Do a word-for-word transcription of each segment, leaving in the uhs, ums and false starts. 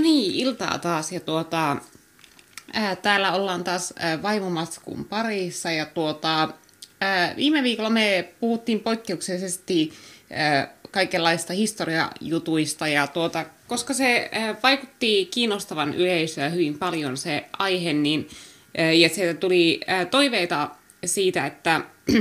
niin, iltaa taas ja tuota, ää, täällä ollaan taas ää, vaimomatskun parissa ja tuota, ää, viime viikolla me puhuttiin poikkeuksellisesti ää, kaikenlaista historiajutuista ja tuota, koska se ää, vaikutti kiinnostavan yleisöä hyvin paljon se aihe, niin ää, ja sieltä tuli ää, toiveita siitä, että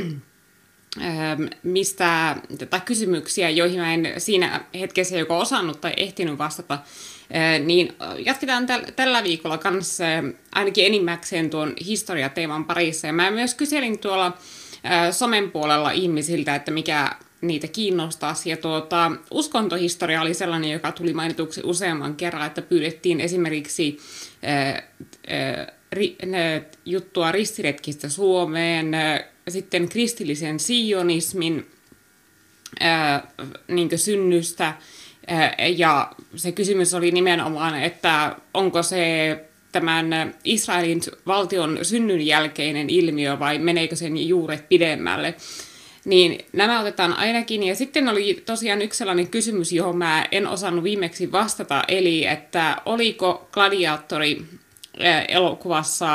mistä tai kysymyksiä, joihin mä en siinä hetkessä joko osannut tai ehtinyt vastata, niin jatketaan täl- tällä viikolla kanssa ainakin enimmäkseen tuon historiateeman parissa. Ja mä myös kyselin tuolla somen puolella ihmisiltä, että mikä niitä kiinnostaa. Ja tuota, uskontohistoria oli sellainen, joka tuli mainituksi useamman kerran, että pyydettiin esimerkiksi ää, ää, ri, ää, juttua ristiretkistä Suomeen, ää, sitten kristillisen sionismin ää, niin synnystä. Ää, ja se kysymys oli nimenomaan, että onko se tämän Israelin valtion synnyn jälkeinen ilmiö vai meneekö sen juuret pidemmälle. Niin nämä otetaan ainakin. Ja sitten oli tosiaan yksi sellainen kysymys, johon mä en osannut viimeksi vastata, eli että oliko Gladiatori elokuvassa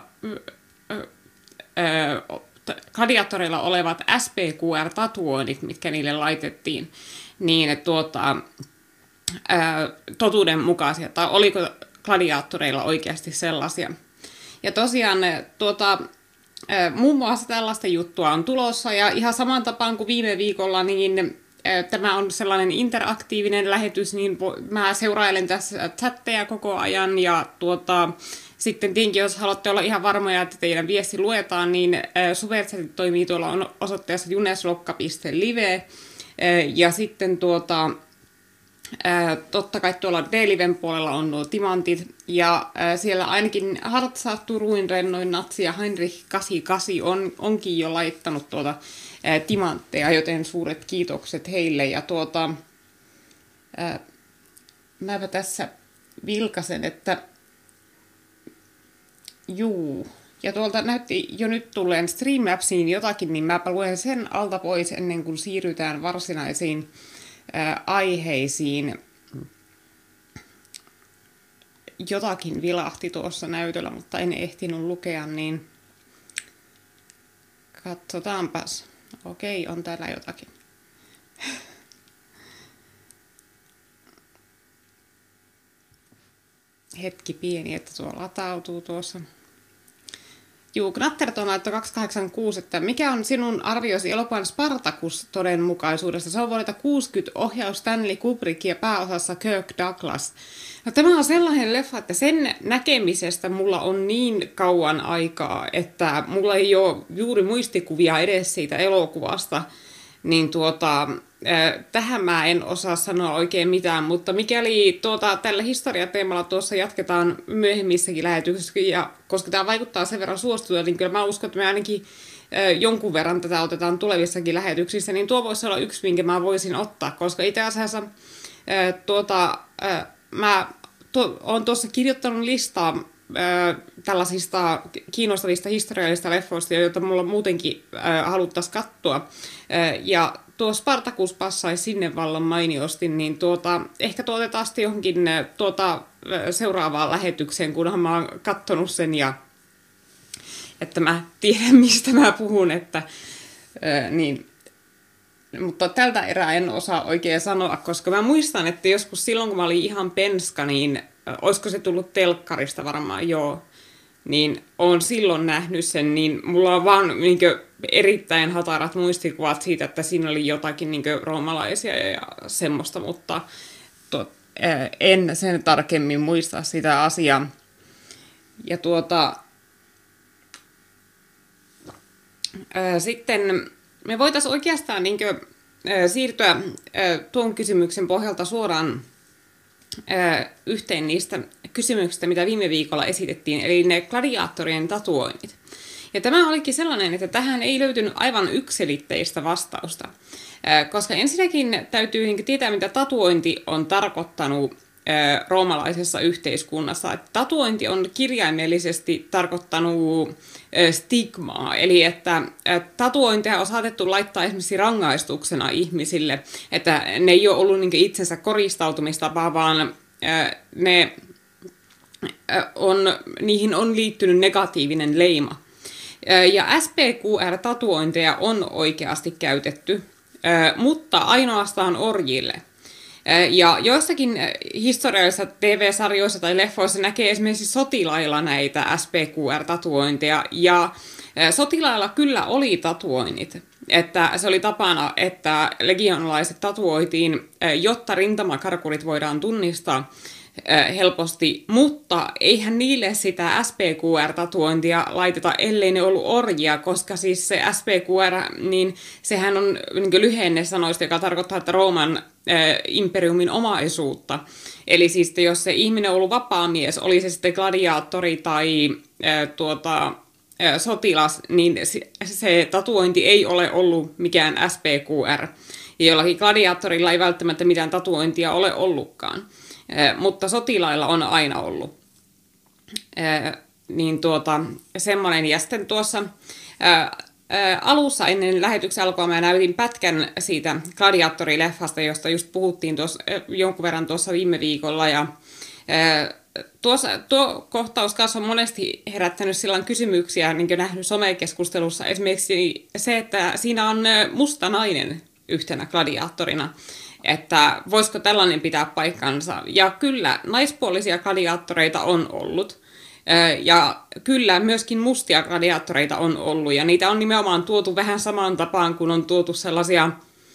gladiatoreilla olevat S P Q R-tatuoinnit, mitkä niille laitettiin, niin tuota, totuudenmukaisia, tai oliko gladiaattoreilla oikeasti sellaisia. Ja tosiaan tuota, muun muassa tällaista juttua on tulossa, ja ihan saman tapaan kuin viime viikolla, niin tämä on sellainen interaktiivinen lähetys, niin mä seurailen tässä chatteja koko ajan, ja tuota, sitten tietenkin, jos haluatte olla ihan varmoja, että teidän viesti luetaan, niin Superchat toimii tuolla osoitteessa juneslokka piste live, ja sitten tuota, totta kai tuolla D-liven puolella on nuo timantit, ja siellä ainakin Hartsa, Turuin, Rennoin, Natsi ja Heinrich kahdeksankymmentäkahdeksan on, onkin jo laittanut tuota timantteja, joten suuret kiitokset heille. Ja tuota, ää, mäpä tässä vilkasen, että juu, ja tuolta näytti jo nyt tulleen Streamlabsiin jotakin, niin mäpä luen sen alta pois ennen kuin siirrytään varsinaisiin ää, aiheisiin. Jotakin vilahti tuossa näytöllä, mutta en ehtinyt lukea, niin katsotaanpas. Okei, on täällä jotakin. Hetki pieni, että tuo latautuu tuossa. Juu, Knatterton laittoi kaksisataakahdeksankymmentäkuusi, että mikä on sinun arvioisi elokuvan Spartacus todenmukaisuudesta? Se on vuodelta kuusikymmentä, ohjaus Stanley Kubrick ja pääosassa Kirk Douglas. No, tämä on sellainen leffa, että sen näkemisestä mulla on niin kauan aikaa, että mulla ei ole juuri muistikuvia edes siitä elokuvasta. Niin tuota, tähän mä en osaa sanoa oikein mitään, mutta mikäli tuota, tällä historiateemalla tuossa jatketaan myöhemmissäkin lähetyksissä, ja koska tämä vaikuttaa sen verran suosituilta, niin kyllä mä uskon, että me ainakin jonkun verran tätä otetaan tulevissakin lähetyksissä, niin tuo voisi olla yksi, minkä mä voisin ottaa, koska itse asiassa tuota, mä to, olen tuossa kirjoittanut listaa tällaisista kiinnostavista historiallisista leffoista, joita mulla muutenkin haluttaisiin katsoa. Ja tuo Spartacus passaisi sinne vallan mainiosti, niin tuota, ehkä tuotetaan sitten johonkin tuota, seuraavaan lähetykseen, kunhan mä oon katsonut sen ja että mä tiedän, mistä mä puhun. Että, niin. Mutta tältä erää en osaa oikein sanoa, koska mä muistan, että joskus silloin, kun mä olin ihan penska, niin olisiko se tullut telkkarista varmaan, joo, niin oon silloin nähnyt sen, niin mulla on vaan niin kuin, erittäin hatarat muistikuvat siitä, että siinä oli jotakin niin kuin, roomalaisia ja semmoista, mutta to, en sen tarkemmin muista sitä asiaa. Ja tuota, ää, sitten me voitaisiin oikeastaan niin kuin, ää, siirtyä ää, tuon kysymyksen pohjalta suoraan yhteen niistä kysymyksistä, mitä viime viikolla esitettiin, eli ne gladiaattorien tatuoinnit. Ja tämä olikin sellainen, että tähän ei löytynyt aivan yksiselitteistä vastausta, koska ensinnäkin täytyy tietää, mitä tatuointi on tarkoittanut roomalaisessa yhteiskunnassa. Että tatuointi on kirjaimellisesti tarkoittanut stigmaa, eli että tatuointeja on saatettu laittaa esimerkiksi rangaistuksena ihmisille, että ne ei ole ollut niin itsensä koristautumistapa, vaan ne on, niihin on liittynyt negatiivinen leima. Ja S P Q R-tatuointeja on oikeasti käytetty, mutta ainoastaan orjille. Ja joissakin historiallisissa T V-sarjoissa tai leffoissa näkee esimerkiksi sotilailla näitä S P Q R-tatuointeja, ja sotilailla kyllä oli tatuoinnit. Että se oli tapana, että legionalaiset tatuoitiin, jotta rintamakarkurit voidaan tunnistaa helposti, mutta eihän niille sitä S P Q R-tatuointia laiteta, ellei ne ollut orjia, koska siis se S P Q R, niin sehän on niin lyhenne sanoista, joka tarkoittaa, että Rooman äh, imperiumin omaisuutta. Eli siis jos se ihminen on ollut vapaamies, oli se sitten gladiaattori tai äh, tuota, äh, sotilas, niin se, se tatuointi ei ole ollut mikään S P Q R. Ja jollakin gladiaattorilla ei välttämättä mitään tatuointia ole ollutkaan. Mutta sotilailla on aina ollut. Niin tuota, semmoinen. Ja sitten tuossa ää, ää, alussa ennen lähetyksen alkua mä näytin pätkän siitä gladiaattorileffasta, josta just puhuttiin tuossa, jonkun verran tuossa viime viikolla. Ja, ää, tuossa, tuo kohtaus kanssa on monesti herättänyt silloin kysymyksiä, niin kuin nähnyt somekeskustelussa. Esimerkiksi se, että siinä on musta nainen yhtenä gladiaattorina. Että voisiko tällainen pitää paikkansa. Ja kyllä, naispuolisia gladiaattoreita on ollut. Ja kyllä, myöskin mustia gladiaattoreita on ollut. Ja niitä on nimenomaan tuotu vähän samaan tapaan, kun on tuotu sellaisia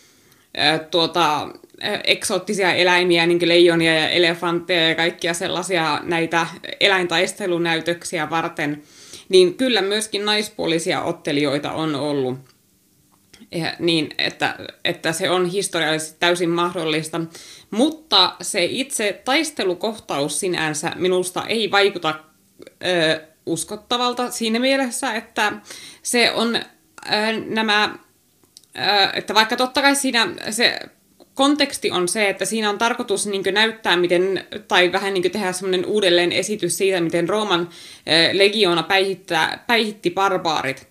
tuota, eksoottisia eläimiä, niin kuin leijonia ja elefantteja ja kaikkia sellaisia näitä eläintaistelunäytöksiä varten. Niin kyllä myöskin naispuolisia ottelijoita on ollut. Ja niin, että, että se on historiallisesti täysin mahdollista. Mutta se itse taistelukohtaus sinänsä minusta ei vaikuta ö, uskottavalta siinä mielessä, että se on ö, nämä, ö, että vaikka totta kai siinä se konteksti on se, että siinä on tarkoitus niin kuin näyttää, miten, tai vähän niin kuin tehdä semmoinen uudelleen esitys siitä, miten Rooman ö, legioona päihittää, päihitti barbaarit.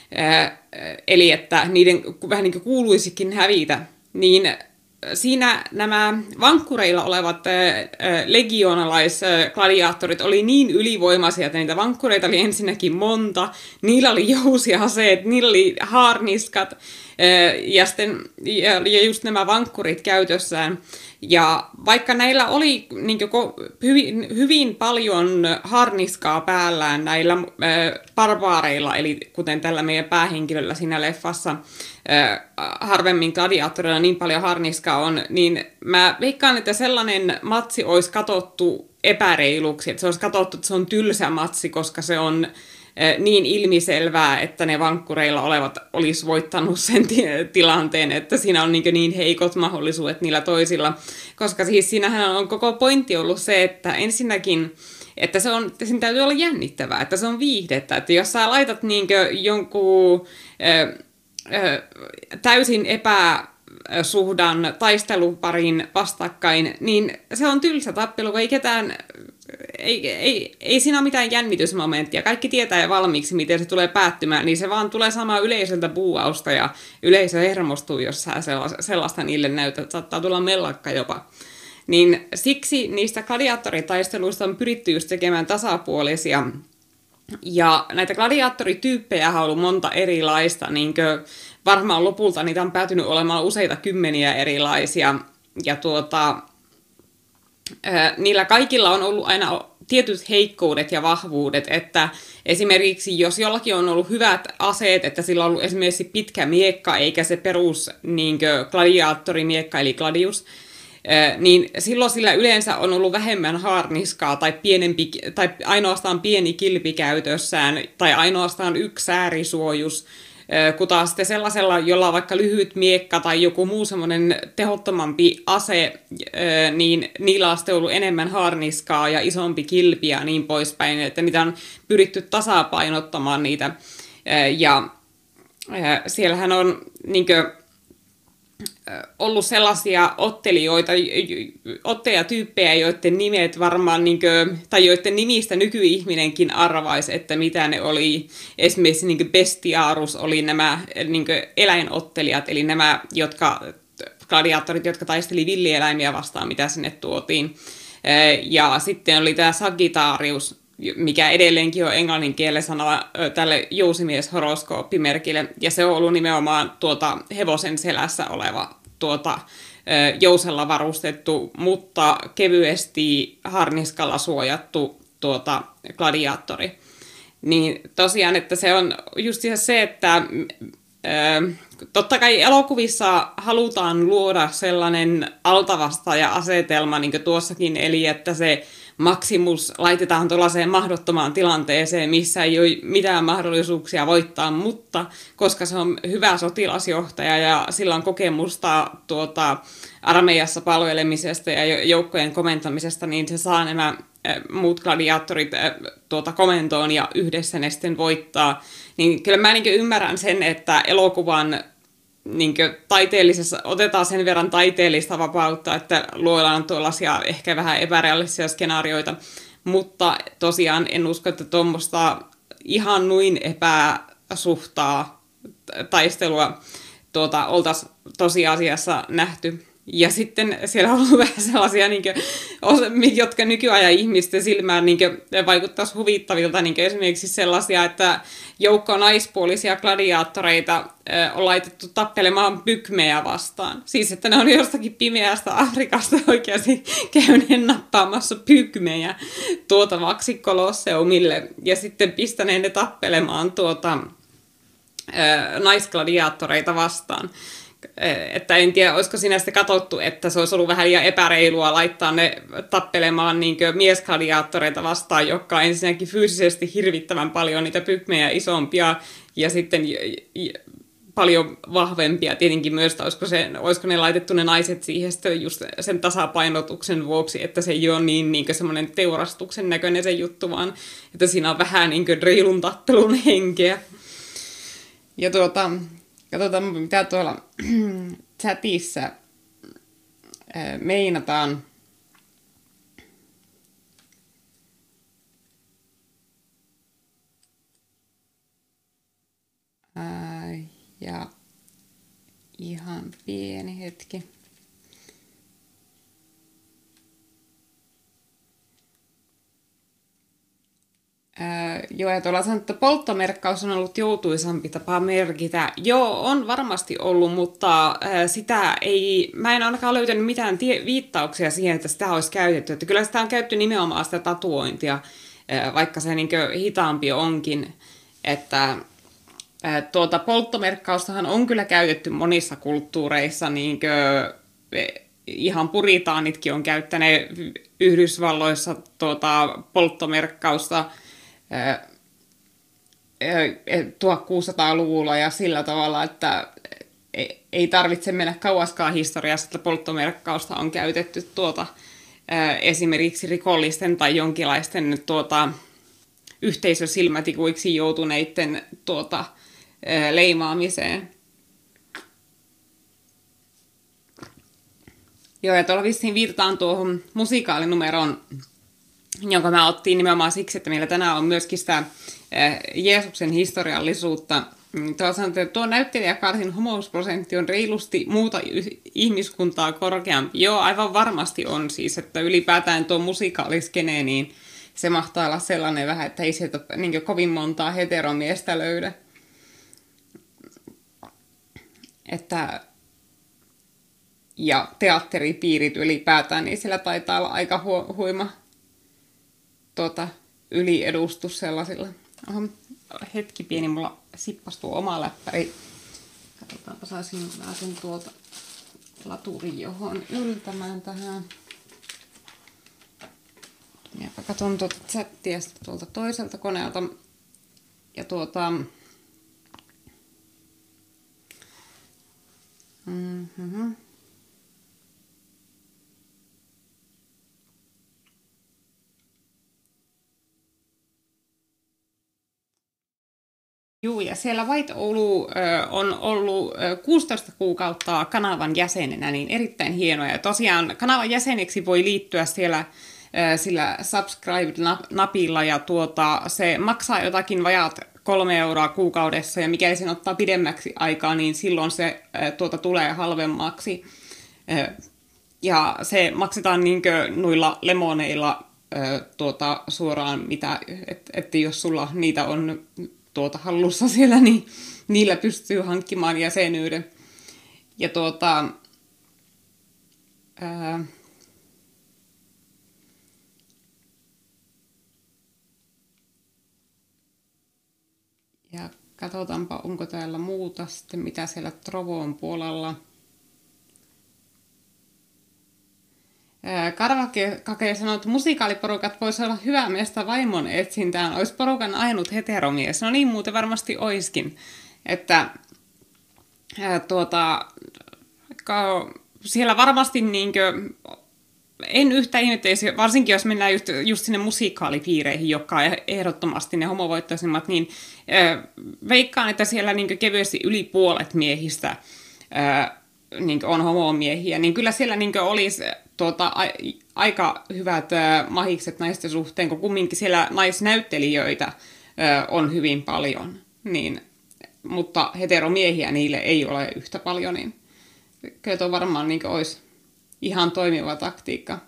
Eli että niiden vähän niin kuin kuuluisikin hävitä, niin siinä nämä vankkureilla olevat legionalaisgladiaattorit oli niin ylivoimaisia, että niitä vankkureita oli ensinnäkin monta, niillä oli jousiaseet, niillä oli haarniskat ja, sitten, ja just nämä vankkurit käytössään. Ja vaikka näillä oli niin kuin, hyvin, hyvin paljon harniskaa päällään näillä äh, barbaareilla, eli kuten tällä meidän päähenkilöllä siinä leffassa, äh, harvemmin gladiaattorilla niin paljon harniskaa on, niin mä veikkaan, että sellainen matsi olisi katsottu epäreiluksi, että se olisi katsottu, että se on tylsä matsi, koska se on niin ilmiselvää, että ne vankkureilla olevat olisi voittanut sen t- tilanteen, että siinä on niin, niin heikot mahdollisuudet niillä toisilla. Koska siis siinähän on koko pointti ollut se, että ensinnäkin, että se on, siinä täytyy olla jännittävää, että se on viihdettä. Että jos sä laitat niin jonkun ö, ö, täysin epäsuhdan taisteluparin vastakkain, niin se on tylsä tappelu, kun ei ketään... Ei, ei, ei siinä ole mitään jännitysmomenttia. Kaikki tietää valmiiksi, miten se tulee päättymään, niin se vaan tulee samaa yleisöltä buuausta ja yleisö hermostuu, jos sä sellaista niille näytät. Saattaa tulla mellakka jopa. Niin siksi niistä gladiaattoritaisteluista on pyritty just tekemään tasapuolisia. Ja näitä gladiaattorityyppejä on ollut monta erilaista. Niin varmaan lopulta niitä on päätynyt olemaan useita kymmeniä erilaisia. Ja tuota... Niillä kaikilla on ollut aina tietyt heikkoudet ja vahvuudet, että esimerkiksi jos jollakin on ollut hyvät aseet, että sillä on ollut esimerkiksi pitkä miekka, eikä se perus niin gladiaattorimiekka eli gladius, niin silloin sillä yleensä on ollut vähemmän haarniskaa tai, pienempi, tai ainoastaan pieni kilpi käytössään tai ainoastaan yksi äärisuojus, kun taas sitten sellaisella, jolla on vaikka lyhyt miekka tai joku muu semmoinen tehottomampi ase, niin niillä on sitten ollut enemmän harniskaa ja isompi kilpi ja niin poispäin, että niitä on pyritty tasapainottamaan niitä. Ja siellähän on niin kuin ollut sellaisia ottelijoita, ottajatyyppejä, joiden nimet varmaan, niin kuin, tai joiden nimistä nykyihminenkin arvaisi, että mitä ne oli. Esimerkiksi niin kuin bestiarus oli nämä niin kuin eläinottelijat, eli nämä jotka, gladiaattorit, jotka taisteli villieläimiä vastaan, mitä sinne tuotiin. Ja sitten oli tämä Sagittarius, mikä edelleenkin on englannin kielen sana tälle jousimieshoroskooppimerkille, ja se on ollut nimenomaan tuota hevosen selässä oleva tuota, jousella varustettu, mutta kevyesti harniskalla suojattu tuota, gladiaattori. Niin tosiaan, että se on just se, että totta kai elokuvissa halutaan luoda sellainen altavastaaja-asetelma, niin kuin tuossakin, eli että se Maximus laitetaan tuollaiseen mahdottomaan tilanteeseen, missä ei ole mitään mahdollisuuksia voittaa, mutta koska se on hyvä sotilasjohtaja ja sillä on kokemusta tuota, armeijassa palvelemisesta ja joukkojen komentamisesta, niin se saa nämä muut gladiaattorit tuota komentoon ja yhdessä ne sitten voittaa. Niin kyllä mä niin ymmärrän sen, että elokuvan niin taiteellisessa, otetaan sen verran taiteellista vapautta, että luodaan tuollaisia ehkä vähän epärealistisia skenaarioita, mutta tosiaan en usko, että tuommoista ihan noin epäsuhtaa taistelua tuota, oltaisiin tosiasiassa nähty. Ja sitten siellä on ollut vähän sellaisia, niin kuin, jotka nykyajan ihmisten silmään niin vaikuttaisi huvittavilta, niin esimerkiksi sellaisia, että joukko naispuolisia gladiaattoreita on laitettu tappelemaan pygmejä vastaan. Siis, että ne on jostakin pimeästä Afrikasta oikeasti käyneet nappaamassa pygmejä tuotavaksi kolosseumille ja sitten pistäneen ne tappelemaan tuota, naisgladiaattoreita vastaan. Että en tiedä, olisiko siinä sitten katsottu, että se olisi ollut vähän liian epäreilua laittaa ne tappelemaan niin miesgladiaattoreita vastaan, jotka on ensinnäkin fyysisesti hirvittävän paljon niitä pygmejä isompia ja sitten j- j- paljon vahvempia tietenkin myös, että olisiko, se, olisiko ne laitettu ne naiset siihen just sen tasapainotuksen vuoksi, että se ei ole niin, niin semmoinen teurastuksen näköinen se juttu, vaan että siinä on vähän niin reilun tappelun henkeä. Ja tuota... Katsotaan, mitä tuolla chatissa meinataan. Ää, ja ihan pieni hetki. Öö, joo, ja tuolla sanoo, että polttomerkkaus on ollut joutuisampi tapa merkitä. Joo, on varmasti ollut, mutta öö, sitä ei, mä en ainakaan löytänyt mitään tie, viittauksia siihen, että sitä olisi käytetty. Että kyllä sitä on käytetty nimenomaan sitä tatuointia, öö, vaikka se niin kuin hitaampi onkin. Että öö, tuota polttomerkkaustahan on kyllä käytetty monissa kulttuureissa, niin kuin, ihan puritaanitkin on käyttäneet Yhdysvalloissa tuota polttomerkkausta tuhatkuusisataaluvulla ja sillä tavalla, että ei tarvitse mennä kauaskaan historiassa, että polttomerkkausta on käytetty tuota, esimerkiksi rikollisten tai jonkinlaisten tuota, yhteisösilmätikuiksi joutuneiden tuota, leimaamiseen. Joo, ja tuolla vissiin viitataan tuohon musikaalinumeroon, jonka mä ottiin nimenomaan siksi, että meillä tänään on myöskin sitä Jeesuksen historiallisuutta. Tuo sanoo, että tuo näyttelijäkarsin homousprosentti on reilusti muuta ihmiskuntaa korkeampi. Joo, aivan varmasti on siis, että ylipäätään tuo musikaaliskene, niin se mahtaa olla sellainen vähän, että ei sieltä niin kovin montaa heteromiestä löydä. Että... Ja teatteripiirit ylipäätään, niin siellä taitaa olla aika hu- huima tuota, yliedustus sellaisilla. Oho, hetki pieni, mulla sippas tuo oma läppäri. Katsotaanpa, saisin mä sen tuolta laturin johon yltämään tähän. Minäpä katson tuota chattia tuolta toiselta koneelta. Ja tuota... Mm-hmm. Juu, ja siellä White Oulu ö, on ollut ö, kuusitoista kuukautta kanavan jäsenenä, niin erittäin hienoa. Ja tosiaan kanavan jäseneksi voi liittyä siellä ö, sillä subscribe-napilla, ja tuota, se maksaa jotakin vajaat kolme euroa kuukaudessa, ja mikäli sen ottaa pidemmäksi aikaa, niin silloin se ö, tuota, tulee halvemmaksi. Ö, Ja se maksetaan niinkö noilla lemoneilla ö, tuota, suoraan, mitä, että et jos sulla niitä on tuota, hallussa siellä, niin niillä pystyy hankkimaan jäsenyyden. Ja tuota... Ää, ja katsotaanpa, onko täällä muuta sitten, mitä siellä Trovoon puolella. Karvakake sanoi, että musikaaliporukat voisi olla hyvä meistä vaimon etsintään. Olisi porukan ainut heteromies. No niin, muuten varmasti oiskin. Että ää, tuota, ka, siellä varmasti niinkö, en yhtä ihmetteisi, varsinkin jos mennään just, just sinne musikaalipiireihin, jotka on ehdottomasti ne homovoittoisimmat, niin ää, veikkaan, että siellä niinkö kevyesti yli puolet miehistä ää, niinkö on homomiehiä, niin kyllä siellä niinkö olisi tuota, a, aika hyvät ä, mahikset naisten suhteen, kun kumminkin siellä naisnäyttelijöitä ä, on hyvin paljon, niin, mutta heteromiehiä niille ei ole yhtä paljon, niin kyllä tuo varmaan niinkö olisi ihan toimiva taktiikka.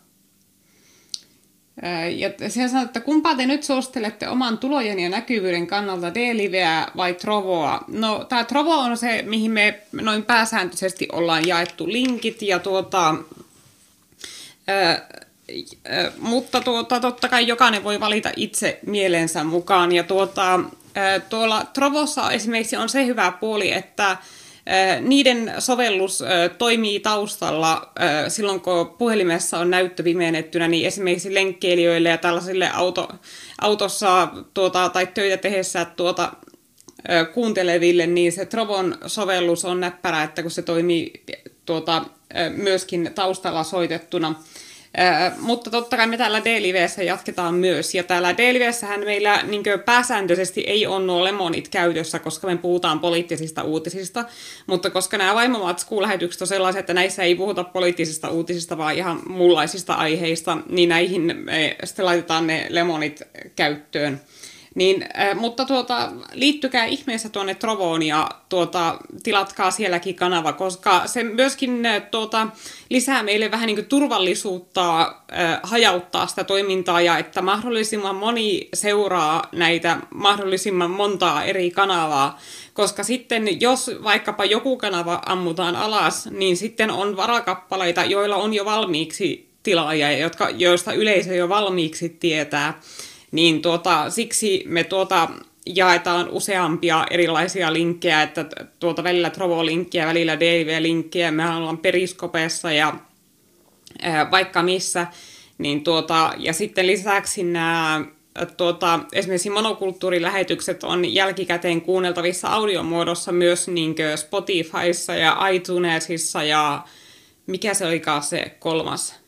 Ä, ja siellä sanoo, että kumpaa te nyt suosittelette oman tulojen ja näkyvyyden kannalta, D-liveä vai Trovoa? No, tämä Trovo on se, mihin me noin pääsääntöisesti ollaan jaettu linkit, ja tuota... Ö, ö, mutta tuota, totta kai jokainen voi valita itse mielensä mukaan. Ja tuota, ö, tuolla Trovossa esimerkiksi on se hyvä puoli, että ö, niiden sovellus ö, toimii taustalla ö, silloin, kun puhelimessa on näyttö pimennettynä, niin esimerkiksi lenkkeilijöille ja tällaisille auto, autossa tuota, tai töitä tehdessä tuota, ö, kuunteleville, niin se Trovon sovellus on näppärä, että kun se toimii tuota, myöskin taustalla soitettuna. Äh, mutta totta kai me täällä D-livessä jatketaan myös. Ja täällä D-livessähän meillä niin pääsääntöisesti ei ole nuo lemonit käytössä, koska me puhutaan poliittisista uutisista. Mutta koska nämä Vaimomatskuu-lähetykset on sellaisia, että näissä ei puhuta poliittisista uutisista, vaan ihan muunlaisista aiheista, niin näihin me sitten laitetaan ne lemonit käyttöön. Niin, äh, mutta tuota, liittykää ihmeessä tuonne Trovoon ja tuota, tilatkaa sielläkin kanava, koska se myöskin äh, tuota, lisää meille vähän niin kuin turvallisuutta, äh, hajauttaa sitä toimintaa ja että mahdollisimman moni seuraa näitä mahdollisimman montaa eri kanavaa, koska sitten jos vaikkapa joku kanava ammutaan alas, niin sitten on varakappaleita, joilla on jo valmiiksi tilaajia, jotka, joista yleisö jo valmiiksi tietää. Niin tuota, siksi me tuota jaetaan useampia erilaisia linkkejä, että tuota välillä Trovo-linkkiä, välillä D V-linkkiä, me ollaan Periskopessa ja ää, vaikka missä. Niin tuota, ja sitten lisäksi nämä tuota, esimerkiksi monokulttuurilähetykset on jälkikäteen kuunneltavissa audiomuodossa myös niin Spotifyssa ja iTunesissa ja mikä se olikaan se kolmas?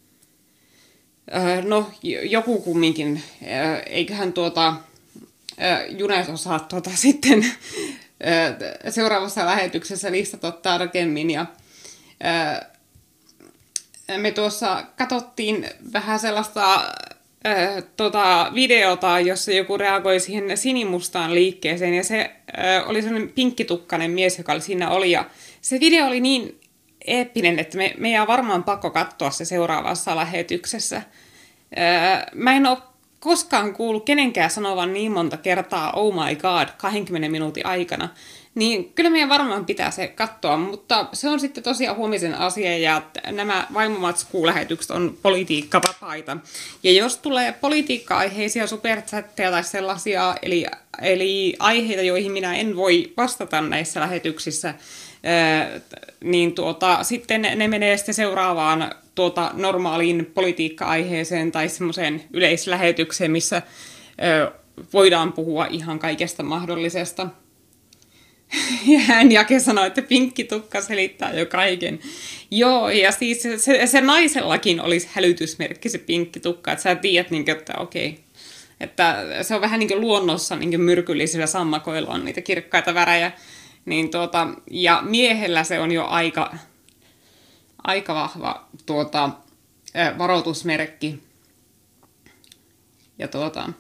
No, joku kumminkin. Eiköhän tuota, Junes osaa tuota sitten seuraavassa lähetyksessä listata tarkemmin. Ja, me tuossa katsottiin vähän sellaista tuota, videota, jossa joku reagoi siihen sinimustaan liikkeeseen. Ja se oli sellainen pinkkitukkainen mies, joka oli siinä oli. Ja se video oli niin eeppinen, että me, meidän on varmaan pakko katsoa se seuraavassa lähetyksessä. Öö, mä en ole koskaan kuullut kenenkään sanovan niin monta kertaa oh my god kahdenkymmenen minuutin aikana. Niin kyllä meidän varmaan pitää se katsoa, mutta se on sitten tosiaan huomisen asia ja nämä Vaimomatskuu-lähetykset on politiikkavapaita. Ja jos tulee politiikka-aiheisia superchatteja tai sellaisia, eli, eli aiheita, joihin minä en voi vastata näissä lähetyksissä, niin tuota, sitten ne menee sitten seuraavaan tuota, normaaliin politiikka-aiheeseen tai semmoiseen yleislähetykseen, missä ö, voidaan puhua ihan kaikesta mahdollisesta. Ja hän Jake sanoi, että pinkki tukka selittää jo kaiken. Joo, ja siis se, se, se naisellakin olisi hälytysmerkki se pinkki tukka, että sä tiedät, niin kuin, että okei. Että se on vähän niin kuin luonnossa niin kuin myrkyllisillä sammakoilla on niitä kirkkaita värejä. Niin tuota, ja miehellä se on jo aika, aika vahva tuota, varoitusmerkki. Ja tuota,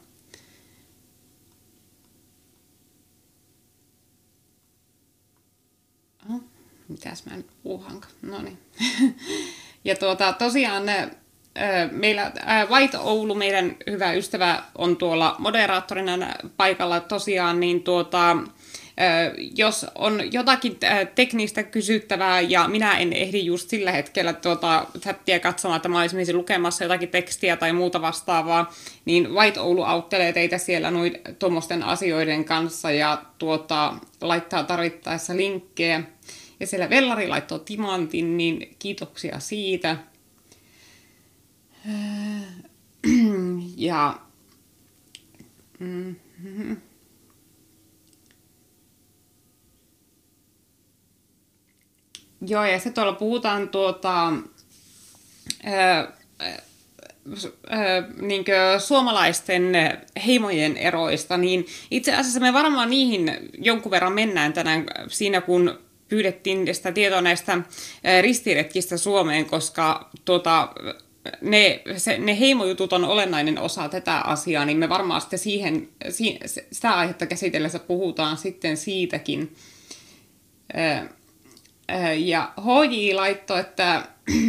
oh, mitäs mä nyt puuhanka? No niin. Ja tuota, tosiaan ne, meillä White Oulu, meidän hyvä ystävä, on tuolla moderaattorina paikalla tosiaan, niin tuota, jos on jotakin teknistä kysyttävää ja minä en ehdi just sillä hetkellä tuota chattia katsomaan, että mä olisin lukemassa jotakin tekstiä tai muuta vastaavaa, niin White Oulu auttelee teitä siellä noin tuommoisten asioiden kanssa ja tuota, laittaa tarvittaessa linkkejä. Ja siellä Vellari laittoi timantin, niin kiitoksia siitä. Ja mm-hmm. Joo, ja se tuolla puhutaan tuota, ää, ää, niin suomalaisten heimojen eroista, niin itse asiassa me varmaan niihin jonkun verran mennään tänään siinä, kun pyydettiin sitä tietoa näistä ristiretkistä Suomeen, koska tuota, ne, se, ne heimojutut on olennainen osa tätä asiaa, niin me varmaan sitten siihen, sitä aihetta käsitellessä puhutaan sitten siitäkin. Ja H J laittoi, että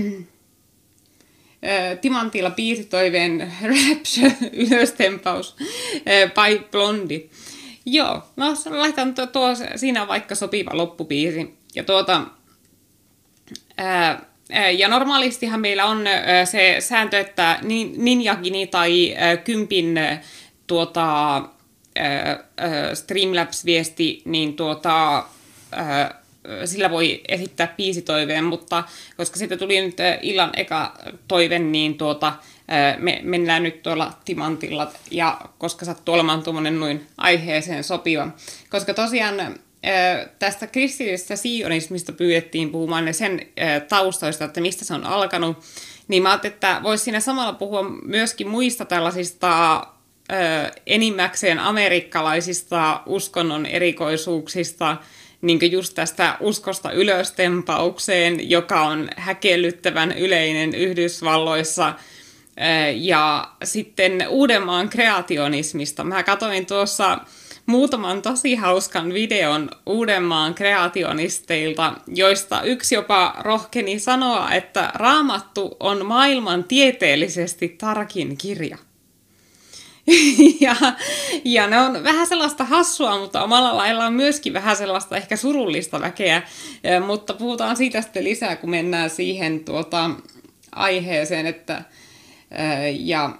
Timantilla biisitoiveen Rapture ylöstempaus by Blondie. Joo, no laitan tuo, tuo, siinä on vaikka sopiva loppubiisi. Ja tuota, ää, ja normaalistihan meillä on ää, se sääntö, että Ninjagini tai ää, Kympin tuota, ää, ää, Streamlabs-viesti, niin tuota, ää, sillä voi esittää biisitoiveen, mutta koska siitä tuli nyt illan eka toive, niin tuota, me mennään nyt tuolla Timantilla, ja koska sattuu olemaan tuommoinen noin aiheeseen sopiva. Koska tosiaan tästä kristillisestä sionismista pyydettiin puhumaan ja sen taustoista, että mistä se on alkanut, niin mä ajattelin, että voisi siinä samalla puhua myöskin muista tällaisista enimmäkseen amerikkalaisista uskonnon erikoisuuksista, niin kuin just tästä uskosta ylöstempaukseen, joka on häkellyttävän yleinen Yhdysvalloissa, ja sitten Uudenmaan kreationismista. Mä katsoin tuossa muutaman tosi hauskan videon Uudenmaan kreationisteilta, joista yksi jopa rohkeni sanoa, että Raamattu on maailman tieteellisesti tarkin kirja. ja, ja ne on vähän sellaista hassua, mutta omalla laillaan myöskin vähän sellaista ehkä surullista väkeä, mutta puhutaan siitä sitten lisää, kun mennään siihen tuota, aiheeseen, että ja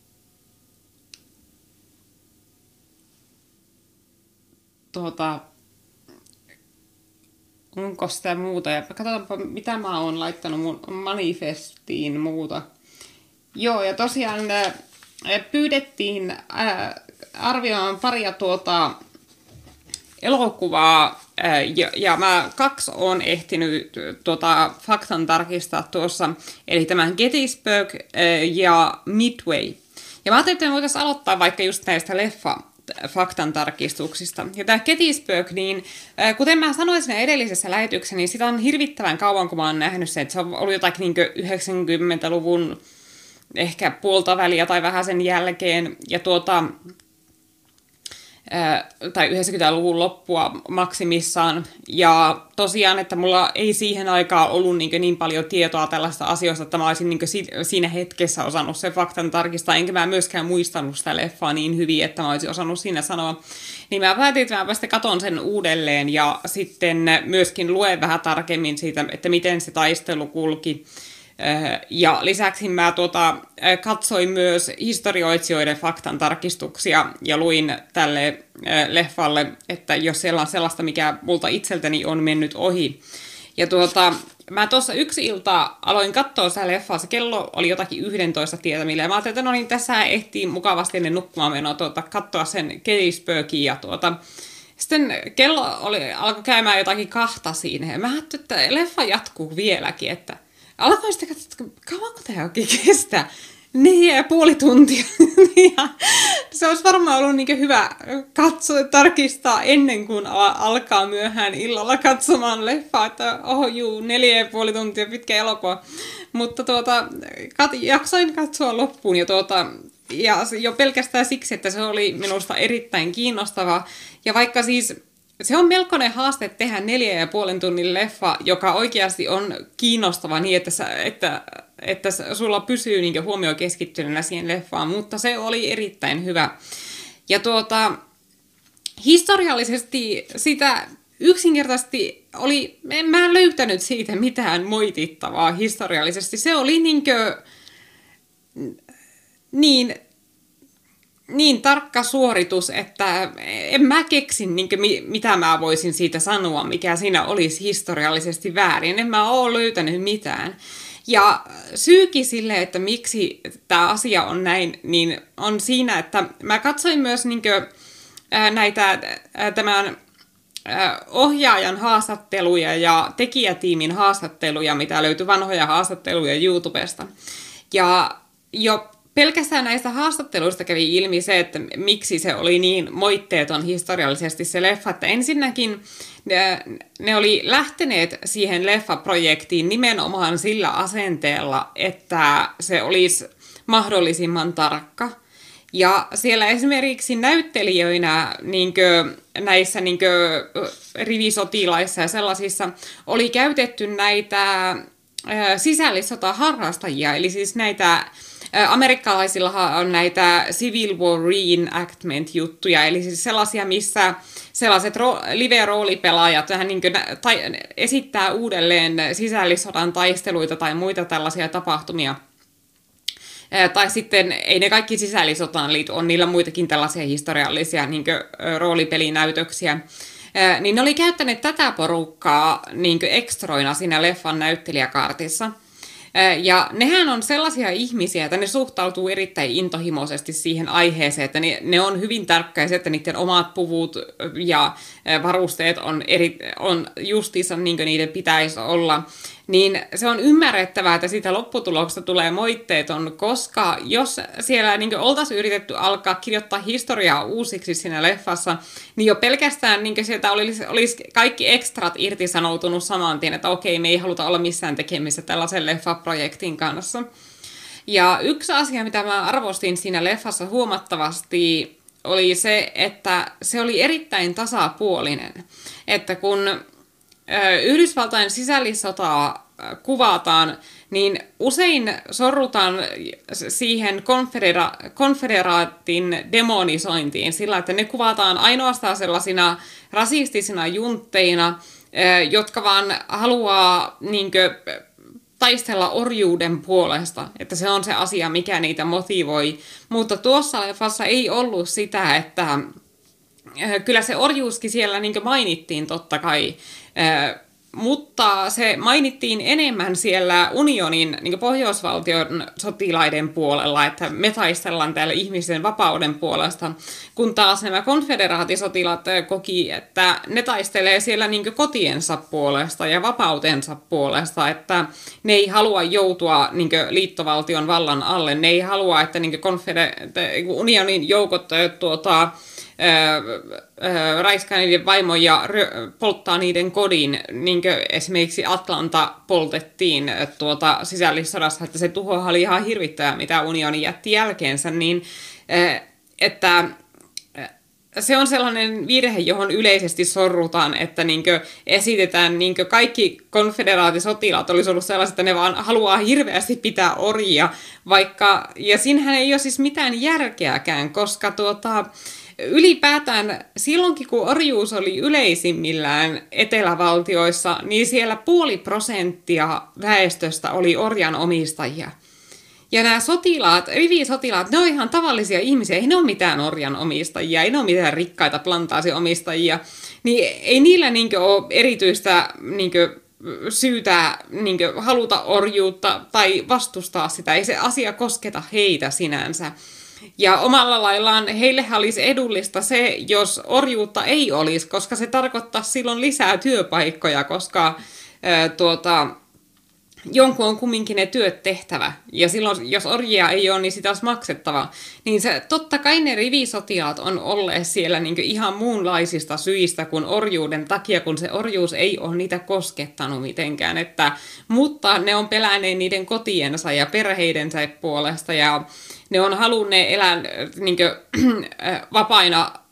tuota, onko sitä muuta, ja katsotaanpa mitä mä oon laittanut mun manifestiin muuta. Joo, ja tosiaan pyydettiin arvioimaan paria tuota elokuvaa, ja, ja mä kaksi on ehtinyt tuota faktan tarkistaa tuossa, eli tämän Gettysburg ja Midway. Ja mä ajattelin, että me voitaisiin aloittaa vaikka just näistä leffa faktan tarkistuksista. Ja tämä Gettysburg, niin kuten mä sanoin siinä edellisessä lähetyksessä, niin sitä on hirvittävän kauan, kun mä oon nähnyt sen, että se on ollut jotakin niin yhdeksänkymmentäluvun ehkä puolta väliä tai vähän sen jälkeen, ja tuota, ää, tai yhdeksänkymmentäluvun loppua maksimissaan, ja tosiaan, että mulla ei siihen aikaan ollut niin, niin paljon tietoa tällaista asioista, että mä olisin niin si- siinä hetkessä osannut sen faktan tarkistaa, enkä mä myöskään muistanut sitä leffaa niin hyvin, että mä olisin osannut siinä sanoa, niin mä päätin, että mä sitten katon sen uudelleen, ja sitten myöskin luen vähän tarkemmin siitä, että miten se taistelu kulki. Ja lisäksi mä tuota, katsoin myös historioitsijoiden faktan tarkistuksia ja luin tälle leffalle, että jos siellä on sellaista, mikä multa itseltäni on mennyt ohi. Ja tuota, mä tuossa yksi ilta aloin katsoa sitä leffaa, se kello oli jotakin yksitoista tietämillä, ja mä ajattelin, että no niin, tässä ehtii mukavasti ennen nukkumaan menoa tuota, katsoa sen Gettysburgin, ja tuota, sitten kello oli, alkoi käymään jotakin kahta siinä, ja mä ajattelin, että leffa jatkuu vieläkin, että alkoin sitten katsoa, että kauanko tämä oikein kestää? Neljä ja puoli tuntia. Ja se olisi varmaan ollut niin hyvä katsoa, tarkistaa ennen kuin alkaa myöhään illalla katsomaan leffaa, että oho juu, neljä ja puoli tuntia pitkä elokuva. Mutta tuota, kat, jaksoin katsoa loppuun ja, tuota, ja jo pelkästään siksi, että se oli minusta erittäin kiinnostava. Ja vaikka siis se on melkoinen haaste tehdä neljä ja puolen tunnin leffa, joka oikeasti on kiinnostava niin, että, sä, että, että sulla pysyy niin huomio keskittyneenä siihen leffaan, mutta se oli erittäin hyvä. Ja tuota, historiallisesti sitä yksinkertaisesti oli, en mä löytänyt siitä mitään moitittavaa historiallisesti. Se oli niinkö, niin, niin tarkka suoritus, että en mä keksin niinkö, mitä mä voisin siitä sanoa, mikä siinä olisi historiallisesti väärin. En mä ole löytänyt mitään. Ja syykin sille, että miksi tämä asia on näin, niin on siinä, että mä katsoin myös niinkö, ää, näitä ää, tämän ohjaajan haastatteluja ja tekijätiimin haastatteluja, mitä löytyi vanhoja haastatteluja YouTubesta. Ja jo pelkästään näistä haastatteluista kävi ilmi se, että miksi se oli niin moitteeton historiallisesti se leffa, että ensinnäkin ne, ne oli lähteneet siihen leffaprojektiin nimenomaan sillä asenteella, että se olisi mahdollisimman tarkka. Ja siellä esimerkiksi näyttelijöinä niinkö, näissä niinkö, rivisotilaissa ja sellaisissa oli käytetty näitä ä, sisällissotaharrastajia, eli siis näitä ä, amerikkalaisillahan on näitä Civil War reenactment-juttuja, eli siis sellaisia, missä sellaiset ro- live-roolipelaajat vähän niin kuin ta- esittää uudelleen sisällissodan taisteluita tai muita tällaisia tapahtumia. Tai sitten ei ne kaikki sisällissotaan liity, on niillä muitakin tällaisia historiallisia niin kuin, roolipelinäytöksiä. Niin ne oli käyttäneet tätä porukkaa niin kuin ekstroina siinä leffan näyttelijäkaartissa. Ja nehän on sellaisia ihmisiä, että ne suhtautuu erittäin intohimoisesti siihen aiheeseen, että ne, ne on hyvin tarkkaisia, että niiden omat puvut ja varusteet on, eri, on justiinsa niin kuin niiden pitäisi olla. Niin se on ymmärrettävää, että siitä lopputuloksesta tulee moitteeton, koska jos siellä niin oltaisiin yritetty alkaa kirjoittaa historiaa uusiksi siinä leffassa, niin jo pelkästään niin sieltä olisi, olisi kaikki ekstrat irtisanoutunut saman tien, että okei, me ei haluta olla missään tekemissä tällaisen leffaprojektin kanssa. Ja yksi asia, mitä mä arvostin siinä leffassa huomattavasti, oli se, että se oli erittäin tasapuolinen. Että kun Yhdysvaltain sisällissotaa kuvataan, niin usein sorrutaan siihen konfedera- konfederaatin demonisointiin sillä, että ne kuvataan ainoastaan sellaisina rasistisina juntteina, jotka vaan haluaa niinkö taistella orjuuden puolesta, että se on se asia, mikä niitä motivoi. Mutta tuossa leffassa ei ollut sitä, että kyllä se orjuuskin siellä niin kuin mainittiin totta kai, mutta se mainittiin enemmän siellä unionin niin kuin pohjoisvaltion sotilaiden puolella, että me taistellaan täällä ihmisen vapauden puolesta, kun taas nämä konfederaatisotilat koki, että ne taistelee siellä niin kuin kotiensa puolesta ja vapautensa puolesta, että ne ei halua joutua niin kuin liittovaltion vallan alle, ne ei halua, että niin kuin konfeder- unionin joukot tuota, raiskaa niiden vaimon ja rö- polttaa niiden kodin, niin kuin esimerkiksi Atlanta poltettiin tuota sisällissodassa, että se tuho oli ihan hirvittävää, mitä unioni jätti jälkeensä, niin että se on sellainen virhe, johon yleisesti sorrutaan, että niinkö esitetään niinkö kaikki konfederaatisotilaat olisi ollut sellaiset, että ne vaan haluaa hirveästi pitää orjia, vaikka, ja siinähän ei ole siis mitään järkeäkään, koska tuota, ylipäätään silloinkin, kun orjuus oli yleisimmillään etelävaltioissa, niin siellä puoli prosenttia väestöstä oli orjan omistajia. Ja nämä sotilaat, rivisotilaat, ne on ihan tavallisia ihmisiä, ei ne ole mitään orjan omistajia, ei ne ole mitään rikkaita plantaasiomistajia, niin ei niillä niinkö ole erityistä niinkö syytä niinkö haluta orjuutta tai vastustaa sitä, ei se asia kosketa heitä sinänsä. Ja omalla laillaan heillehän olisi edullista se, jos orjuutta ei olisi, koska se tarkoittaa silloin lisää työpaikkoja, koska ää, tuota, jonkun on kumminkin ne työt tehtävä. Ja silloin, jos orjia ei ole, niin sitä olisi maksettava. Niin se, totta kai ne rivisotilaat on olleet siellä niin kuin ihan muunlaisista syistä kuin orjuuden takia, kun se orjuus ei ole niitä koskettanut mitenkään. Että, mutta ne on pelänneet niiden kotiensa ja perheidensä puolesta ja ne on halunneet elää niin kuin, vapaina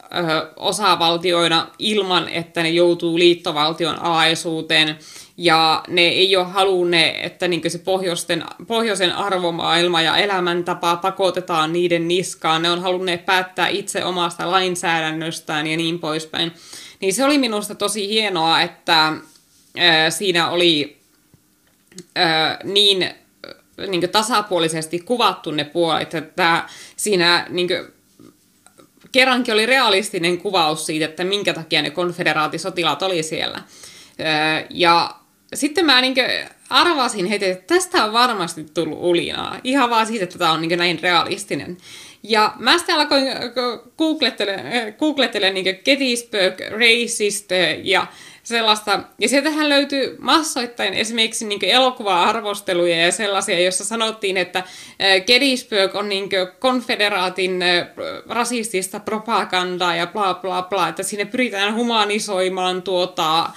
osavaltioina ilman, että ne joutuu liittovaltion alaisuuteen. Ja ne ei ole halunneet, että niin se pohjoisten, pohjoisen arvomaailma ja elämäntapa pakotetaan niiden niskaan. Ne on halunneet päättää itse omasta lainsäädännöstään ja niin poispäin. Niin se oli minusta tosi hienoa, että ää, siinä oli ää, niin, niin tasapuolisesti kuvattu ne puolet, että siinä niin kerrankin oli realistinen kuvaus siitä, että minkä takia ne konfederaatisotilaat oli siellä. Ää, ja sitten mä niin arvasin heti, että tästä on varmasti tullut ulinaa. Ihan vaan siitä, että tämä on niin näin realistinen. Ja mä sitten alkoin googlettelemaan googlettele, niin Gettysburg Racist ja sellaista. Ja sieltähän löytyy massoittain esimerkiksi niin elokuva-arvosteluja ja sellaisia, joissa sanottiin, että Gettysburg on niin konfederaatin rasistista propagandaa ja bla bla bla, että sinne pyritään humanisoimaan tuota...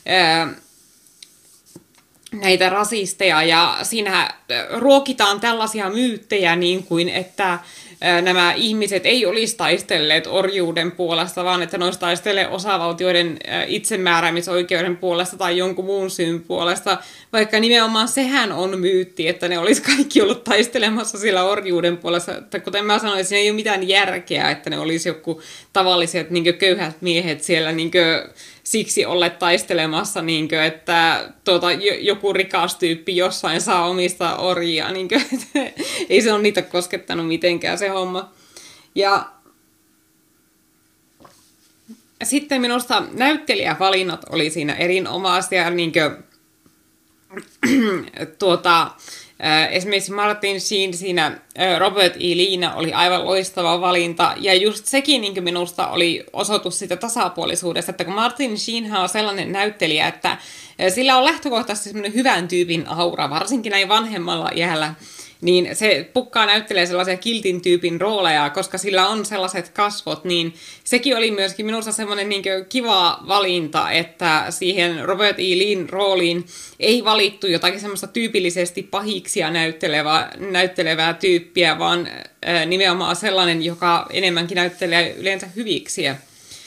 näitä rasisteja, ja siinä ruokitaan tällaisia myyttejä, niin kuin, että nämä ihmiset ei olisi taistelleet orjuuden puolesta, vaan että ne olisi taistelleet osavaltioiden itsemääräämisoikeuden puolesta tai jonkun muun syyn puolesta, vaikka nimenomaan sehän on myytti, että ne olisi kaikki ollut taistelemassa sillä orjuuden puolesta. Että kuten mä sanoin, siinä ei ole mitään järkeä, että ne olisi joku tavalliset niin köyhät miehet siellä niin siksi olleet taistelemassa, niin kuin, että tuota, joku rikas tyyppi jossain saa omistaa orjia. Niin kuin, ei se ole niitä koskettanut mitenkään se homma. Ja sitten minusta näyttelijävalinnat oli siinä erinomaisia. Niin kuin, tuota, esimerkiksi Martin Sheen siinä Robert E. Leena oli aivan loistava valinta, ja just sekin niin minusta oli osoitus siitä tasapuolisuudesta, että kun Martin Sheen on sellainen näyttelijä, että sillä on lähtökohtaisesti semmoinen hyvän tyypin aura, varsinkin näin vanhemmalla iällä, niin se pukkaa näyttelee sellaisia kiltin tyypin rooleja, koska sillä on sellaiset kasvot, niin sekin oli myöskin minusta semmoinen niin kiva valinta, että siihen Robert E. Leen rooliin ei valittu jotakin semmoista tyypillisesti pahiksia näyttelevää, näyttelevää tyyppiä, vaan ää, nimenomaan sellainen, joka enemmänkin näyttelee yleensä hyviksiä.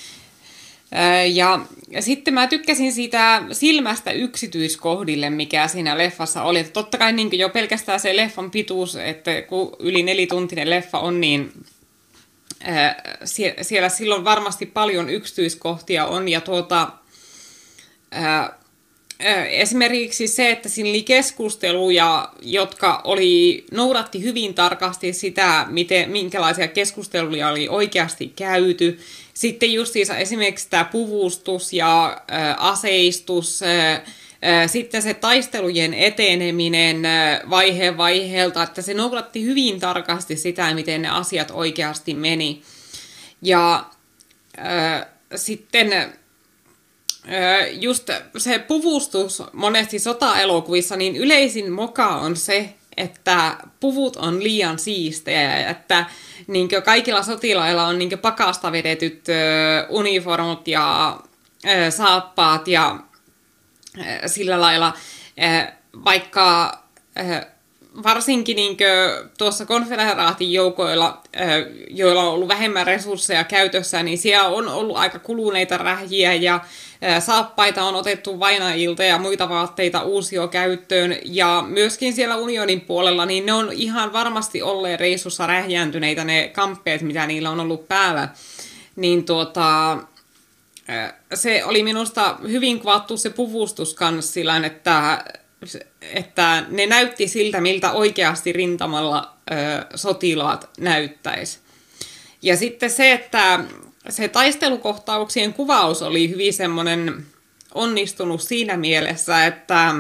Ja sitten mä tykkäsin siitä silmästä yksityiskohdille, mikä siinä leffassa oli. Että totta kai niin jo pelkästään se leffan pituus, että kun yli nelituntinen leffa on, niin ää, siellä silloin varmasti paljon yksityiskohtia on. Ja tuota, ää, ää, esimerkiksi se, että siinä oli keskusteluja, jotka oli, noudatti hyvin tarkasti sitä, miten, minkälaisia keskusteluja oli oikeasti käyty. Sitten justiinsa esimerkiksi tämä puvustus ja ä, aseistus, ä, ä, sitten se taistelujen eteneminen ä, vaihe vaiheelta, että se noudatti hyvin tarkasti sitä, miten ne asiat oikeasti meni. Ja ä, sitten ä, just se puvustus monesti sotaelokuvissa, niin yleisin moka on se, että puvut on liian siistejä, että niin kaikilla sotilailla on niin pakasta vedetyt uniformut ja saappaat ja sillä lailla, vaikka varsinkin niin tuossa konfederaatin joukoilla, joilla on ollut vähemmän resursseja käytössä, niin siellä on ollut aika kuluneita rähjiä ja saappaita on otettu vainajilta ja muita vaatteita uusio käyttöön. Ja myöskin siellä unionin puolella, niin ne on ihan varmasti olleet reissussa rähjääntyneitä ne kamppeet, mitä niillä on ollut päällä. Niin tuota, se oli minusta hyvin kuvattu se puvustus kanssa sillä, että että ne näytti siltä, miltä oikeasti rintamalla ö, sotilaat näyttäisi. Ja sitten se, että se taistelukohtauksien kuvaus oli hyvin semmoinen onnistunut siinä mielessä, että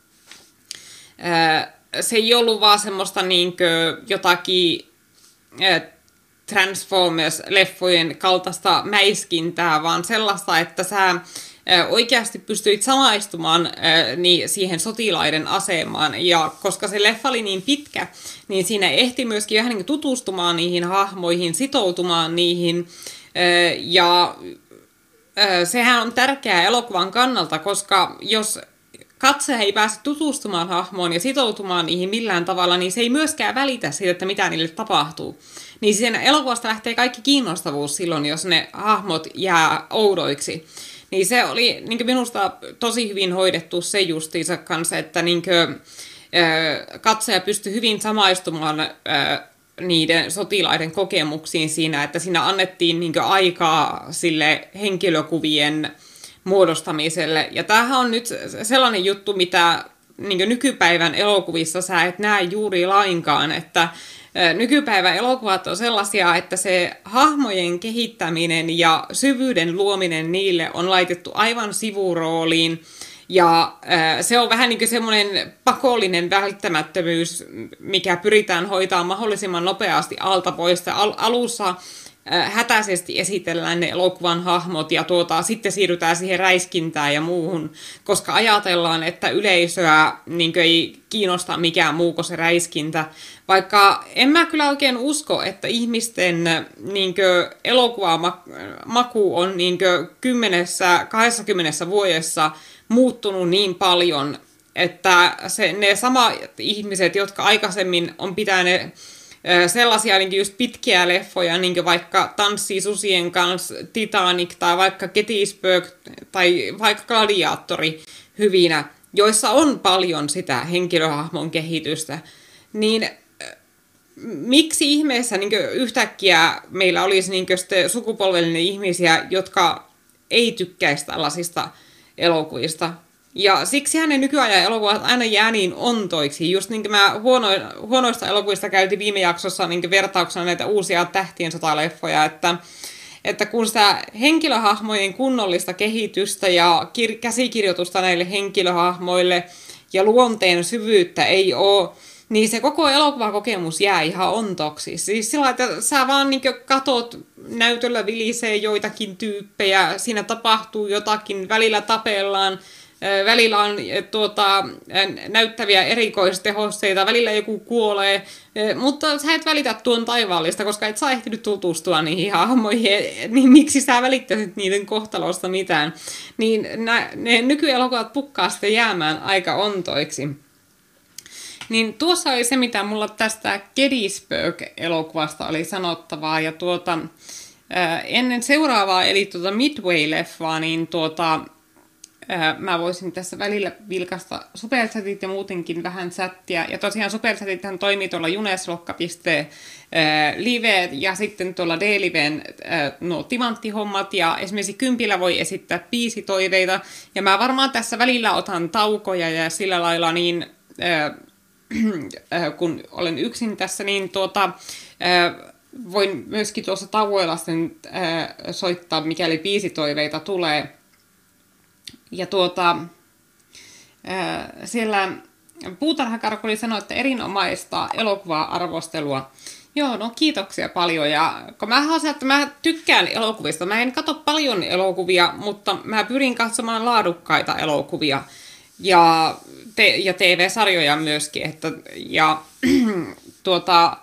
ö, se ei ollut vaan semmoista niinkö jotakin ö, Transformers-leffojen kaltaista mäiskintää, vaan sellaista, että sä oikeasti pystyit samaistumaan niin siihen sotilaiden asemaan, ja koska se leffa oli niin pitkä, niin siinä ehti myöskin vähän niin tutustumaan niihin hahmoihin, sitoutumaan niihin, ja sehän on tärkeää elokuvan kannalta, koska jos katsoja ei pääse tutustumaan hahmoon ja sitoutumaan niihin millään tavalla, niin se ei myöskään välitä siitä, että mitä niille tapahtuu. Niin siinä elokuvasta lähtee kaikki kiinnostavuus silloin, jos ne hahmot jää oudoiksi. Niin se oli niin minusta tosi hyvin hoidettu se justiinsa kanssa, että niin kuin, katsoja pystyi hyvin samaistumaan niiden sotilaiden kokemuksiin siinä, että siinä annettiin niin aikaa sille henkilökuvien muodostamiselle. Ja tämähän on nyt sellainen juttu, mitä niin nykypäivän elokuvissa sä et näe juuri lainkaan, että nykypäivän elokuvat on sellaisia, että se hahmojen kehittäminen ja syvyyden luominen niille on laitettu aivan sivurooliin. Ja se on vähän niin kuin semmoinen pakollinen välttämättömyys, mikä pyritään hoitaa mahdollisimman nopeasti alta pois. Al- alussa hätäisesti esitellään ne elokuvan hahmot ja tuota, sitten siirrytään siihen räiskintään ja muuhun, koska ajatellaan, että yleisöä niin kuin ei kiinnosta mikään muu kuin se räiskintä. Vaikka en mä kyllä oikein usko, että ihmisten niin kuin elokuvamaku on niin kuin kymmenessä, kahdessakymmenessä vuodessa muuttunut niin paljon, että se, ne samat ihmiset, jotka aikaisemmin on pitänyt sellaisia niin just pitkiä leffoja, niin kuin vaikka Tanssii susien kanssa, Titanic tai vaikka Gettysburg tai vaikka Gladiaattori hyvinä, joissa on paljon sitä henkilöhahmon kehitystä, niin miksi ihmeessä niin yhtäkkiä meillä olisi niin sukupolvellinen ihmisiä, jotka ei tykkäisi tällaisista elokuvista? Ja siksi hänen nykyajan elokuvat aina jää niin ontoiksi. Just niin kuin mä huono, huonoista elokuvista käytiin viime jaksossa niin vertauksena näitä uusia tähtien sotaleffoja, että, että kun sitä henkilöhahmojen kunnollista kehitystä ja kir- käsikirjoitusta näille henkilöhahmoille ja luonteen syvyyttä ei ole, niin se koko elokuvakokemus jää ihan ontoksi. Siis sillä että sä vaan niin katot, näytöllä vilisee joitakin tyyppejä, siinä tapahtuu jotakin, välillä tapellaan, välillä on tuota, näyttäviä erikoistehosteita, välillä joku kuolee, mutta sä et välitä tuon taivaallista, koska et saa ehtinyt tutustua niihin hahmoihin, niin miksi sä välittäisit niiden kohtalosta mitään. Niin nä, ne nykyelokuvat pukkaa sitten jäämään aika ontoiksi. Niin tuossa oli se, mitä mulla tästä Gettysburg-elokuvasta oli sanottavaa, ja tuota, ennen seuraavaa, eli tuota Midway-leffaa, niin tuota, mä voisin tässä välillä vilkaista Superchatit ja muutenkin vähän chattia. Ja tosiaan Superchatithan toimii tuolla juneslokka piste live ja sitten tuolla D-liven no, timanttihommat. Ja esimerkiksi Kympillä voi esittää biisitoiveita. Ja mä varmaan tässä välillä otan taukoja ja sillä lailla niin, äh, kun olen yksin tässä, niin tuota, äh, voin myöskin tuossa tauoilla sen äh, soittaa, mikäli biisitoiveita tulee. Ja tuota, ää, siellä Puutarhakarkuli sanoi, että erinomaista elokuvaa-arvostelua. Joo, no kiitoksia paljon. Ja kun mä haluaisin, että mä tykkään elokuvista. Mä en katso paljon elokuvia, mutta mä pyrin katsomaan laadukkaita elokuvia. Ja, te- ja T V-sarjoja myöskin. Että, ja tuota...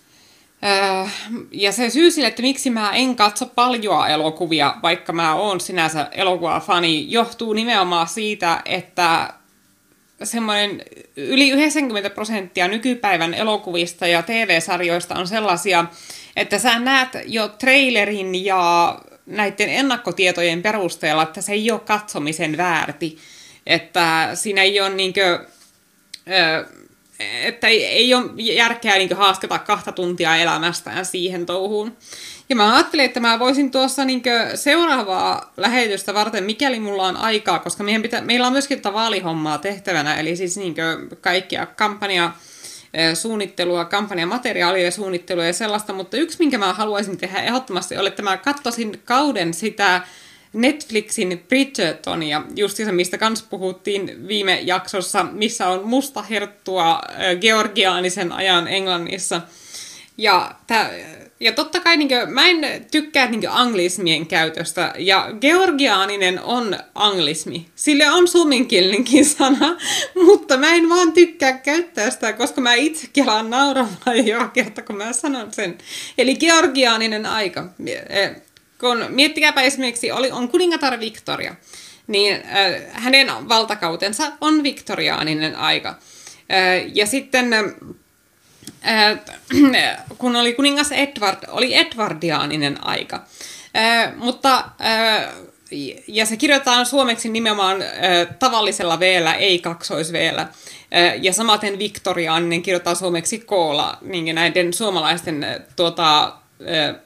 Ja se syy sille, että miksi mä en katso paljon elokuvia, vaikka mä oon sinänsä elokuvafani, johtuu nimenomaan siitä, että semmoinen yli yhdeksänkymmentä prosenttia nykypäivän elokuvista ja T V-sarjoista on sellaisia, että sä näet jo trailerin ja näiden ennakkotietojen perusteella, että se ei ole katsomisen väärti. Että siinä ei ole niinkö... Ö, että ei, ei ole järkeä niin haaskata kahta tuntia elämästään siihen touhuun. Ja mä ajattelin, että mä voisin tuossa niin seuraavaa lähetystä varten, mikäli mulla on aikaa, koska meidän pitä, meillä on myöskin tätä vaalihommaa tehtävänä, eli siis niin kaikkia kampanjasuunnittelua, kampanjamateriaalia suunnittelua ja sellaista, mutta yksi, minkä mä haluaisin tehdä ehdottomasti, oli, että mä katsoisin kauden sitä Netflixin Bridgertonia, just se, mistä kans puhuttiin viime jaksossa, missä on musta herttua georgiaanisen ajan Englannissa. Ja, tää, ja totta kai niin kuin, mä en tykkää niin kuin, anglismien käytöstä, ja georgiaaninen on anglismi. Sille on suomenkielinenkin sana, mutta mä en vaan tykkää käyttää sitä, koska mä itsekin alan nauramaan joka kerta, kun mä sanon sen. Eli georgiaaninen aika. Kun miettikääpä esimerkiksi, oli, on kuningatar Victoria. niin äh, hänen valtakautensa on viktoriaaninen aika. Äh, ja sitten, äh, kun oli kuningas Edward, oli edwardiaaninen aika. Äh, mutta, äh, ja se kirjoitetaan suomeksi nimenomaan äh, tavallisella veellä, ei kaksoisveellä. Äh, ja samaten viktoriaaninen kirjoitetaan suomeksi koolla, niin näiden suomalaisten äh, tuota, äh,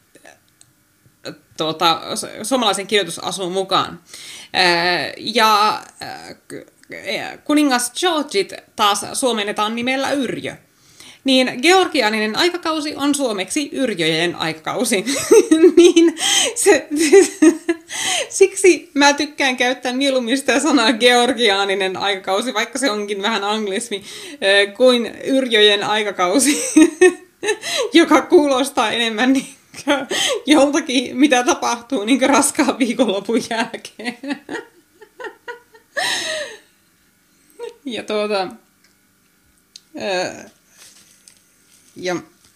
tuota, suomalaisen kirjoitusasun mukaan. Ja kuningas Georgit taas suomennetaan nimellä Yrjö. Niin georgiaaninen aikakausi on suomeksi Yrjöjen aikakausi. niin se, siksi mä tykkään käyttää mieluummin sitä sanaa georgiaaninen aikakausi, vaikka se onkin vähän anglismi, kuin Yrjöjen aikakausi, joka kuulostaa enemmän niin joltakin, mitä tapahtuu niin raskaan viikonlopun jälkeen. ja tuota... Ää, ja...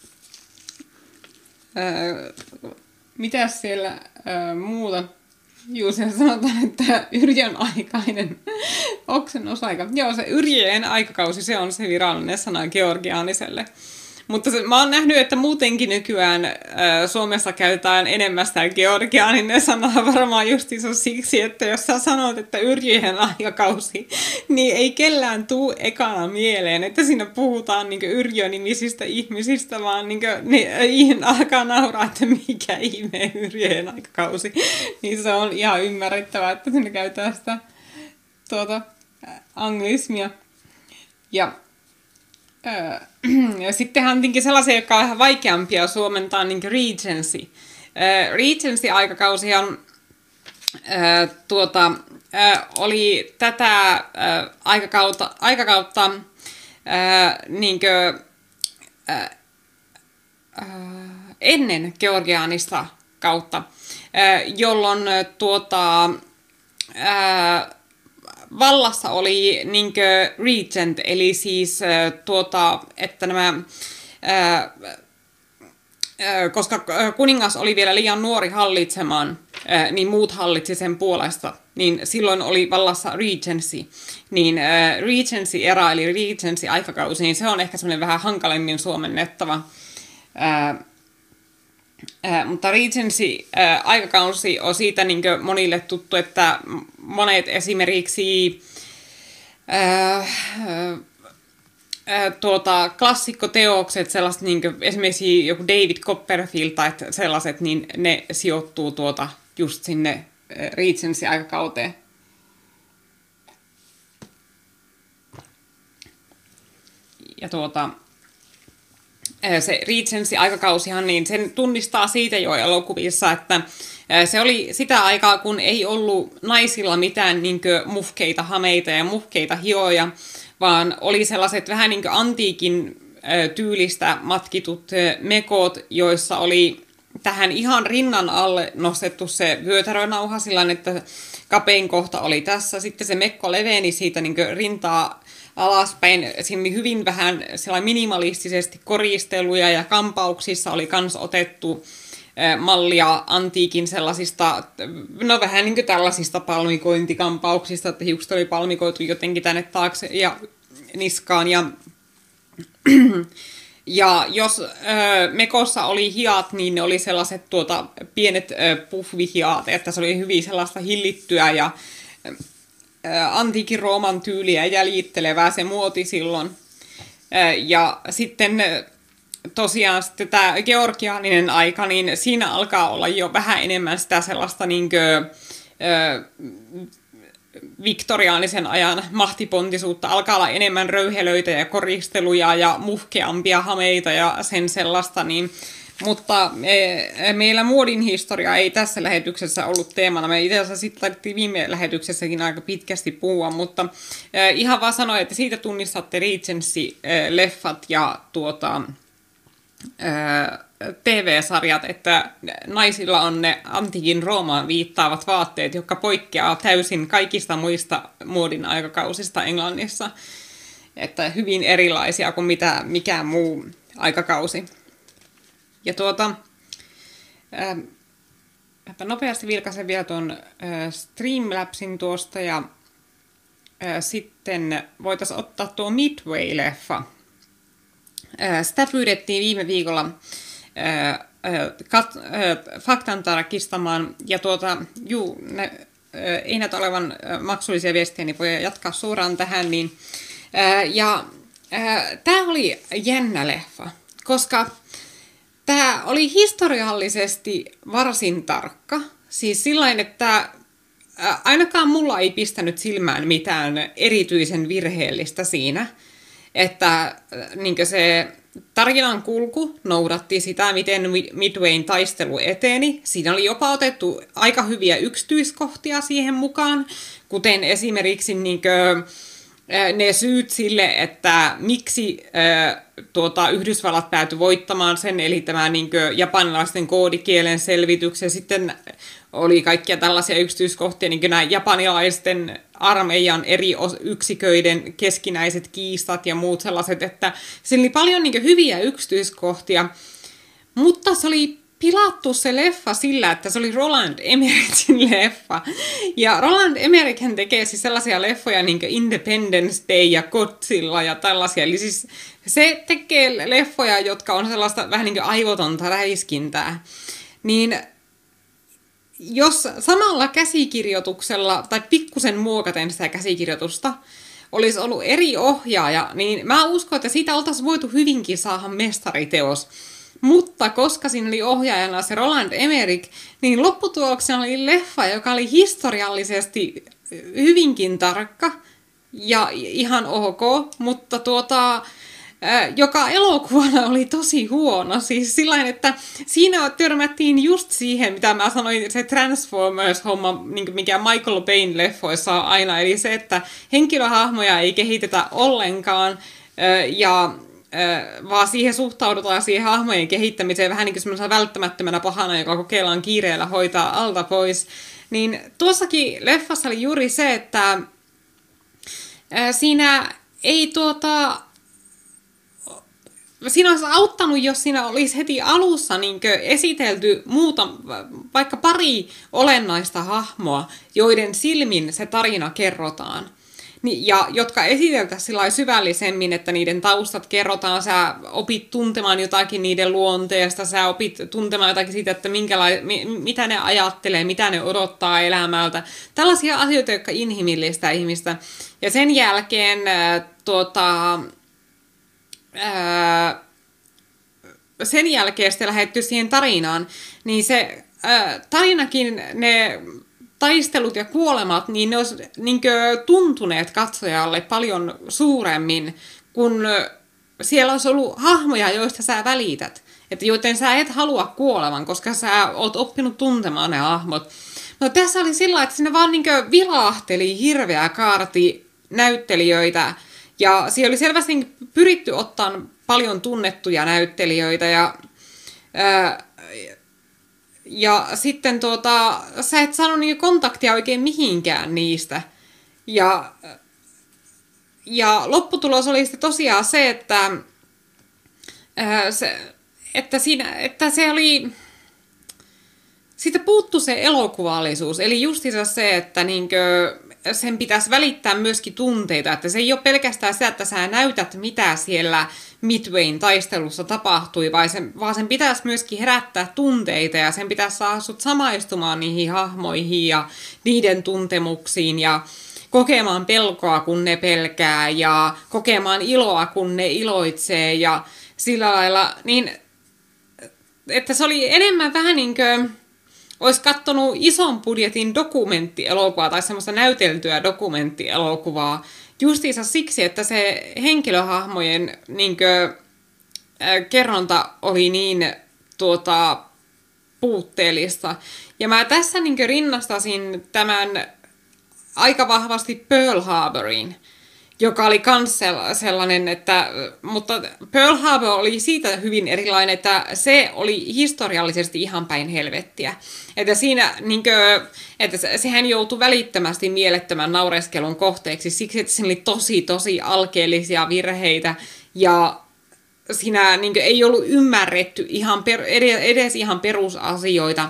Ää, mitäs siellä ää, muuta? Juu, siellä sanotaan, että Yrjön aikainen oksen osaika. Joo, se Yrjön aikakausi, se on se virallinen sana georgiaaniselle. Mutta se, mä oon nähnyt, että muutenkin nykyään ä, Suomessa käytetään enemmän sitä georgiaaninen sanaa varmaan justiinsa siksi, että jos sä sanot, että Yrjöjen aikakausi, niin ei kellään tuu ekana mieleen, että siinä puhutaan niin Yrjö-nimisistä ihmisistä, vaan niin kuin, alkaa nauraa, että mikä ihme Yrjöjen aikakausi. Niin se on ihan ymmärrettävää, että siinä käytetään sitä tuota, anglismia. Ja Ja sittenhän on tietenkin sellaisia, jotka on vähän vaikeampia suomentaa, niin kuin Regency. Uh, Regency-aikakausihan uh, tuota, uh, oli tätä uh, aikakautta, aikakautta uh, niin kuin, uh, uh, ennen georgiaanista kautta, uh, jolloin uh, tuota, uh, vallassa oli niinkö regent, eli siis äh, tuota, että nämä, äh, äh, koska kuningas oli vielä liian nuori hallitsemaan, äh, niin muut hallitsi sen puolesta, niin silloin oli vallassa regency. Niin äh, regency-era, eli regency-aikakausi, niin se on ehkä semmoinen vähän hankalemmin suomennettava. Äh, Äh, mutta Regency-aikakausi on siitä niin kuin monille tuttu, että monet esimerkiksi äh, äh, tuota, klassikkoteokset, sellaiset niin kuin esimerkiksi joku David Copperfield tai sellaiset, niin ne sijoittuu tuota just sinne Regency-aikakauteen. Ja tuota... Se Regency-aikakausihan, niin sen tunnistaa siitä jo elokuvissa, että se oli sitä aikaa, kun ei ollut naisilla mitään niin kuin muhkeita hameita ja muhkeita hioja, vaan oli sellaiset vähän niin kuin antiikin tyylistä matkitut mekot, joissa oli tähän ihan rinnan alle nostettu se vyötärönauha sillä että kapein kohta oli tässä. Sitten se mekko leveni siitä niin kuin rintaa alaspäin. Siinä oli hyvin vähän minimalistisesti koristeluja ja kampauksissa oli kans otettu mallia antiikin sellaisista, no vähän niin kuin tällaisista palmikointikampauksista, että hiukset oli palmikoitu jotenkin tänne taakse ja niskaan. Ja, ja jos ö, mekossa oli hiat, niin ne oli sellaiset tuota, pienet ö, puhvihiat, että se oli hyvin sellaista hillittyä ja antiikin Rooman tyyliä jäljittelevää se muoti silloin. Ja sitten tosiaan sitten tämä georgiaaninen aika, niin siinä alkaa olla jo vähän enemmän sitä sellaista niin kuin, viktoriaanisen ajan mahtipontisuutta. Alkaa olla enemmän röyhelöitä ja koristeluja ja muhkeampia hameita ja sen sellaista, niin mutta me, meillä muodin historia ei tässä lähetyksessä ollut teemana. Me itse asiassa sitten laitettiin viime lähetyksessäkin aika pitkästi puhua, mutta eh, ihan vaan sanoin, että siitä tunnistatte Regency-leffat ja tuota, eh, T V-sarjat, että naisilla on ne antiikin Roomaan viittaavat vaatteet, jotka poikkeaa täysin kaikista muista muodin aikakausista Englannissa. Että hyvin erilaisia kuin mitä mikään muu aikakausi. Ja tuota, ää, Mäpä nopeasti vilkaisen vielä tuon äh, Streamlabsin tuosta ja äh, sitten voitaisiin ottaa tuo Midway-leffa. Äh, sitä pyydettiin viime viikolla äh, äh, kat, äh, faktan tarkistamaan ja tuota, juu, ne, äh, ei näitä olevan äh, maksullisia viestejä, niin voi jatkaa suoraan tähän. Niin, äh, ja äh, tämä oli jännä leffa, koska tämä oli historiallisesti varsin tarkka. Siis sillain, että ainakaan mulla ei pistänyt silmään mitään erityisen virheellistä siinä, että niin se tarinan kulku noudatti sitä, miten Midwayn taistelu eteni. Siinä oli jopa otettu aika hyviä yksityiskohtia siihen mukaan, kuten esimerkiksi niin kuin ne syyt sille, että miksi äh, tuota, Yhdysvallat päätyi voittamaan sen, eli tämä niin kuin, japanilaisten koodikielen selvityksen. Sitten oli kaikkia tällaisia yksityiskohtia, niin kuin nämä japanilaisten armeijan eri yksiköiden keskinäiset kiistat ja muut sellaiset, että siinä oli paljon niin kuin, hyviä yksityiskohtia, mutta se oli pilattu se leffa sillä, että se oli Roland Emmerich'n leffa. Ja Roland Emmerich tekee siis sellaisia leffoja niin kuin Independence Day ja Godzilla ja tällaisia. Eli siis se tekee leffoja, jotka on sellaista vähän niin kuin aivotonta räiskintää. Niin jos samalla käsikirjoituksella tai pikkusen muokaten sitä käsikirjoitusta olisi ollut eri ohjaaja, niin mä uskon, että siitä oltaisiin voitu hyvinkin saada mestariteos. Mutta koska siinä oli ohjaajana se Roland Emmerich, niin lopputuloksena oli leffa, joka oli historiallisesti hyvinkin tarkka ja ihan ok, mutta tuota, joka elokuvana oli tosi huono. Siis sillain, että siinä törmättiin just siihen, mitä mä sanoin, se Transformers-homma, mikä Michael Bayn-leffoissa on aina, eli se, että henkilöhahmoja ei kehitetä ollenkaan ja vaan siihen suhtaudutaan siihen hahmojen kehittämiseen vähän niin kuin semmoisena välttämättömänä pahana, joka kokeillaan kiireellä hoitaa alta pois. Niin tuossakin leffassa oli juuri se, että siinä ei tuota... Siinä olisi auttanut, jos siinä olisi heti alussa niin esitelty muuta, vaikka pari olennaista hahmoa, joiden silmin se tarina kerrotaan. Ja jotka esiteltäisiin sillä syvällisemmin, että niiden taustat kerrotaan, sä opit tuntemaan jotakin niiden luonteesta, sä opit tuntemaan jotakin siitä, että minkäla- mitä ne ajattelee, mitä ne odottaa elämältä. Tällaisia asioita, jotka inhimillistä ihmistä. Ja sen jälkeen äh, tuota, äh, sen jälkeen sitten lähdetty siihen tarinaan, niin se äh, tarinakin, ne taistelut ja kuolemat, niin ne olisi niin kuin tuntuneet katsojalle paljon suuremmin, kun siellä olisi ollut hahmoja, joista sä välität. Että joten sä et halua kuolevan, koska sä oot oppinut tuntemaan ne hahmot. No tässä oli sillä, että siinä vaan niin kuin vilahteli hirveä kaarti näyttelijöitä. Ja siellä oli selvästi pyritty ottamaan paljon tunnettuja näyttelijöitä ja... Ää, Ja sitten tuota, sä et saanut niinku kontaktia oikein mihinkään niistä. Ja, ja lopputulos oli sitten tosiaan se, että, ää, se, että, siinä, että se oli... Siitä puuttui se elokuvallisuus. Eli justiinsa se, että niinkö sen pitäisi välittää myöskin tunteita. Että se ei ole pelkästään sitä, että sä näytät, mitä siellä Midwayn taistelussa tapahtui, vaan sen, vaan sen pitäisi myöskin herättää tunteita ja sen pitäisi saada sut samaistumaan niihin hahmoihin ja niiden tuntemuksiin ja kokemaan pelkoa, kun ne pelkää ja kokemaan iloa, kun ne iloitsee ja sillä lailla, niin että se oli enemmän vähän niin kuin olisi katsonut ison budjetin dokumenttielokuvaa tai semmoista näyteltyä dokumenttielokuvaa justiinsa siksi, että se henkilöhahmojen niinkö, äh, kerronta oli niin tuota, puutteellista. Ja mä tässä niinkö rinnastasin tämän aika vahvasti Pearl Harboriin, joka oli kans sellainen, että, mutta Pearl Harbor oli siitä hyvin erilainen, että se oli historiallisesti ihan päin helvettiä. Että siinä, niinkö, että sehän joutui välittömästi mielettömän naureskelun kohteeksi siksi, että siinä oli tosi, tosi alkeellisia virheitä ja siinä niinkö ei ollut ymmärretty ihan per, edes ihan perusasioita.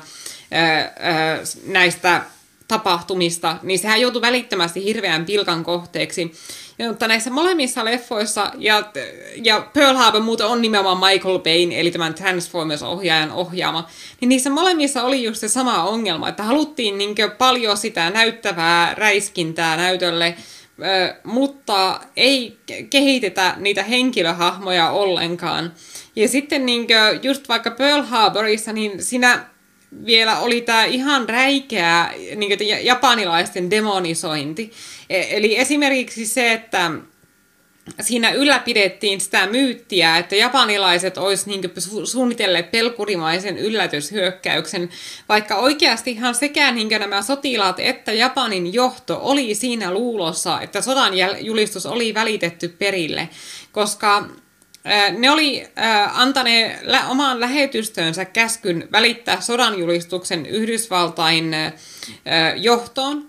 näistä tapahtumista, niin sehän joutui välittömästi hirveän pilkan kohteeksi. Ja, mutta näissä molemmissa leffoissa, ja, ja Pearl Harbor muuten on nimenomaan Michael Bayn, eli tämän Transformers-ohjaajan ohjaama, niin niissä molemmissa oli just se sama ongelma, että haluttiin niinkö paljon sitä näyttävää räiskintää näytölle, mutta ei kehitetä niitä henkilöhahmoja ollenkaan. Ja sitten niinkö just vaikka Pearl Harborissa, niin siinä vielä oli tämä ihan räikeä niin kuin japanilaisten demonisointi. Eli esimerkiksi se, että siinä ylläpidettiin sitä myyttiä, että japanilaiset olisi niin kuin suunnitelleet pelkurimaisen yllätyshyökkäyksen, vaikka oikeastihan sekä niin kuin nämä sotilaat että Japanin johto oli siinä luulossa, että sodan julistus oli välitetty perille, koska ne oli antaneet omaan lähetystöönsä käskyn välittää sodanjulistuksen Yhdysvaltain johtoon.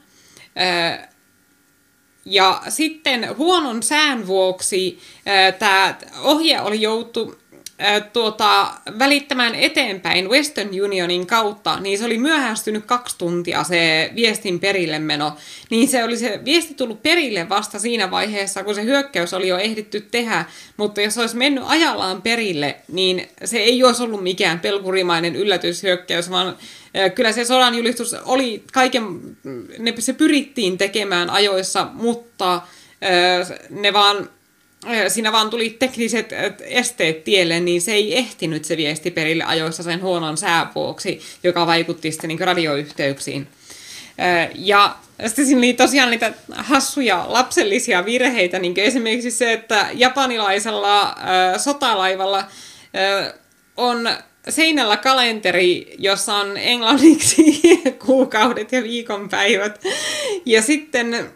Ja sitten huonon sään vuoksi tämä ohje oli joutu tuota, välittämään eteenpäin Western Unionin kautta, niin se oli myöhästynyt kaksi tuntia se viestin perille meno. Niin se oli se viesti tullut perille vasta siinä vaiheessa, kun se hyökkäys oli jo ehditty tehdä, mutta jos olisi mennyt ajallaan perille, niin se ei olisi ollut mikään pelkurimainen yllätyshyökkäys, vaan kyllä se sodanjulistus oli kaiken, ne, se pyrittiin tekemään ajoissa, mutta ne vaan siinä vaan tuli tekniset esteet tielle, niin se ei ehtinyt se viesti perille ajoissa sen huonon sään vuoksi, joka vaikutti sitten niin radioyhteyksiin. Ja sitten siinä oli tosiaan niitä hassuja lapsellisia virheitä, niin kuin esimerkiksi se, että japanilaisella sotalaivalla on seinällä kalenteri, jossa on englanniksi kuukaudet ja viikonpäivät. Ja sitten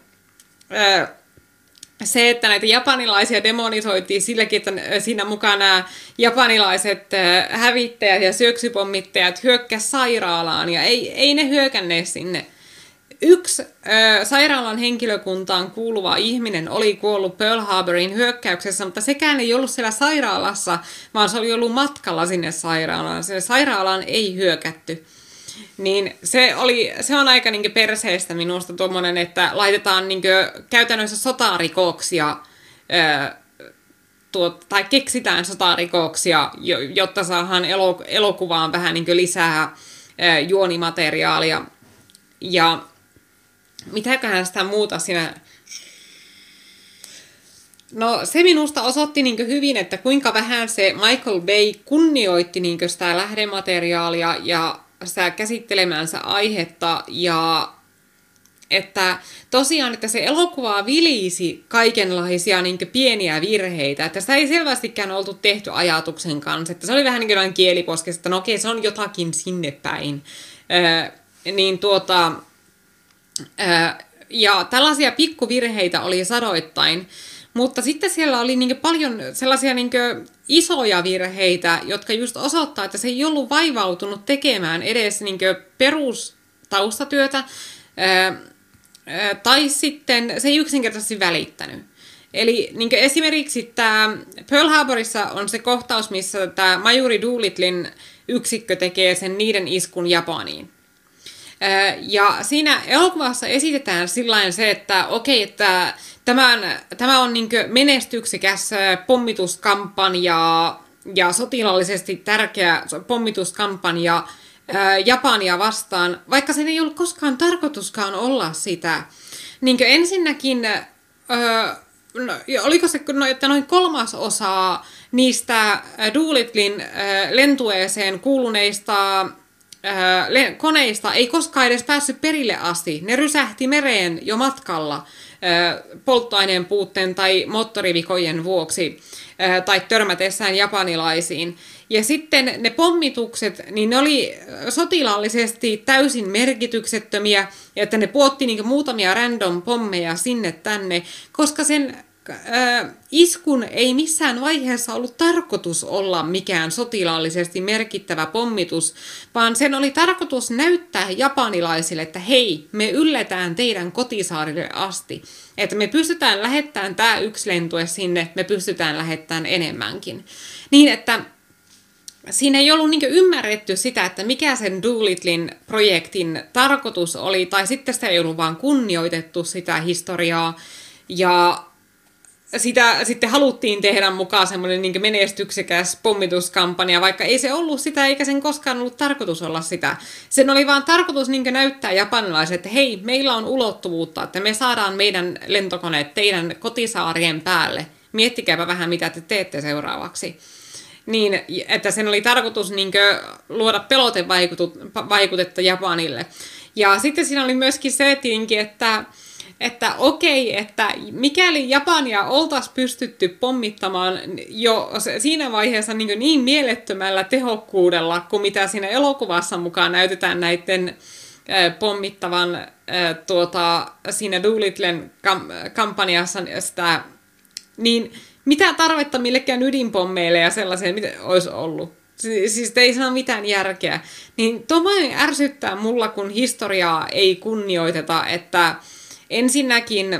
se, että näitä japanilaisia demonisoitiin silläkin, että siinä mukana japanilaiset hävittäjät ja syöksypommittajat hyökkäsivät sairaalaan, ja ei, ei ne hyökänneet sinne. Yksi ö, sairaalan henkilökuntaan kuuluva ihminen oli kuollut Pearl Harborin hyökkäyksessä, mutta sekään ei ollut siellä sairaalassa, vaan se oli ollut matkalla sinne sairaalaan. Sinne sairaalaan ei hyökätty. Niin se, oli, se on aika niin perseestä minusta tuommoinen, että laitetaan niin käytännössä sotarikoksia, ää, tuo, tai keksitään sotarikoksia, jotta saadaan elo, elokuvaan vähän niin lisää ää, juonimateriaalia. Ja mitäköhän sitä muuta siinä. No se minusta osoitti niin hyvin, että kuinka vähän se Michael Bay kunnioitti niin sitä lähdemateriaalia ja sitä käsittelemänsä aihetta, ja että tosiaan, että se elokuva vilisi kaikenlaisia niin pieniä virheitä, että sitä ei selvästikään oltu tehty ajatuksen kanssa, että se oli vähän niin kuin kieliposkessa, että no okei, se on jotakin sinne päin. Öö, niin tuota, öö, ja tällaisia pikkuvirheitä oli sadoittain, mutta sitten siellä oli niin paljon sellaisia niin isoja virheitä, jotka just osoittaa, että se ei ollut vaivautunut tekemään edes niin perustaustatyötä, ää, ää, tai sitten se ei yksinkertaisesti välittänyt. Eli niin esimerkiksi tämä Pearl Harborissa on se kohtaus, missä tämä majuri Doolittlen yksikkö tekee sen niiden iskun Japaniin. Ja siinä elokuvassa esitetään sillain se, että okei, että tämän, tämä on niin menestyksekäs pommituskampanja ja sotilaallisesti tärkeä pommituskampanja Japania vastaan, vaikka sen ei ollut koskaan tarkoituskaan olla sitä. Niin ensinnäkin, no, oliko se, no, että noin kolmas osa niistä Doolittlen lentueeseen kuuluneista koneista ei koskaan edes päässyt perille asti. Ne rysähti mereen jo matkalla polttoaineen puutteen tai moottorivikojen vuoksi tai törmätessään japanilaisiin. Ja sitten ne pommitukset, niin ne oli sotilaallisesti täysin merkityksettömiä, ja että ne puotti niin muutamia random pommeja sinne tänne, koska sen Äh, iskun ei missään vaiheessa ollut tarkoitus olla mikään sotilaallisesti merkittävä pommitus, vaan sen oli tarkoitus näyttää japanilaisille, että hei, me ylletään teidän kotisaarille asti. Että me pystytään lähettämään tämä yksi lentue sinne, me pystytään lähettämään enemmänkin. Niin, että siinä ei ollut niin ymmärretty sitä, että mikä sen Doolittlen projektin tarkoitus oli, tai sitten sitä ei ollut vaan kunnioitettu sitä historiaa, ja sitä sitten haluttiin tehdä mukaan semmoinen niin menestyksekäs pommituskampanja, vaikka ei se ollut sitä, eikä sen koskaan ollut tarkoitus olla sitä. Sen oli vaan tarkoitus niin näyttää japanilaiset, että hei, meillä on ulottuvuutta, että me saadaan meidän lentokoneet teidän kotisaarien päälle. Miettikääpä vähän, mitä te teette seuraavaksi. Niin, että sen oli tarkoitus niin luoda pelotevaikutetta Japanille. Ja sitten siinä oli myöskin se tinki, että että okei, että mikäli Japania oltaisiin pystytty pommittamaan jo siinä vaiheessa niin, niin mielettömällä tehokkuudella, kuin mitä siinä elokuvassa mukaan näytetään näiden äh, pommittavan äh, tuota, siinä Doolittlen kam- kampanjassa sitä, niin mitä tarvetta millekään ydinpommeille ja sellaiseen, mitä olisi ollut? Siis ei saa mitään järkeä. Niin tuommoinen ärsyttää mulla, kun historiaa ei kunnioiteta, että ensinnäkin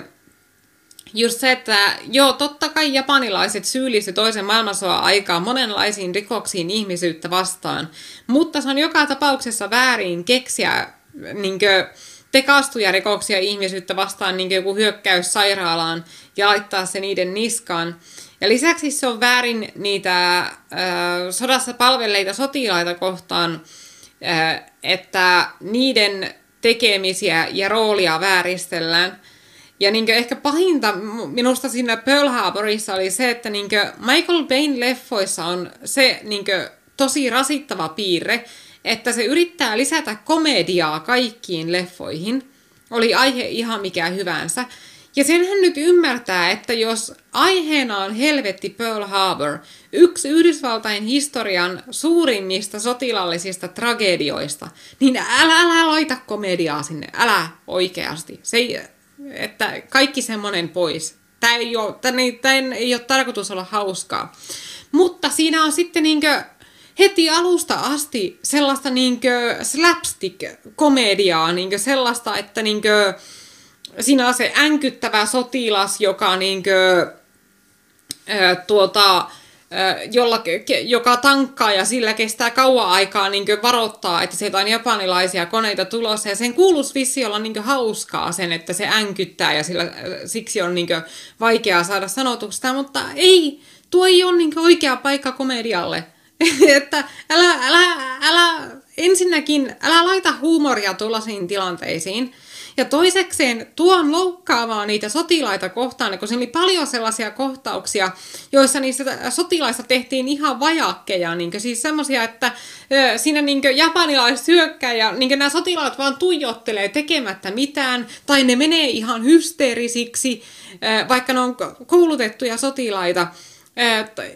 just se, että joo, totta kai japanilaiset syyllisty toisen maailmansodan aikaan monenlaisiin rikoksiin ihmisyyttä vastaan, mutta se on joka tapauksessa väärin keksiä niinkö tekaistuja rikoksia ihmisyyttä vastaan, niin kuin joku hyökkäys sairaalaan ja laittaa se niiden niskaan. Ja lisäksi se on väärin niitä äh, sodassa palvelleita sotilaita kohtaan, äh, että niiden tekemisiä ja roolia vääristellään. Ja niin ehkä pahinta minusta siinä Pearl Harborissa oli se, että niin Michael Bayn leffoissa on se niin tosi rasittava piirre, että se yrittää lisätä komediaa kaikkiin leffoihin. Oli aihe ihan mikä hyvänsä. Ja senhän nyt ymmärtää, että jos aiheena on helvetti Pearl Harbor, yksi Yhdysvaltain historian suurimmista sotilallisista tragedioista, niin älä, älä laita komediaa sinne, älä oikeasti. Se ei, että kaikki semmoinen pois. Tämä ei ole, tämä ei, tämä ei ole tarkoitus olla hauskaa. Mutta siinä on sitten niinkö heti alusta asti sellaista niinkö slapstick-komediaa, niinkö sellaista, että niinkö siinä on se änkyttävä sotilas, joka niinkö, ää, tuota, ää, jolla, joka tankkaa ja sillä kestää kauan aikaa niinkö varoittaa, että sieltä on japanilaisia koneita tulossa. Ja sen kuuluisi vissi olla niinkö hauskaa sen, että se änkyttää ja sillä, siksi on niinkö vaikeaa saada sanotuksesta. Mutta ei, tuo ei ole niinkö oikea paikka komedialle. Että älä, älä, älä, ensinnäkin älä laita huumoria tuollaisiin tilanteisiin. Ja toisekseen tuo on loukkaavaa niitä sotilaita kohtaan, kun siinä oli paljon sellaisia kohtauksia, joissa niistä sotilaista tehtiin ihan vajakkeja. Niin siis semmoisia, että ö, siinä niin japanilaiset hyökkää ja niin nämä sotilaat vaan tuijottelee tekemättä mitään, tai ne menee ihan hysteerisiksi, ö, vaikka ne on koulutettuja sotilaita. Ö, tai,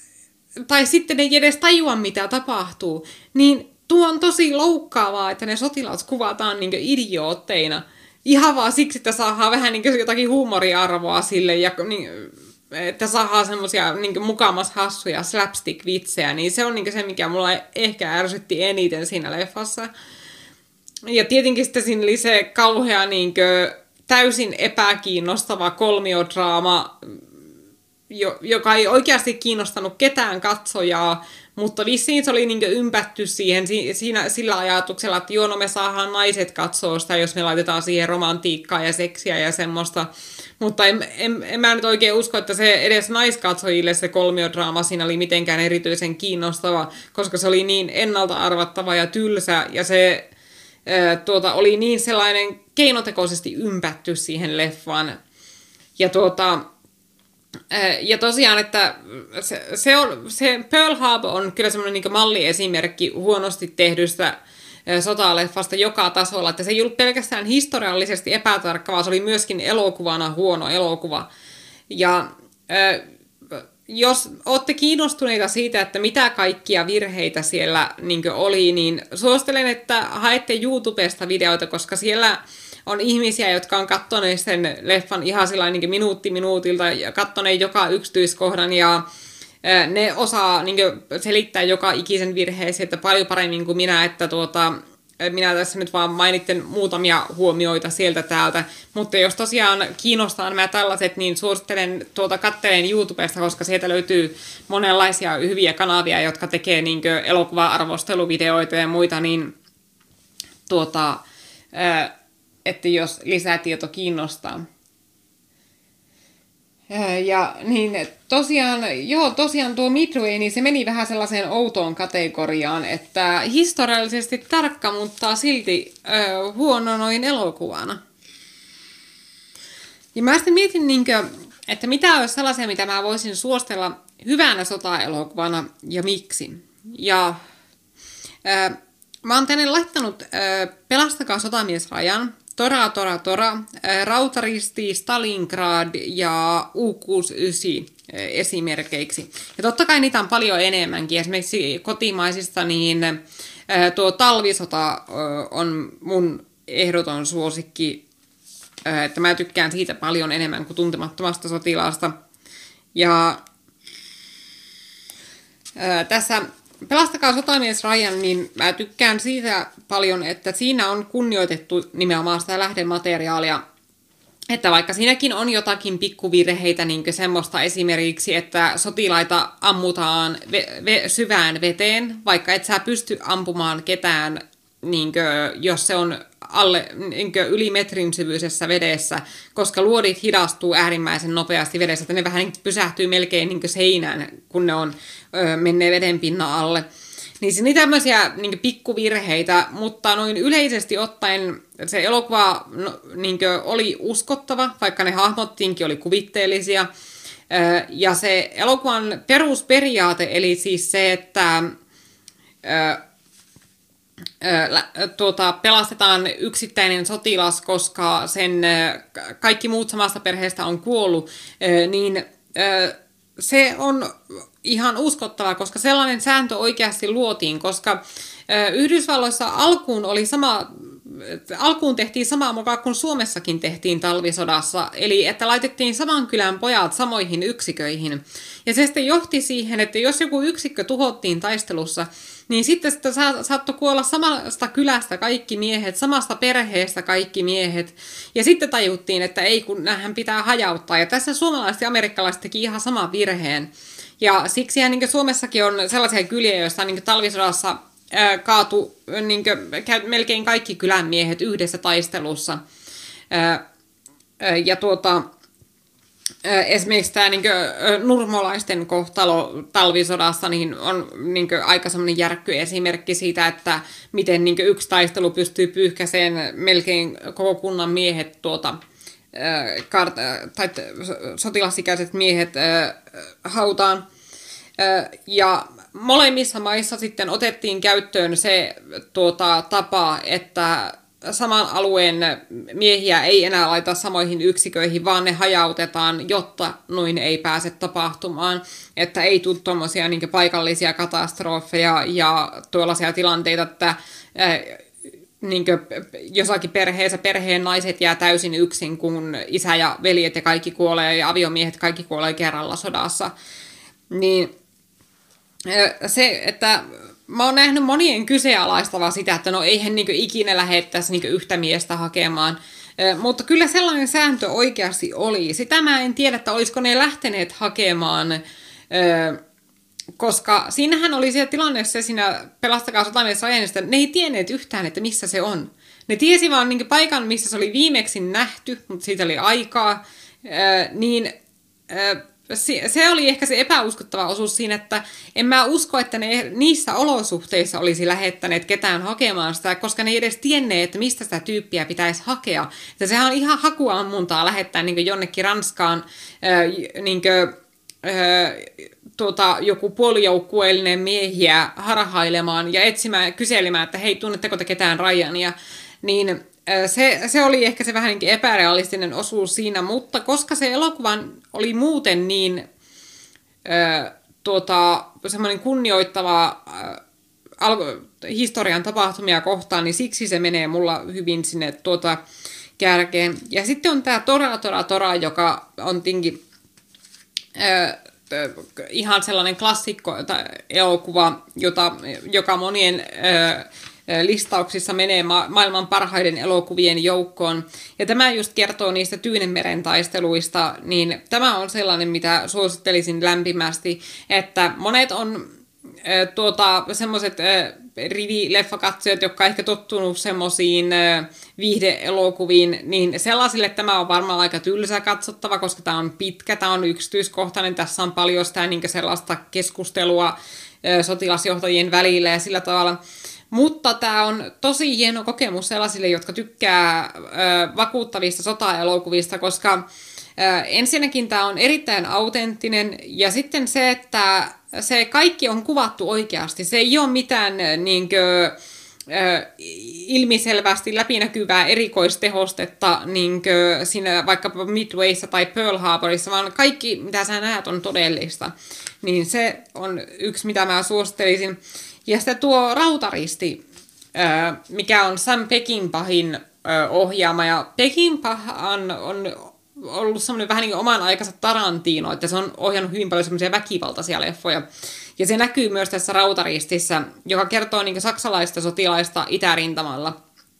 tai sitten ne ei edes tajua, mitä tapahtuu. Niin tuo on tosi loukkaavaa, että ne sotilaat kuvataan niin idiootteina. Ihan vaan siksi, että saadaan vähän niin jotakin huumoriarvoa sille, ja niin, että saadaan semmoisia niin mukamas hassuja slapstick-vitsejä. Niin se on niin se, mikä mulla ehkä ärsytti eniten siinä leffassa. Ja tietenkin sitten siinä oli se kauhea niin täysin epäkiinnostava kolmiodraama, joka ei oikeasti kiinnostanut ketään katsojaa, mutta vissiin se oli niin ympätty siihen siinä, sillä ajatuksella, että joo, no me saadaan naiset katsoa sitä, jos me laitetaan siihen romantiikkaa ja seksiä ja semmoista. Mutta en, en, en mä nyt oikein usko, että se edes naiskatsojille se kolmiodraama siinä oli mitenkään erityisen kiinnostava, koska se oli niin ennalta arvattava ja tylsä ja se ää, tuota, oli niin sellainen keinotekoisesti ympätty siihen leffaan. Ja tuota... Ja tosiaan, että se, se, on, se Pearl Harbor on kyllä semmoinen niin malliesimerkki huonosti tehdystä sotaleffasta joka tasolla, että se ei ollut pelkästään historiallisesti epätarkka, vaan se oli myöskin elokuvana huono elokuva. Ja jos olette kiinnostuneita siitä, että mitä kaikkia virheitä siellä niin oli, niin suosittelen, että haette YouTubesta videoita, koska siellä on ihmisiä, jotka on kattoneet sen leffan ihan sellainen niin minuutti minuutilta ja kattoneet joka yksityiskohdan ja ne osaa niin selittää joka ikisen virheeseen, että paljon paremmin kuin minä, että tuota, minä tässä nyt vaan mainitten muutamia huomioita sieltä täältä, mutta jos tosiaan kiinnostaa nämä tällaiset, niin suosittelen tuota kattelen YouTubesta, koska sieltä löytyy monenlaisia hyviä kanavia, jotka tekee niin elokuva-arvosteluvideoita ja muita, niin tuota, että jos lisätieto kiinnostaa. Ja niin tosiaan, joo, tosiaan tuo Midway, niin se meni vähän sellaiseen outoon kategoriaan, että historiallisesti tarkka, mutta silti ö, huono noin elokuvana. Ja mä sitten mietin, niin kuin, että mitä olisi sellaisia, mitä mä voisin suostella hyvänä sota-elokuvana ja miksi. Ja ö, mä oon tänne laittanut ö, Pelastakaa sotamiesrajan, Tora, Tora, Tora, Rautaristi, Stalingrad ja U kuusikymmentäyhdeksän esimerkkeiksi. Ja totta kai niitä on paljon enemmänkin. Esimerkiksi kotimaisista, niin tuo Talvisota on mun ehdoton suosikki. Että mä tykkään siitä paljon enemmän kuin Tuntemattomasta sotilaasta. Ja tässä Pelastakaa sotamies Ryan, niin mä tykkään siitä paljon, että siinä on kunnioitettu nimenomaan sitä lähdemateriaalia. Että vaikka siinäkin on jotakin pikkuvirheitä, niin kuin semmoista esimerkiksi, että sotilaita ammutaan ve- ve- syvään veteen, vaikka et sä pysty ampumaan ketään, niin kuin, jos se on alle, niin kuin yli metrin syvyisessä vedessä, koska luodit hidastuu äärimmäisen nopeasti vedessä, että ne vähän niin pysähtyy melkein niin kuin seinään, kun ne on ö, menneet veden pinnan alle. Niin se on tämmöisiä niin pikkuvirheitä, mutta noin yleisesti ottaen se elokuva no, niin oli uskottava, vaikka ne hahmottiinkin oli kuvitteellisia. Ö, ja se elokuvan perusperiaate, eli siis se, että ö, Tuota, pelastetaan yksittäinen sotilas, koska sen kaikki muut samasta perheestä on kuollut, niin se on ihan uskottava, koska sellainen sääntö oikeasti luotiin, koska Yhdysvalloissa alkuun oli sama, alkuun tehtiin samaa mukaan kuin Suomessakin tehtiin talvisodassa, eli että laitettiin saman kylän pojat samoihin yksiköihin. Ja se sitten johti siihen, että jos joku yksikkö tuhottiin taistelussa, niin sitten sitä saattoi kuolla samasta kylästä kaikki miehet, samasta perheestä kaikki miehet. Ja sitten tajuttiin, että ei, kun nämähän pitää hajauttaa. Ja tässä suomalaiset ja amerikkalaiset teki ihan saman virheen. Ja siksi niin Suomessakin on sellaisia kyliä, joissa niin talvisodassa ää, kaatu niin kuin, melkein kaikki kylän miehet yhdessä taistelussa. Ää, ja tuota... Esimerkiksi tämä niin kuin, nurmolaisten kohtalo talvisodassa niin on niin kuin, aika semmoinen järkky esimerkki siitä, että miten niin kuin, yksi taistelu pystyy pyyhkäiseen melkein koko kunnan miehet, tuota, kart- tai sotilasikäiset miehet hautaan. Ja molemmissa maissa sitten otettiin käyttöön se tuota, tapa, että saman alueen miehiä ei enää laita samoihin yksiköihin, vaan ne hajautetaan, jotta noin ei pääse tapahtumaan. Että ei tule tuommoisia niin paikallisia katastrofeja ja tuollaisia tilanteita, että äh, niin jossakin perheessä perheen naiset jää täysin yksin, kun isä ja veljet ja kaikki kuolee ja aviomiehet kaikki kuolee kerralla sodassa. Niin äh, se, että... Mä oon nähnyt monien kyseenalaistavaa sitä, että no eihän niinku ikinä lähettäisi niinku yhtä miestä hakemaan. Ö, mutta kyllä sellainen sääntö oikeasti oli. Sitä mä en tiedä, että olisiko ne lähteneet hakemaan, ö, koska siinähän oli se tilanne se siinä Pelastakaa sotamiesrajan, että ne ei tienneet yhtään, että missä se on. Ne tiesi vaan niinku paikan, missä se oli viimeksi nähty, mutta siitä oli aikaa, ö, niin... Ö, Se oli ehkä se epäuskottava osuus siinä, että en mä usko, että ne niissä olosuhteissa olisi lähettäneet ketään hakemaan sitä, koska ne ei edes tienneet, että mistä sitä tyyppiä pitäisi hakea. Että sehän on ihan hakuammuntaa lähettää niin jonnekin Ranskaan niin kuin, tuota, joku puolijoukkueellinen miehiä harhailemaan ja etsimään, kyselemään, että hei, tunnetteko te ketään Ryania, niin... Se, se oli ehkä se vähän niin epärealistinen osuus siinä, mutta koska se elokuva oli muuten niin äh, tuota, semmoinen kunnioittava äh, historian tapahtumia kohtaan, niin siksi se menee mulla hyvin sinne tuota kärkeen. Ja sitten on tämä Tora, Tora, Tora, joka on tinkin äh, ihan sellainen klassikko elokuva, jota, joka monien... Äh, listauksissa menee ma- maailman parhaiden elokuvien joukkoon. Ja tämä just kertoo niistä Tyynenmeren taisteluista, niin tämä on sellainen, mitä suosittelisin lämpimästi, että monet on äh, tuota, semmoiset äh, rivileffakatsojat, jotka on ehkä tottunut semmoisiin äh, viihde-elokuviin, niin sellaisille tämä on varmaan aika tylsä katsottava, koska tämä on pitkä, tämä on yksityiskohtainen, tässä on paljon sitä niin sellaista keskustelua äh, sotilasjohtajien välillä ja sillä tavalla. Mutta tämä on tosi hieno kokemus sellaisille, jotka tykkää äh, vakuuttavista sotaelokuvista, koska äh, ensinnäkin tämä on erittäin autenttinen, ja sitten se, että se kaikki on kuvattu oikeasti. Se ei ole mitään äh, niinkö, äh, ilmiselvästi läpinäkyvää erikoistehostetta niinkö siinä vaikkapa Midwayssa tai Pearl Harborissa, vaan kaikki, mitä sä näet, on todellista. Niin se on yksi, mitä mä suosittelisin. Ja sitten tuo Rautaristi, mikä on Sam Peckinpahin ohjaama. Ja Peckinpah on, on ollut semmoinen vähän niin kuin oman aikansa Tarantino, että se on ohjannut hyvin paljon semmoisia väkivaltaisia leffoja. Ja se näkyy myös tässä Rautaristissa, joka kertoo niin kuin saksalaista sotilaista itärintamalla.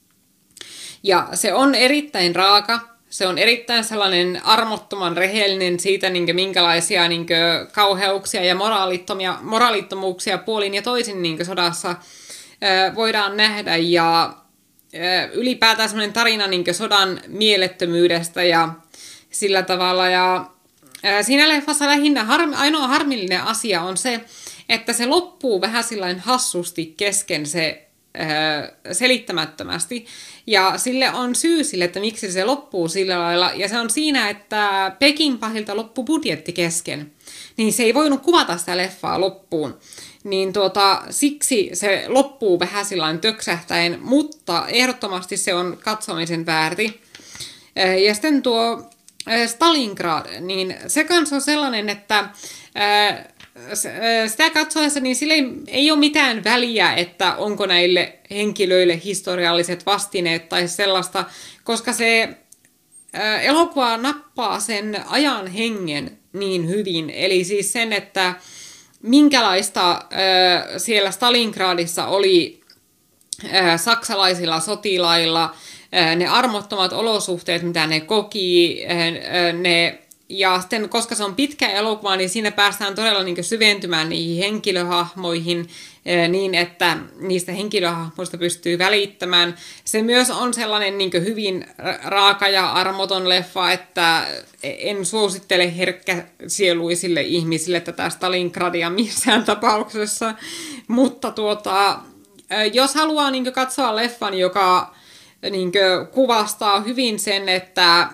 Ja se on erittäin raaka. Se on erittäin sellainen armottoman rehellinen siitä, niin kuin, minkälaisia niin kuin, kauheuksia ja moraalittomia, moraalittomuuksia puolin ja toisin niin kuin, sodassa ö, voidaan nähdä. Ja ö, ylipäätään sellainen tarina niin kuin, sodan mielettömyydestä ja sillä tavalla. Ja ö, siinä leffassa lähinnä harmi, ainoa harmillinen asia on se, että se loppuu vähän sillain hassusti kesken se selittämättömästi. Ja sille on syy sille, että miksi se loppuu sillä lailla. Ja se on siinä, että Peckinpahilta loppui budjetti kesken. Niin se ei voinut kuvata sitä leffaa loppuun. Niin tuota, siksi se loppuu vähän sillain töksähtäen, mutta ehdottomasti se on katsomisen väärti. Ja sitten tuo Stalingrad, niin se kanssa on sellainen, että sitä katsoessa, niin sillä ei, ei ole mitään väliä, että onko näille henkilöille historialliset vastineet tai sellaista, koska se ää, elokuva nappaa sen ajan hengen niin hyvin. Eli siis sen, että minkälaista ää, siellä Stalingradissa oli ää, saksalaisilla sotilailla, ää, ne armottomat olosuhteet, mitä ne koki, ää, ne ja sitten, koska se on pitkä elokuva, niin siinä päästään todella niin kuin syventymään niihin henkilöhahmoihin niin, että niistä henkilöhahmoista pystyy välittämään. Se myös on sellainen niin kuin hyvin raaka ja armoton leffa, että en suosittele herkkäsieluisille ihmisille tätä Stalingradia missään tapauksessa. Mutta tuota, jos haluaa niin kuin katsoa leffan, joka niin kuin kuvastaa hyvin sen, että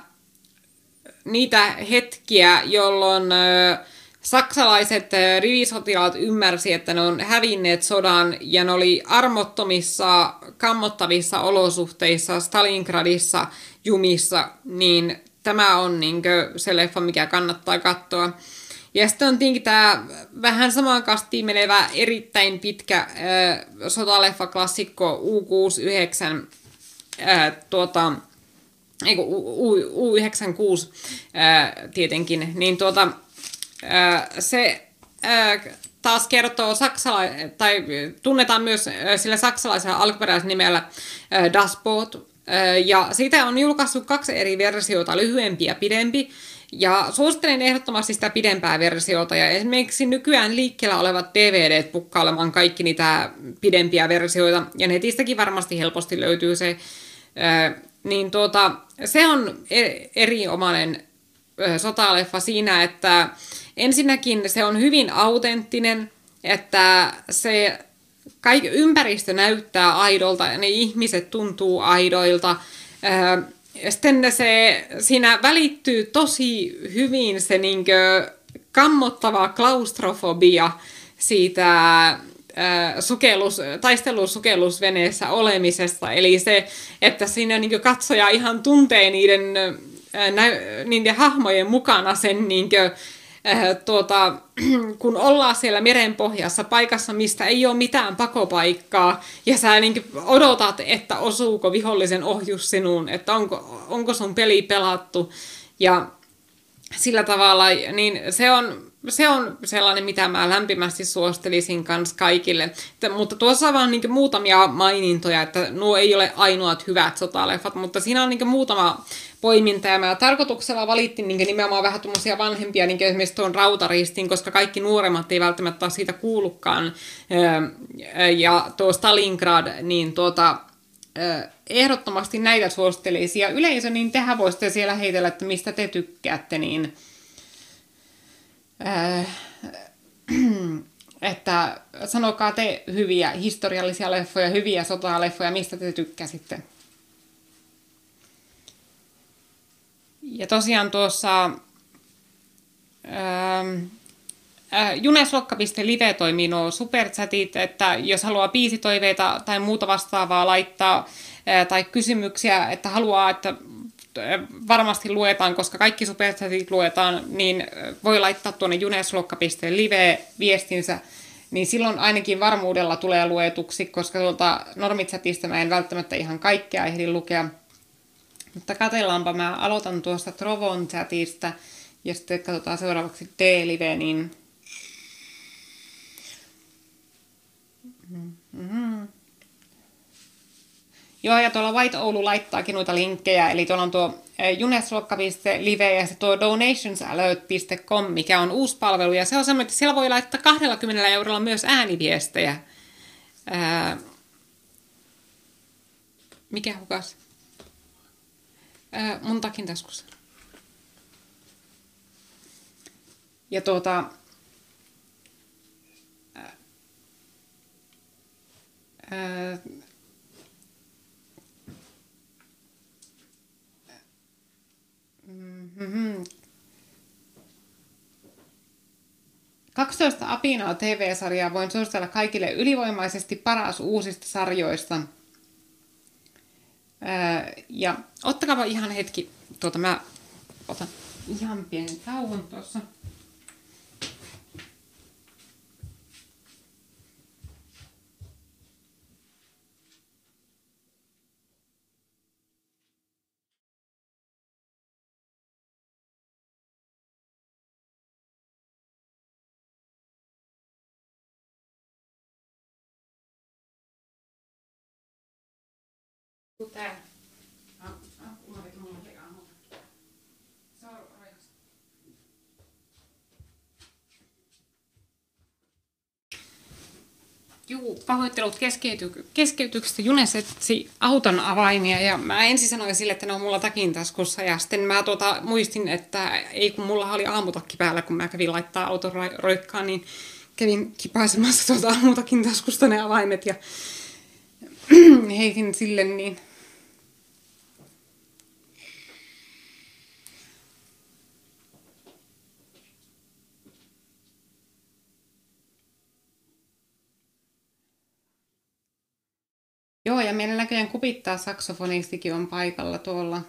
niitä hetkiä, jolloin ö, saksalaiset ö, rivisotilaat ymmärsi, että ne on hävinneet sodan ja ne oli armottomissa, kammottavissa olosuhteissa Stalingradissa jumissa, niin tämä on niinkö se leffa, mikä kannattaa katsoa. Ja sitten on tietenkin tämä vähän samaan kastiin menevä erittäin pitkä ö, sotaleffa-klassikko U kuusikymmentäyhdeksän ö, tuota... Eiku, U yhdeksänkymmentäkuusi ää, tietenkin, niin tuota, ää, se ää, taas kertoo saksala- tai tunnetaan myös ää, sillä saksalaisella alkuperäisnimellä ää, Das Boot, ää, ja siitä on julkaistu kaksi eri versiota, lyhyempi ja pidempi, ja suosittelen ehdottomasti sitä pidempää versiota, ja esimerkiksi nykyään liikkeellä olevat D V D:t pukkailemaan kaikki niitä pidempiä versioita, ja netistäkin varmasti helposti löytyy se, ää, niin tuota, se on erinomainen sotaleffa siinä, että ensinnäkin se on hyvin autenttinen, että se kaikki ympäristö näyttää aidolta ja ne ihmiset tuntuu aidoilta. Sitten se, siinä välittyy tosi hyvin se niinkö kammottava klaustrofobia siitä Sukellus, taistelusukellusveneessä olemisesta, eli se, että siinä niin katsoja ihan tuntee niiden, niiden hahmojen mukana sen, niin kuin, tuota, kun ollaan siellä merenpohjassa paikassa, mistä ei ole mitään pakopaikkaa, ja sä niin odotat, että osuuko vihollisen ohjus sinuun, että onko, onko sun peli pelattu, ja sillä tavalla, niin se on, se on sellainen, mitä mä lämpimästi suosittelisin kanssa kaikille. Että, mutta tuossa on vaan niin muutamia mainintoja, että nuo ei ole ainoat hyvät sotaleffat, mutta siinä on niin muutama poiminta, ja mä tarkoituksella valittiin niin nimenomaan vähän tuommoisia vanhempia, niin esimerkiksi tuon Rautaristin, koska kaikki nuoremmat ei välttämättä ole siitä kuullutkaan, ja tuo Stalingrad, niin tuota, ehdottomasti näitä suosittelisi. Ja yleisö, niin tehän voisitte siellä heitellä, että mistä te tykkäätte, niin äh, että sanokaa te hyviä historiallisia leffoja, hyviä sotaleffoja, mistä te tykkäsitte. Ja tosiaan tuossa ähm, äh, juneslokka piste live toimii nuo superchatit, että jos haluaa biisitoiveita tai muuta vastaavaa laittaa äh, tai kysymyksiä, että haluaa, että äh, varmasti luetaan, koska kaikki superchatit luetaan, niin voi laittaa tuonne juneslokka piste live viestinsä, niin silloin ainakin varmuudella tulee luetuksi, koska tuolta normichatista mä en välttämättä ihan kaikkea ehdi lukea. Mutta katsellaanpa, mä aloitan tuosta Trovon chatista ja sitten katsotaan seuraavaksi D-live, niin mm-hmm. Joo, ja tuolla White Oulu laittaakin noita linkkejä, eli tuolla on tuo juneslokka piste live ja se tuo donationsalert piste com, mikä on uusi palvelu, ja se on semmoinen, että siellä voi laittaa kaksikymmentä eurolla myös ääniviestejä. Ää... Mikä hukas? Ää, mun takin taskussa. Ja tuota... Ää, ää, mm-hmm. kaksitoista apinaa T V-sarjaa voin suositella kaikille ylivoimaisesti paras uusista sarjoista. Ja ottakaa ihan hetki, tuota mä otan ihan pienen tauon tuossa. Tää. Juu, pahoittelut keskeyty- keskeytyksestä. June etsi auton avaimia ja mä ensin sanoin sille, että ne on mulla takin taskussa ja sitten mä tuota, muistin, että ei kun mulla oli aamutakki päällä, kun mä kävin laittaa auton roikkaan, niin kävin kipaisemassa tuota aamutakin taskusta ne avaimet ja heitin sille niin. Joo, ja meillä näköjään kupittaa saksofonistikin on paikalla tuolla.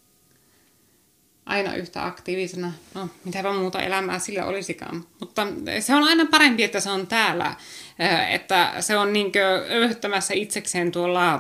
Aina yhtä aktiivisena. No, mitäpä muuta elämää sillä olisikaan. Mutta se on aina parempi, että se on täällä. Että se on niinkö öyhtämässä itsekseen tuolla,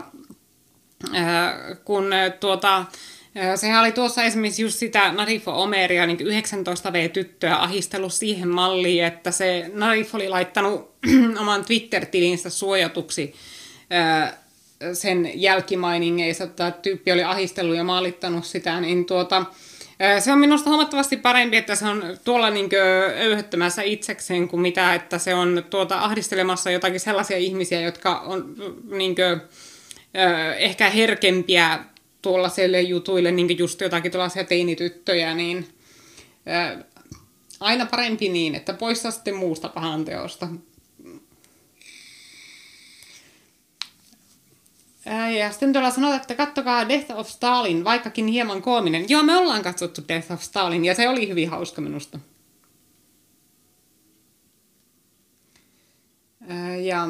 kun tuota... Sehän oli tuossa esimerkiksi just sitä Narifo Omeria, niin yhdeksäntoista vuotiasta-tyttöä ahistellut siihen malliin, että se Narifo oli laittanut oman Twitter-tilinsä suojatuksi sen jälkimainingeissa, että tyyppi oli ahistellut ja maalittanut sitä, niin tuota, se on minusta huomattavasti parempi, että se on tuolla niinkö öyhöttämässä itsekseen kuin mitä, että se on tuota ahdistelemassa jotakin sellaisia ihmisiä, jotka on niinkö ehkä herkempiä tuollaiselle jutuille, niinkö just jotakin tuollaisia teinityttöjä, niin aina parempi niin, että poissa sitten muusta pahanteosta. Ja sitten tuolla sanotaan, että kattokaa Death of Stalin, vaikkakin hieman koominen. Joo, me ollaan katsottu Death of Stalin, ja se oli hyvin hauska minusta. Ja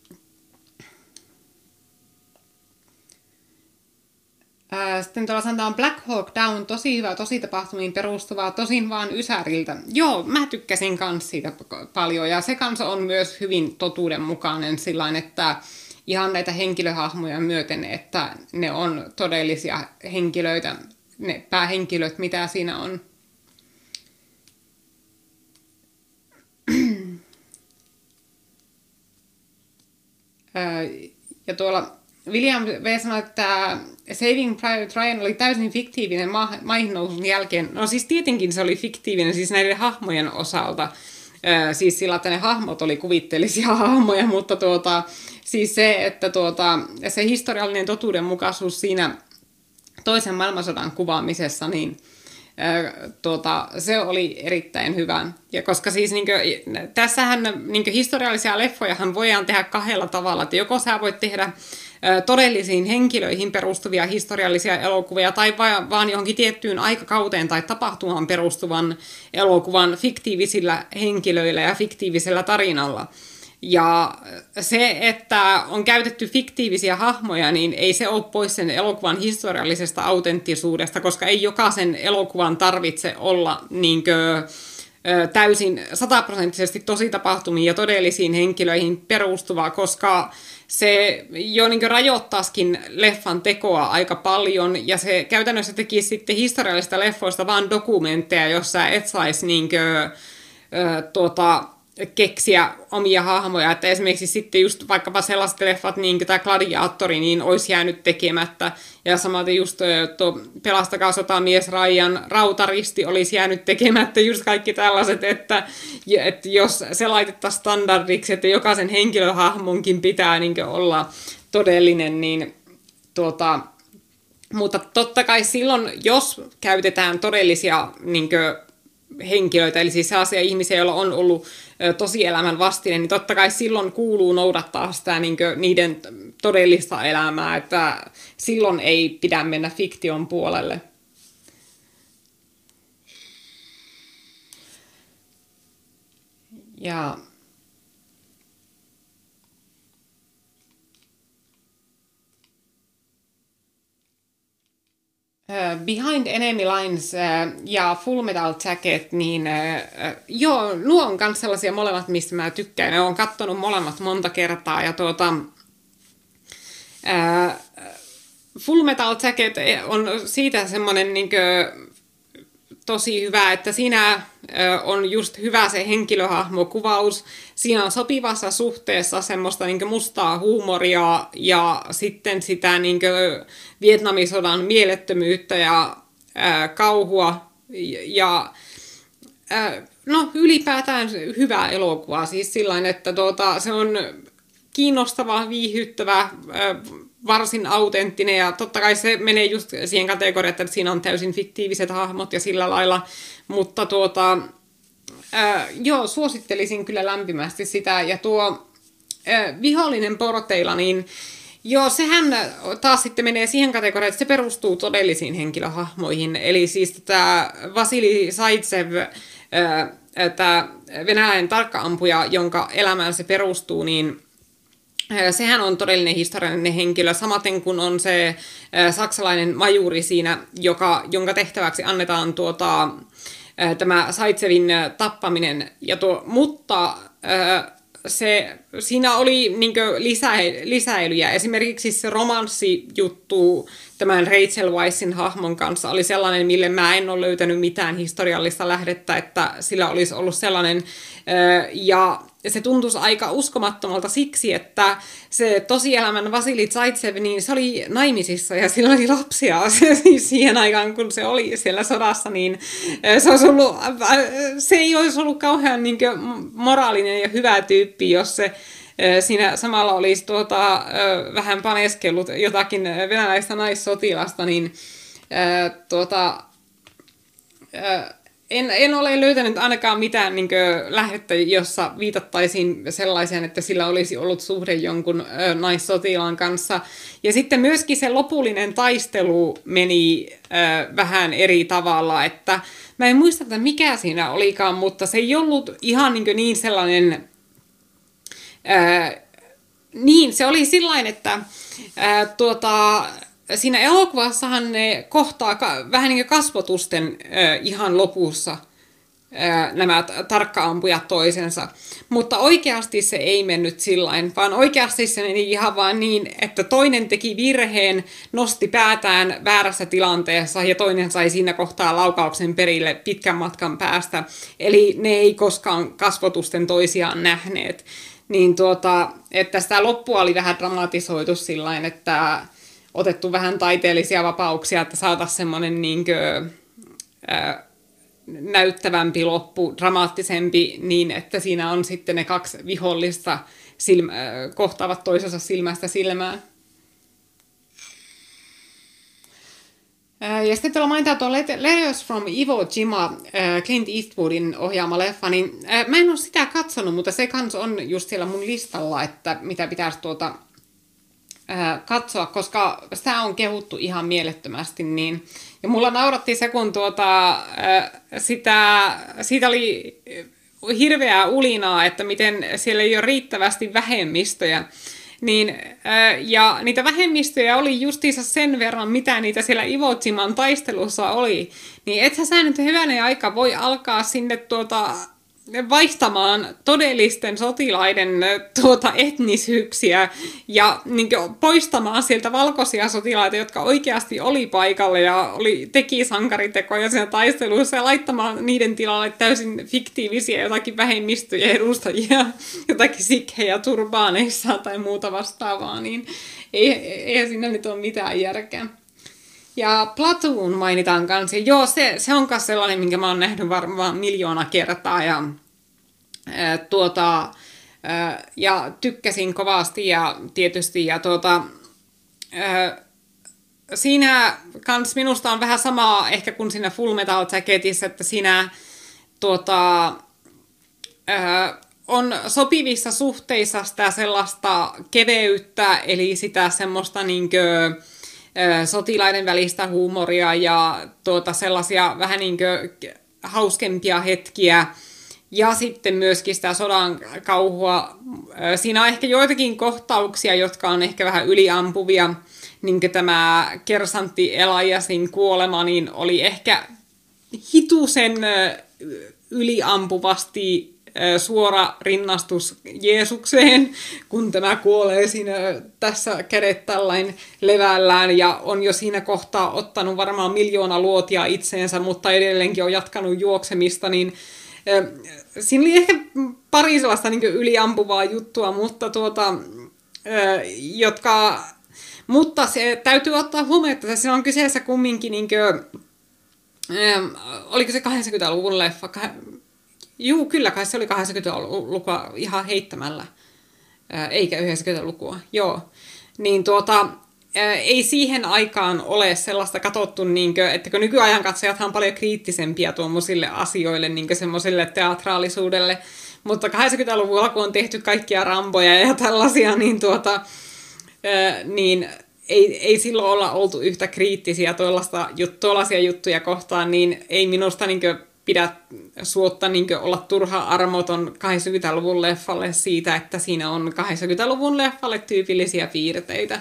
sitten tuolla sanotaan Black Hawk Down, tosi hyvä, tosi tapahtumiin perustuvaa, tosin vaan ysäriltä. Joo, mä tykkäsin kans siitä paljon, ja se kanssa on myös hyvin totuudenmukainen sillain, että ihan näitä henkilöhahmoja myöten, että ne on todellisia henkilöitä, ne päähenkilöt, mitä siinä on. Ja tuolla William V. sanoi, että Saving Private Ryan oli täysin fiktiivinen ma- maihin nousun jälkeen. No siis tietenkin se oli fiktiivinen siis näiden hahmojen osalta. Siis sillä, että ne hahmot oli kuvitteellisia hahmoja, mutta tuota, siis se, että tuota, se historiallinen totuudenmukaisuus siinä toisen maailmansodan kuvaamisessa, niin tuota, se oli erittäin hyvä. Ja koska siis niin kuin, tässähän niin kuin historiallisia leffojahan voidaan tehdä kahdella tavalla, että joko sä voit tehdä todellisiin henkilöihin perustuvia historiallisia elokuvia tai vaan johonkin tiettyyn aikakauteen tai tapahtumaan perustuvan elokuvan fiktiivisillä henkilöillä ja fiktiivisellä tarinalla. Ja se, että on käytetty fiktiivisiä hahmoja, niin ei se ole pois sen elokuvan historiallisesta autenttisuudesta, koska ei jokaisen elokuvan tarvitse olla niinkö täysin sataprosenttisesti tositapahtumiin ja todellisiin henkilöihin perustuva, koska se jo niin rajoittaisikin leffan tekoa aika paljon, ja se käytännössä teki sitten historiallisista leffoista vaan dokumentteja, jossa et saisi niin kuin, tuota, keksiä omia hahmoja, että esimerkiksi sitten just vaikkapa sellaiset leffat, niin kuin tämä Gladiaattori, niin olisi jäänyt tekemättä, ja samaten just tuo Pelastakaa sotamies Ryan Rautaristi olisi jäänyt tekemättä, just kaikki tällaiset, että, että jos se laitettaisiin standardiksi, että jokaisen henkilöhahmonkin pitää niin olla todellinen, niin tuota, mutta totta kai silloin, jos käytetään todellisia niin kuin, henkilöitä, eli siis sellaisia ihmisiä, joilla on ollut tosielämän vastine, niin totta kai silloin kuuluu noudattaa sitä niin kuin, niiden todellista elämää, että silloin ei pidä mennä fiktion puolelle. Ja Behind Enemy Lines ja Full Metal Jacket, niin joo, nuo on myös sellaisia molemmat, mistä mä tykkään. Ne on katsonut molemmat monta kertaa, ja tuota, ää, Full Metal Jacket on siitä semmoinen niin kuin, tosi hyvä, että siinä on just hyvä se henkilöhahmokuvaus. Siinä on sopivassa suhteessa semmoista niin kuin mustaa huumoria ja sitten sitä niin kuin Vietnamin sodan mielettömyyttä ja ää, kauhua. Ja ää, no ylipäätään hyvä elokuva. Siis sillain, että tuota, se on kiinnostava, viihyttävä, ää, varsin autenttinen, ja totta kai se menee just siihen kategoriaan, että siinä on täysin fiktiiviset hahmot ja sillä lailla, mutta tuota, ää, joo, suosittelisin kyllä lämpimästi sitä, ja tuo ää, Vihollinen porteilla, niin joo, sehän taas sitten menee siihen kategoriaan, että se perustuu todellisiin henkilöhahmoihin, eli siis tätä Vasili Zaitsev, ää, tämä Venäjän tarkka-ampuja, jonka elämään se perustuu, niin sehän on todellinen historiallinen henkilö, samaten kuin on se saksalainen majuri siinä, joka, jonka tehtäväksi annetaan tuota, tämä Zaitsevin tappaminen. Ja tuo, mutta se, siinä oli niin kuin lisä, lisäilyjä. Esimerkiksi se romanssijuttu tämän Rachel Weiszin hahmon kanssa oli sellainen, mille mä en ole löytänyt mitään historiallista lähdettä, että sillä olisi ollut sellainen. Ja se tuntuisi aika uskomattomalta siksi, että se tosielämän Vasili Zaitsev, niin se oli naimisissa ja sillä oli lapsia siis siihen aikaan, kun se oli siellä sodassa, niin se, olisi ollut, se ei olisi ollut kauhean niin kuin moraalinen ja hyvä tyyppi, jos se siinä samalla olisi tuota, vähän paneskellut jotakin venäläistä naissotilasta, niin tuota, En, en ole löytänyt ainakaan mitään niin kuin, lähdettä, jossa viitattaisiin sellaiseen, että sillä olisi ollut suhde jonkun ö, naissotilaan kanssa. Ja sitten myöskin se lopullinen taistelu meni ö, vähän eri tavalla, että mä en muista, että mikä siinä olikaan, mutta se ei ollut ihan niin, niin sellainen. Ö, niin, se oli sillain, että ö, tuota. Siinä elokuvassahan ne kohtaa ka- vähän niin kuin kasvotusten äh, ihan lopussa äh, nämä tarkka-ampujat toisensa. Mutta oikeasti se ei mennyt sillain, vaan oikeasti se meni ihan vaan niin, että toinen teki virheen, nosti päätään väärässä tilanteessa ja toinen sai siinä kohtaa laukauksen perille pitkän matkan päästä. Eli ne ei koskaan kasvotusten toisiaan nähneet. Niin tuota, että sitä loppua oli vähän dramatisoitu sillain, että otettu vähän taiteellisia vapauksia, että saataisiin semmoinen niinkö, ää, näyttävämpi loppu, dramaattisempi, niin että siinä on sitten ne kaksi vihollista silmä, kohtaavat toisensa silmästä silmään. Ja sitten tuolla mainitaan tuo Letters from Iwo Jima, Clint Eastwoodin ohjaama leffa, niin mä en ole sitä katsonut, mutta se kans on just siellä mun listalla, että mitä pitäisi tuota katsoa, koska sitä on kehuttu ihan mielettömästi. Niin. Ja mulla nauratti se, kun tuota, sitä, siitä oli hirveää ulinaa, että miten siellä ei ole riittävästi vähemmistöjä. Niin, ja niitä vähemmistöjä oli justiinsa sen verran, mitä niitä siellä Iwo Jiman taistelussa oli. Niin et sä nyt hyvänen aika voi alkaa sinne tuota, vaihtamaan todellisten sotilaiden tuota, etnisyyksiä ja niin kuin, poistamaan sieltä valkoisia sotilaita, jotka oikeasti oli paikalla ja oli, teki sankaritekoja siinä taistelussa ja laittamaan niiden tilalle täysin fiktiivisiä jotakin vähemmistöjä edustajia, jotakin sikhejä turbaaneissa tai muuta vastaavaa, niin ei, ei siinä nyt ole mitään järkeä. Ja Platoon mainitaan kanssa. Joo, se, se on myös sellainen, minkä mä oon nähnyt varmaan miljoona kertaa. Ja, ää, tuota, ää, ja tykkäsin kovasti ja tietysti. Ja tuota, ää, siinä kans minusta on vähän samaa ehkä kuin siinä Full Metal Jacketissa, että siinä tuota, ää, on sopivissa suhteissa sitä sellaista keveyttä, eli sitä semmoista niinkö sotilaiden välistä huumoria ja tuota sellaisia vähän niin kuin hauskempia hetkiä ja sitten myöskin sitä sodan kauhua. Siinä on ehkä joitakin kohtauksia, jotka on ehkä vähän yliampuvia, niin kuin tämä kersantti Eliasin kuolema, niin oli ehkä hitusen yliampuvasti suora rinnastus Jeesukseen, kun tämä kuolee siinä tässä kädet tällain levällään ja on jo siinä kohtaa ottanut varmaan miljoona luotia itseensä, mutta edelleenkin on jatkanut juoksemista, niin äh, siinä oli ehkä pari sellaista niin kuin yliampuvaa juttua, mutta tuota, äh, jotka, mutta se täytyy ottaa huomioon, että tässä on kyseessä kumminkin niin kuin, äh, oliko se kahdeksankymmentäluvun leffa, Juu, kyllä kai se oli kahdeksankymmentälukua ihan heittämällä, eikä yhdeksänkymmentälukua, joo. Niin tuota, ei siihen aikaan ole sellaista katsottu, niinkö, että kun nykyajan katsojathan on paljon kriittisempiä tuommoisille asioille, niinkö semmoiselle teatraalisuudelle, mutta kahdeksankymmentäluvulla, kun on tehty kaikkia ramboja ja tällaisia, niin, tuota, niin ei, ei silloin olla oltu yhtä kriittisiä tuollaisia juttuja kohtaan, niin ei minusta niinkö pidä suotta niin olla turha armoton kahdeksankymmentäluvun leffalle siitä, että siinä on kahdeksankymmentäluvun leffalle tyypillisiä piirteitä.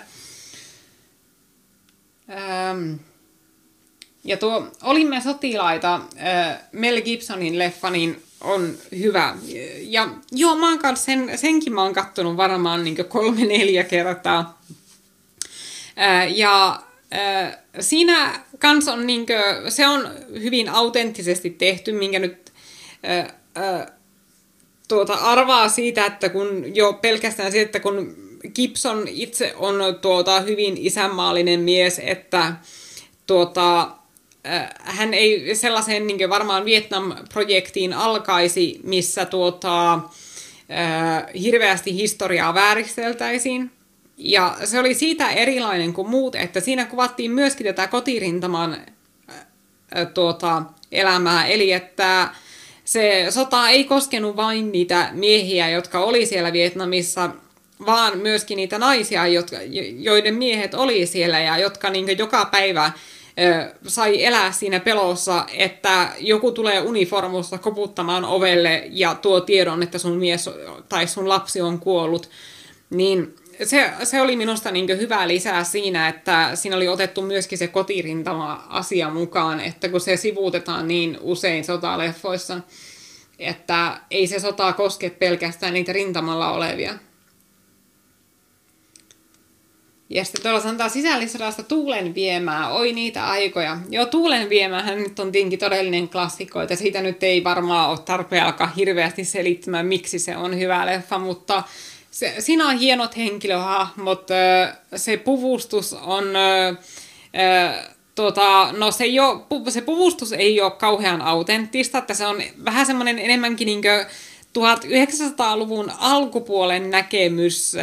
Ähm. Ja tuo Olimme sotilaita, äh, Mel Gibsonin leffa, niin on hyvä. Ja joo, mä oon kanssa sen, senkin mä oon kattonut varmaan niin kolme neljä kertaa. Äh, ja äh, siinä kans on niinkö, se on hyvin autenttisesti tehty, minkä nyt ää, ää, tuota, arvaa siitä, että kun jo pelkästään siitä, että kun Gibson itse on tuota, hyvin isänmaallinen mies, että tuota, ää, hän ei sellaiseen niinkö varmaan Vietnam-projektiin alkaisi, missä tuota, ää, hirveästi historiaa vääristeltäisiin. Ja se oli siitä erilainen kuin muut, että siinä kuvattiin myöskin tätä kotirintaman ää, tuota, elämää, eli että se sota ei koskenut vain niitä miehiä, jotka oli siellä Vietnamissa, vaan myöskin niitä naisia, jotka, joiden miehet oli siellä ja jotka niin joka päivä ää, sai elää siinä pelossa, että joku tulee uniformussa koputtamaan ovelle ja tuo tiedon, että sun mies tai sun lapsi on kuollut, niin Se, se oli minusta niin hyvä lisää siinä, että siinä oli otettu myöskin se kotirintama-asia mukaan, että kun se sivuutetaan niin usein sotaleffoissa, että ei se sota koske pelkästään niitä rintamalla olevia. Ja sitten tuolla sanotaan sisällissodasta Tuulen viemää, oi niitä aikoja. Joo, Tuulen viemähän nyt on tietenkin todellinen klassikko, että siitä nyt ei varmaan ole tarpeen alkaa hirveästi selittämään, miksi se on hyvä leffa, mutta se, siinä on hienot henkilöhahmot, se puvustus on, tuota, no se, ei ole, se puvustus ei ole kauhean autenttista, että se on vähän semmoinen enemmänkin niin kuin tuhatyhdeksänsataaluvun alkupuolen näkemys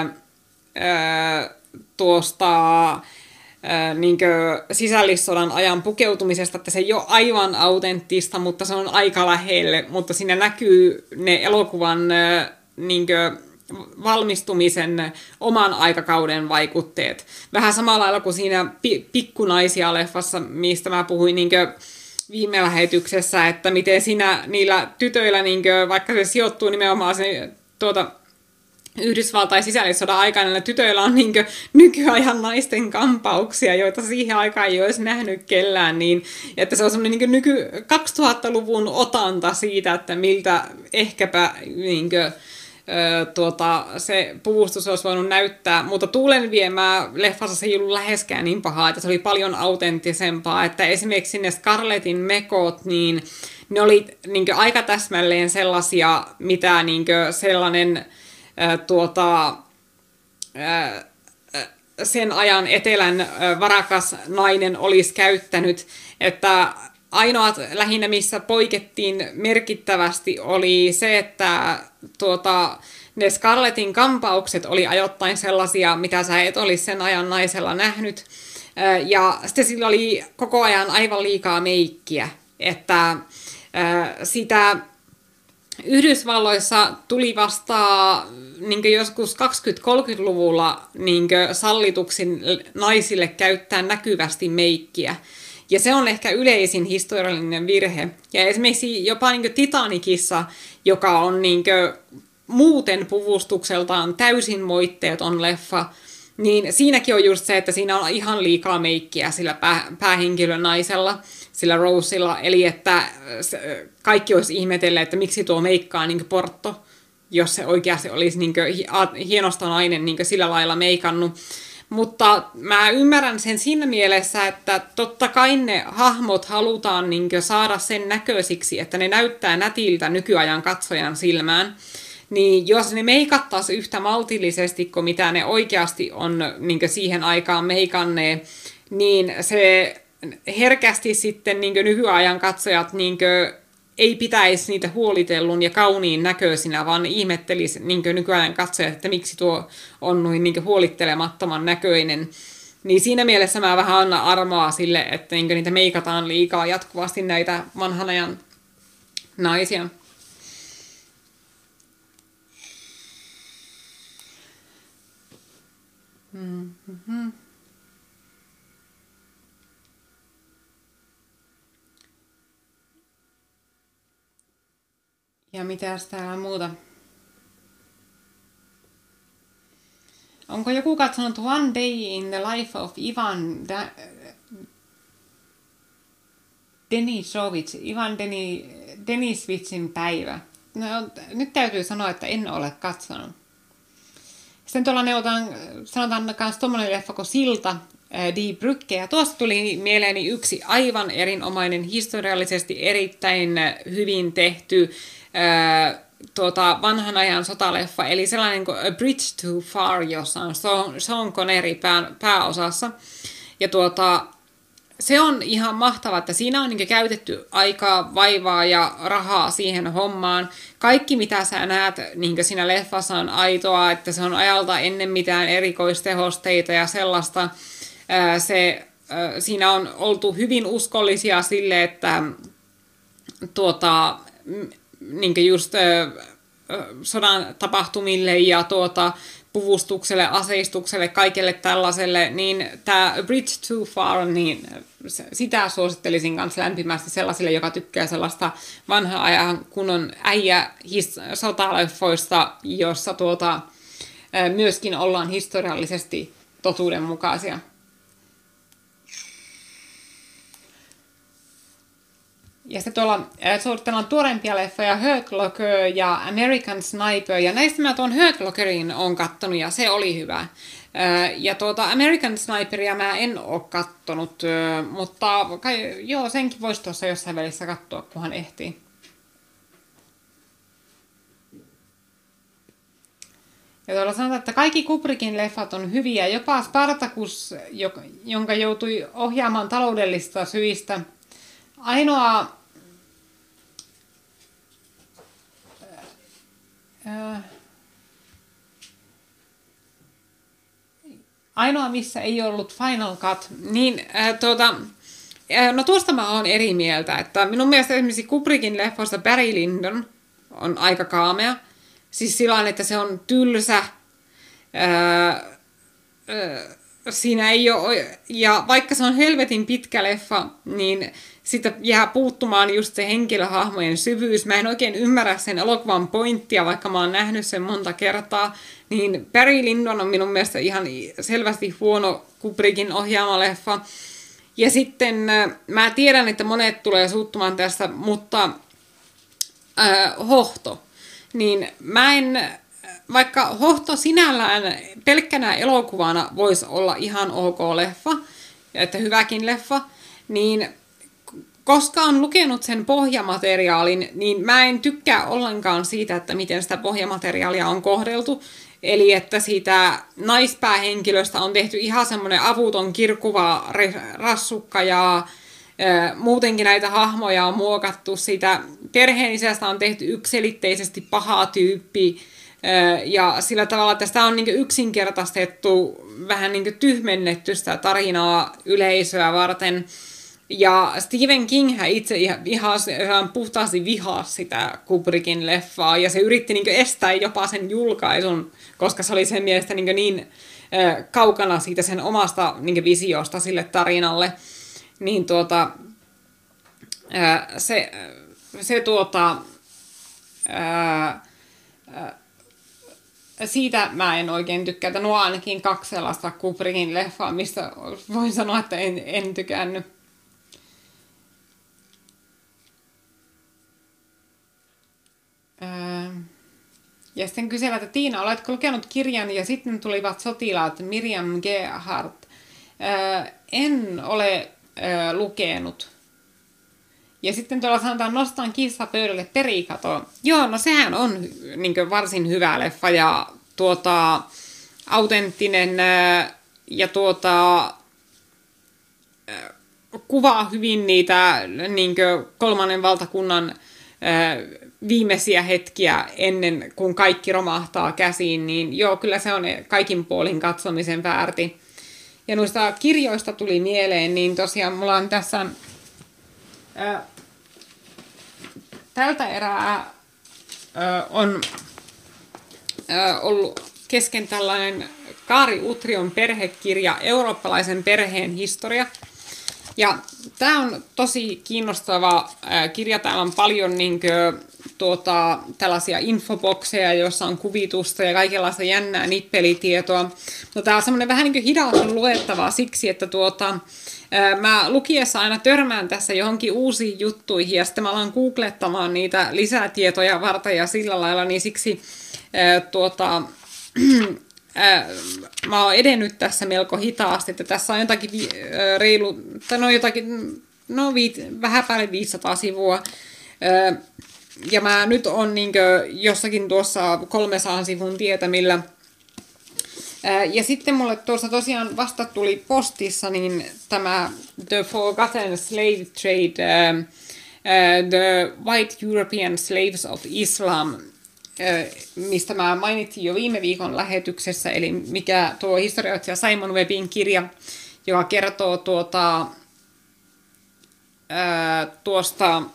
ää, tuosta ää, niinkö sisällissodan ajan pukeutumisesta, että se ei ole aivan autenttista, mutta se on aika lähelle, mutta siinä näkyy ne elokuvan ää, niinkö valmistumisen oman aikakauden vaikutteet. Vähän samalla lailla kuin siinä pi- Pikkunaisia-leffassa, mistä mä puhuin niinkö viime lähetyksessä, että miten siinä niillä tytöillä, niinkö, vaikka se sijoittuu nimenomaan se tuota, Yhdysvaltain sisällissodan aikana, näillä tytöillä on niinkö nykyajan naisten kampauksia, joita siihen aikaan ei olisi nähnyt kellään, niin että se on semmoinen niinkö nyky kaksituhattaluvun otanta siitä, että miltä ehkäpä niinkö Öö, tuota, se puvustus olisi voinut näyttää, mutta Tuulen viemää leffassa se ei ollut läheskään niin pahaa, että se oli paljon autenttisempaa, että esimerkiksi sinne Scarlettin mekot, niin ne oli niinkö aika täsmälleen sellaisia, mitä niinkö sellainen ää, tuota, ää, sen ajan etelän ää, varakas nainen olisi käyttänyt, että ainoat lähinnä, missä poikettiin merkittävästi, oli se, että tuota, ne Scarlettin kampaukset oli ajoittain sellaisia, mitä sä et olisi sen ajan naisella nähnyt. Ja sitten sillä oli koko ajan aivan liikaa meikkiä. Että sitä Yhdysvalloissa tuli vasta niin joskus kaksikymmentä-kolmekymmentäluvulla niin sallituksin naisille käyttää näkyvästi meikkiä. Ja se on ehkä yleisin historiallinen virhe. Ja esimerkiksi jopa niin Titanicissa, joka on niin muuten puvustukseltaan täysin moitteeton leffa, niin siinäkin on just se, että siinä on ihan liikaa meikkiä sillä pää, päähenkilön naisella, sillä Rosella. Eli että kaikki olisi ihmetelleet, että miksi tuo meikkaa niin portto, jos se oikeasti olisi niin hienosta nainen niin sillä lailla meikannut. Mutta mä ymmärrän sen siinä mielessä, että totta kai ne hahmot halutaan niin saada sen näköisiksi, että ne näyttää nätiltä nykyajan katsojan silmään. Niin jos ne meikattaisi yhtä maltillisesti kuin mitä ne oikeasti on niin siihen aikaan meikanneet, niin se herkästi sitten niin nykyajan katsojat niin ei pitäisi niitä huolitellun ja kauniin näköisinä, vaan ihmettelisi niin nykyajan katsojat, että miksi tuo on noin niin huolittelemattoman näköinen. Niin siinä mielessä mä vähän annan armoa sille, että niin niitä meikataan liikaa jatkuvasti näitä vanhan ajan naisia. Mm-hmm. Ja mitäs täällä muuta? Onko joku katsonut One Day in the Life of Ivan da- Denisovich, Ivan Deni- Denisovichin päivä? No, nyt täytyy sanoa, että en ole katsonut. Sitten tuolla neuvotaan, sanotaan myös tuommoinen leffa kuin Silta, Die Brücke. Ja tuosta tuli mieleeni yksi aivan erinomainen, historiallisesti erittäin hyvin tehty tuota, vanhan ajan sotaleffa, eli sellainen kuin A Bridge Too Far, jossa on Sean Connery pää, pääosassa. Ja tuota, se on ihan mahtavaa, että siinä on niin käytetty aikaa, vaivaa ja rahaa siihen hommaan. Kaikki, mitä sä näet niin siinä leffassa, on aitoa, että se on ajalta ennen mitään erikoistehosteita ja sellaista. Se, siinä on oltu hyvin uskollisia sille, että tuota, niin just sodan tapahtumille ja tuota, puvustukselle, aseistukselle, kaikelle tällaiselle, niin tämä Bridge Too Far, niin sitä suosittelisin kanssa lämpimästi sellaisille, joka tykkää sellaista vanhan ajan kunnon äijä sotaleffoista, jossa tuota, myöskin ollaan historiallisesti totuudenmukaisia. ja sitten tuolla äh, suunnitellaan tuorempia leffoja, Hurt Locker ja American Sniper, ja näistä mä tuon Hurt Lockerin on kattonut, ja se oli hyvä. Äh, ja tuota American Sniperia mä en oo kattonut, äh, mutta kai, joo, senkin voisi tuossa jossain välissä katsoa, kunhan ehtii. Ja tuolla sanotaan, että kaikki Kubrickin leffat on hyviä, jopa Spartacus, jonka joutui ohjaamaan taloudellista syistä. Ainoa... Äh, ainoa, missä ei ollut Final Cut, niin äh, tuota... Äh, no tuosta mä oon eri mieltä, että minun mielestä esimerkiksi Kubrickin leffoista Barry Lyndon on aika kaamea. Siis sillä että se on tylsä, öö, öö, siinä ei ole, ja vaikka se on helvetin pitkä leffa, niin sitä jää puuttumaan just se henkilöhahmojen syvyys. Mä en oikein ymmärrä sen elokuvan pointtia, vaikka mä oon nähnyt sen monta kertaa. Niin Barry Lyndon on minun mielestä ihan selvästi huono Kubrickin ohjaama leffa. Ja sitten mä tiedän, että monet tulee suuttumaan tästä, mutta öö, Hohto. Niin mä en, vaikka Hohto sinällään pelkkänä elokuvana voisi olla ihan ok leffa, että hyväkin leffa, niin koska on lukenut sen pohjamateriaalin, niin mä en tykkää ollenkaan siitä, että miten sitä pohjamateriaalia on kohdeltu. Eli että siitä naispäähenkilöstä on tehty ihan semmoinen avuton kirkuva rassukka ja muutenkin näitä hahmoja on muokattu, sitä perheenisestä on tehty yksiselitteisesti paha tyyppi, ja sillä tavalla, että sitä on niin yksinkertaistettu, vähän niin tyhmennetty sitä tarinaa yleisöä varten. Ja Stephen King itse ihan, ihan puhtaasti vihaa sitä Kubrickin leffaa, ja se yritti niin estää jopa sen julkaisun, koska se oli sen mielestä niin, niin kaukana siitä sen omasta niin visiosta sille tarinalle. Niin tuota, ää, se, se tuota, ää, ää, siitä mä en oikein tykkää, että nuo ainakin kaksi sellaista Kubrickin leffaa, mistä voin sanoa, että en, en tykännyt. Ää, ja sitten kyselevät, että Tiina, oletko lukenut kirjan, ja sitten tulivat sotilaat, Miriam Gerhardt. Ää, en ole lukenut. Ja sitten tuolla sanotaan, nostan kissa pöydälle perikato. Joo, no sehän on niin kuin varsin hyvä leffa ja tuota, autenttinen ja tuota, kuvaa hyvin niitä niin kuin kolmannen valtakunnan viimeisiä hetkiä ennen kuin kaikki romahtaa käsiin, niin joo, kyllä se on kaikin puolin katsomisen väärti. Ja noista kirjoista tuli mieleen, niin tosiaan mulla on tässä ää, tältä erää ää, on ää, ollut kesken tällainen Kaari Utrion perhekirja, eurooppalaisen perheen historia. Ja tämä on tosi kiinnostava ää, kirja, täällä on paljon niinkö, tuota, tällaisia infobokseja, joissa on kuvitusta ja kaikenlaista jännää nippelitietoa. No, tämä on semmoinen vähän niin kuin hidasta luettavaa siksi, että tuota, ää, mä lukiessa aina törmään tässä johonkin uusiin juttuihin ja sitten mä alan googlettamaan niitä lisätietoja varten ja sillä lailla, niin siksi ää, tuota, ää, mä oon edennyt tässä melko hitaasti, että tässä on jotakin vi, ää, reilu, tai no jotakin, no viit, vähän päälle viisisataa sivua. Ää, Ja mä nyt on niinkö jossakin tuossa kolmesadan sivun tietämillä. Ää, ja sitten mulle tuossa tosiaan vasta tuli postissa niin tämä The Forgotten Slave Trade, ää, ää, The White European Slaves of Islam, ää, mistä mä mainitsin jo viime viikon lähetyksessä, eli mikä tuo historioitsija Simon Webbin kirja, joka kertoo tuota, ää, tuosta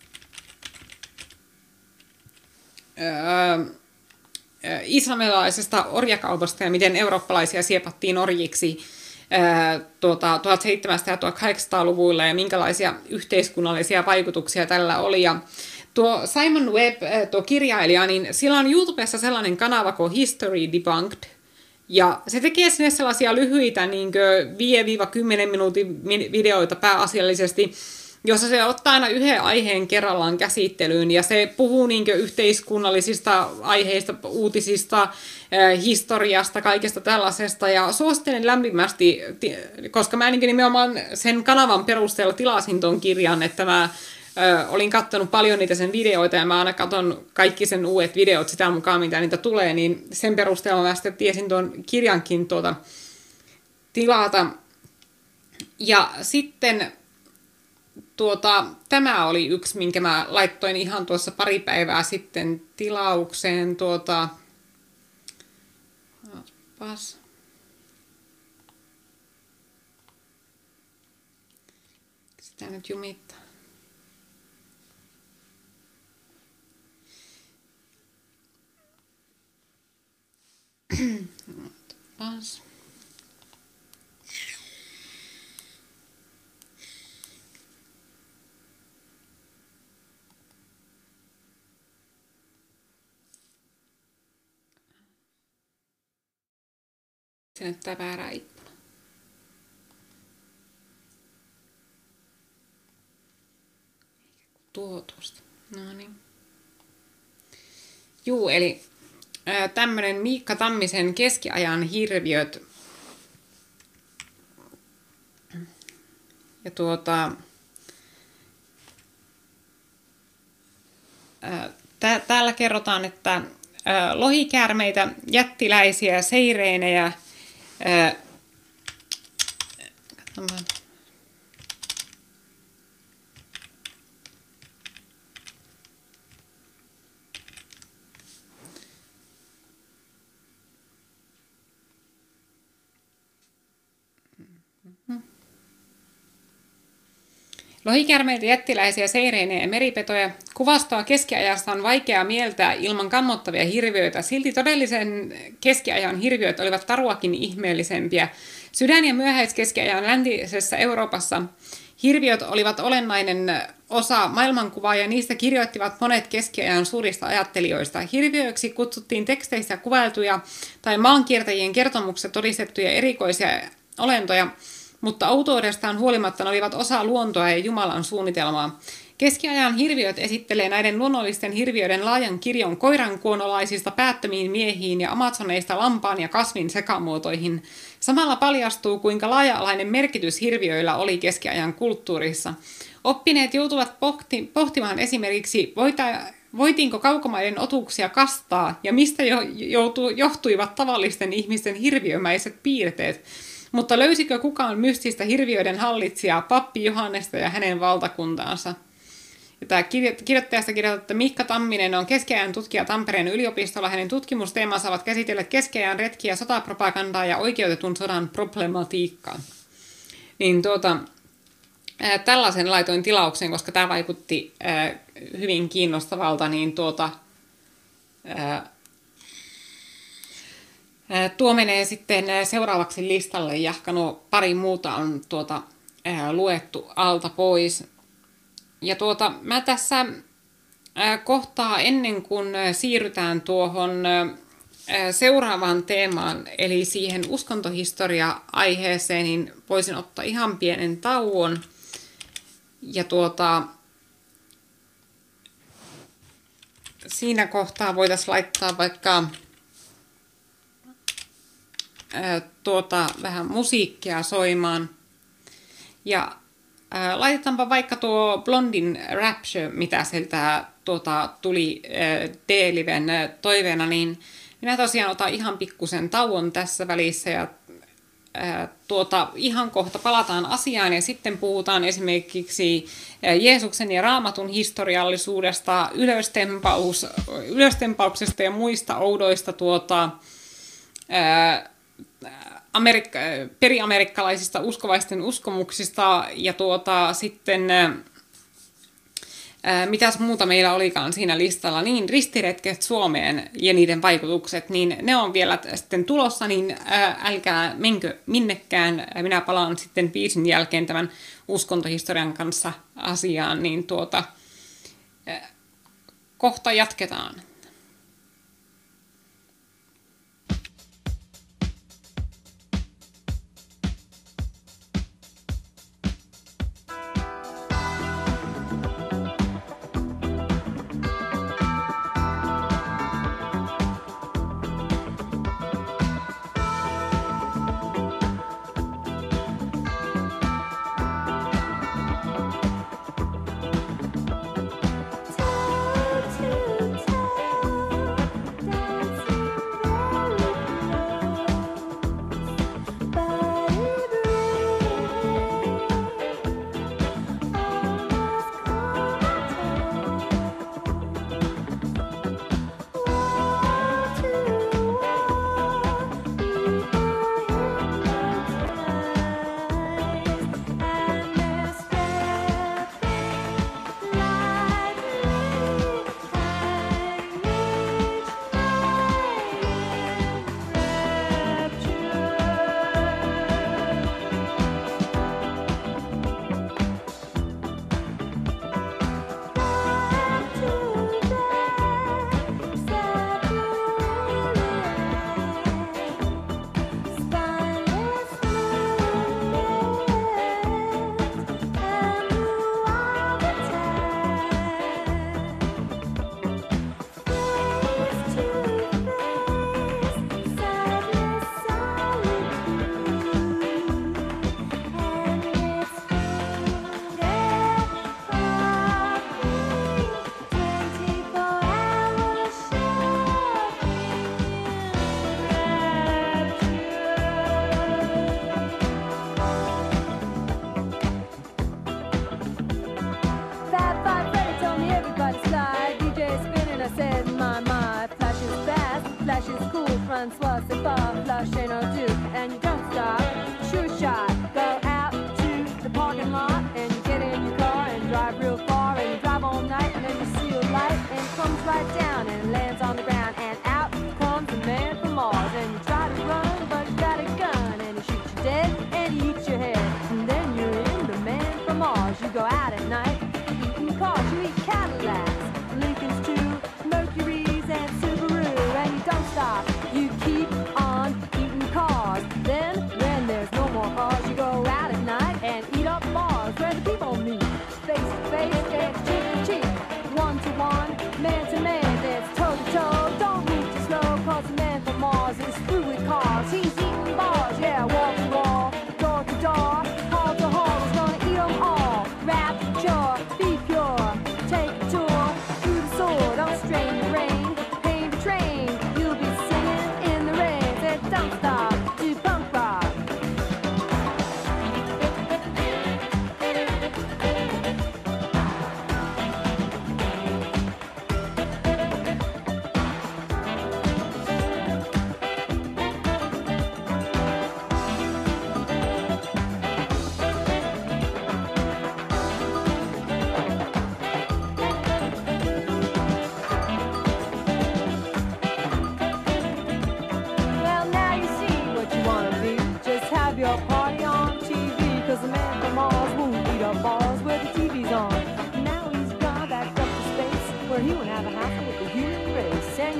Öö, islamilaisesta orjakaupasta ja miten eurooppalaisia siepattiin orjiksi öö, tuota, tuhatseitsemänsataa- ja tuhatkahdeksansataaluvuilla ja minkälaisia yhteiskunnallisia vaikutuksia tällä oli. Ja tuo Simon Webb, tuo kirjailija, niin sillä on YouTubessa sellainen kanava kuin History Debunked. Ja se tekee sinne sellaisia lyhyitä niin viisi kymmenen minuutin videoita pääasiallisesti, jossa se ottaa aina yhden aiheen kerrallaan käsittelyyn, ja se puhuu niin yhteiskunnallisista aiheista, uutisista, historiasta, kaikesta tällaisesta, ja suosittelen lämpimästi, koska mä nimenomaan sen kanavan perusteella tilasin ton kirjan, että mä Ö, olin katsonut paljon niitä sen videoita, ja mä aina katson kaikki sen uudet videot sitä mukaan, mitä niitä tulee, niin sen perusteella mä sitten tiesin tuon kirjankin tuota tilata. Ja sitten tuota, tämä oli yksi, minkä mä laittoin ihan tuossa pari päivää sitten tilaukseen. Tuota, pas. Sitä nyt jumittaa. Pas. Se näyttää väärää ikkuna. Tuo tuosta. No niin. Juu, eli tämmönen Miikka Tammisen Keskiajan hirviöt. Ja tuota... Tä, täällä kerrotaan, että lohikäärmeitä, jättiläisiä, seireenejä, katsotaan. Lohikäärmeitä, jättiläisiä, seireenejä ja meripetoja. Kuvastoa keskiajasta on vaikeaa mieltää ilman kammottavia hirviöitä. Silti todellisen keskiajan hirviöt olivat taruakin ihmeellisempiä. Sydän- ja myöhäiskeskiajan läntisessä Euroopassa hirviöt olivat olennainen osa maailmankuvaa, ja niistä kirjoittivat monet keskiajan suurista ajattelijoista. Hirviöiksi kutsuttiin teksteissä kuvailtuja tai maankiertäjien kertomuksessa todistettuja erikoisia olentoja, mutta outoudestaan huolimatta ne olivat osa luontoa ja Jumalan suunnitelmaa. Keskiajan hirviöt esittelee näiden luonnollisten hirviöiden laajan kirjon koirankuonolaisista päättömiin miehiin ja amazoneista lampaan ja kasvin sekamuotoihin. Samalla paljastuu, kuinka laaja-alainen merkitys hirviöillä oli keskiajan kulttuurissa. Oppineet joutuvat pohti- pohtimaan esimerkiksi, voita- voitiinko kaukomaiden otuksia kastaa ja mistä jo- joutu- johtuivat tavallisten ihmisten hirviömäiset piirteet. Mutta löysikö kukaan mystistä hirviöiden hallitsijaa, pappi Johannesta ja hänen valtakuntaansa? Ja tämä kirjoittajasta kirjoittaa, että Miikka Tamminen on keskiajan tutkija Tampereen yliopistolla. Hänen tutkimusteemansa ovat käsitelleet keskiajan retkiä, sotapropagandaa ja oikeutetun sodan problematiikkaa. Niin tuota, ää, tällaisen laitoin tilaukseen, koska tämä vaikutti ää, hyvin kiinnostavalta, niin tuota... Ää, Tuo menee sitten seuraavaksi listalle, ja nuo pari muuta on tuota, ää, luettu alta pois. Ja tuota, mä tässä ää, kohtaa ennen kuin siirrytään tuohon ää, seuraavaan teemaan, eli siihen uskontohistoria-aiheeseen, niin voisin ottaa ihan pienen tauon. Ja tuota, siinä kohtaa voitaisiin laittaa vaikka... Tuota, vähän musiikkia soimaan. Ja ää, laitetaanpa vaikka tuo Blondin Rapture, mitä sieltä tuota, tuli D-liven toiveena, niin minä tosiaan otan ihan pikkusen tauon tässä välissä, ja ää, tuota, ihan kohta palataan asiaan, ja sitten puhutaan esimerkiksi Jeesuksen ja Raamatun historiallisuudesta, ylöstempaus, ylöstempauksesta ja muista oudoista tuota, ää, Amerikka, periamerikkalaisista uskovaisten uskomuksista, ja tuota, sitten ää, mitäs muuta meillä olikaan siinä listalla, niin ristiretket Suomeen ja niiden vaikutukset, niin ne on vielä sitten tulossa, niin ää, älkää menkö minnekään, minä palaan sitten biisin jälkeen tämän uskontohistorian kanssa asiaan, niin tuota, ää, kohta jatketaan.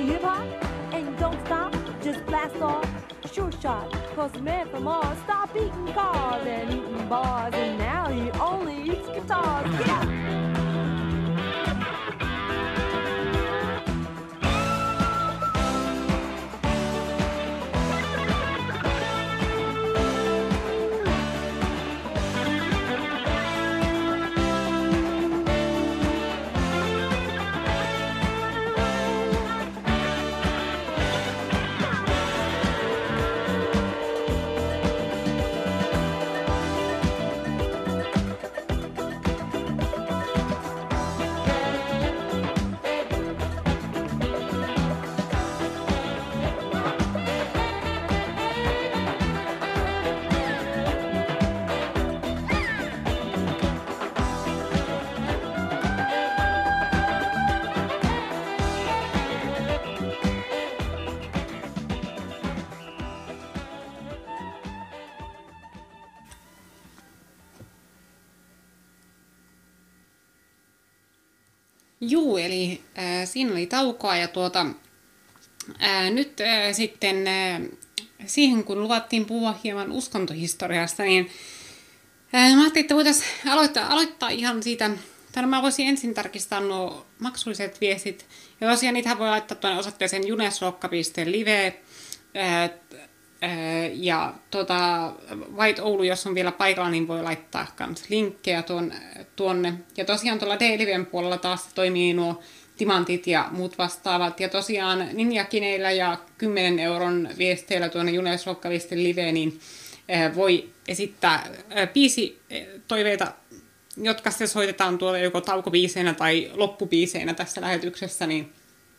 hip-hop and don't stop, just blast off, sure shot. Cause the man from Mars stopped eating cars and eating bars, and now he only eats guitars. Get up! Juu, eli äh, siinä oli taukoa ja tuota, äh, nyt äh, sitten äh, siihen kun luvattiin puhua hieman uskontohistoriasta, niin äh, mä ajattelin, että voitaisiin aloittaa, aloittaa ihan siitä, tai mä voisin ensin tarkistaa nuo maksulliset viestit, ja tosiaan niitähän voi laittaa tuonne osoitteeseen junesrokka piste live, äh, ja tuota, White Oulu, jos on vielä paikalla, niin voi laittaa myös linkkejä tuon, tuonne. Ja tosiaan tuolla D-Liven puolella taas toimii nuo timantit ja muut vastaavat. Ja tosiaan Ninjakineillä ja kymmenen euron viesteillä tuonne junesrokka piste live, niin voi esittää biisitoiveita, jotka sitten soitetaan tuolla joko taukobiiseinä tai loppubiiseinä tässä lähetyksessä, niin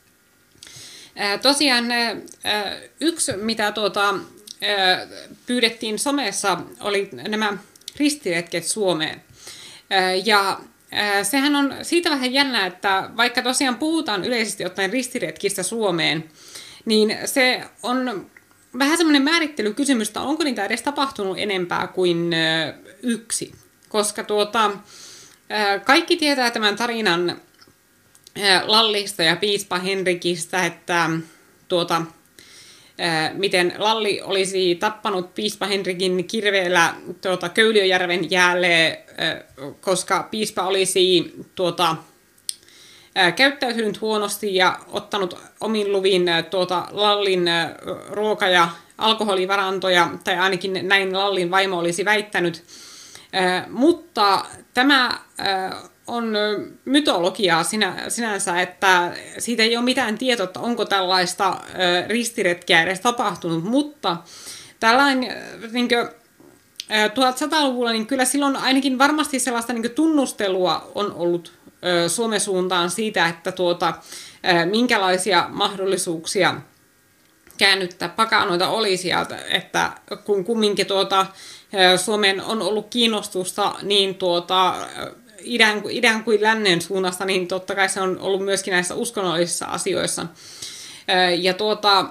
tosiaan yksi, mitä tuota, pyydettiin somessa, oli nämä ristiretket Suomeen. Ja sehän on siitä vähän jännää, että vaikka tosiaan puhutaan yleisesti ottaen ristiretkistä Suomeen, niin se on vähän semmoinen määrittelykysymys, että onko niitä edes tapahtunut enempää kuin yksi. Koska tuota, kaikki tietää tämän tarinan Lallista ja piispa Henrikistä, että tuota, ää, miten Lalli olisi tappanut piispa Henrikin kirveellä tuota, Köyliöjärven jäälle, ää, koska piispa olisi tuota, ää, käyttäytynyt huonosti ja ottanut omin luvin ää, tuota, Lallin ää, ruoka- ja alkoholivarantoja, tai ainakin näin Lallin vaimo olisi väittänyt. Ää, mutta tämä ää, on mytologiaa sinä, sinänsä, että siitä ei ole mitään tietoa, että onko tällaista ö, ristiretkeä edes tapahtunut, mutta tällainen niin kuin, tuhatsataa-luvulla, niin kyllä silloin ainakin varmasti sellaista niin kuin tunnustelua on ollut ö, Suomen suuntaan siitä, että tuota, ö, minkälaisia mahdollisuuksia käännyttää pakanoita olisi, että kun kumminkin tuota, Suomeen on ollut kiinnostusta, niin tuota, idän, idän kuin lännen suunnasta, niin totta kai se on ollut myöskin näissä uskonnollisissa asioissa. Ja tuota,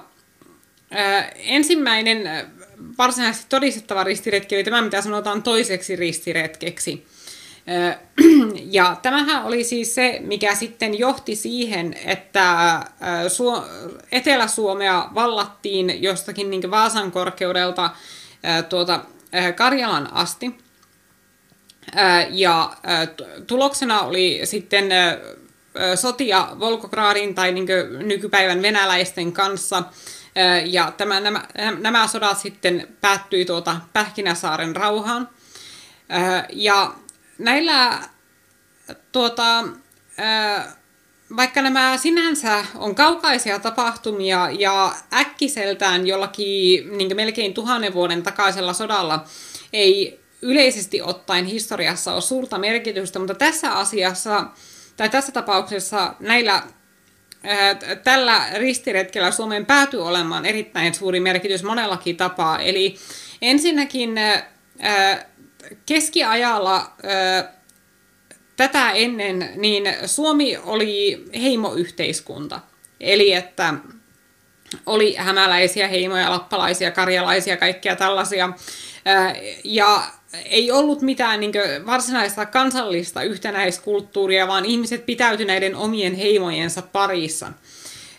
ensimmäinen varsinaisesti todistettava ristiretki oli tämä, mitä sanotaan toiseksi ristiretkeksi. Ja tämähän oli siis se, mikä sitten johti siihen, että Etelä-Suomea vallattiin jostakin niin kuin Vaasan korkeudelta tuota, Karjalan asti. Ja tuloksena oli sitten sotia Volgogradin tai niin kuin nykypäivän venäläisten kanssa. Ja tämä, nämä, nämä sodat sitten päättyi tuota Pähkinäsaaren rauhaan. Ja näillä, tuota, vaikka nämä sinänsä on kaukaisia tapahtumia ja äkkiseltään jollakin niin melkein tuhannen vuoden takaisella sodalla ei yleisesti ottaen historiassa ole suurta merkitystä, mutta tässä asiassa tai tässä tapauksessa näillä, ää, tällä ristiretkellä Suomeen päätyy olemaan erittäin suuri merkitys monellakin tapaa. Eli ensinnäkin ää, keskiajalla ää, tätä ennen niin Suomi oli heimoyhteiskunta, eli että oli hämäläisiä heimoja, lappalaisia, karjalaisia, kaikkia tällaisia, ja ei ollut mitään niin kuin varsinaista kansallista yhtenäiskulttuuria, vaan ihmiset pitäytyneiden omien heimojensa parissa.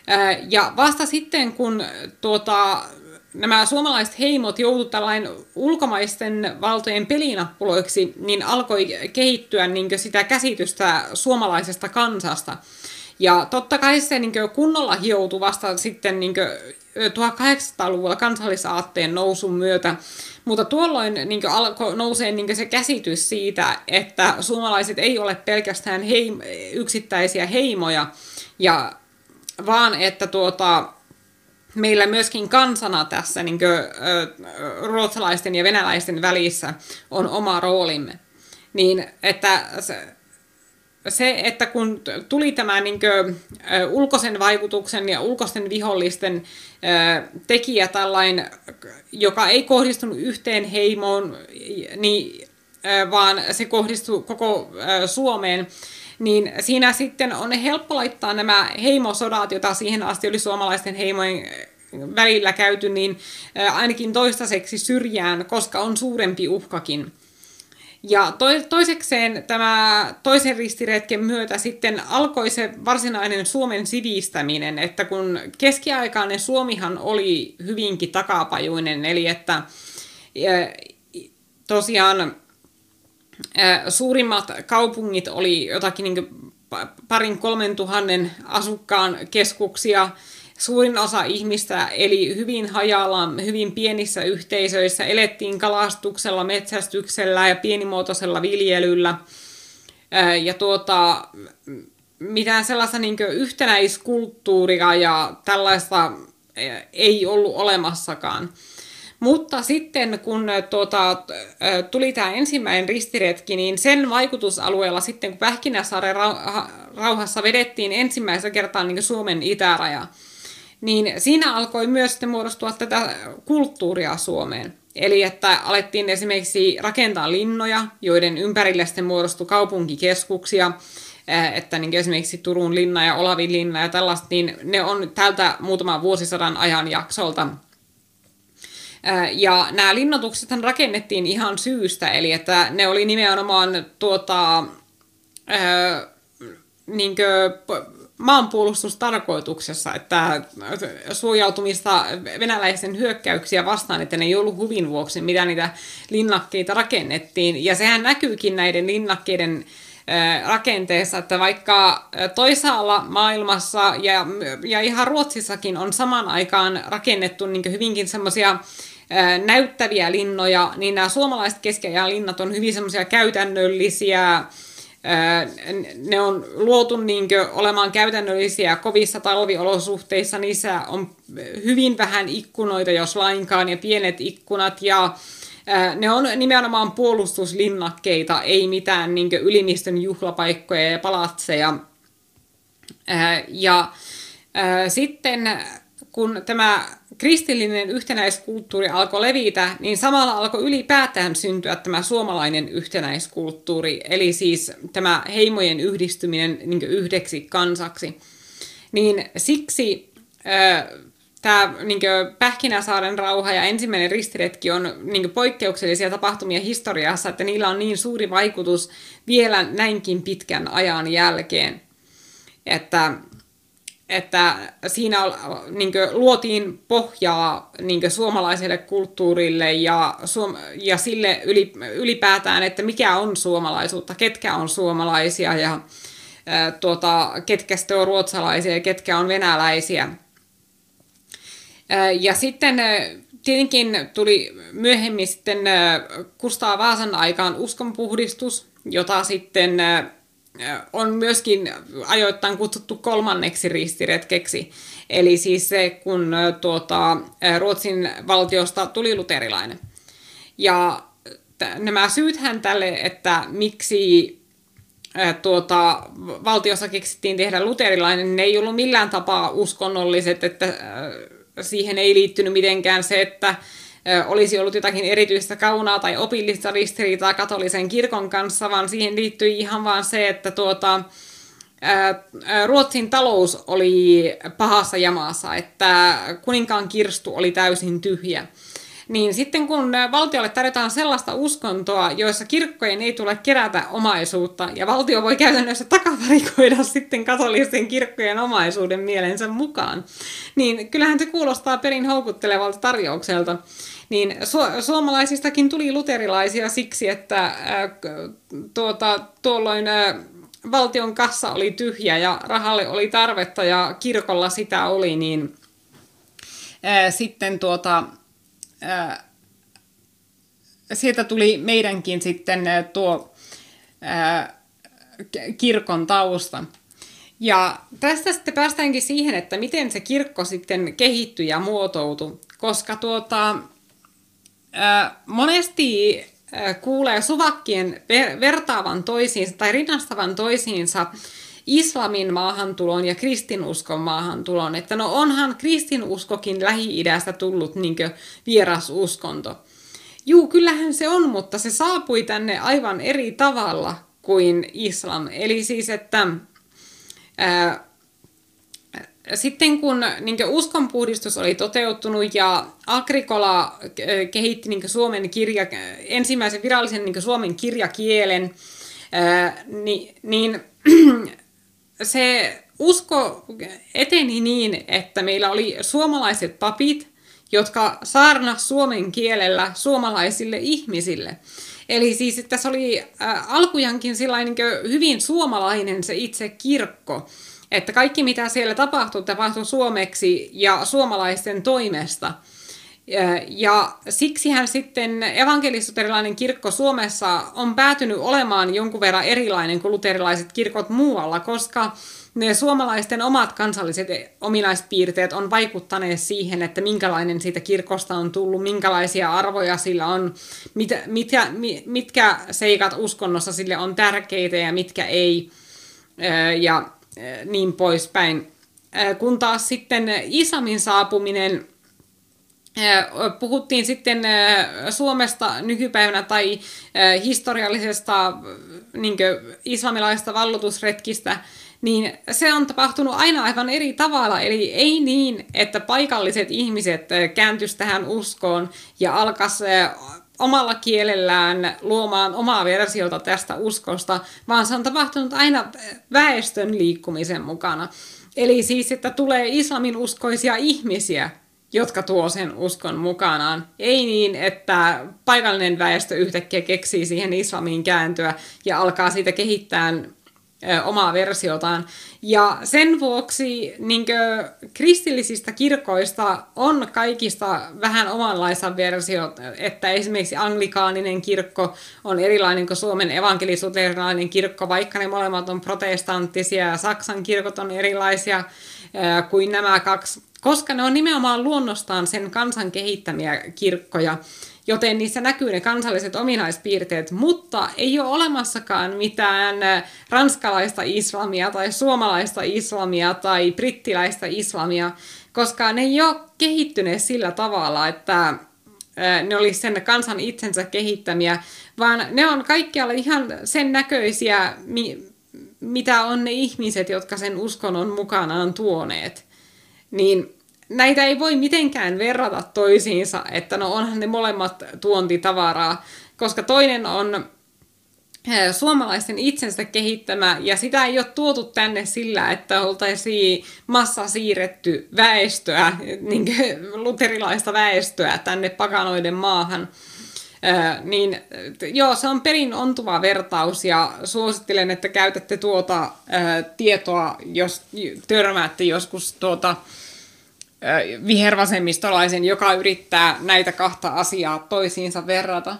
Ja vasta sitten, kun tuota, nämä suomalaiset heimot joutuivat tällainen ulkomaisten valtojen pelinappuloiksi, niin alkoi kehittyä niin sitä käsitystä suomalaisesta kansasta. Ja totta kai se niin kunnolla hioutui vasta sitten niin tuhatkahdeksansataaluvulla kansallisaatteen nousun myötä, mutta tuolloin niin alkoi nousee niin se käsitys siitä, että suomalaiset ei ole pelkästään heim- yksittäisiä heimoja, ja, vaan että tuota, meillä myöskin kansana tässä niin kuin, ruotsalaisten ja venäläisten välissä on oma roolimme. Niin, että se, se, että kun tuli tämä niin kuin, ulkoisen vaikutuksen ja ulkoisten vihollisten tekijä tällainen, joka ei kohdistunut yhteen heimoon, niin, vaan se kohdistui koko Suomeen, niin siinä sitten on helppo laittaa nämä heimosodat, joita siihen asti oli suomalaisten heimojen välillä käyty, niin ainakin toistaiseksi syrjään, koska on suurempi uhkakin. Ja toisekseen tämä toisen ristiretken myötä sitten alkoi se varsinainen Suomen sivistäminen, että kun keskiaikainen Suomihan oli hyvinkin takapajuinen, eli että tosiaan suurimmat kaupungit oli jotakin niin parin kolmen tuhannen asukkaan keskuksia. Suurin osa ihmistä eli hyvin hajalla, hyvin pienissä yhteisöissä, elettiin kalastuksella, metsästyksellä ja pienimuotoisella viljelyllä. Ja tuota, mitään sellaista niin kuin yhtenäiskulttuuria ja tällaista ei ollut olemassakaan. Mutta sitten kun tuota, tuli tämä ensimmäinen ristiretki, niin sen vaikutusalueella sitten, kun Pähkinäsaaren rauhassa vedettiin ensimmäistä kertaa niin Suomen itäraja, niin siinä alkoi myös sitten muodostua tätä kulttuuria Suomeen. Eli että alettiin esimerkiksi rakentaa linnoja, joiden ympärille sitten muodostui kaupunkikeskuksia, että niin esimerkiksi Turun linna ja Olavin linna ja tällaista, niin ne on tältä muutaman vuosisadan ajan jaksolta. Ja nämä linnoituksethan rakennettiin ihan syystä, eli että ne oli nimenomaan tuota, ää, niin kuin maanpuolustustarkoituksessa, että suojautumista venäläisen hyökkäyksiä vastaan, että ne ei ollut huvin vuoksi, mitä niitä linnakkeita rakennettiin. Ja sehän näkyykin näiden linnakkeiden rakenteessa, että vaikka toisaalla maailmassa ja, ja ihan Ruotsissakin on samaan aikaan rakennettu niin hyvinkin semmoisia näyttäviä linnoja, niin nämä suomalaiset keskiajan linnat on hyvin semmoisia käytännöllisiä. Ne on luotu niin olemaan käytännöllisiä kovissa talviolosuhteissa, niissä on hyvin vähän ikkunoita, jos lainkaan, ja pienet ikkunat, ja ne on nimenomaan puolustuslinnakkeita, ei mitään niin ylimistön juhlapaikkoja ja palatseja. Ja sitten kun tämä kristillinen yhtenäiskulttuuri alkoi levitä, niin samalla alkoi ylipäätään syntyä tämä suomalainen yhtenäiskulttuuri, eli siis tämä heimojen yhdistyminen niin yhdeksi kansaksi. Niin siksi äh, tämä niin Pähkinäsaaren rauha ja ensimmäinen ristiretki on niin poikkeuksellisia tapahtumia historiassa, että niillä on niin suuri vaikutus vielä näinkin pitkän ajan jälkeen, että että siinä niin kuin, luotiin pohjaa niin kuin, suomalaiselle kulttuurille ja, suom- ja sille ylipäätään, että mikä on suomalaisuutta, ketkä on suomalaisia ja ää, tuota, ketkä sitten on ruotsalaisia ja ketkä on venäläisiä. Ää, ja sitten tietenkin tuli myöhemmin sitten Kustaa Vaasan aikaan uskonpuhdistus, jota sitten on myöskin ajoittain kutsuttu kolmanneksi ristiretkeksi. Eli siis se, kun tuota, Ruotsin valtiosta tuli luterilainen. Ja t- nämä syythän tälle, että miksi ä, tuota, valtiossa keksittiin tehdä luterilainen, ne ei ollut millään tapaa uskonnolliset, että ä, siihen ei liittynyt mitenkään se, että olisi ollut jotakin erityistä kaunaa tai opillista ristiriitaa katolisen kirkon kanssa, vaan siihen liittyi ihan vaan se, että tuota, ää, Ruotsin talous oli pahassa jamassa, että kuninkaan kirstu oli täysin tyhjä. Niin sitten kun valtiolle tarjotaan sellaista uskontoa, joissa kirkkojen ei tule kerätä omaisuutta, ja valtio voi käytännössä takavarikoida sitten katolisten kirkkojen omaisuuden mielensä mukaan, niin kyllähän se kuulostaa perin houkuttelevalta tarjoukselta. Niin su- suomalaisistakin tuli luterilaisia siksi, että ää, tuota, tuolloin ää, valtion kassa oli tyhjä ja rahalle oli tarvetta ja kirkolla sitä oli, niin ää, sitten tuota, ää, sieltä tuli meidänkin sitten ää, tuo ää, kirkon tausta. Ja tästä sitten päästäänkin siihen, että miten se kirkko sitten kehittyi ja muotoutui, koska tuota, ää, monesti ää, kuulee suvakkien ver- vertaavan toisiinsa tai rinnastavan toisiinsa islamin maahantulon ja kristinuskon maahantulon, että no onhan kristinuskokin Lähi-idästä tullut niinkö vieras uskonto. Juu, kyllähän se on, mutta se saapui tänne aivan eri tavalla kuin islam. Eli siis, että ää, sitten kun niinkö uskonpuhdistus oli toteutunut ja Agricola kehitti niinkö Suomen kirja, ensimmäisen virallisen niinkö suomen kirjakielen, ää, niin, niin se usko eteni niin, että meillä oli suomalaiset papit, jotka saarnasivat suomen kielellä suomalaisille ihmisille. Eli siis, että se oli äh, alkujankin sellainen niin hyvin suomalainen se itse kirkko, että kaikki mitä siellä tapahtui, tapahtui suomeksi ja suomalaisten toimesta. Ja siksihän sitten evankelis-luterilainen kirkko Suomessa on päätynyt olemaan jonkun verran erilainen kuin luterilaiset kirkot muualla, koska ne suomalaisten omat kansalliset ominaispiirteet on vaikuttaneet siihen, että minkälainen siitä kirkosta on tullut, minkälaisia arvoja sillä on, mit, mitkä, mitkä seikat uskonnossa sille on tärkeitä ja mitkä ei, ja niin poispäin. Kun taas sitten islamin saapuminen, puhuttiin sitten Suomesta nykypäivänä tai historiallisesta niin kuin islamilaisesta valloitusretkistä, niin se on tapahtunut aina aivan eri tavalla. Eli ei niin, että paikalliset ihmiset kääntyisivät tähän uskoon ja alkaisivat omalla kielellään luomaan omaa versiota tästä uskosta, vaan se on tapahtunut aina väestön liikkumisen mukana. Eli siis, että tulee islamin uskoisia ihmisiä, jotka tuo sen uskon mukanaan. Ei niin, että paikallinen väestö yhtäkkiä keksii siihen islamiin kääntyä ja alkaa siitä kehittää ö, omaa versiotaan. Ja sen vuoksi niin kuin kristillisistä kirkoista on kaikista vähän omanlaisa versio, että esimerkiksi anglikaaninen kirkko on erilainen kuin Suomen evankelis-luterilainen kirkko, vaikka ne molemmat on protestanttisia ja Saksan kirkot on erilaisia ö, kuin nämä kaksi, koska ne on nimenomaan luonnostaan sen kansan kehittämiä kirkkoja, joten niissä näkyy ne kansalliset ominaispiirteet, mutta ei ole olemassakaan mitään ranskalaista islamia tai suomalaista islamia tai brittiläistä islamia, koska ne ei ole kehittyneet sillä tavalla, että ne olisi sen kansan itsensä kehittämiä, vaan ne on kaikkialla ihan sen näköisiä, mitä on ne ihmiset, jotka sen uskonnon mukanaan tuoneet. Niin näitä ei voi mitenkään verrata toisiinsa, että no onhan ne molemmat tuontitavaraa, koska toinen on suomalaisten itsensä kehittämä, ja sitä ei ole tuotu tänne sillä, että oltaisiin massa siirretty väestöä, niin luterilaista väestöä tänne pakanoiden maahan. Äh, niin joo, se on perin ontuva vertaus, ja suosittelen, että käytätte tuota äh, tietoa, jos törmäätte joskus tuota äh, vihervasemmistolaisen, joka yrittää näitä kahta asiaa toisiinsa verrata.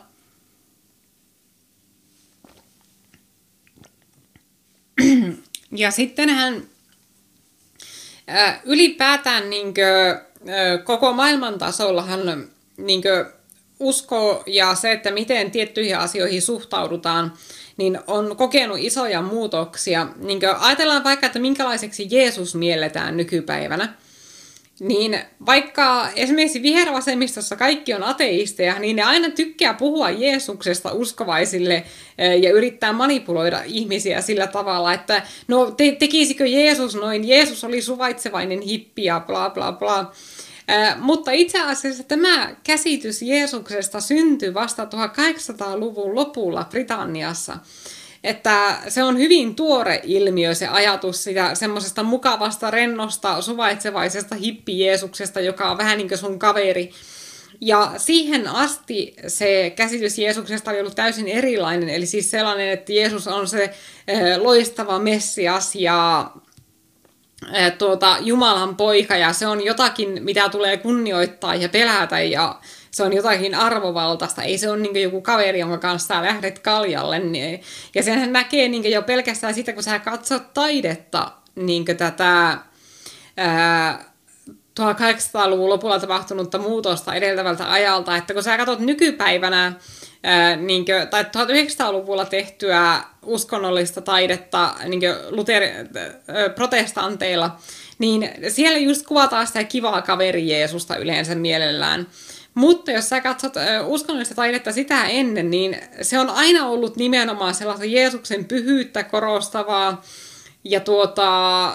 Ja sittenhän äh, ylipäätään niinkö, äh, koko maailman tasollahan niinkö usko ja se, että miten tiettyihin asioihin suhtaudutaan, niin on kokenut isoja muutoksia. Niin ajatellaan vaikka, että minkälaiseksi Jeesus mielletään nykypäivänä, niin vaikka esimerkiksi vihervasemmistossa kaikki on ateisteja, niin ne aina tykkää puhua Jeesuksesta uskovaisille ja yrittää manipuloida ihmisiä sillä tavalla, että no te- tekisikö Jeesus noin, Jeesus oli suvaitsevainen hippi ja bla bla bla. Mutta itse asiassa tämä käsitys Jeesuksesta syntyi vasta tuhatkahdeksansataaluvun lopulla Britanniassa. Että se on hyvin tuore ilmiö, se ajatus sitä semmoisesta mukavasta, rennosta, suvaitsevaisesta hippi-Jeesuksesta, joka on vähän niin kuin sun kaveri. Ja siihen asti se käsitys Jeesuksesta oli ollut täysin erilainen, eli siis sellainen, että Jeesus on se loistava Messias ja tuota, Jumalan poika, ja se on jotakin, mitä tulee kunnioittaa ja pelätä, ja se on jotakin arvovaltaista. Ei se ole niin joku kaveri, jonka kanssa sä lähdet kaljalle. Niin, ja senhän näkee niin jo pelkästään sitä, kun sä katsot taidetta, niin tätä ää, tuhatkahdeksansataaluvun lopulla tapahtunutta muutosta edeltävältä ajalta, että kun sä katsot nykypäivänä ää, niin kuin, tai tuhatyhdeksänsataaluvulla tehtyä uskonnollista taidetta niin Luther, ää, protestanteilla, niin siellä just kuvataan sitä kivaa kaveri Jeesusta yleensä mielellään. Mutta jos sä katsot uskonnollista taidetta sitä ennen, niin se on aina ollut nimenomaan sellaista Jeesuksen pyhyyttä korostavaa. Ja tuota,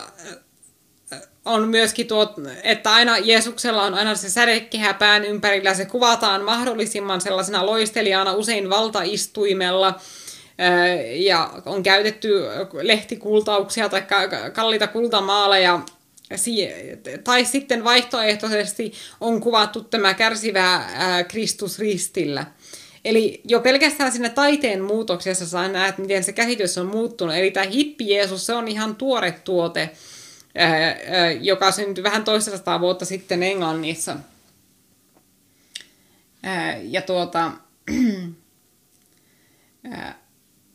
on myöskin tuo, että aina Jeesuksella on aina se sädekehä pään ympärillä. Se kuvataan mahdollisimman sellaisena loistelijana, usein valtaistuimella. Ja on käytetty lehtikultauksia tai kalliita kultamaaleja. Tai sitten vaihtoehtoisesti on kuvattu tämä kärsivä ää, Kristus ristillä. Eli jo pelkästään siinä taiteen muutoksessa saa nähdä, miten se käsitys on muuttunut. Eli tämä hippi-Jeesus, se on ihan tuore tuote, ää, ää, joka syntyi vähän toistasataa vuotta sitten Englannissa. Ää, ja tuota... ää,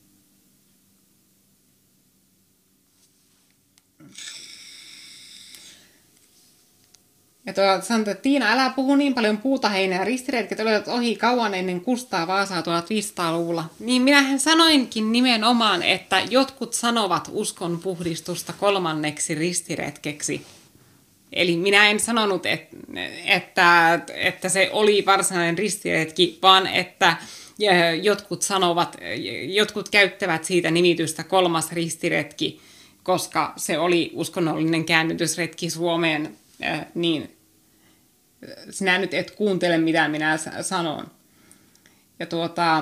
Ja tuo sanoi, että Tiina, älä puhu niin paljon puuta heinää, ristiretket olivat ohi kauan ennen Kustaa Vaasaa tuhatviisisataaluvulla. Niin minähän sanoinkin nimenomaan, että jotkut sanovat uskon puhdistusta kolmanneksi ristiretkeksi. Eli minä en sanonut, että, että, että se oli varsinainen ristiretki, vaan että jotkut sanovat, jotkut käyttävät siitä nimitystä kolmas ristiretki, koska se oli uskonnollinen käännytysretki Suomeen. Äh, niin sinä nyt et kuuntele, mitä minä sanon. Ja tuota,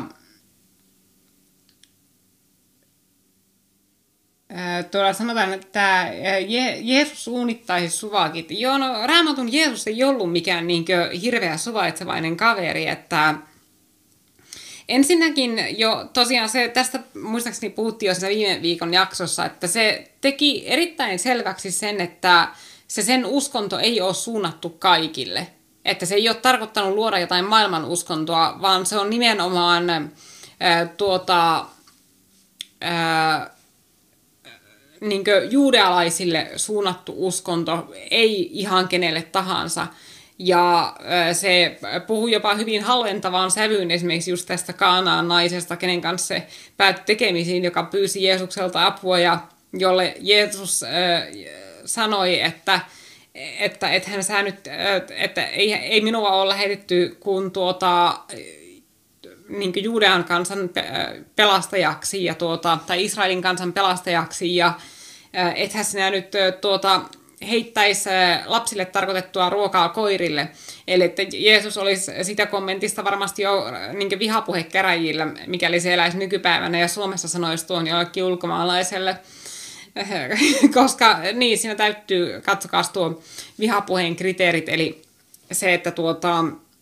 äh, tuolla sanotaan, että Je- Jeesus suunnittaisi suvakit. Joo, no Raamatun Jeesus ei ollut mikään niinkö hirveä suvaitsevainen kaveri, että ensinnäkin jo tosiaan se, tästä muistaakseni puhuttiin jo siinä viime viikon jaksossa, että se teki erittäin selväksi sen, että se sen uskonto ei ole suunnattu kaikille. Että se ei ole tarkoittanut luoda jotain maailman uskontoa, vaan se on nimenomaan ää, tuota, ää, niin kuin juudealaisille suunnattu uskonto, ei ihan kenelle tahansa. Ja ää, se puhuu jopa hyvin halventavaan sävyyn esimerkiksi just tästä Kaanaan naisesta, kenen kanssa se päätyi tekemisiin, joka pyysi Jeesukselta apua ja jolle Jeesus ää, sanoi, että, että ethän sä nyt, että ei, ei minua ole lähetetty kuin tuota, niin kuin Juudean kansan pelastajaksi ja tuota, tai Israelin kansan pelastajaksi ja ethän sinä nyt tuota, heittäisi lapsille tarkoitettua ruokaa koirille. Eli että Jeesus olisi sitä kommentista varmasti jo niin vihapuhe käräjillä, mikäli se eläisi nykypäivänä ja Suomessa sanoisi tuon jollekin ulkomaalaiselle. Koska niin, siinä täytyy katsokaa tuo vihapuheen kriteerit, eli se, että tuota,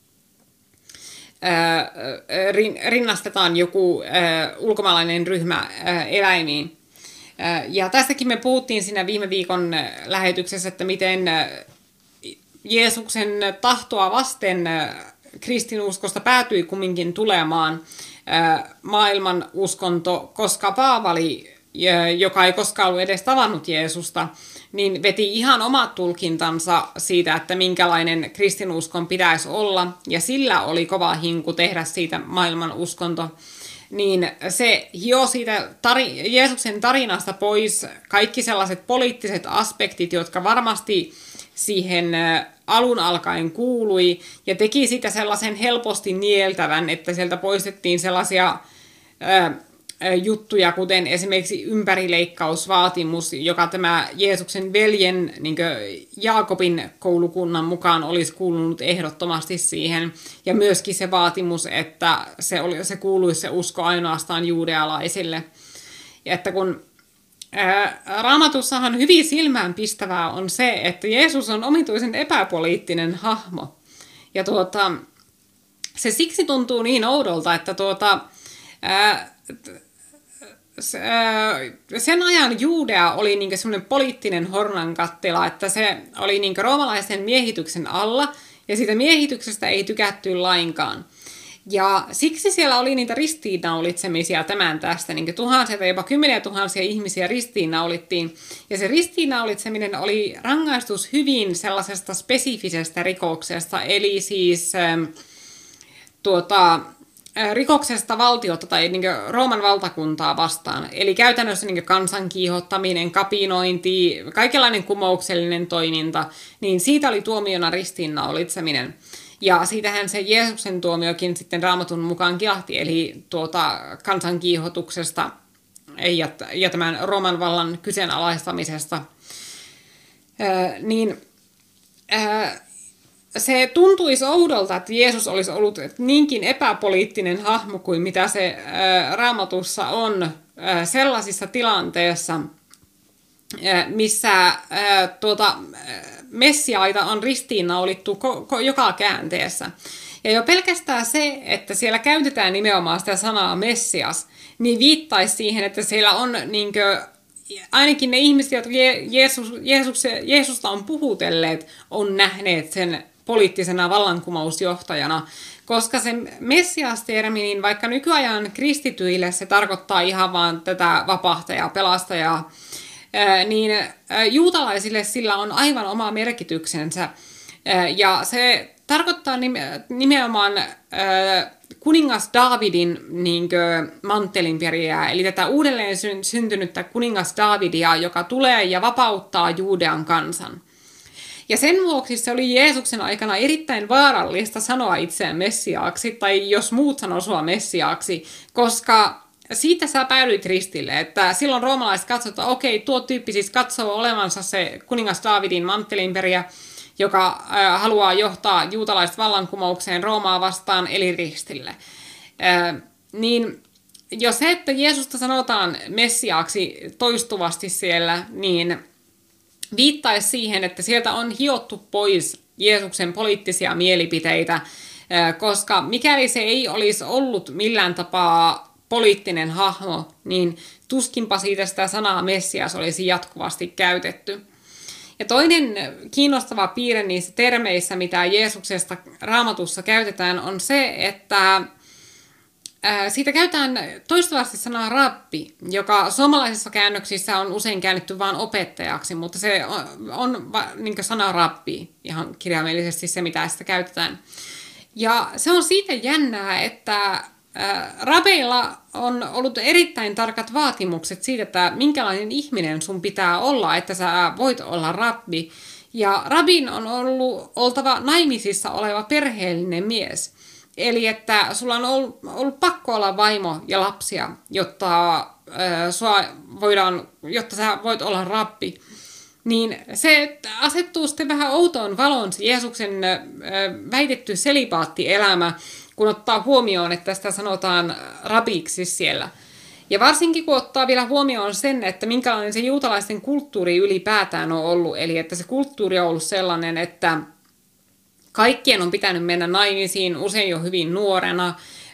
ää, rinnastetaan joku ää, ulkomaalainen ryhmä ää, eläimiin. Ää, ja tästäkin me puhuttiin siinä viime viikon lähetyksessä, että miten ää, Jeesuksen tahtoa vasten ää, kristinuskosta päätyi kumminkin tulemaan ää, maailman uskonto, koska Paavali, joka ei koskaan ollut edes tavannut Jeesusta, niin veti ihan omat tulkintansa siitä, että minkälainen kristinuskon pitäisi olla, ja sillä oli kova hinku tehdä siitä maailman uskonto. Niin se hio siitä tari- Jeesuksen tarinasta pois kaikki sellaiset poliittiset aspektit, jotka varmasti siihen alun alkaen kuului, ja teki sitä sellaisen helposti nieltävän, että sieltä poistettiin sellaisia Ää, juttuja, kuten esimerkiksi ympärileikkausvaatimus, joka tämä Jeesuksen veljen niin Jaakobin koulukunnan mukaan olisi kuulunut ehdottomasti siihen. Ja myöskin se vaatimus, että se, oli, se kuuluisi se usko ainoastaan juudealaisille. Ja että kun ää, Raamatussahan hyvin silmäänpistävää on se, että Jeesus on omituisen epäpoliittinen hahmo. Ja tuota, se siksi tuntuu niin oudolta, että tuota, ää, sen ajan Judea oli niinku semmoinen poliittinen hornankattila, että se oli niinku roomalaisen miehityksen alla, ja siitä miehityksestä ei tykätty lainkaan. Ja siksi siellä oli niitä ristiinnaulitsemisia tämän tästä, niin tuhansia tai jopa kymmeniä tuhansia ihmisiä ristiinnaulittiin. Ja se ristiinnaulitseminen oli rangaistus hyvin sellaisesta spesifisestä rikoksesta, eli siis ähm, tuota, rikoksesta valtiota tai niin Rooman valtakuntaa vastaan. Eli käytännössä niin kansan kiihottaminen, kapinointi, kaikenlainen kumouksellinen toiminta, niin siitä oli tuomiona ristiinnaulitseminen. Ja siitähän se Jeesuksen tuomiokin sitten Raamatun mukaan kilahti, eli tuota kansan kiihotuksesta ja, ja tämän Rooman vallan kyseenalaistamisesta. Ää, niin ää, se tuntuisi oudolta, että Jeesus olisi ollut niinkin epäpoliittinen hahmo kuin mitä se ää, Raamatussa on ää, sellaisissa tilanteissa, ää, missä ää, tuota, messiaita on ristiinnaulittu ko- ko- joka käänteessä. Ja jo pelkästään se, että siellä käytetään nimenomaan sitä sanaa Messias, niin viittaisi siihen, että siellä on niinkö, ainakin ne ihmiset, jotka Jeesus, Jeesus, Jeesusta on puhutelleet, on nähneet sen poliittisena vallankumousjohtajana, koska se Messias-termi, niin vaikka nykyajan kristityille se tarkoittaa ihan vaan tätä vapahtajaa, pelastajaa, niin juutalaisille sillä on aivan oma merkityksensä. Ja se tarkoittaa nimenomaan kuningas Daavidin niinkö manttelinperijää, eli tätä uudelleen syntynyttä kuningas Daavidia, joka tulee ja vapauttaa Juudean kansan. Ja sen vuoksi se oli Jeesuksen aikana erittäin vaarallista sanoa itseään messiaaksi, tai jos muut sanoo sua messiaaksi, koska siitä sä päädyit ristille, että silloin roomalaiset katsoivat, että okei, tuo tyyppi siis katsoo olevansa se kuningas Daavidin manttelinperijä, joka äh, haluaa johtaa juutalaiset vallankumoukseen Roomaa vastaan, eli ristille. Äh, niin jo se, että Jeesusta sanotaan messiaaksi toistuvasti siellä, niin viittaisi siihen, että sieltä on hiottu pois Jeesuksen poliittisia mielipiteitä, äh, koska mikäli se ei olisi ollut millään tapaa poliittinen hahmo, niin tuskinpa siitä sitä sanaa Messias olisi jatkuvasti käytetty. Ja toinen kiinnostava piirre niissä termeissä, mitä Jeesuksesta Raamatussa käytetään, on se, että ää, siitä käytetään toistuvasti sanaa rabbi, joka suomalaisissa käännöksissä on usein käännetty vain opettajaksi, mutta se on, on niin kuin sana rabbi, ihan kirjaimellisesti se, mitä sitä käytetään. Ja se on siitä jännää, että rabeilla on ollut erittäin tarkat vaatimukset siitä, että minkälainen ihminen sun pitää olla, että sä voit olla rabbi. Ja rabin on ollut oltava naimisissa oleva perheellinen mies. Eli että sulla on ollut, ollut pakko olla vaimo ja lapsia, jotta, äh, sua voidaan, jotta sä voit olla rabbi. Niin se asettuu sitten vähän outoon valoon se Jeesuksen äh, väitetty selibaattielämä, kun ottaa huomioon, että sitä sanotaan rabiksi siellä. Ja varsinkin kun ottaa vielä huomioon sen, että minkälainen se juutalaisten kulttuuri ylipäätään on ollut. Eli että se kulttuuri on ollut sellainen, että kaikkien on pitänyt mennä naimisiin usein jo hyvin nuorena.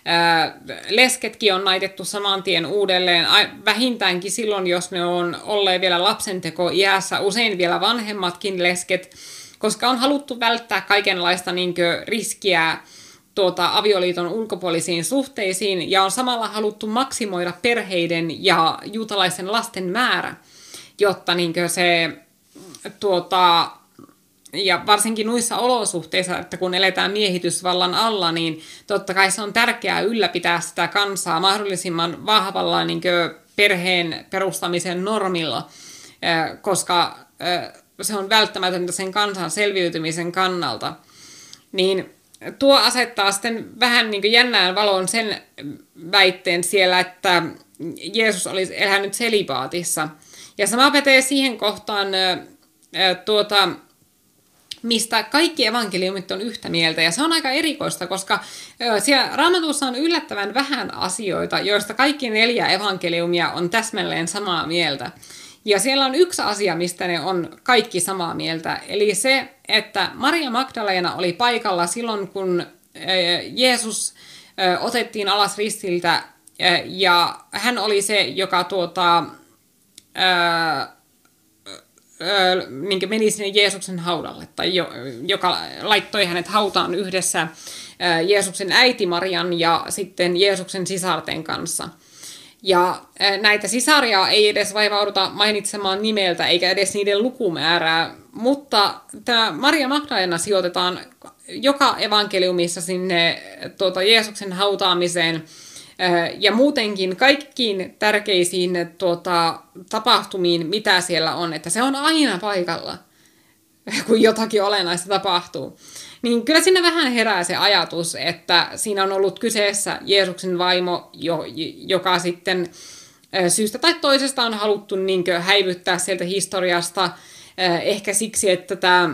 Lesketkin on naitettu saman tien uudelleen, vähintäänkin silloin, jos ne on olleet vielä lapsenteko-iässä, usein vielä vanhemmatkin lesket, koska on haluttu välttää kaikenlaista niinkö riskiä tuota, avioliiton ulkopuolisiin suhteisiin, ja on samalla haluttu maksimoida perheiden ja juutalaisen lasten määrä, jotta niinkö se, tuota, ja varsinkin noissa olosuhteissa, että kun eletään miehitysvallan alla, niin totta kai se on tärkeää ylläpitää sitä kansaa mahdollisimman vahvalla niinkö perheen perustamisen normilla, koska se on välttämätöntä sen kansan selviytymisen kannalta. Niin tuo asettaa sitten vähän niin kuin jännään valoon sen väitteen siellä, että Jeesus olisi elänyt selibaatissa. Ja sama pätee siihen kohtaan, ää, tuota, mistä kaikki evankeliumit on yhtä mieltä. Ja se on aika erikoista, koska ää, siellä Raamatussa on yllättävän vähän asioita, joista kaikki neljä evankeliumia on täsmälleen samaa mieltä. Ja siellä on yksi asia, mistä ne on kaikki samaa mieltä. Eli se, että Maria Magdalena oli paikalla silloin, kun Jeesus otettiin alas ristiltä, ja hän oli se, joka tuota, ää, ää, niin meni sinne Jeesuksen haudalle, tai jo, joka laittoi hänet hautaan yhdessä ää, Jeesuksen äiti Marian ja sitten Jeesuksen sisarten kanssa. Ja näitä sisaria ei edes vaivauduta mainitsemaan nimeltä, eikä edes niiden lukumäärää, mutta tämä Maria Magdalena sijoitetaan joka evankeliumissa sinne tuota, Jeesuksen hautaamiseen ja muutenkin kaikkiin tärkeisiin tuota, tapahtumiin, mitä siellä on, että se on aina paikalla, kun jotakin olennaista tapahtuu. Niin kyllä siinä vähän herää se ajatus, että siinä on ollut kyseessä Jeesuksen vaimo, joka sitten syystä tai toisesta on haluttu niin kuin häivyttää sieltä historiasta. Ehkä siksi, että tämä,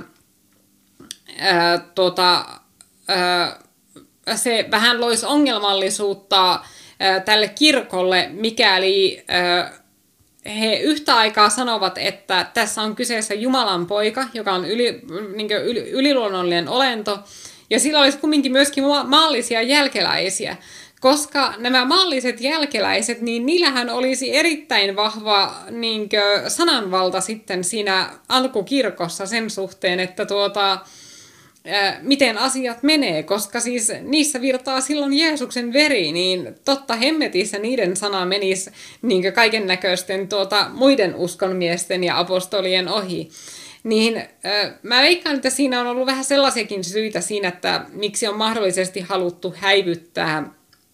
ää, tota, ää, se vähän loisi ongelmallisuutta ää, tälle kirkolle, mikäli ää, he yhtä aikaa sanovat, että tässä on kyseessä Jumalan poika, joka on yli, niin kuin yli, yliluonnollinen olento, ja sillä olisi kumminkin myöskin maallisia jälkeläisiä, koska nämä maalliset jälkeläiset, niin niillähän olisi erittäin vahva niin kuin sananvalta sitten siinä alkukirkossa sen suhteen, että tuota, miten asiat menee, koska siis niissä virtaa silloin Jeesuksen veri, niin totta hemmetissä niiden sana menisi niin kaiken näköisten tuota, muiden uskonmiesten ja apostolien ohi. Niin äh, mä veikkaan, että siinä on ollut vähän sellaisiakin syitä siinä, että miksi on mahdollisesti haluttu häivyttää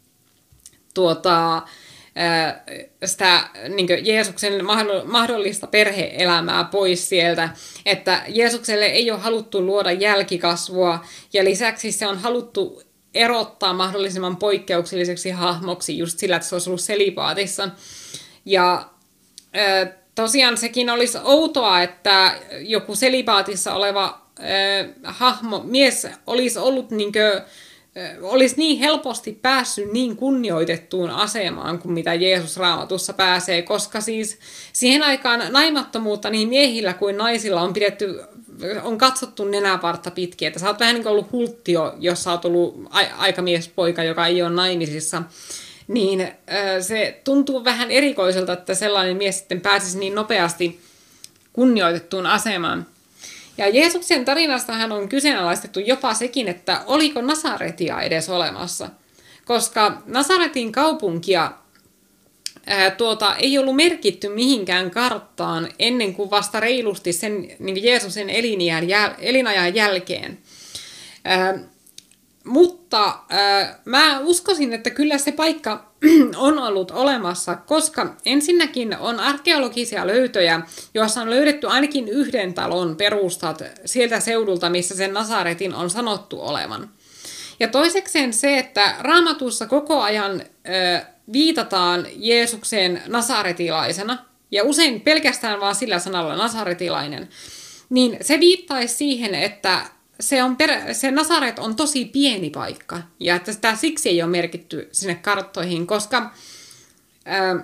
tuota, äh, sitä niin Jeesuksen mahdollista perhe-elämää pois sieltä, että Jeesukselle ei ole haluttu luoda jälkikasvua, ja lisäksi se on haluttu erottaa mahdollisimman poikkeukselliseksi hahmoksi just sillä, että se olisi ollut selibaatissa. Ja äh, tosiaan sekin olisi outoa, että joku selibaatissa oleva äh, hahmo, mies olisi ollut niinkö olisi niin helposti päässyt niin kunnioitettuun asemaan kuin mitä Jeesus Raamatussa pääsee, koska siis siihen aikaan naimattomuutta niin miehillä kuin naisilla on pidetty, on katsottu nenäpartta pitkin, että sä oot vähän niin kuin ollut hulttio, jos sä oot ollut a- aikamiespoika, joka ei ole naimisissa, niin se tuntuu vähän erikoiselta, että sellainen mies sitten pääsisi niin nopeasti kunnioitettuun asemaan. Ja Jeesuksen tarinastahan on kyseenalaistettu jopa sekin, että oliko Nasaretia edes olemassa. Koska Nasaretin kaupunkia ää, tuota, ei ollut merkitty mihinkään karttaan ennen kuin vasta reilusti sen niin Jeesuksen elinajan, jäl, elinajan jälkeen. Ää, mutta äh, mä uskoisin, että kyllä se paikka on ollut olemassa, koska ensinnäkin on arkeologisia löytöjä, joissa on löydetty ainakin yhden talon perustat sieltä seudulta, missä sen Nasaretin on sanottu olevan. Ja toisekseen se, että Raamatussa koko ajan äh, viitataan Jeesukseen nasaretilaisena, ja usein pelkästään vaan sillä sanalla nasaretilainen, niin se viittaisi siihen, että Se, on per, se Nasaret on tosi pieni paikka, ja että sitä siksi ei ole merkitty sinne karttoihin, koska ää,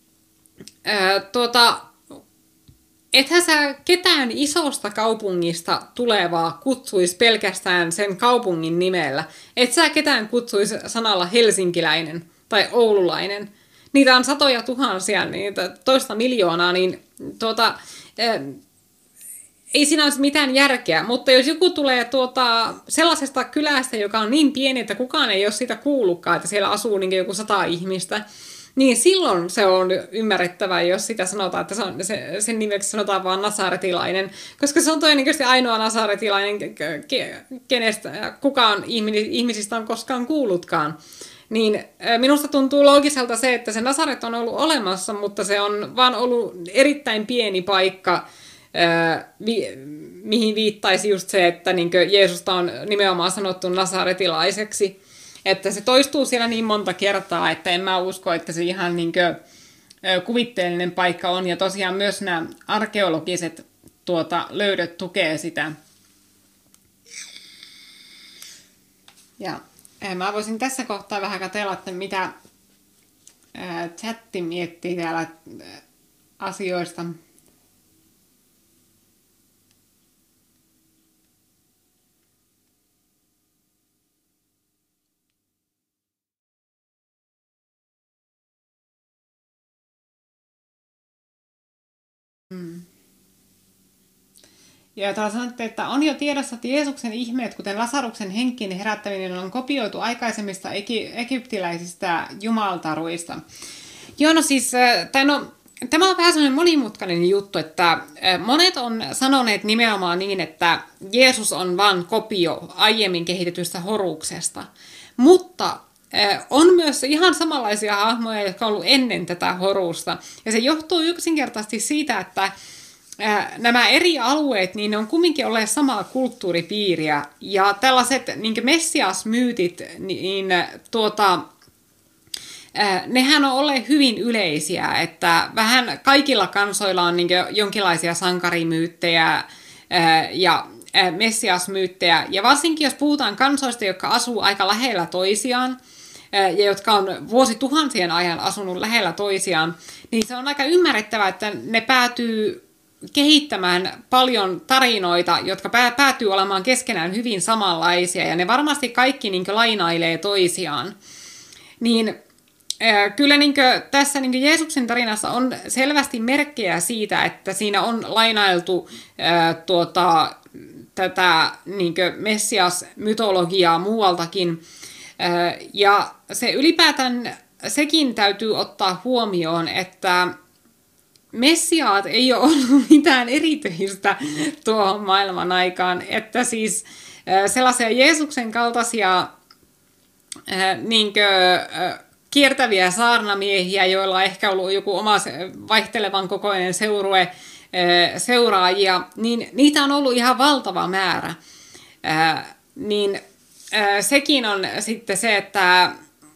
ää, tuota, ethän sä ketään isosta kaupungista tulevaa kutsuisi pelkästään sen kaupungin nimellä. Et sä ketään kutsuisi sanalla helsinkiläinen tai oululainen. Niitä on satoja tuhansia, niitä toista miljoonaa, niin tuota... Ää, ei siinä olisi mitään järkeä, mutta jos joku tulee tuota, sellaisesta kylästä, joka on niin pieni, että kukaan ei ole siitä kuullutkaan, että siellä asuu niin joku sata ihmistä, niin silloin se on ymmärrettävää, jos sitä sanotaan, että se on, se, sen nimeksi sanotaan vaan nasaretilainen, koska se on todennäköisesti ainoa nasaretilainen, kenestä kukaan ihmisistä on koskaan kuullutkaan. Niin minusta tuntuu loogiselta se, että se Nasaret on ollut olemassa, mutta se on vaan ollut erittäin pieni paikka, Vi, mihin viittaisi just se, että niin Jeesusta on nimenomaan sanottu nasaretilaiseksi. Että se toistuu siellä niin monta kertaa, että en mä usko, että se ihan niin kuin, kuvitteellinen paikka on. Ja tosiaan myös nämä arkeologiset tuota, löydöt tukee sitä. Ja mä voisin tässä kohtaa vähän katsella, että mitä chatti miettii täällä asioista. Hmm. Ja täällä sanotte, että on jo tiedossa, että Jeesuksen ihmeet, kuten Lasaruksen henkiin herättäminen, on kopioitu aikaisemmista eki- egyptiläisistä jumaltaruista. Joo, no siis, tai no, tämä on vähän sellainen monimutkainen juttu, että monet on sanoneet nimenomaan niin, että Jeesus on vain kopio aiemmin kehitetystä Horuksesta. Mutta on myös ihan samanlaisia hahmoja, jotka on ollut ennen tätä Horusta. Ja se johtuu yksinkertaisesti siitä, että nämä eri alueet, niin ne on kumminkin olleet samaa kulttuuripiiriä. Ja tällaiset niin messiasmyytit, niin tuota, nehän on olleet hyvin yleisiä, että vähän kaikilla kansoilla on niin jonkinlaisia sankarimyyttejä ja messiasmyyttejä. Ja varsinkin jos puhutaan kansoista, jotka asuu aika lähellä toisiaan, ja jotka on vuosituhansien ajan asunut lähellä toisiaan, niin se on aika ymmärrettävää, että ne päätyy kehittämään paljon tarinoita, jotka päätyy olemaan keskenään hyvin samanlaisia, ja ne varmasti kaikki niin kuin lainailee toisiaan. Niin äh, kyllä niin kuin tässä niin kuin Jeesuksen tarinassa on selvästi merkkejä siitä, että siinä on lainailtu äh, tuota, tätä niin kuin Messias-mytologiaa muualtakin, äh, ja se ylipäätään sekin täytyy ottaa huomioon, että Messiaat ei ole ollut mitään erityistä tuohon maailman aikaan, että siis sellaisia Jeesuksen kaltaisia niinkö, kiertäviä saarnamiehiä, joilla on ehkä ollut joku oma vaihtelevan kokoinen seurue seuraajia, niin niitä on ollut ihan valtava määrä. Niin sekin on sitten se, että,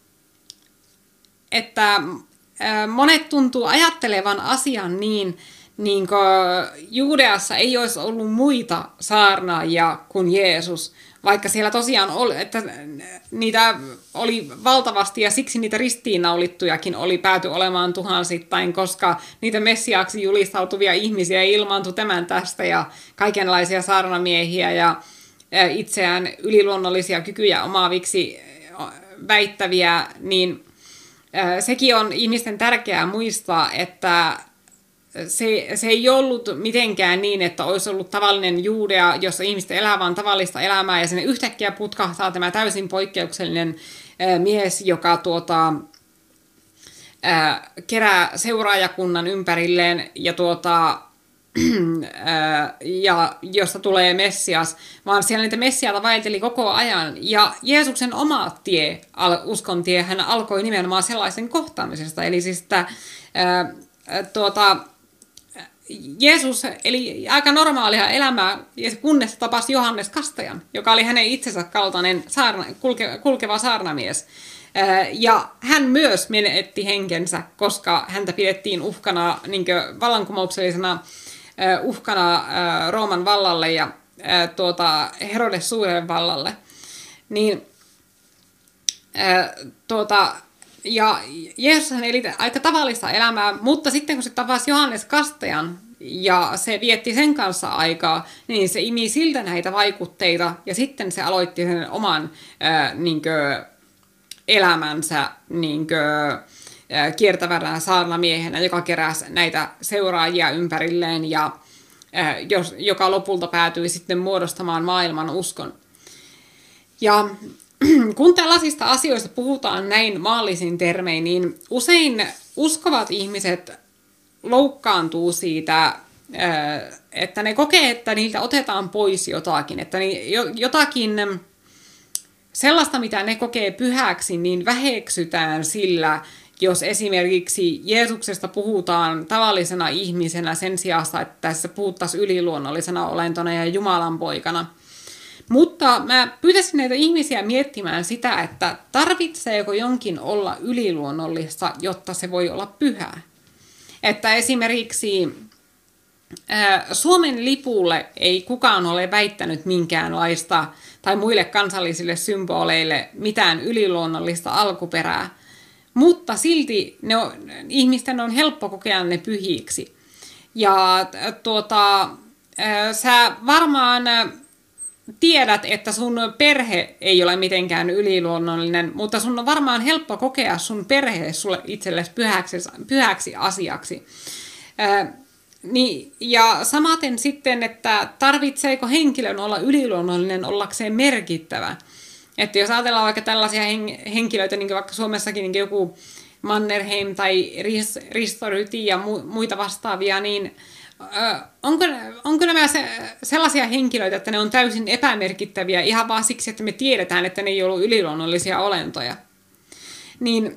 että monet tuntuu ajattelevan asian niin, niin kuin Juudeassa ei olisi ollut muita saarnaajia kuin Jeesus, vaikka siellä tosiaan oli, että niitä oli valtavasti ja siksi niitä ristiinnaulittujakin oli pääty olemaan tuhansittain, koska niitä messiaaksi julistautuvia ihmisiä ilmaantui tämän tästä ja kaikenlaisia saarnamiehiä ja itseään yliluonnollisia kykyjä omaaviksi väittäviä, niin sekin on ihmisten tärkeää muistaa, että se, se ei ollut mitenkään niin, että olisi ollut tavallinen Juudea, jossa ihmiset elää vaan tavallista elämää, ja sinne yhtäkkiä putkahtaa tämä täysin poikkeuksellinen mies, joka tuota, ää, kerää seuraajakunnan ympärilleen, ja, tuota, ää, ja josta tulee Messias, vaan siellä niitä Messiaita vaelteli koko ajan. Ja Jeesuksen oma tie, uskon tie, hän alkoi nimenomaan sellaisen kohtaamisesta. Eli siis, että ää, tuota, Jeesus eli aika normaalia elämää, kunnes tapasi Johannes Kastajan, joka oli hänen itsensä kaltainen saarna, kulke, kulkeva saarnamies. Ja hän myös menetti henkensä, koska häntä pidettiin uhkana, niin kuin vallankumouksellisena uhkana Rooman vallalle ja tuota, Herodes suurelle vallalle. Niin, tuota, ja Jeesushan eli aika tavallista elämää, mutta sitten kun se tapasi Johannes Kastajan ja se vietti sen kanssa aikaa, niin se imi siltä näitä vaikutteita ja sitten se aloitti sen oman ää, niinkö, elämänsä niinkö, ää, kiertävänä saarnamiehenä, joka keräsi näitä seuraajia ympärilleen ja ää, jos, joka lopulta päätyi sitten muodostamaan maailman uskon. Ja kun tällaisista asioista puhutaan näin maallisin termein, niin usein uskovat ihmiset loukkaantuu siitä, että ne kokee, että niiltä otetaan pois jotakin, että jotakin sellaista, mitä ne kokee pyhäksi, niin väheksytään sillä, jos esimerkiksi Jeesuksesta puhutaan tavallisena ihmisenä sen sijaan, että tässä puhuttaisiin yliluonnollisena olentona ja Jumalan poikana. Mutta mä pyytäisin näitä ihmisiä miettimään sitä, että tarvitseeko jonkin olla yliluonnollista, jotta se voi olla pyhää. Että esimerkiksi ää, Suomen lipulle ei kukaan ole väittänyt minkäänlaista tai muille kansallisille symboleille mitään yliluonnollista alkuperää, mutta silti ne on, ihmisten on helppo kokea ne pyhiksi. Ja tuota, ää, sä varmaan tiedät, että sun perhe ei ole mitenkään yliluonnollinen, mutta sun on varmaan helppo kokea sun perhe sulle itsellesi pyhäksi, pyhäksi asiaksi. Ää, niin, ja samaten sitten, että tarvitseeko henkilön olla yliluonnollinen ollakseen merkittävä. Että jos ajatellaan vaikka tällaisia henkilöitä, niin kuin vaikka Suomessakin niin kuin joku Mannerheim tai Risto Ryti ja muita vastaavia, niin Onko, onko nämä se, sellaisia henkilöitä, että ne on täysin epämerkittäviä ihan vaan siksi, että me tiedetään, että ne ei ollut yliluonnollisia olentoja? Niin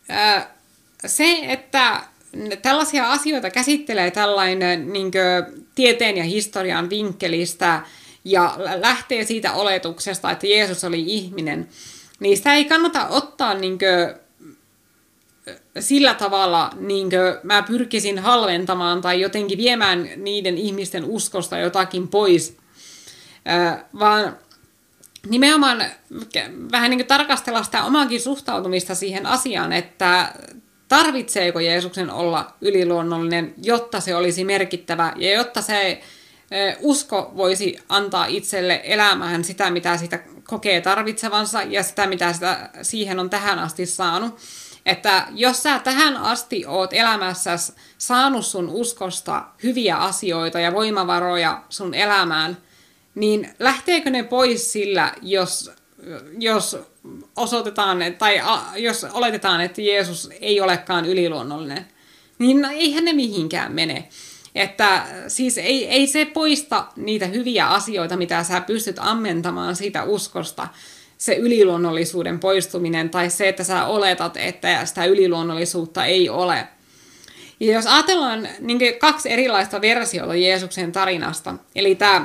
se, että tällaisia asioita käsittelee tällainen niin kuin tieteen ja historian vinkkelistä ja lähtee siitä oletuksesta, että Jeesus oli ihminen, niin sitä ei kannata ottaa niin kuin sillä tavalla niin kuin mä pyrkisin halventamaan tai jotenkin viemään niiden ihmisten uskosta jotakin pois, äh, vaan nimenomaan vähän niin kuin tarkastella sitä omaakin suhtautumista siihen asiaan, että tarvitseeko Jeesuksen olla yliluonnollinen, jotta se olisi merkittävä ja jotta se äh, usko voisi antaa itselle elämään sitä, mitä sitä kokee tarvitsevansa ja sitä, mitä sitä siihen on tähän asti saanut. Että jos sä tähän asti oot elämässäsi saanut sun uskosta hyviä asioita ja voimavaroja sun elämään, niin lähteekö ne pois sillä, jos, jos osoitetaan tai jos oletetaan, että Jeesus ei olekaan yliluonnollinen? Niin eihän ne mihinkään mene. Että siis ei, ei se poista niitä hyviä asioita, mitä sä pystyt ammentamaan siitä uskosta. Se yliluonnollisuuden poistuminen tai se, että sä oletat, että sitä yliluonnollisuutta ei ole. Ja jos ajatellaan niin kaksi erilaista versiota Jeesuksen tarinasta, eli tämä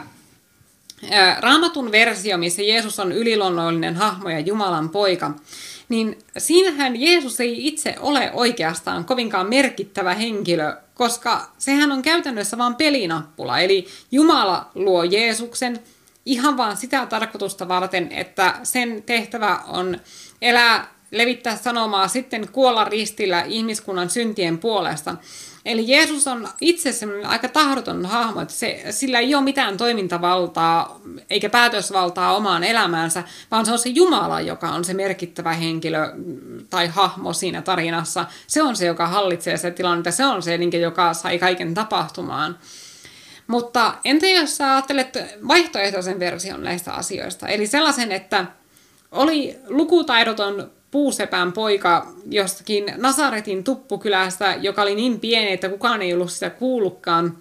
ää, Raamatun versio, missä Jeesus on yliluonnollinen hahmo ja Jumalan poika, niin siinähän Jeesus ei itse ole oikeastaan kovinkaan merkittävä henkilö, koska sehän on käytännössä vain pelinappula, eli Jumala luo Jeesuksen, ihan vaan sitä tarkoitusta varten, että sen tehtävä on elää, levittää sanomaa, sitten kuolla ristillä ihmiskunnan syntien puolesta. Eli Jeesus on itse semmoinen aika tahdoton hahmo, että se, sillä ei ole mitään toimintavaltaa eikä päätösvaltaa omaan elämäänsä, vaan se on se Jumala, joka on se merkittävä henkilö tai hahmo siinä tarinassa. Se on se, joka hallitsee se tilannetta, se on se, joka sai kaiken tapahtumaan. Mutta entä jos sä ajattelet vaihtoehtoisen version näistä asioista, eli sellaisen, että oli lukutaidoton puusepän poika jostakin Nasaretin tuppukylästä, joka oli niin pieni, että kukaan ei ollut sitä kuullutkaan.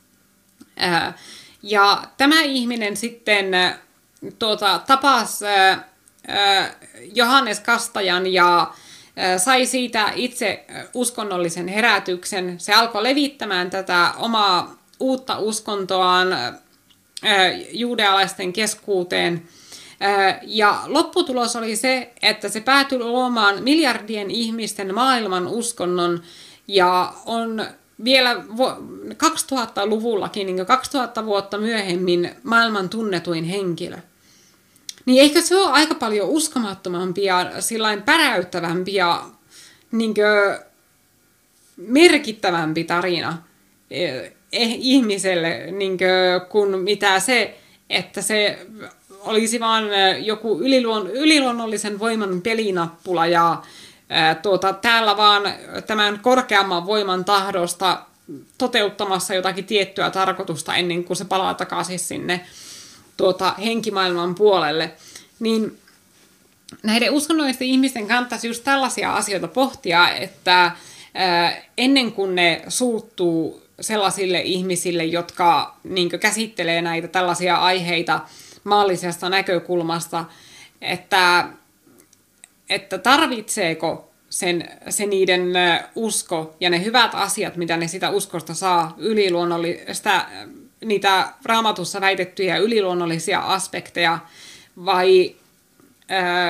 Ja tämä ihminen sitten tuota, tapasi Johannes Kastajan ja sai siitä itse uskonnollisen herätyksen. Se alkoi levittämään tätä omaa uutta uskontoaan juudealaisten keskuuteen. Ja lopputulos oli se, että se päätyi luomaan miljardien ihmisten maailman uskonnon ja on vielä kaksituhattaluvullakin, niin kaksituhatta vuotta myöhemmin, maailman tunnetuin henkilö. Niin eikö se ole aika paljon uskomattomampi ja sillain päräyttävämpi ja niin kuin merkittävämpi tarina ihmiselle niin kuin mitä se, että se olisi vaan joku yliluon, yliluonnollisen voiman pelinappula ja ää, tuota, täällä vaan tämän korkeamman voiman tahdosta toteuttamassa jotakin tiettyä tarkoitusta ennen kuin se palaa takaisin sinne tuota, henkimaailman puolelle. Niin näiden uskonnollisten ihmisten kannattaisi just tällaisia asioita pohtia, että ää, ennen kuin ne suuttuu sellaisille ihmisille, jotka niin kuin käsittelee näitä tällaisia aiheita maallisesta näkökulmasta, että, että tarvitseeko sen, se niiden usko ja ne hyvät asiat, mitä ne sitä uskosta saa, yliluonnollista, niitä Raamatussa väitettyjä yliluonnollisia aspekteja, vai ö,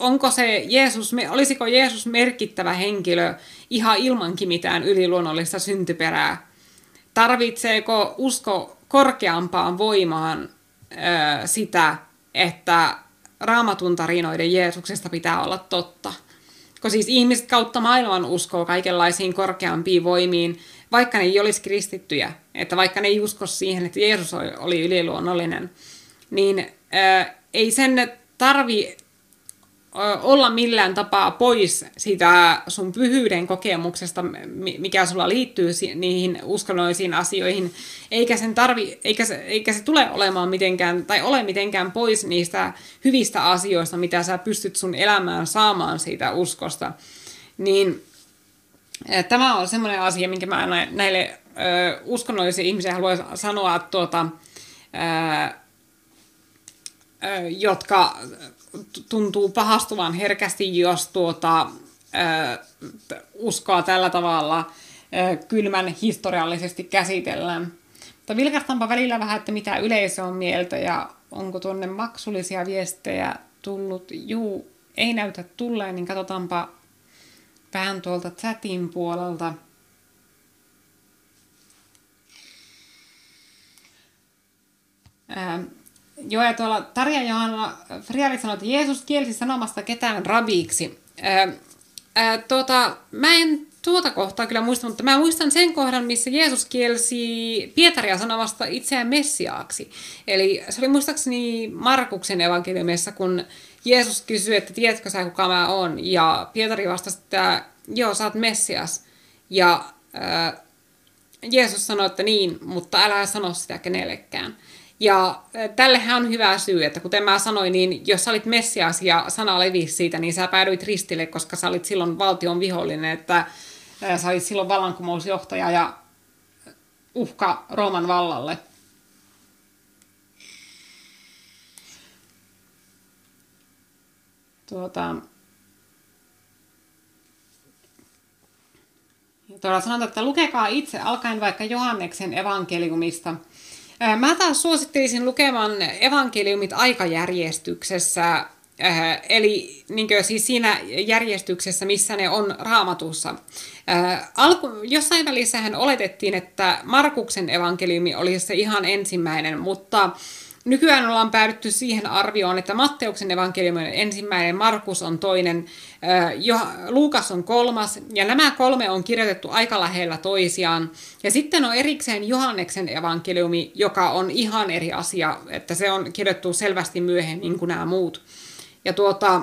onko se Jeesus, olisiko Jeesus merkittävä henkilö ihan ilmankin mitään yliluonnollista syntyperää? Tarvitseeko usko korkeampaan voimaan ö, sitä, että Raamatun tarinoiden Jeesuksesta pitää olla totta? Kun siis ihmiset kautta maailman uskoo kaikenlaisiin korkeampiin voimiin, vaikka ne ei olisi kristittyjä, että vaikka ne ei usko siihen, että Jeesus oli yliluonnollinen, niin ö, ei sen tarvi olla millään tapaa pois sitä sun pyhyyden kokemuksesta, mikä sulla liittyy niihin uskonnollisiin asioihin, eikä, sen tarvi, eikä, se, eikä se tule olemaan mitenkään, tai ole mitenkään pois niistä hyvistä asioista, mitä sä pystyt sun elämään saamaan siitä uskosta. Niin tämä on semmoinen asia, minkä mä näille ö, uskonnollisille ihmisille haluan sanoa, että tuota, ö, ö, jotka tuntuu pahastuvan herkästi, jos tuota, ö, uskoa tällä tavalla ö, kylmän historiallisesti käsitellään. Mutta vilkastaanpa välillä vähän, että mitä yleisö on mieltä ja onko tuonne maksullisia viestejä tullut. Juu, ei näytä tulleen, niin katsotaanpa vähän tuolta chatin puolelta. Ää, Joo, ja tuolla Tarja Johanna Friari sanoi, että Jeesus kielsi sanomasta ketään rabiiksi. Ää, ää, tuota, mä en tuota kohtaa kyllä muista, mutta mä muistan sen kohdan, missä Jeesus kielsi Pietaria sanomasta itseään Messiaaksi. Eli se oli muistaakseni Markuksen evankeliumissa, kun Jeesus kysyi, että tiedätkö sä kuka mä oon? Ja Pietari vastasi, että joo, sä oot Messias. Ja ää, Jeesus sanoi, että niin, mutta älä sano sitä kenellekään. Ja tällehän on hyvä syy, että kuten mä sanoin, niin jos sä olit Messias ja sana levisi siitä, niin sä päädyit ristille, koska sä olit silloin valtion vihollinen, että sä olit silloin vallankumousjohtaja ja uhka Rooman vallalle. Tuota... Tuolla sanotaan, että lukekaa itse alkaen vaikka Johanneksen evankeliumista. Mä taas suosittelisin lukemaan evankeliumit aikajärjestyksessä, eli niin kuin, siis siinä järjestyksessä, missä ne on Raamatussa. Alku, jossain välissähän oletettiin, että Markuksen evankeliumi oli se ihan ensimmäinen, mutta nykyään ollaan päädytty siihen arvioon, että Matteuksen evankeliumi on ensimmäinen, Markus on toinen, Luukas on kolmas, ja nämä kolme on kirjoitettu aika lähellä toisiaan. Ja sitten on erikseen Johanneksen evankeliumi, joka on ihan eri asia, että se on kirjoitettu selvästi myöhemmin kuin nämä muut. Ja, tuota,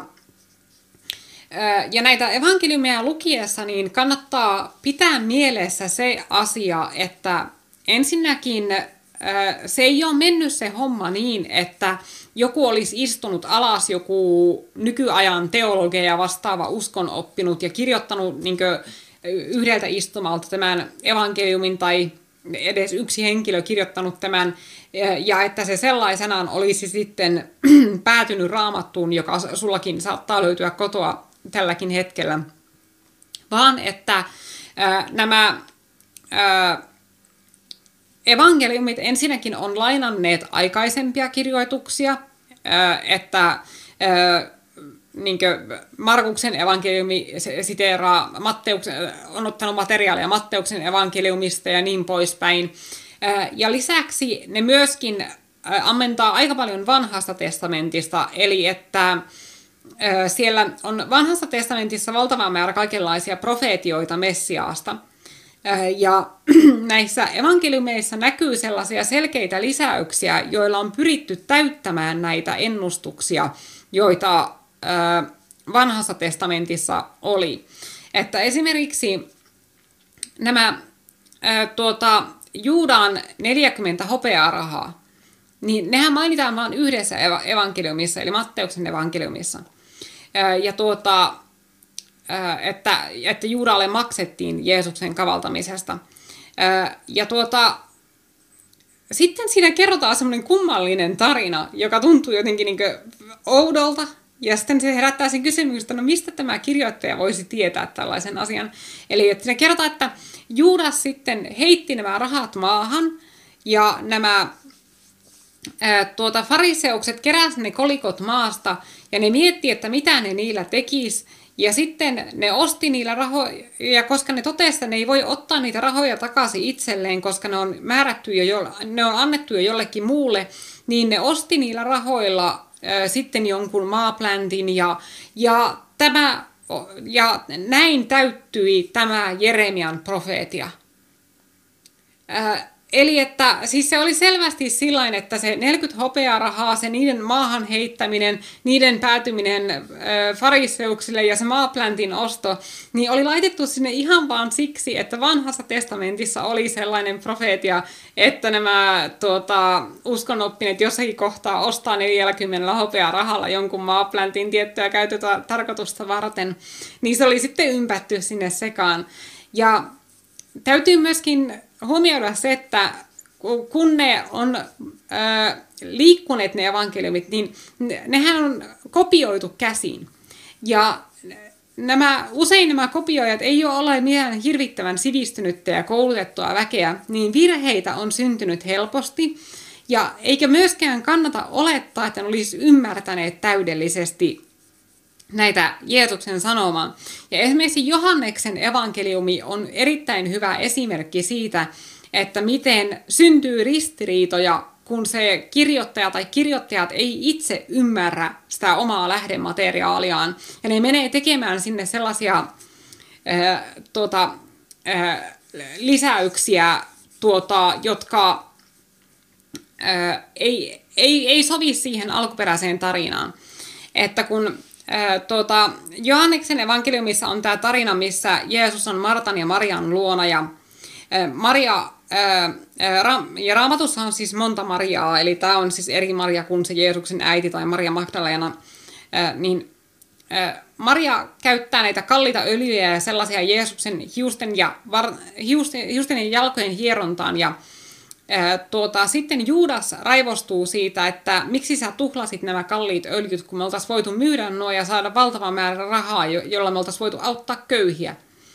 ja näitä evankeliumeja lukiessa niin kannattaa pitää mielessä se asia, että ensinnäkin se ei ole mennyt se homma niin, että joku olisi istunut alas, joku nykyajan teologia ja vastaava uskon oppinut ja kirjoittanut niin kuin yhdeltä istumalta tämän evankeliumin tai edes yksi henkilö kirjoittanut tämän, ja että se sellaisenaan olisi sitten päätynyt Raamattuun, joka sullakin saattaa löytyä kotoa tälläkin hetkellä, vaan että ää, nämä ää, evankeliumit ensinnäkin on lainanneet aikaisempia kirjoituksia, että niin Markuksen evankeliumi siteeraa Matteuksen, on ottanut materiaalia Matteuksen evankeliumista ja niin poispäin. Ja lisäksi ne myöskin ammentaa aika paljon vanhasta testamentista, eli että siellä on vanhassa testamentissa valtava määrä kaikenlaisia profeetioita Messiaasta. Ja näissä evankeliumeissa näkyy sellaisia selkeitä lisäyksiä, joilla on pyritty täyttämään näitä ennustuksia, joita vanhassa testamentissa oli. Että esimerkiksi nämä tuota, Juudan neljäkymmentä hopearahaa, niin nehän mainitaan vain yhdessä evankeliumissa, eli Matteuksen evankeliumissa. Ja tuota... Että, että Juudalle maksettiin Jeesuksen kavaltamisesta. Ja tuota, sitten siinä kerrotaan semmoinen kummallinen tarina, joka tuntuu jotenkin niin kuin oudolta. Ja sitten se herättää sen kysymyksen, että no mistä tämä kirjoittaja voisi tietää tällaisen asian. Eli että siinä kerrotaan, että Juudas sitten heitti nämä rahat maahan ja nämä tuota, fariseukset keräsivät ne kolikot maasta ja ne mietti, että mitä ne niillä tekisi. Ja sitten ne osti niillä rahoja, ja koska ne totesi, että ne ei voi ottaa niitä rahoja takaisin itselleen, koska ne on määrätty jo, ne on annettu jo jollekin muulle, niin ne osti niillä rahoilla ää, sitten jonkun maapläntin, ja, ja, tämä, ja näin täyttyi tämä Jeremian profeetia. Ää, Eli että siis se oli selvästi sillain, että se neljäkymmentä hopearahaa, se niiden maahan heittäminen, niiden päätyminen äh, fariseuksille ja se maapläntin osto, niin oli laitettu sinne ihan vaan siksi, että vanhassa testamentissa oli sellainen profeetia, että nämä tuota, uskonoppineet jossakin kohtaa ostaa neljäkymmentä hopearahalla jonkun maapläntin tiettyä käytötä tarkoitusta varten, niin se oli sitten ympätty sinne sekaan. Ja täytyy myöskin huomioida se, että kun ne on äh, liikkuneet ne evankeliumit, niin nehän on kopioitu käsin. Ja nämä, usein nämä kopioijat ei ole ole mitään hirvittävän sivistynyttä ja koulutettua väkeä, niin virheitä on syntynyt helposti. Ja eikä myöskään kannata olettaa, että ne olisi ymmärtäneet täydellisesti näitä Jeesuksen sanomaa. Ja esimerkiksi Johanneksen evankeliumi on erittäin hyvä esimerkki siitä, että miten syntyy ristiriitoja, kun se kirjoittaja tai kirjoittajat ei itse ymmärrä sitä omaa lähdemateriaaliaan. Ja ne menee tekemään sinne sellaisia ää, tuota, ää, lisäyksiä, tuota, jotka ää, ei, ei, ei sovi siihen alkuperäiseen tarinaan. Että kun Tuota, Johanneksen evankeliumissa on tämä tarina, missä Jeesus on Martan ja Marian luona. Ja, ää, Maria, ää, ra, ja Raamatussa on siis monta Mariaa, eli tämä on siis eri Maria kuin se Jeesuksen äiti tai Maria Magdalena. Ää, niin, ää, Maria käyttää näitä kalliita öljyjä ja sellaisia Jeesuksen hiusten ja, var, hiusten, hiusten ja jalkojen hierontaan. Ja Tuota, sitten Juudas raivostuu siitä, että miksi sä tuhlasit nämä kalliit öljyt, kun me oltaisiin voitu myydä nuo ja saada valtava määrä rahaa, jolla me oltaisiin voitu auttaa köyhiä.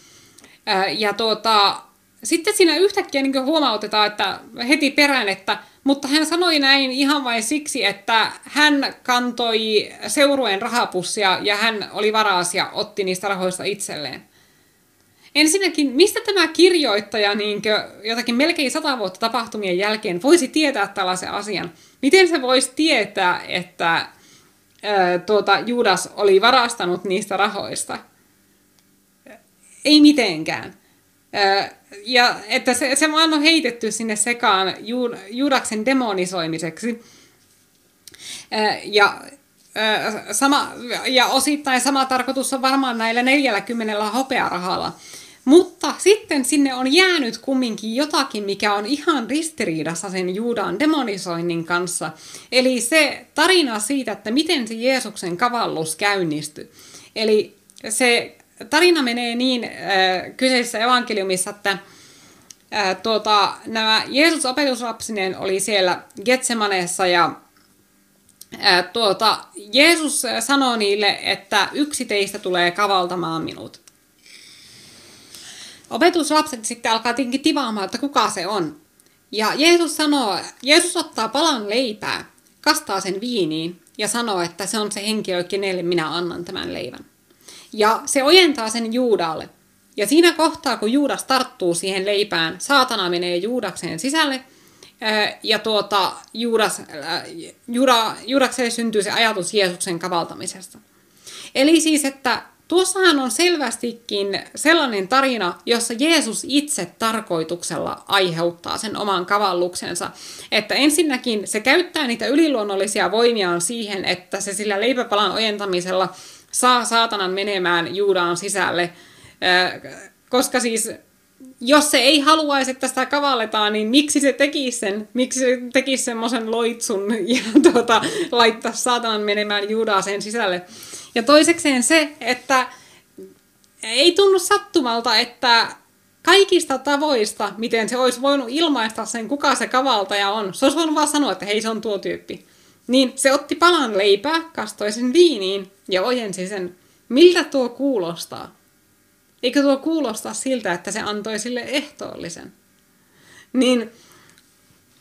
Ja tuota, sitten siinä yhtäkkiä niin huomautetaan, että heti perään, että mutta hän sanoi näin ihan vain siksi, että hän kantoi seurueen rahapussia ja hän oli varas ja otti niistä rahoista itselleen. Ensinnäkin, mistä tämä kirjoittaja niin jotakin melkein sata vuotta tapahtumien jälkeen voisi tietää tällaisen asian? Miten se voisi tietää, että ää, tuota, Juudas oli varastanut niistä rahoista? Ei mitenkään. Ää, ja että se, se vaan on heitetty sinne sekaan Juudaksen demonisoimiseksi. Ää, ja ää, sama, ja osittain sama tarkoitus on varmaan näillä neljälläkymmenellä hopearahalla. Mutta sitten sinne on jäänyt kumminkin jotakin, mikä on ihan ristiriidassa sen Juudan demonisoinnin kanssa. Eli se tarina siitä, että miten se Jeesuksen kavallus käynnistyi. Eli se tarina menee niin äh, kyseisessä evankeliumissa, että äh, tuota, nämä Jeesus opetuslapsineen oli siellä Getsemaneessa ja äh, tuota, Jeesus sanoi niille, että yksi teistä tulee kavaltamaan minut. Opetuslapset sitten alkaa tietenkin tivaamaan, että kuka se on. Ja Jeesus sanoo, Jeesus ottaa palan leipää, kastaa sen viiniin ja sanoo, että se on se henkilö, kenelle minä annan tämän leivän. Ja se ojentaa sen Juudalle. Ja siinä kohtaa, kun Juudas tarttuu siihen leipään, saatana menee Juudakseen sisälle. Ja tuota, Juudas, Juuda, Juudakseen syntyy se ajatus Jeesuksen kavaltamisesta. Eli siis, että tuossahan on selvästikin sellainen tarina, jossa Jeesus itse tarkoituksella aiheuttaa sen oman kavalluksensa. Että ensinnäkin se käyttää niitä yliluonnollisia voimiaan siihen, että se sillä leipäpalan ojentamisella saa saatanan menemään Juudaan sisälle. Koska siis, jos se ei haluaisi, että sitä kavalletaan, niin miksi se tekisi sen? Miksi se tekisi semmoisen loitsun ja tuota, laittaa saatanan menemään Juudaan sen sisälle? Ja toisekseen se, että ei tunnu sattumalta, että kaikista tavoista, miten se olisi voinut ilmaista sen, kuka se kavaltaja on, se olisi voinut vaan sanoa, että hei, se on tuo tyyppi. Niin se otti palan leipää, kastoi sen viiniin ja ojensi sen. Miltä tuo kuulostaa? Eikö tuo kuulostaa siltä, että se antoi sille ehtoollisen? Niin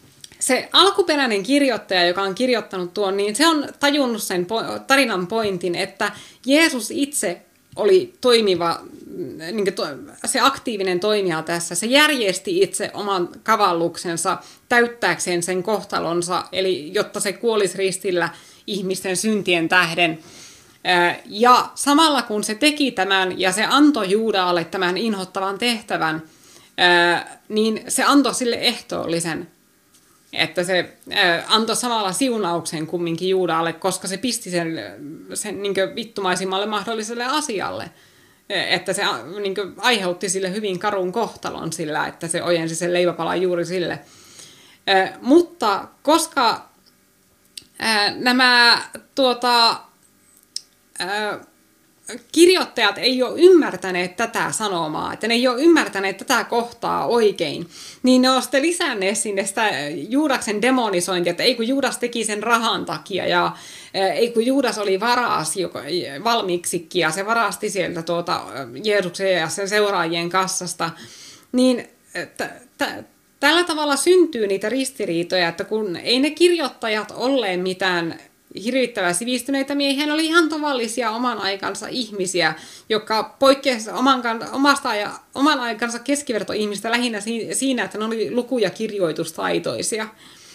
se alkuperäinen kirjoittaja, joka on kirjoittanut tuon, niin se on tajunnut sen tarinan pointin, että Jeesus itse oli toimiva, niin kuin to, se aktiivinen toimija tässä. Se järjesti itse oman kavalluksensa täyttääkseen sen kohtalonsa, eli jotta se kuolisi ristillä ihmisten syntien tähden. Ja samalla kun se teki tämän ja se antoi Juudalle tämän inhottavan tehtävän, niin se antoi sille ehtoollisen. Että se antoi samalla siunauksen kumminkin Juudalle, koska se pisti sen, sen niin kuin vittumaisimmalle mahdolliselle asialle. Että se niin kuin aiheutti sille hyvin karun kohtalon sillä, että se ojensi sen leiväpalan juuri sille. Mutta koska nämä tuota, kirjoittajat ei ole ymmärtäneet tätä sanomaa, että ne ei ole ymmärtäneet tätä kohtaa oikein, niin ne on sitten lisänneet sinne sitä Juudaksen demonisointia, että ei kun Juudas teki sen rahan takia ja ei kun Juudas oli varas valmiiksikin ja se varasti sieltä tuota Jeesuksen ja sen seuraajien kassasta, niin t- t- tällä tavalla syntyy niitä ristiriitoja, että kun ei ne kirjoittajat olleen mitään hirvittävän sivistyneitä miehiä, ne oli ihan tavallisia oman aikansa ihmisiä, jotka poikkesivat oman, omasta ja oman aikansa keskivertoihmistä lähinnä siinä, että ne oli luku- ja kirjoitustaitoisia.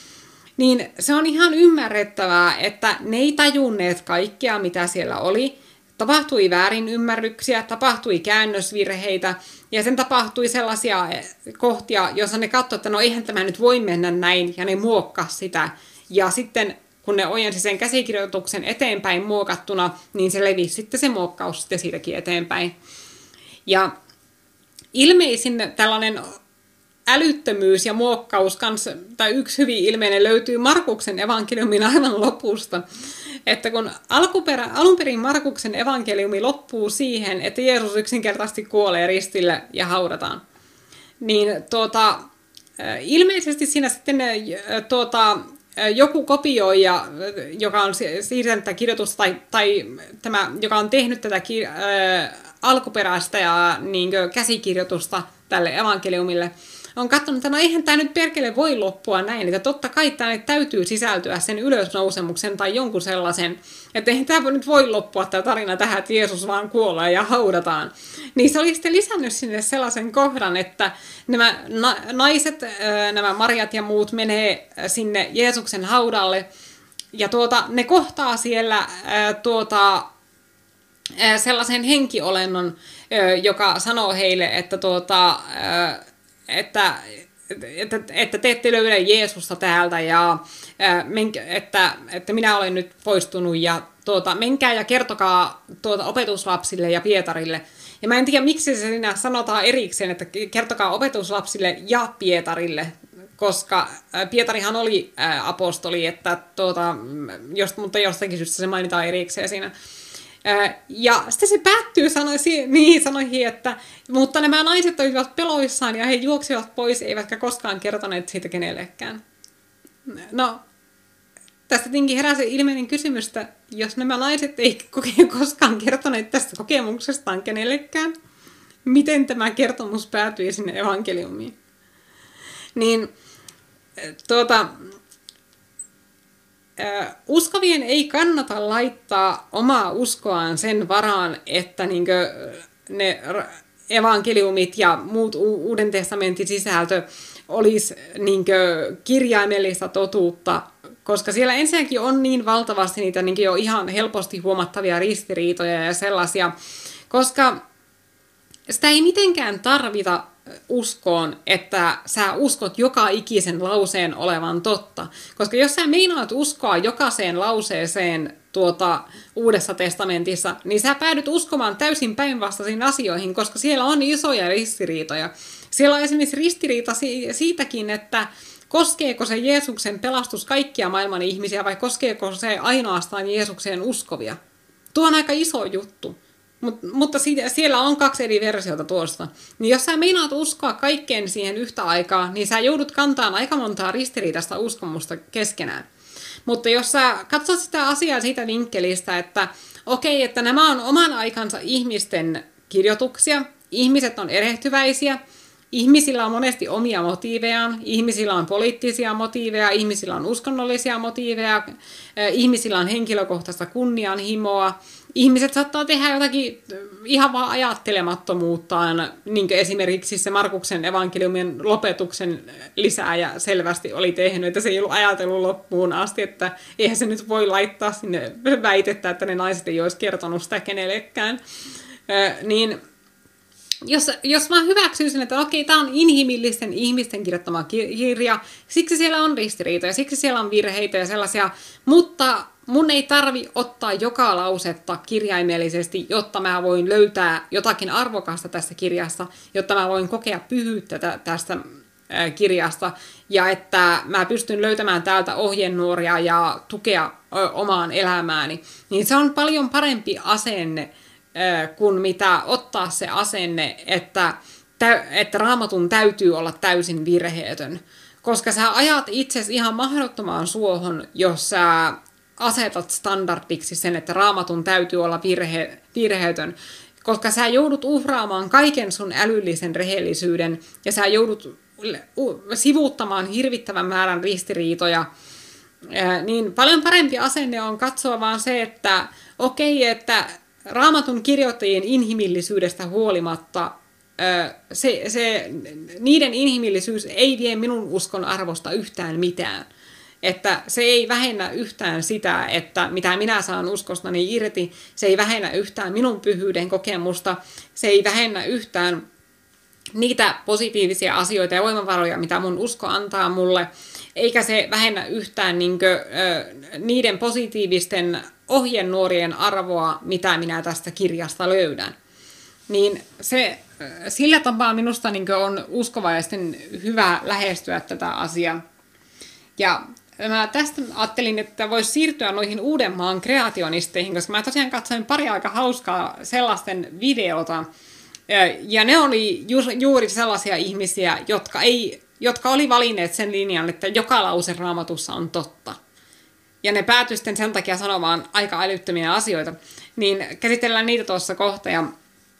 Niin se on ihan ymmärrettävää, että ne ei tajunneet kaikkea, mitä siellä oli. Tapahtui väärinymmärryksiä, tapahtui käännösvirheitä ja sen tapahtui sellaisia kohtia, joissa ne katsoivat, että no eihän tämä nyt voi mennä näin ja ne muokkasi sitä. Ja sitten kun ne ojensi sen käsikirjoituksen eteenpäin muokattuna, niin se levisi sitten se muokkaus sitten siitäkin eteenpäin. Ja ilmeisin tällainen älyttömyys ja muokkaus kanssa, tai yksi hyvin ilmeinen löytyy Markuksen evankeliumin aivan lopusta. Että kun alkuperä, alunperin Markuksen evankeliumi loppuu siihen, että Jeesus yksinkertaisesti kuolee ristille ja haudataan, niin tuota, ilmeisesti siinä sitten tuota, joku kopioija, joka on siirtänyt tätä kirjoitusta, tai, tai tämä, joka on tehnyt tätä ki, äh, alkuperäistä ja niin kuin, käsikirjoitusta tälle evankeliumille, on katsonut, että no eihän tämä nyt perkele voi loppua näin, että totta kai tämä täytyy sisältyä sen ylösnousemuksen tai jonkun sellaisen, että eihän tämä nyt voi loppua tämä tarina tähän, että Jeesus vaan kuolee ja haudataan. Niin se oli sitten lisännyt sinne sellaisen kohdan, että nämä na- naiset, nämä Marjat ja muut menee sinne Jeesuksen haudalle ja tuota, ne kohtaa siellä tuota, sellaisen henkiolennon, joka sanoo heille, että tuota, Että, että, että te ette löydä Jeesusta täältä ja että, että minä olen nyt poistunut ja tuota, menkää ja kertokaa tuota opetuslapsille ja Pietarille. Ja mä en tiedä, miksi se siinä sanotaan erikseen, että kertokaa opetuslapsille ja Pietarille, koska Pietarihan oli apostoli, että tuota, just, mutta jostakin syystä se mainitaan erikseen siinä. Ja sitten se päättyy sanoi, niihin sanoihin, että mutta nämä naiset olivat peloissaan ja he juoksivat pois, eivätkä koskaan kertoneet siitä kenellekään. No, tästä tietenkin herää se ilmeinen kysymys, että jos nämä naiset ei koskaan kertoneet tästä kokemuksestaan kenellekään, miten tämä kertomus päätyi sinne evankeliumiin? Niin, tuota... Uskovien ei kannata laittaa omaa uskoaan sen varaan, että niinkö ne evankeliumit ja muut Uuden testamentin sisältö olisi niinkö kirjaimellista totuutta, koska siellä ensinnäkin on niin valtavasti niitä niinkö jo ihan helposti huomattavia ristiriitoja ja sellaisia, koska sitä ei mitenkään tarvita uskoon, että sä uskot joka ikisen lauseen olevan totta. Koska jos sä meinaat uskoa jokaiseen lauseeseen tuota Uudessa testamentissa, niin sä päädyt uskomaan täysin päinvastaisiin asioihin, koska siellä on isoja ristiriitoja. Siellä on esimerkiksi ristiriita siitäkin, että koskeeko se Jeesuksen pelastus kaikkia maailman ihmisiä vai koskeeko se ainoastaan Jeesukseen uskovia. Tuo on aika iso juttu. Mut, mutta siitä, siellä on kaksi eri versiota tuosta. Niin jos sä meinaat uskoa kaikkeen siihen yhtä aikaa, niin sä joudut kantamaan aika montaa ristiriitaista uskomusta keskenään. Mutta jos sä katsot sitä asiaa siitä vinkkelistä, että okei, että nämä on oman aikansa ihmisten kirjoituksia, ihmiset on erehtyväisiä, ihmisillä on monesti omia motiivejaan, ihmisillä on poliittisia motiiveja, ihmisillä on uskonnollisia motiiveja, ihmisillä on henkilökohtaista kunnianhimoa. Ihmiset saattaa tehdä jotakin ihan vaan ajattelemattomuuttaan, niin kuin esimerkiksi se Markuksen evankeliumin lopetuksen lisääjä selvästi oli tehnyt, että se ei ollut ajatellut loppuun asti, että eihän se nyt voi laittaa sinne väitettä, että ne naiset ei olisi kertonut sitä kenellekään. Niin Jos, jos mä hyväksyisin, että okei, tämä on inhimillisten ihmisten kirjoittama kirja, siksi siellä on ristiriitoja, siksi siellä on virheitä ja sellaisia, mutta mun ei tarvi ottaa joka lausetta kirjaimellisesti, jotta mä voin löytää jotakin arvokasta tästä kirjasta, jotta mä voin kokea pyhyyttä tästä kirjasta, ja että mä pystyn löytämään täältä ohjenuoria ja tukea omaan elämääni, niin se on paljon parempi asenne, kun mitä ottaa se asenne, että, että Raamatun täytyy olla täysin virheetön. Koska sä ajat itsesi ihan mahdottomaan suohon, jos sä asetat standardiksi sen, että Raamatun täytyy olla virhe, virheetön. Koska sä joudut uhraamaan kaiken sun älyllisen rehellisyyden ja sä joudut sivuuttamaan hirvittävän määrän ristiriitoja. Niin paljon parempi asenne on katsoa vaan se, että okei, että Raamatun kirjoittajien inhimillisyydestä huolimatta se, se, niiden inhimillisyys ei vie minun uskon arvosta yhtään mitään. Että se ei vähennä yhtään sitä, että mitä minä saan uskostani irti, se ei vähennä yhtään minun pyhyyden kokemusta, se ei vähennä yhtään niitä positiivisia asioita ja voimavaroja, mitä mun usko antaa mulle, eikä se vähennä yhtään niinkö, niiden positiivisten ohjenuorien arvoa, mitä minä tästä kirjasta löydän. Niin se, sillä tapaa minusta niin on uskovaisten hyvä lähestyä tätä asiaa. Ja mä tästä ajattelin, että voisi siirtyä noihin Uudenmaan kreationisteihin, koska mä tosiaan katsoin pari aika hauskaa sellaisten videota. Ja ne oli ju- juuri sellaisia ihmisiä, jotka, ei, jotka oli valinneet sen linjan, että joka lause Raamatussa on totta. Ja ne päätyi sitten sen takia sanomaan aika älyttömiä asioita. Niin käsitellään niitä tuossa kohta. Ja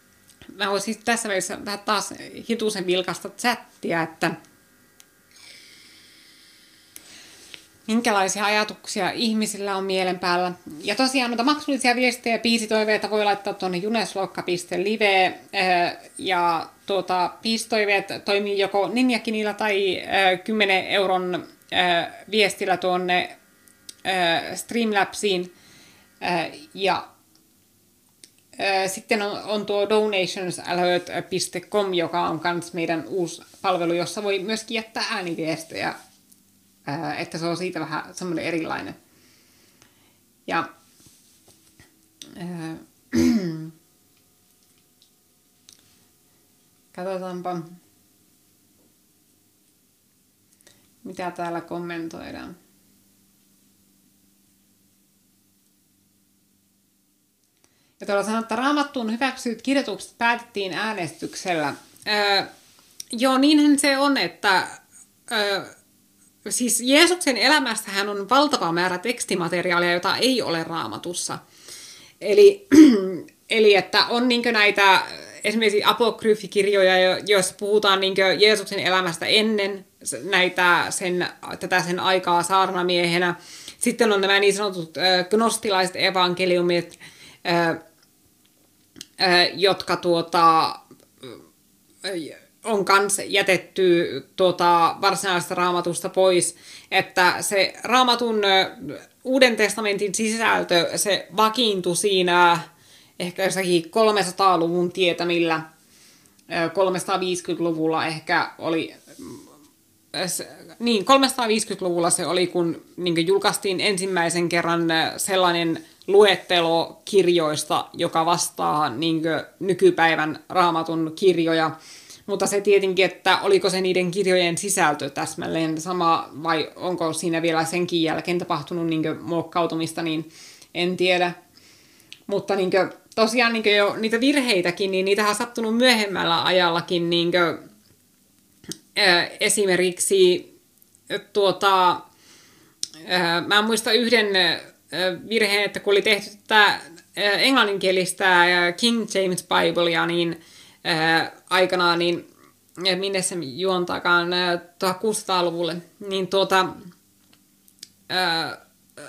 mä voisin tässä välissä vähän taas hitusen vilkasta chattia, että minkälaisia ajatuksia ihmisillä on mielen päällä. Ja tosiaan noita maksullisia viestejä ja biisitoiveita voi laittaa tuonne junesluokka piste live. Ja tuota, biisitoiveet toimii joko Ninjakinilla tai kymmenen euron viestillä tuonne Streamlabsiin. Ja sitten on, on tuo donationsalert piste com, joka on myös meidän uusi palvelu, jossa voi myöskin jättää ääniviestejä, että se on siitä vähän semmoinen erilainen. Ja äh, katsotaanpa, mitä täällä kommentoidaan. Ja tuolla sanotaan, että Raamattuun hyväksytyt kirjoitukset päätettiin äänestyksellä. Öö, joo, niinhän se on, että öö, siis Jeesuksen elämästähän on valtava määrä tekstimateriaalia, jota ei ole Raamatussa. Eli, eli että on niinkö näitä esimerkiksi apokryfikirjoja, joissa puhutaan niinkö Jeesuksen elämästä ennen näitä sen, tätä sen aikaa saarnamiehenä. Sitten on nämä niin sanotut öö, gnostilaiset evankeliumit, öö, jotka tuota, on kans jätetty tuota, varsinaisesta Raamatusta pois, että se Raamatun Uuden testamentin sisältö, se vakiintui siinä ehkä jossakin kolmesataaluvun tietämillä, kolmesataaviisikymmentäluvulla ehkä oli, niin kolmesataaviisikymmentäluvulla se oli, kun niin julkaistiin ensimmäisen kerran sellainen luettelo kirjoista, joka vastaa niin nykypäivän Raamatun kirjoja. Mutta se tietenkin, että oliko se niiden kirjojen sisältö täsmälleen sama, vai onko siinä vielä senkin jälkeen tapahtunut niin muokkautumista, niin en tiedä. Mutta niin kuin, tosiaan niin jo niitä virheitäkin, niin niitä on sattunut myöhemmällä ajallakin. Niin kuin, ää, esimerkiksi tuota, ää, mä muistan yhden virheen, että kun oli tehty tätä englanninkielistä King James Biblea, niin ää, aikanaan, niin ja minne se juontaakaan tuhatkuusisataaluvulle, niin tuota, ää,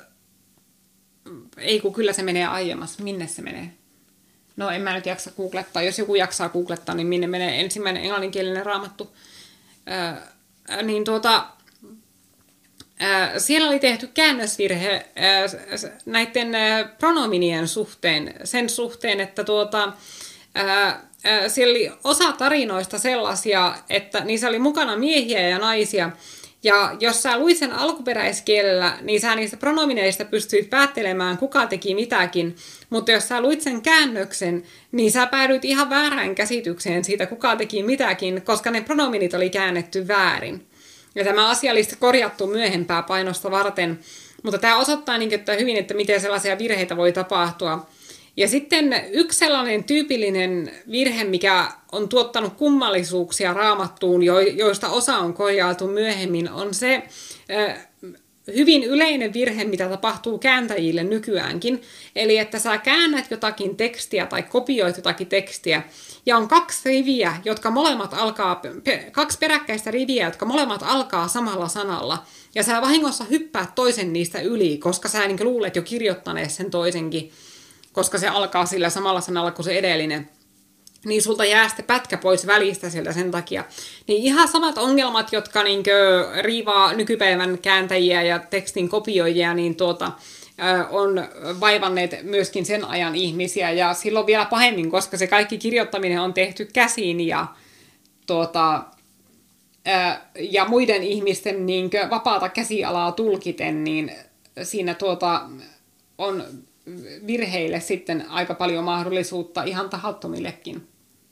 ei kun kyllä se menee aiemmassa. Minne se menee? No en mä nyt jaksa googlettaa. Jos joku jaksaa googlettaa, niin minne menee ensimmäinen englanninkielinen raamattu. Ää, niin tuota, ää, siellä oli tehty käännösvirhe ää, näiden ää, pronominien suhteen. Sen suhteen, että tuota, ää, ää, siellä oli osa tarinoista sellaisia, että niissä oli mukana miehiä ja naisia. Ja jos sä luit sen alkuperäiskielellä, niin sä niistä pronomineista pystyit päättelemään, kuka teki mitäkin. Mutta jos sä luit sen käännöksen, niin sä päädyit ihan väärään käsitykseen siitä, kuka teki mitäkin, koska ne pronominit oli käännetty väärin. Ja tämä asia oli korjattu myöhempää painosta varten. Mutta tämä osoittaa niin, että hyvin, että miten sellaisia virheitä voi tapahtua. Ja sitten yksi sellainen tyypillinen virhe, mikä on tuottanut kummallisuuksia raamattuun, joista osa on korjailtu myöhemmin, on se hyvin yleinen virhe, mitä tapahtuu kääntäjille nykyäänkin. Eli että sä käännät jotakin tekstiä tai kopioit jotakin tekstiä, ja on kaksi riviä, jotka molemmat alkaa, kaksi peräkkäistä riviä, jotka molemmat alkaa samalla sanalla. Ja sä vahingossa hyppäät toisen niistä yli, koska sä niin luulet jo kirjoittaneet sen toisenkin, koska se alkaa sillä samalla sanalla kuin se edellinen, niin sulta jää sitten pätkä pois välistä sieltä sen takia. Niin ihan samat ongelmat, jotka niinkö riivaa nykypäivän kääntäjiä ja tekstin kopioijia, niin tuota, on vaivanneet myöskin sen ajan ihmisiä. Ja silloin vielä pahemmin, koska se kaikki kirjoittaminen on tehty käsin ja, tuota, ja muiden ihmisten niinkö vapaata käsialaa tulkiten, niin siinä tuota, on virheille sitten aika paljon mahdollisuutta ihan tahattomillekin.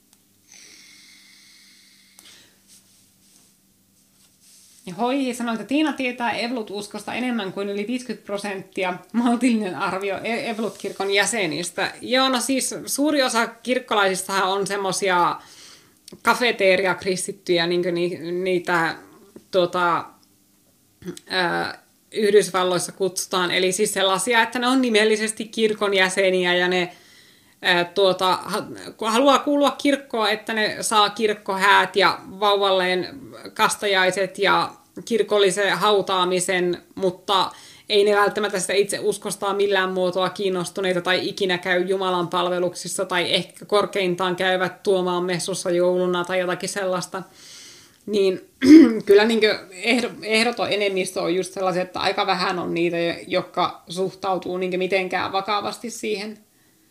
Ja Hoi sanoi, että Tiina tietää Evolut-uskosta enemmän kuin yli viisikymmentä prosenttia, maltillinen arvio Evolut-kirkon jäsenistä. Joo, no siis suuri osa kirkkolaisista on semmoisia kafeteria-kristittyjä, niin ni, niitä tuota, ää, Yhdysvalloissa kutsutaan, eli siis sellaisia, että ne on nimellisesti kirkon jäseniä ja ne ää, tuota, haluaa kuulua kirkkoon, että ne saa kirkkohäät ja vauvalleen kastajaiset ja kirkollisen hautaamisen, mutta ei ne välttämättä sitä itse uskostaan millään muotoa kiinnostuneita tai ikinä käy Jumalan palveluksissa tai ehkä korkeintaan käyvät tuomaan messussa jouluna tai jotakin sellaista. Niin kyllä niin ehdoton enemmistö on just sellaisia, että aika vähän on niitä, jotka suhtautuu niin mitenkään vakavasti siihen.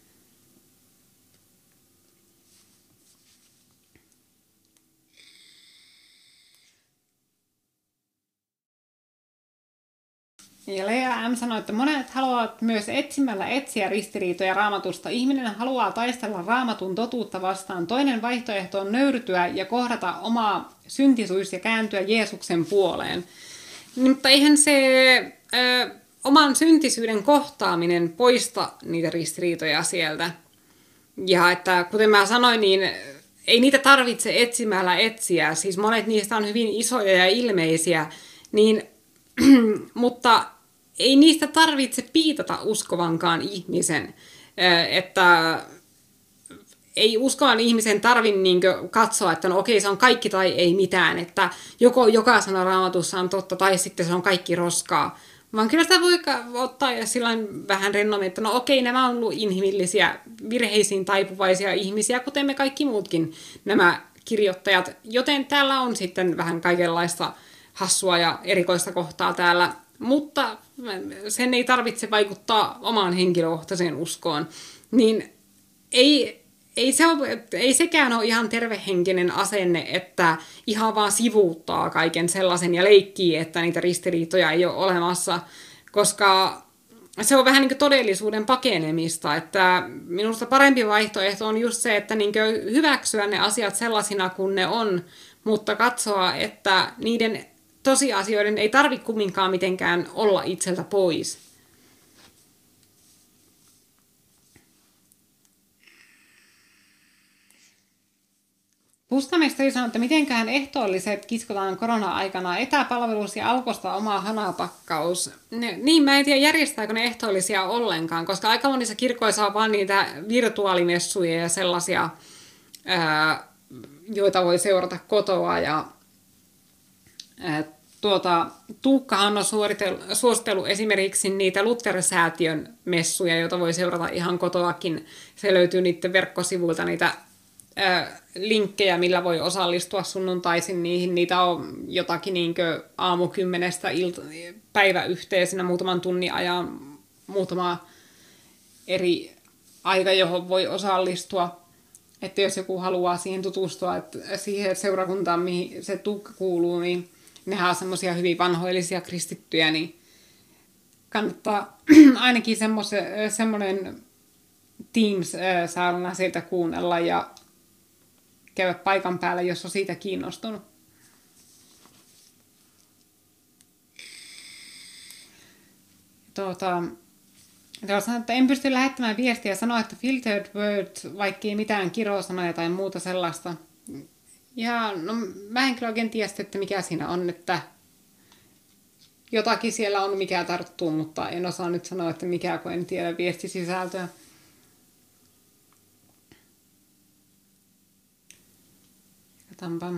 Ja Lea M. sanoi, että monet haluavat myös etsimällä etsiä ristiriitoja raamatusta. Ihminen haluaa taistella raamatun totuutta vastaan. Toinen vaihtoehto on nöyrtyä ja kohdata omaa syntisuus ja kääntyä Jeesuksen puoleen. Mutta eihän se ö, oman syntisyyden kohtaaminen poista niitä ristiriitoja sieltä. Ja että kuten mä sanoin, niin ei niitä tarvitse etsimällä etsiä. Siis monet niistä on hyvin isoja ja ilmeisiä, niin, mutta ei niistä tarvitse piitata uskovankaan ihmisen, että ei uskovan ihmisen tarvitse niin katsoa, että no okei, se on kaikki tai ei mitään, että joko joka sana raamatussa on totta tai sitten se on kaikki roskaa, vaan kyllä sitä voi ottaa ja sillain vähän rennommin, että no okei, nämä on ollut inhimillisiä, virheisiin taipuvaisia ihmisiä, kuten me kaikki muutkin nämä kirjoittajat, joten täällä on sitten vähän kaikenlaista hassua ja erikoista kohtaa täällä, mutta sen ei tarvitse vaikuttaa omaan henkilökohtaiseen uskoon. Niin ei, ei, se ole, ei sekään ole ihan tervehenkinen asenne, että ihan vaan sivuuttaa kaiken sellaisen ja leikkii, että niitä ristiriitoja ei ole olemassa, koska se on vähän niin kuin todellisuuden pakenemista, että minusta parempi vaihtoehto on just se, että niin kuin hyväksyä ne asiat sellaisina kuin ne on, mutta katsoa, että niiden tosiasioiden ei tarvitse kumminkaan mitenkään olla itseltä pois. Puskamestari sanoi, että mitenkään ehtoolliset kiskotaan korona-aikana etäpalvelus ja Alkosta oma hanapakkaus. Ne, niin, mä en tiedä järjestääkö ne ehtoollisia ollenkaan, koska aika monissa kirkoissa on vaan niitä virtuaalimessuja ja sellaisia ää, joita voi seurata kotoa. Ja, ää, tuota, Tuukkahan on suositellut esimerkiksi niitä Luther-säätiön messuja, joita voi seurata ihan kotoakin. Se löytyy niiden verkkosivuilta niitä ää, linkkejä, millä voi osallistua sunnuntaisin niihin. Niitä on jotakin niinkö aamu kymmenestä ilta, päiväyhteisenä muutaman tunnin ajan, muutama eri aika, johon voi osallistua. Että jos joku haluaa siihen tutustua, että siihen seurakuntaan, mihin se Tuukka kuuluu, niin nehän on semmoisia hyvin vanhoillisia kristittyjä, niin kannattaa ainakin semmoinen Teams-saarna sieltä kuunnella ja käydä paikan päällä, jos on siitä kiinnostunut. Tuota, sanon, että en pysty lähettämään viestiä ja sanoa, että filtered words, vaikkei mitään kirosanoja tai muuta sellaista. Ja no, mä en kyllä oikein tiedä, että mikä siinä on, että jotakin siellä on, mikä tarttuu, mutta en osaa nyt sanoa, että mikä, kun en tiedä viestisisältöä. Katsotaanpa.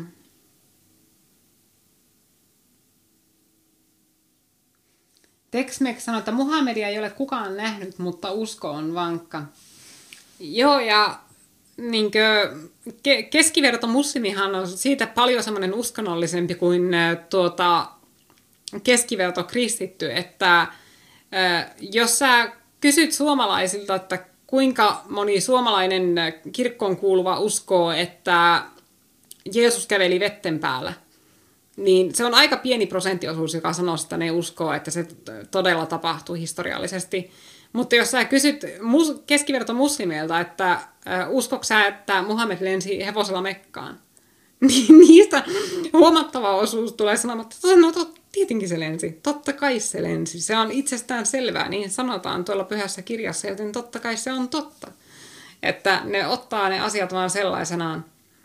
Tex-Mex sanoi, että Muhammedia ei ole kukaan nähnyt, mutta usko on vankka. Joo, ja niinkö, ke- keskiverto muslimihan on siitä paljon semmoinen uskonnollisempi kuin ä, tuota, keskiverto kristitty, että ä, jos sä kysyt suomalaisilta, että kuinka moni suomalainen kirkkoon kuuluva uskoo, että Jeesus käveli vetten päällä, niin se on aika pieni prosenttiosuus, joka sanoo, että ne uskoo, että se todella tapahtuu historiallisesti. Mutta jos sä kysyt mus- keskiverto muslimeilta, että äh, uskotko sä, että Muhammed lensi hevosella Mekkaan, niin niistä huomattava osuus tulee sanomaan, että no tot, tietenkin se lensi, totta kai se lensi. Se on itsestään selvää, niin sanotaan tuolla pyhässä kirjassa, joten totta kai se on totta. Että ne ottaa ne asiat vaan sellaisenaan.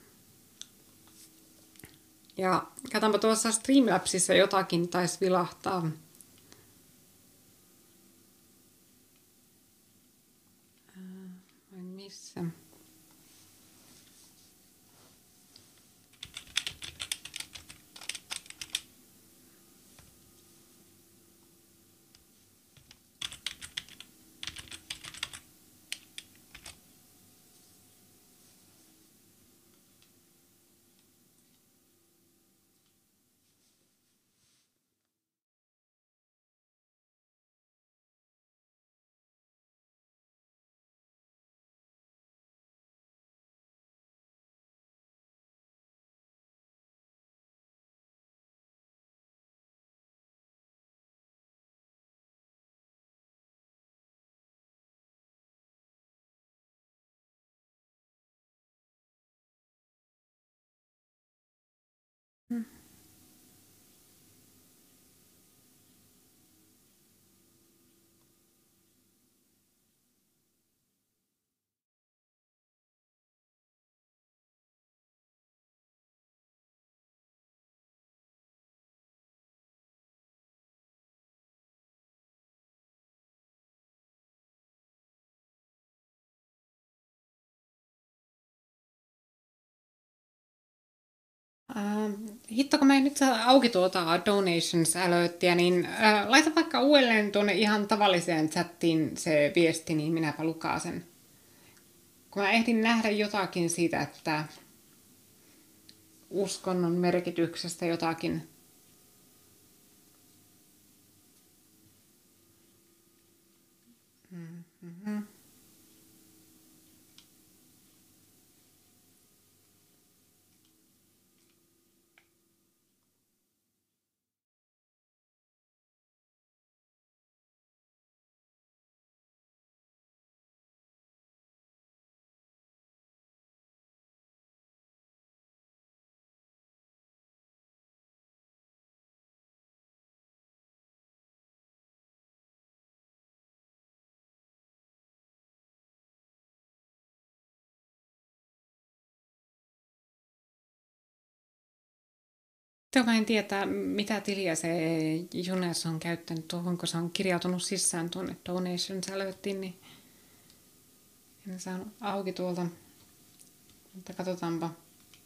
Ja katsotaanpa tuossa Streamlabsissa jotakin taisi vilahtaa. Vai missä? Hmm. Äh, hitto, kun mä en nyt saa auki tuota donations alerttia, niin äh, laita vaikka uudelleen tuonne ihan tavalliseen chattiin se viesti, niin minäpä lukaan sen. Kun mä ehdin nähdä jotakin siitä, että uskonnon merkityksestä jotakin. Mm-hmm. Mä en tiedä, mitä tiliä se Junes on käyttänyt tuohon, kun se on kirjautunut sisään tuonne donations alerttiin, niin en saanut auki tuolta. Mutta katsotaanpa.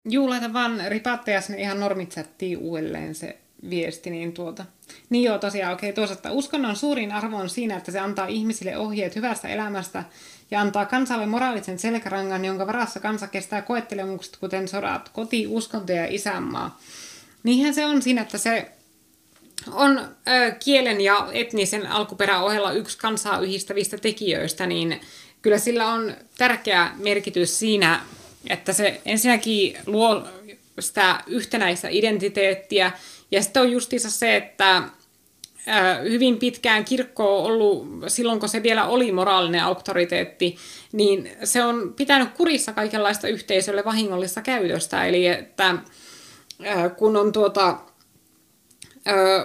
Juu, laita vaan ripaatteja sinne ihan normichattiin uudelleen se viesti. Niin, tuota. niin joo, tosiaan, okei, tuossa, että uskonnon suurin arvo on siinä, että se antaa ihmisille ohjeet hyvästä elämästä ja antaa kansalle moraalisen selkärangan, jonka varassa kansa kestää koettelemukset, kuten sodat, koti, uskonto ja isänmaa. Niinhän se on siinä, että se on ö, kielen ja etnisen alkuperän ohella yksi kansaa yhdistävistä tekijöistä, niin kyllä sillä on tärkeä merkitys siinä, että se ensinnäkin luo sitä yhtenäistä identiteettiä, ja sitten on justiinsa se, että ö, hyvin pitkään kirkko on ollut, silloin kun se vielä oli moraalinen auktoriteetti, niin se on pitänyt kurissa kaikenlaista yhteisölle vahingollista käytöstä, eli että ö, kun on tuota Öö,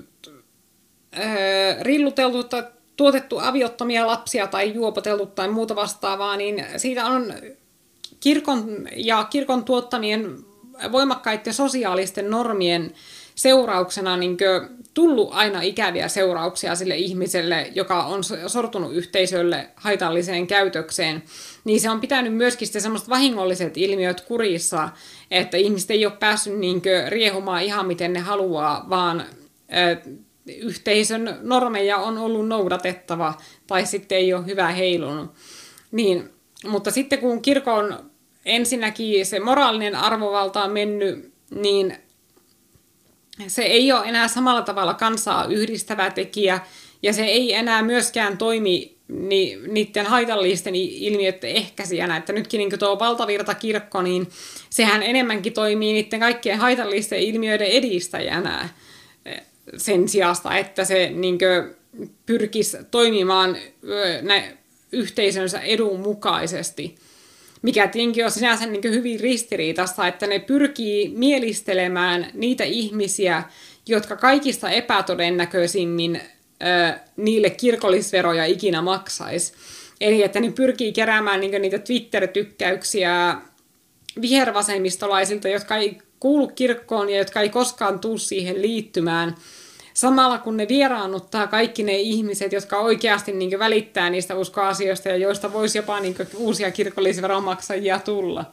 öö, rilluteltu tai tuotettu aviottomia lapsia tai juopoteltu tai muuta vastaavaa, niin siitä on kirkon ja kirkon tuottamien voimakkaiden sosiaalisten normien seurauksena niin tullut aina ikäviä seurauksia sille ihmiselle, joka on sortunut yhteisölle haitalliseen käytökseen. Niin se on pitänyt myöskin sitten semmoiset vahingolliset ilmiöt kurissa, että ihmiset ei ole päässyt niin riehumaan ihan miten ne haluaa, vaan ö, yhteisön normeja on ollut noudatettava tai sitten ei ole hyvä heilunut. Niin, mutta sitten kun kirkon ensinnäkin se moraalinen arvovalta on mennyt, niin se ei ole enää samalla tavalla kansaa yhdistävä tekijä, ja se ei enää myöskään toimi ni, niiden haitallisten ilmiöiden ehkäisijänä. Että nytkin niin tuo valtavirtakirkko, niin sehän enemmänkin toimii niiden kaikkien haitallisten ilmiöiden edistäjänä sen sijasta, että se niin pyrkisi toimimaan nä, yhteisönsä edun mukaisesti. Mikä tietenkin on sinänsä niin hyvin ristiriitaista, että ne pyrkii mielistelemään niitä ihmisiä, jotka kaikista epätodennäköisimmin ö, niille kirkollisveroja ikinä maksaisi. Eli että ne pyrkii keräämään niin niitä Twitter-tykkäyksiä vihervasemmistolaisilta, jotka ei kuulu kirkkoon ja jotka ei koskaan tule siihen liittymään. Samalla kun ne vieraannuttaa kaikki ne ihmiset, jotka oikeasti niin välittää niistä uskoasioista ja joista voisi jopa niin uusia kirkollisveronmaksajia tulla.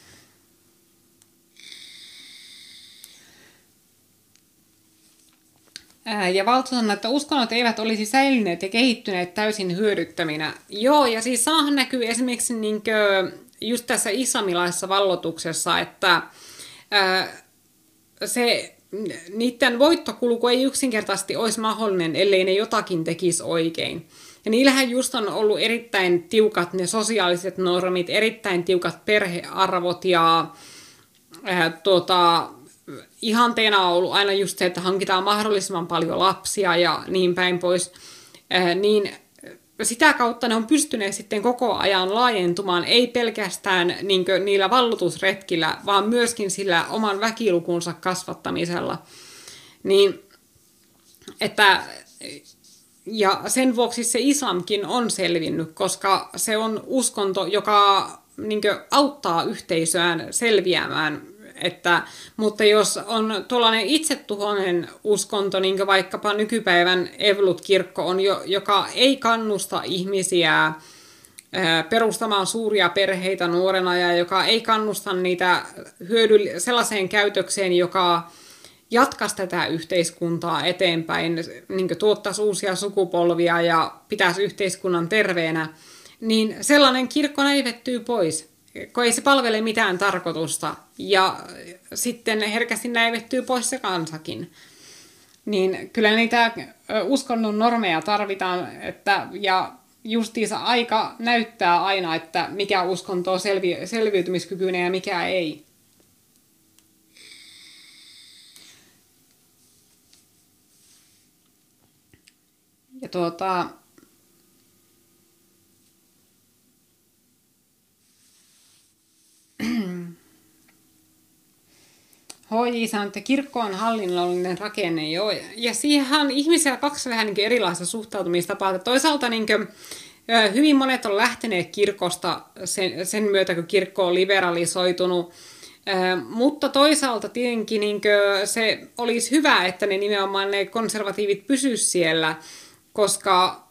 Ää, ja Valto sanoo, että uskonnot eivät olisi säilyneet ja kehittyneet täysin hyödyttöminä. Joo, ja siis samahan näkyy esimerkiksi niin just tässä islamilaisessa vallotuksessa, että ää, se niiden voittokulku ei yksinkertaisesti olisi mahdollinen, ellei ne jotakin tekisi oikein. Ja niillähän just on ollut erittäin tiukat ne sosiaaliset normit, erittäin tiukat perhearvot ja ää, tuota, ihanteena on ollut aina just se, että hankitaan mahdollisimman paljon lapsia ja niin päin pois. Ää, niin sitä kautta ne on pystyneet sitten koko ajan laajentumaan, ei pelkästään niin niillä vallutusretkillä, vaan myöskin sillä oman väkilukunsa kasvattamisella. Niin, että, ja sen vuoksi se islamkin on selvinnyt, koska se on uskonto, joka niin auttaa yhteisöään selviämään. Että, mutta jos on tuollainen itsetuhoinen uskonto, niin kuin vaikkapa nykypäivän Evolut-kirkko on, jo, joka ei kannusta ihmisiä ää, perustamaan suuria perheitä nuorena ja joka ei kannusta niitä hyödyll- sellaiseen käytökseen, joka jatkaisi tätä yhteiskuntaa eteenpäin, niin kuin tuottaisi uusia sukupolvia ja pitäisi yhteiskunnan terveenä, niin sellainen kirkko näivettyy pois. Kun ei se palvele mitään tarkoitusta, ja sitten herkästi näivettyy pois se kansakin. Niin kyllä niitä uskonnon normeja tarvitaan, että, ja justiinsa aika näyttää aina, että mikä uskonto on selvi, selviytymiskykyinen ja mikä ei. Ja tuota... H J sanoi, että kirkko on hallinnollinen rakenne, joo. Ja siihen on ihmisillä kaksi vähän niin erilaista suhtautumistapaa. Toisaalta niin kuin, hyvin monet on lähteneet kirkosta sen, sen myötä, kun kirkko on liberalisoitunut. Mutta toisaalta tietenkin niin kuin, se olisi hyvä, että ne nimenomaan ne konservatiivit pysyisivät siellä, koska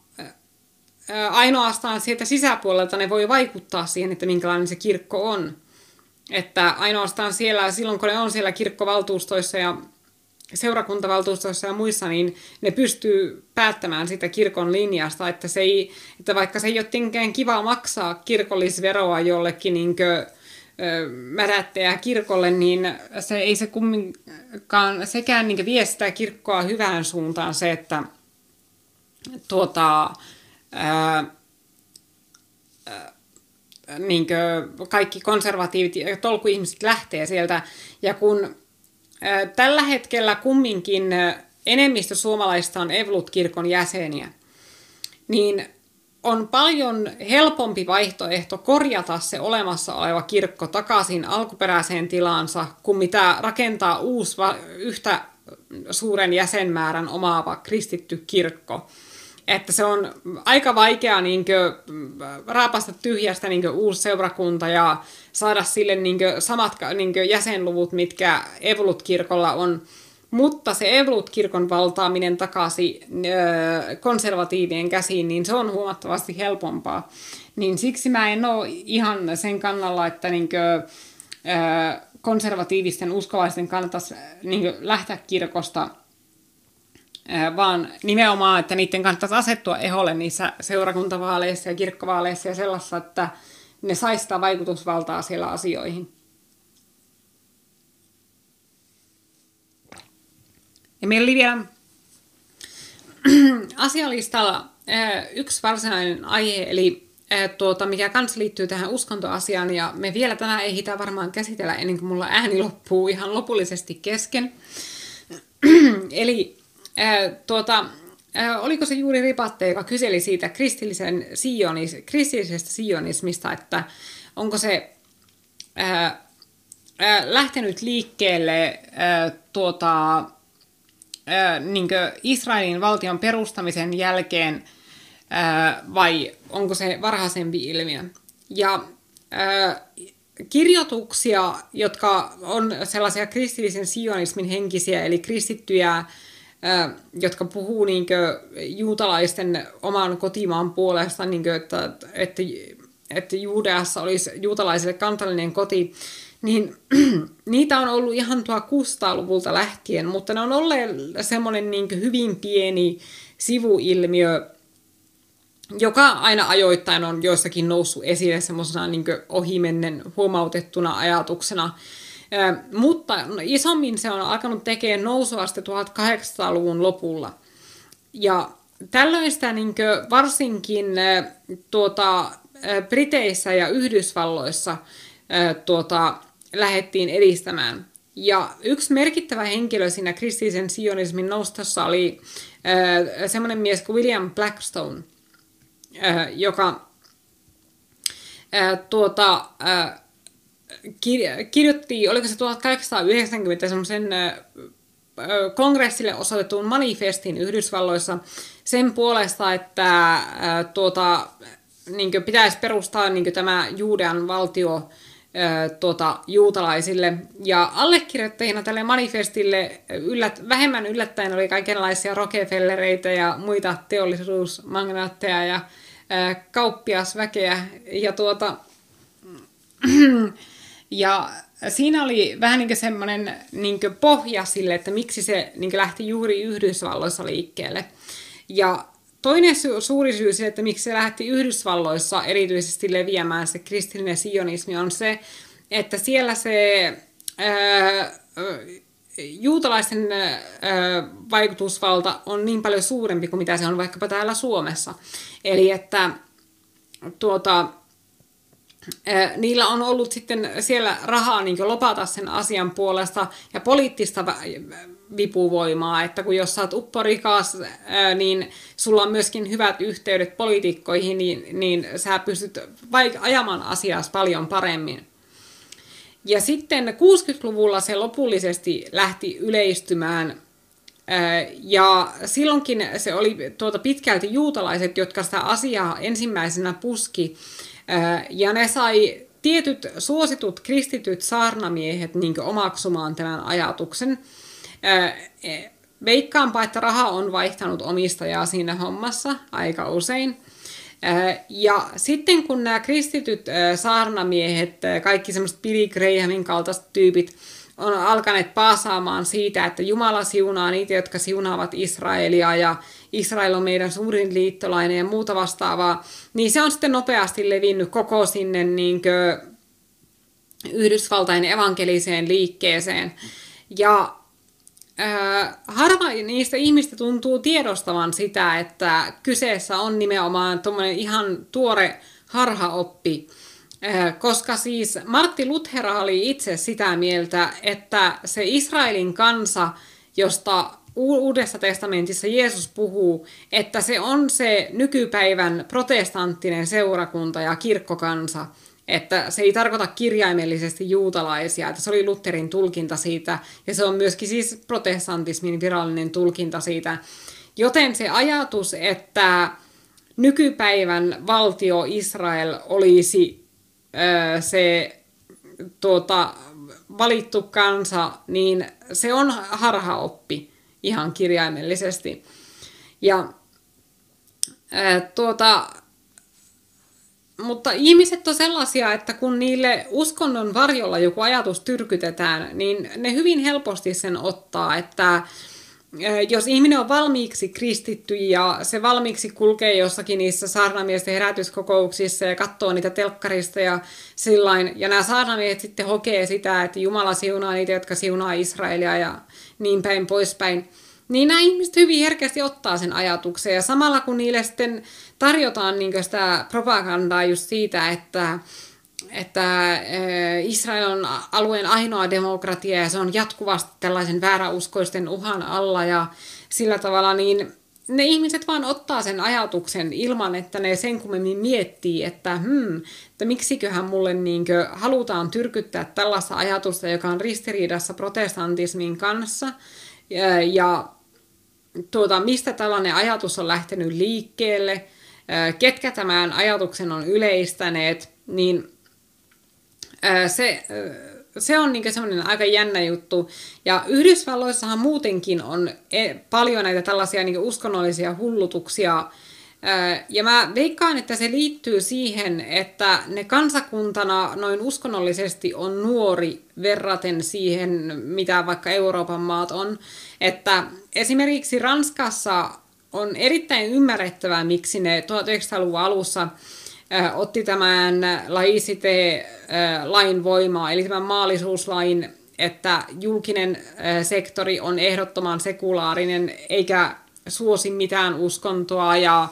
ainoastaan sieltä sisäpuolelta ne voi vaikuttaa siihen, että minkälainen se kirkko on. että ainoastaan siellä, silloin kun ne on siellä kirkkovaltuustoissa ja seurakuntavaltuustoissa ja muissa, niin ne pystyy päättämään sitä kirkon linjasta, että, se ei, että vaikka se ei ole tietenkään kiva maksaa kirkollisveroa jollekin niin kuin, ö, mädättäjä kirkolle, niin se ei se kumminkaan sekään niin kuin vie sitä kirkkoa hyvään suuntaan se, että tuota, ää, ää, niin kuin kaikki konservatiivit ja tolkuihmiset lähtee sieltä, ja kun ää, tällä hetkellä kumminkin enemmistö suomalaista on Evankelisluterilainen-kirkon jäseniä, niin on paljon helpompi vaihtoehto korjata se olemassa oleva kirkko takaisin alkuperäiseen tilaansa, kuin mitä rakentaa uusi yhtä suuren jäsenmäärän omaava kristitty kirkko. Että se on aika vaikea niin kuin, raapasta tyhjästä niin kuin, uusi seurakunta ja saada sille niin kuin, samat niin kuin, jäsenluvut, mitkä Evankelisluterilainen-kirkolla on. Mutta se Evankelisluterilainen-kirkon valtaaminen takaisin öö, konservatiivien käsiin, niin se on huomattavasti helpompaa. Niin siksi mä en ole ihan sen kannalla, että niin kuin, öö, konservatiivisten uskovaisten kannattaisi niin kuin, lähteä kirkosta, vaan nimenomaan, että niiden kannattaisi asettua eholle niissä seurakuntavaaleissa ja kirkkovaaleissa ja sellaisessa, että ne saisi sitä vaikutusvaltaa siellä asioihin. Ja meillä oli vielä asialistalla yksi varsinainen aihe, eli tuota, mikä kanssa liittyy tähän uskontoasiaan, ja me vielä tänään ehditään varmaan käsitellä ennen kuin mulla ääni loppuu ihan lopullisesti kesken. Eli Äh, tuota, äh, oliko se juuri Ripatte, joka kyseli siitä kristillisen sionis, kristillisestä sionismista, että onko se äh, äh, lähtenyt liikkeelle äh, tuota, äh, niin kuin Israelin valtion perustamisen jälkeen äh, vai onko se varhaisempi ilmiö. Ja äh, kirjoituksia, jotka on sellaisia kristillisen sionismin henkisiä, eli kristittyjä, jotka puhuu niin kuin, juutalaisten oman kotimaan puolesta, niin kuin, että, että, että Juudeassa olisi juutalaisille kansallinen koti, niin niitä on ollut ihan tuhatkuusisataaluvulta lähtien, mutta ne on olleet semmoinen niin kuin hyvin pieni sivuilmiö, joka aina ajoittain on joissakin noussut esille semmoisena niin kuin ohimennen huomautettuna ajatuksena. Mutta isommin se on alkanut tekemään nousua sitten tuhatkahdeksansataaluvun lopulla. Ja tällöin sitä niin varsinkin tuota, Briteissä ja Yhdysvalloissa tuota, lähdettiin edistämään. Ja yksi merkittävä henkilö siinä kristillisen sionismin noustossa oli semmoinen mies kuin William Blackstone, joka tuota, kirjoitti, oliko se tuhatkahdeksansataayhdeksänkymmentä semmoisen kongressille osoitetun manifestin Yhdysvalloissa sen puolesta, että ää, tuota, niin pitäisi perustaa niin tämä Juudean valtio ää, tuota, juutalaisille. Ja allekirjoittajina tälle manifestille yllät, vähemmän yllättäen oli kaikenlaisia Rockefellereitä ja muita teollisuusmagnaatteja ja ää, kauppiasväkeä. Ja tuota... Ja siinä oli vähän niin kuin semmoinen niin kuin pohja sille, että miksi se niin kuin lähti juuri Yhdysvalloissa liikkeelle. Ja toinen su- suuri syy sille, että miksi se lähti Yhdysvalloissa erityisesti leviämään se kristillinen sionismi, on se, että siellä se ää, juutalaisten ää, vaikutusvalta on niin paljon suurempi kuin mitä se on vaikkapa täällä Suomessa. Eli että tuota... niillä on ollut sitten siellä rahaa niin lopata sen asian puolesta ja poliittista vipuvoimaa, että kun jos sä oot upporikas, niin sulla on myöskin hyvät yhteydet poliitikkoihin, niin, niin sä pystyt vaik- ajamaan asiaa paljon paremmin. Ja sitten kuusikymmentäluvulla se lopullisesti lähti yleistymään, ja silloinkin se oli tuota pitkälti juutalaiset, jotka sitä asiaa ensimmäisenä puski. Ja ne sai tietyt suositut kristityt saarnamiehet niin kuin omaksumaan tämän ajatuksen. Veikkaanpa, että raha on vaihtanut omistajaa siinä hommassa aika usein. Ja sitten kun nämä kristityt saarnamiehet, kaikki semmoiset Billy Grahamin kaltaiset tyypit, on alkaneet paasaamaan siitä, että Jumala siunaa niitä, jotka siunaavat Israelia ja Israel on meidän suurin liittolainen ja muuta vastaavaa, niin se on sitten nopeasti levinnyt koko sinne niin kuin Yhdysvaltain evankeliseen liikkeeseen. Ja äh, harva niistä ihmistä tuntuu tiedostavan sitä, että kyseessä on nimenomaan tuommoinen ihan tuore harhaoppi. Koska siis Martti Luther oli itse sitä mieltä, että se Israelin kansa, josta Uudessa testamentissa Jeesus puhuu, että se on se nykypäivän protestanttinen seurakunta ja kirkkokansa, että se ei tarkoita kirjaimellisesti juutalaisia, että se oli Lutherin tulkinta siitä, ja se on myöskin siis protestantismin virallinen tulkinta siitä. Joten se ajatus, että nykypäivän valtio Israel olisi se tuota, valittu kansa, niin se on harhaoppi ihan kirjaimellisesti. Ja ää, tuota, mutta ihmiset on sellaisia, että kun niille uskonnon varjolla joku ajatus tyrkytetään, niin ne hyvin helposti sen ottaa, että jos ihminen on valmiiksi kristitty ja se valmiiksi kulkee jossakin niissä saarnamiesten herätyskokouksissa ja katsoo niitä telkkarista ja sillain, ja nämä saarnamiehet sitten hokee sitä, että Jumala siunaa niitä, jotka siunaa Israelia ja niin päin poispäin, niin nämä ihmiset hyvin herkästi ottaa sen ajatuksen. Ja samalla kun niille sitten tarjotaan niin sitä propagandaa just siitä, että että Israel on alueen ainoa demokratia ja se on jatkuvasti tällaisen vääräuskoisten uhan alla ja sillä tavalla, niin ne ihmiset vaan ottaa sen ajatuksen ilman, että ne sen kummemmin miettii, että, hmm, että miksiköhän mulle niinkö halutaan tyrkyttää tällaista ajatusta, joka on ristiriidassa protestantismin kanssa ja, ja tuota, mistä tällainen ajatus on lähtenyt liikkeelle, ketkä tämän ajatuksen on yleistäneet, niin Se, se on niin semmoinen aika jännä juttu. Ja Yhdysvalloissahan muutenkin on paljon näitä tällaisia niin uskonnollisia hullutuksia. Ja mä veikkaan, että se liittyy siihen, että ne kansakuntana noin uskonnollisesti on nuori verraten siihen, mitä vaikka Euroopan maat on. Että esimerkiksi Ranskassa on erittäin ymmärrettävää, miksi ne tuhatyhdeksänsataaluvun alussa otti tämän laicite-lain voimaa, eli tämän maallisuuslain, että julkinen sektori on ehdottoman sekulaarinen eikä suosi mitään uskontoa, ja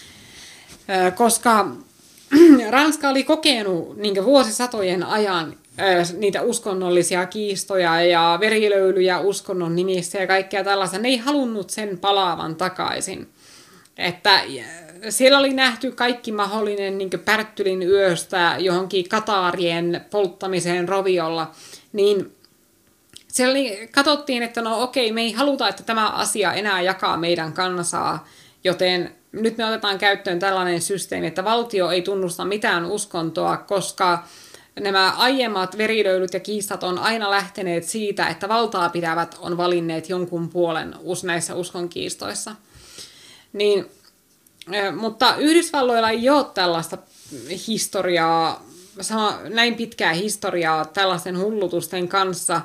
koska Ranska oli kokenut niin vuosisatojen ajan niitä uskonnollisia kiistoja ja verilöylyjä uskonnon nimissä ja kaikkea tällaista, ne ei halunnut sen palaavan takaisin. Että siellä oli nähty kaikki mahdollinen niin pärttylin yöstä johonkin kataarien polttamiseen roviolla, niin siellä oli, katsottiin, että no okei, me ei haluta, että tämä asia enää jakaa meidän kansaa, joten nyt me otetaan käyttöön tällainen systeemi, että valtio ei tunnusta mitään uskontoa, koska nämä aiemmat verilöylyt ja kiistat on aina lähteneet siitä, että valtaa pitävät on valinneet jonkun puolen näissä uskonkiistoissa. Niin, mutta Yhdysvalloilla ei ole tällaista historiaa, näin pitkää historiaa tällaisten hullutusten kanssa,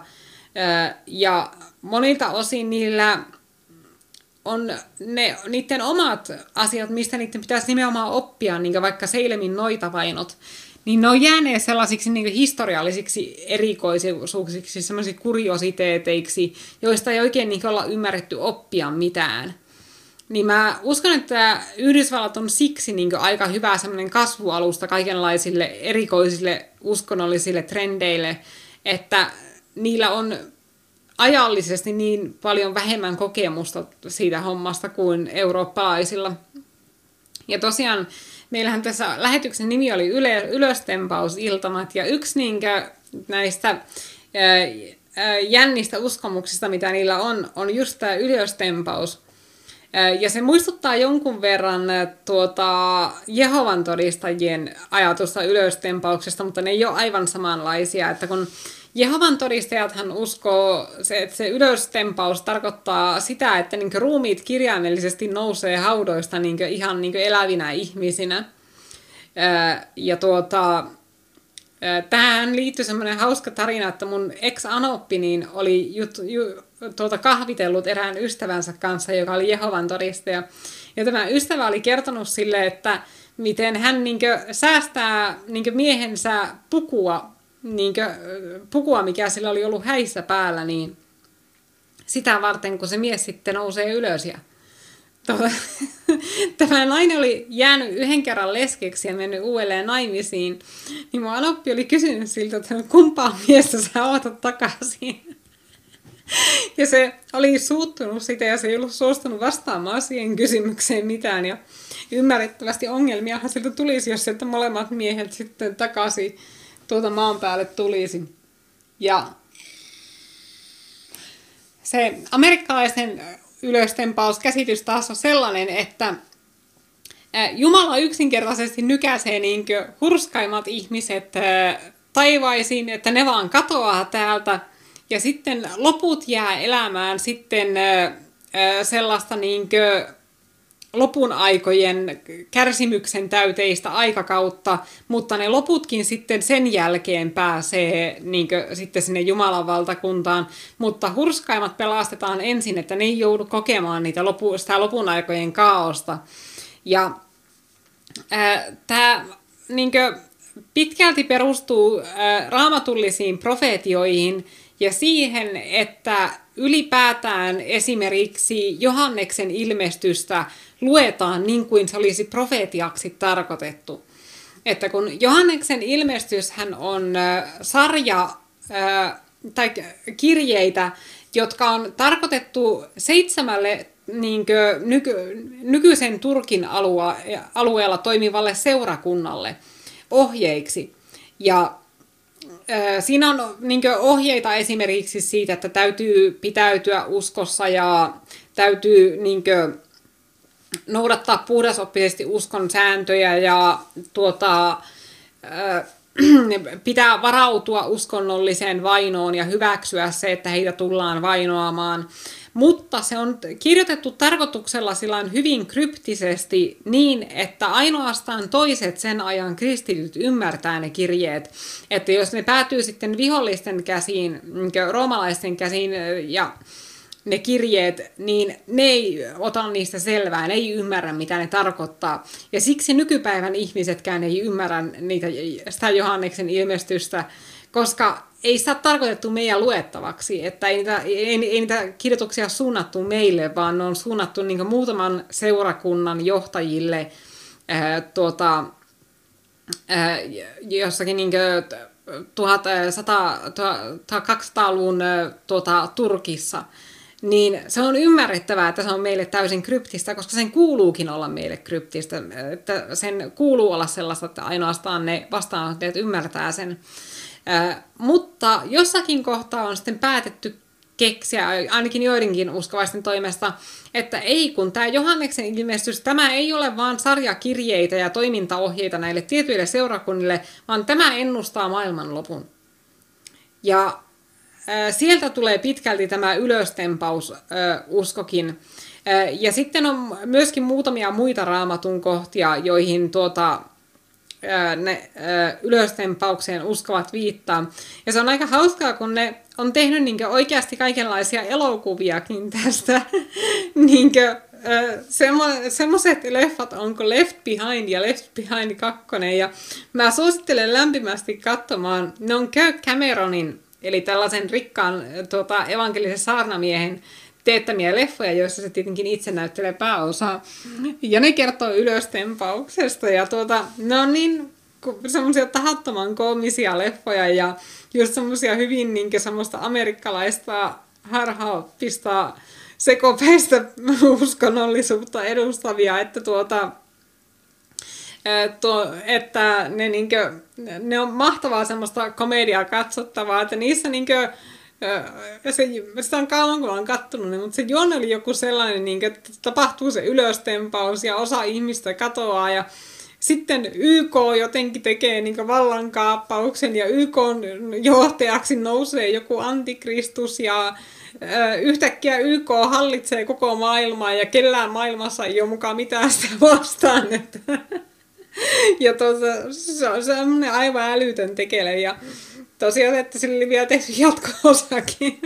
ja monilta osin niillä on ne, niiden omat asiat, mistä niiden pitäisi nimenomaan oppia, niin vaikka Seilemin noitavainot, niin ne on jääneet sellaisiksi niin historiallisiksi erikoisuuksiksi, sellaisiksi kuriositeeteiksi, joista ei oikein niin olla ymmärretty oppia mitään. Niin mä uskon, että Yhdysvallat on siksi niin aika hyvä semmoinen kasvualusta kaikenlaisille erikoisille uskonnollisille trendeille, että niillä on ajallisesti niin paljon vähemmän kokemusta siitä hommasta kuin eurooppalaisilla. Ja tosiaan meillähän tässä lähetyksen nimi oli yle, Ylöstempausiltamat, ja yksi niinkö näistä ää, ää, jännistä uskomuksista, mitä niillä on, on just tämä ylöstempaus. Ja se muistuttaa jonkun verran tuota Jehovan todistajien ajatusta ylöstempauksesta, mutta ne ei ole aivan samanlaisia. Että kun Jehovan todistajathan uskoo, että se ylöstempaus tarkoittaa sitä, että niin ruumiit kirjaimellisesti nousee haudoista niin ihan niin elävinä ihmisinä. Ja tuota, tähän liittyy semmoinen hauska tarina, että mun ex-anoppi niin oli jut, ju, tuota kahvitellut erään ystävänsä kanssa, joka oli Jehovan todistaja. Ja tämä ystävä oli kertonut sille, että miten hän niinkö säästää niinkö miehensä pukua, niinkö, pukua, mikä sillä oli ollut häissä päällä, niin sitä varten, kun se mies sitten nousee ylös. Ja tuota, tämä nainen oli jäänyt yhden kerran leskeksi ja mennyt uudelleen naimisiin. Niin mun anoppi oli kysynyt siltä, että kumpaa miestä sä ootat takaisin. Ja se oli suuttunut sitä ja se ei ollut suostunut vastaamaan siihen kysymykseen mitään. Ja ymmärrettävästi ongelmiahan siltä tulisi, jos sieltä molemmat miehet sitten takaisin tuota maan päälle tulisi. Ja se amerikkalaisen ylöstempauskäsitys taas on sellainen, että Jumala yksinkertaisesti nykäisee niinkö hurskaimmat ihmiset taivaisiin, että ne vaan katoaa täältä. Ja sitten loput jää elämään sitten sellaista niinkö lopun aikojen kärsimyksen täyteistä aikakautta, mutta ne loputkin sitten sen jälkeen pääsee niinkö sitten sinne Jumalan valtakuntaan. Mutta hurskaimmat pelastetaan ensin, että ne ei joudu kokemaan niitä lopu, sitä lopun aikojen kaaosta. Ja tämä niinkö pitkälti perustuu ää, raamatullisiin profeetioihin ja siihen, että ylipäätään esimerkiksi Johanneksen ilmestystä luetaan niin kuin se olisi profeetiaksi tarkoitettu. Että kun Johanneksen ilmestyshän on ää, sarja ää, tai kirjeitä, jotka on tarkoitettu seitsemälle niinkö, nyky, nykyisen Turkin alue, alueella toimivalle seurakunnalle ohjeiksi. Ja äh, siinä on niinkö ohjeita esimerkiksi siitä, että täytyy pitäytyä uskossa ja täytyy niinkö noudattaa puhdasoppisesti uskon sääntöjä ja tuota, äh, pitää varautua uskonnolliseen vainoon ja hyväksyä se, että heitä tullaan vainoamaan. Mutta se on kirjoitettu tarkoituksella sillain hyvin kryptisesti niin, että ainoastaan toiset sen ajan kristityt ymmärtää ne kirjeet. Että jos ne päätyy sitten vihollisten käsiin, roomalaisten käsiin ja ne kirjeet, niin ne ei ota niistä selvää, ne ei ymmärrä, mitä ne tarkoittaa. Ja siksi nykypäivän ihmisetkään ei ymmärrä niitä, sitä Johanneksen ilmestystä, koska ei sitä ole tarkoitettu meidän luettavaksi, että ei niitä, ei, ei niitä kirjoituksia suunnattu meille, vaan ne on suunnattu niin kuin muutaman seurakunnan johtajille ää, tuota, ää, jossakin niin kuin tuhatkaksisataaluvun tuota, Turkissa. Niin se on ymmärrettävää, että se on meille täysin kryptistä, koska sen kuuluukin olla meille kryptistä. Että sen kuuluu olla sellaista, että ainoastaan ne vastaanottajat ymmärtää sen. Äh, mutta jossakin kohtaa on sitten päätetty keksiä, ainakin joidenkin uskovaisten toimesta, että ei kun tämä Johanneksen ilmestys, tämä ei ole vaan sarjakirjeitä ja toimintaohjeita näille tietyille seurakunnille, vaan tämä ennustaa maailmanlopun. Ja äh, sieltä tulee pitkälti tämä ylöstempaus äh, uskokin. Äh, ja sitten on myöskin muutamia muita raamatun kohtia, joihin tuota... ne ylöstempaukseen uskovat viittaa. Ja se on aika hauskaa, kun ne on tehnyt niinkö oikeasti kaikenlaisia elokuviakin tästä. niinkö, semmo- semmoiset leffat on kuin Left Behind ja Left Behind kaksi. Ja mä suosittelen lämpimästi katsomaan. Ne on Kirk Cameronin, eli tällaisen rikkaan tuota, evankelisen saarnamiehen teettämiä leffoja, joissa se tietenkin itse näyttelee pääosaa. Ja ne kertoo ylöstempauksesta. Ja tuota, ne on niin semmoisia tahattoman koomisia leffoja ja just semmoisia hyvin niinkö semmoista amerikkalaista harhaoppista sekopäistä uskonnollisuutta edustavia, että tuota Tuo, että ne, niinkö, ne on mahtavaa semmoista komediaa katsottavaa, että niissä niinkö Se, sitä on kauan, kun olen kattonut, mutta se juonne oli joku sellainen, niin, että tapahtuu se ylöstempaus ja osa ihmistä katoaa ja sitten Y K jotenkin tekee niin vallankaappauksen ja Y K:n johtajaksi nousee joku antikristus ja ö, yhtäkkiä Y K hallitsee koko maailmaa ja kellään maailmassa ei ole mukaan mitään sitä vastaan. Että Ja tuota, se on semmoinen aivan älytön tekele. Ja tosiaan, että sillä oli vielä tehty jatko-osakin.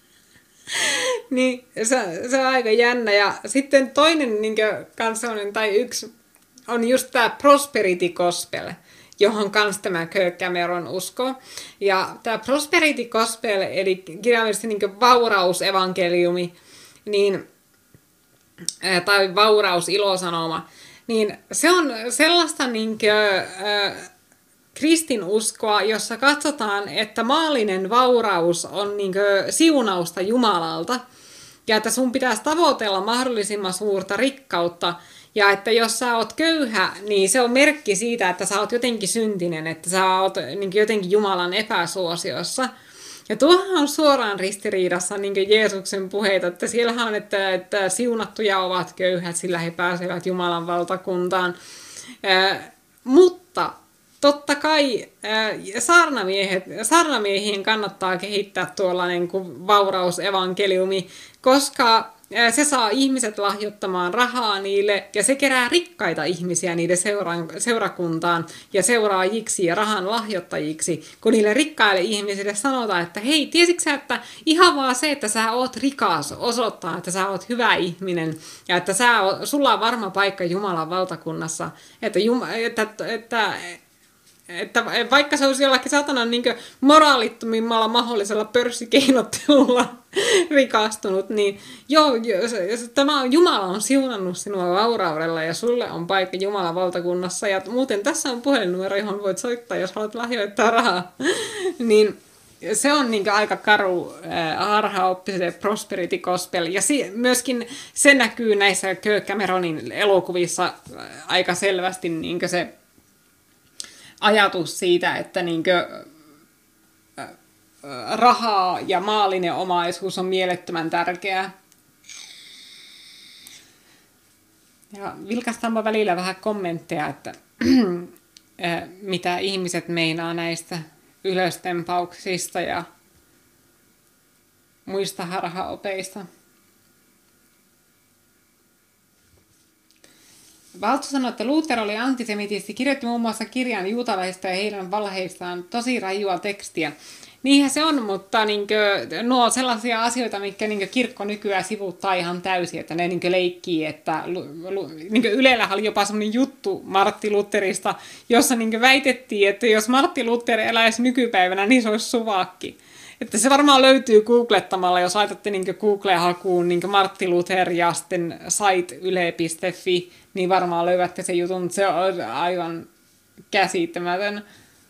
Niin se, se on aika jännä. Ja sitten toinen niin kansallinen tai yksi on just tämä Prosperity Gospel, johon kans tämä Kirk Cameron uskoo. Ja tämä Prosperity Gospel, eli kirjaimellisesti niin vaurausevankeliumi, niin, ää, tai vaurausilosanoma, niin se on sellaista niin kuin, ää, kristinuskoa, jossa katsotaan, että maallinen vauraus on niin kuin siunausta Jumalalta, ja että sun pitäisi tavoitella mahdollisimman suurta rikkautta, ja että jos sä oot köyhä, niin se on merkki siitä, että sä oot jotenkin syntinen, että sä oot niin jotenkin Jumalan epäsuosiossa. Ja tuohan on suoraan ristiriidassa niin Jeesuksen puheita, että siellähän on, että, että siunattuja ovat köyhät, sillä he pääsevät Jumalan valtakuntaan. Äh, mutta totta kai äh, saarnamiehet, saarnamiehien kannattaa kehittää tuollainen kuin vaurausevankeliumi, koska se saa ihmiset lahjoittamaan rahaa niille, ja se kerää rikkaita ihmisiä niiden seura- seurakuntaan ja seuraajiksi ja rahan lahjoittajiksi, kun niille rikkaille ihmisille sanotaan, että hei, tiesitkö sä, että ihan vaan se, että sä oot rikas, osoittaa, että sä oot hyvä ihminen, ja että sä oot, sulla on varma paikka Jumalan valtakunnassa, että, Jum- että, että, että Että vaikka se olisi jollakin satanan niin moraalittomimmalla mahdollisella pörssikeinottelulla rikastunut, niin joo, tämä on, Jumala on siunannut sinua vauraudella ja sulle on paikka Jumalan valtakunnassa. Ja muuten tässä on puhelinnumero, johon voit soittaa, jos haluat lahjoittaa rahaa. Niin se on niin aika karu äh, harhaoppiset Prosperity Gospel. Ja si- myöskin se näkyy näissä Kirk Cameronin elokuvissa äh, aika selvästi niin se ajatus siitä, että niinkö rahaa ja maallinen omaisuus on mielettömän tärkeää. Ja vilkaistaanpa välillä vähän kommentteja, että mitä ihmiset meinaa näistä ylöstempauksista ja muista harhaopeista. Valtsu sanoi, että Luther oli antisemitisti, kirjoitti muun muassa kirjan juutalaisista ja heidän valheistaan tosi rajua tekstiä. Niinhän se on, mutta niinkö, nuo on sellaisia asioita, mitkä niinkö kirkko nykyään sivuuttaa ihan täysin, että ne niinkö leikkii, että niinkö Ylellä oli jopa semmoinen juttu Martti Lutherista, jossa niinkö väitettiin, että jos Martti Luther eläisi nykypäivänä, niin se olisi suvakki. Että se varmaan löytyy googlettamalla, jos laitatte niin Google-hakuun niin Martti Luther ja sitten site yle piste fi, niin varmaan löydätte sen jutun. Se on aivan käsittämätön.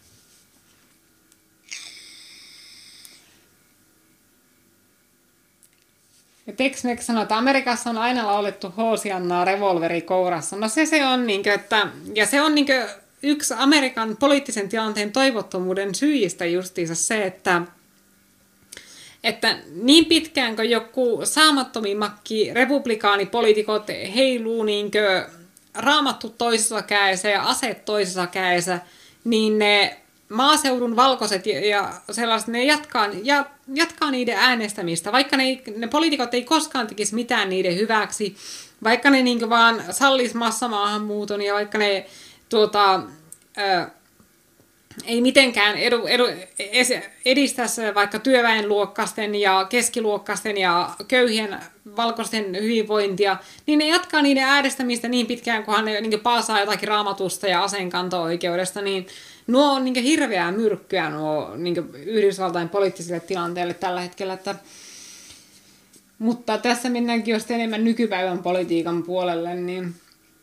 Ja Tex-Mex sanoo, että Amerikassa on aina laulettu Hoosiannaa revolveri kourassa. No se se on, niin kuin, että, ja se on niin kuin, yksi Amerikan poliittisen tilanteen toivottomuuden syistä justiinsa se, että että niin pitkään kuin joku saamattomimmakki republikaanipoliitikot heiluu niinkö raamattu toisessa kädessä ja aseet toisessa kädessä, niin ne maaseudun valkoiset ja sellaiset, ne jatkaa, ja, jatkaa niiden äänestämistä, vaikka ne, ne poliitikot ei koskaan tekisi mitään niiden hyväksi, vaikka ne niinkö vaan sallis massamaahanmuuton ja vaikka ne tuota, ää, ei mitenkään edu, edu, edistäisi vaikka työväenluokkaisten ja keskiluokkaisten ja köyhien valkoisten hyvinvointia, niin ne jatkaa niiden äänestämistä niin pitkään, kunhan ne niin paasaa jotakin raamatusta ja aseenkanto-oikeudesta, niin nuo on niin hirveää myrkkyä nuo niin Yhdysvaltain poliittisille tilanteelle tällä hetkellä. Että, mutta tässä mennäänkin just enemmän nykypäivän politiikan puolelle. Niin,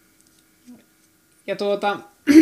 ja tuota...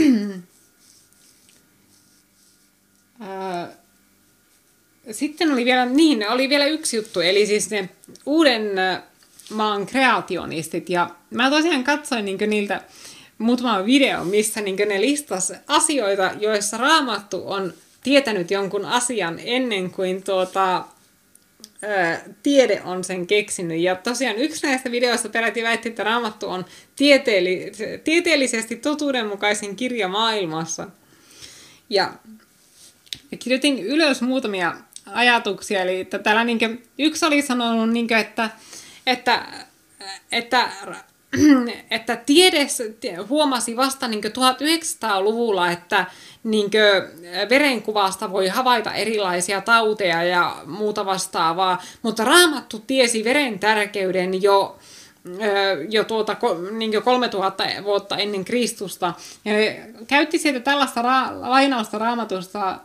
Ää, sitten oli vielä, niin, oli vielä yksi juttu, eli siis ne uuden maan kreationistit, ja mä tosiaan katsoin niin niiltä muutaman videon, missä niin ne listas asioita, joissa Raamattu on tietänyt jonkun asian ennen kuin tuota, ää, tiede on sen keksinyt. Ja tosiaan yksi näistä videoista peräti väitti, että Raamattu on tieteelli- tieteellisesti totuudenmukaisin kirja maailmassa. Ja Ja kirjoitin ylös muutamia ajatuksia, eli että täällä niin kuin, yksi oli sanonut, niin kuin, että, että, että että tiede huomasi vasta niin kuin tuhatyhdeksänsataaluvulla, että niin kuin verenkuvasta voi havaita erilaisia tauteja ja muuta vastaavaa, mutta Raamattu tiesi veren tärkeyden jo, jo tuota, niin kuin kolmetuhatta vuotta ennen Kristusta. Ja ne käytti sieltä tällaista ra- lainausta Raamatusta,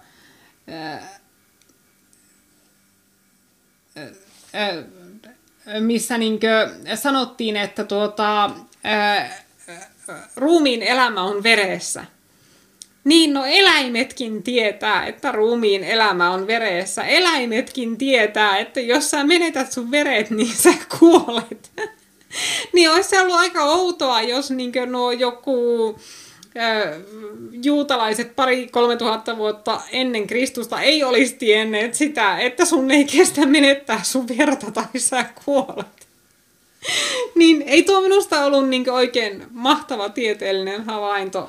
missä niin kuin sanottiin, että tuota, ää, ruumiin elämä on veressä. Niin, no eläimetkin tietää, että ruumiin elämä on veressä. Eläimetkin tietää, että jos sä menetät sun veret, niin sä kuolet. Niin olisi se ollut aika outoa, jos niin kuin nuo joku ää, juutalaiset pari kolme tuhatta vuotta ennen Kristusta ei olisi tienneet sitä, että sun ei kestä menettää sun verta tai sä kuolet. Niin ei tuo minusta ollut niin kuin oikein mahtava tieteellinen havainto.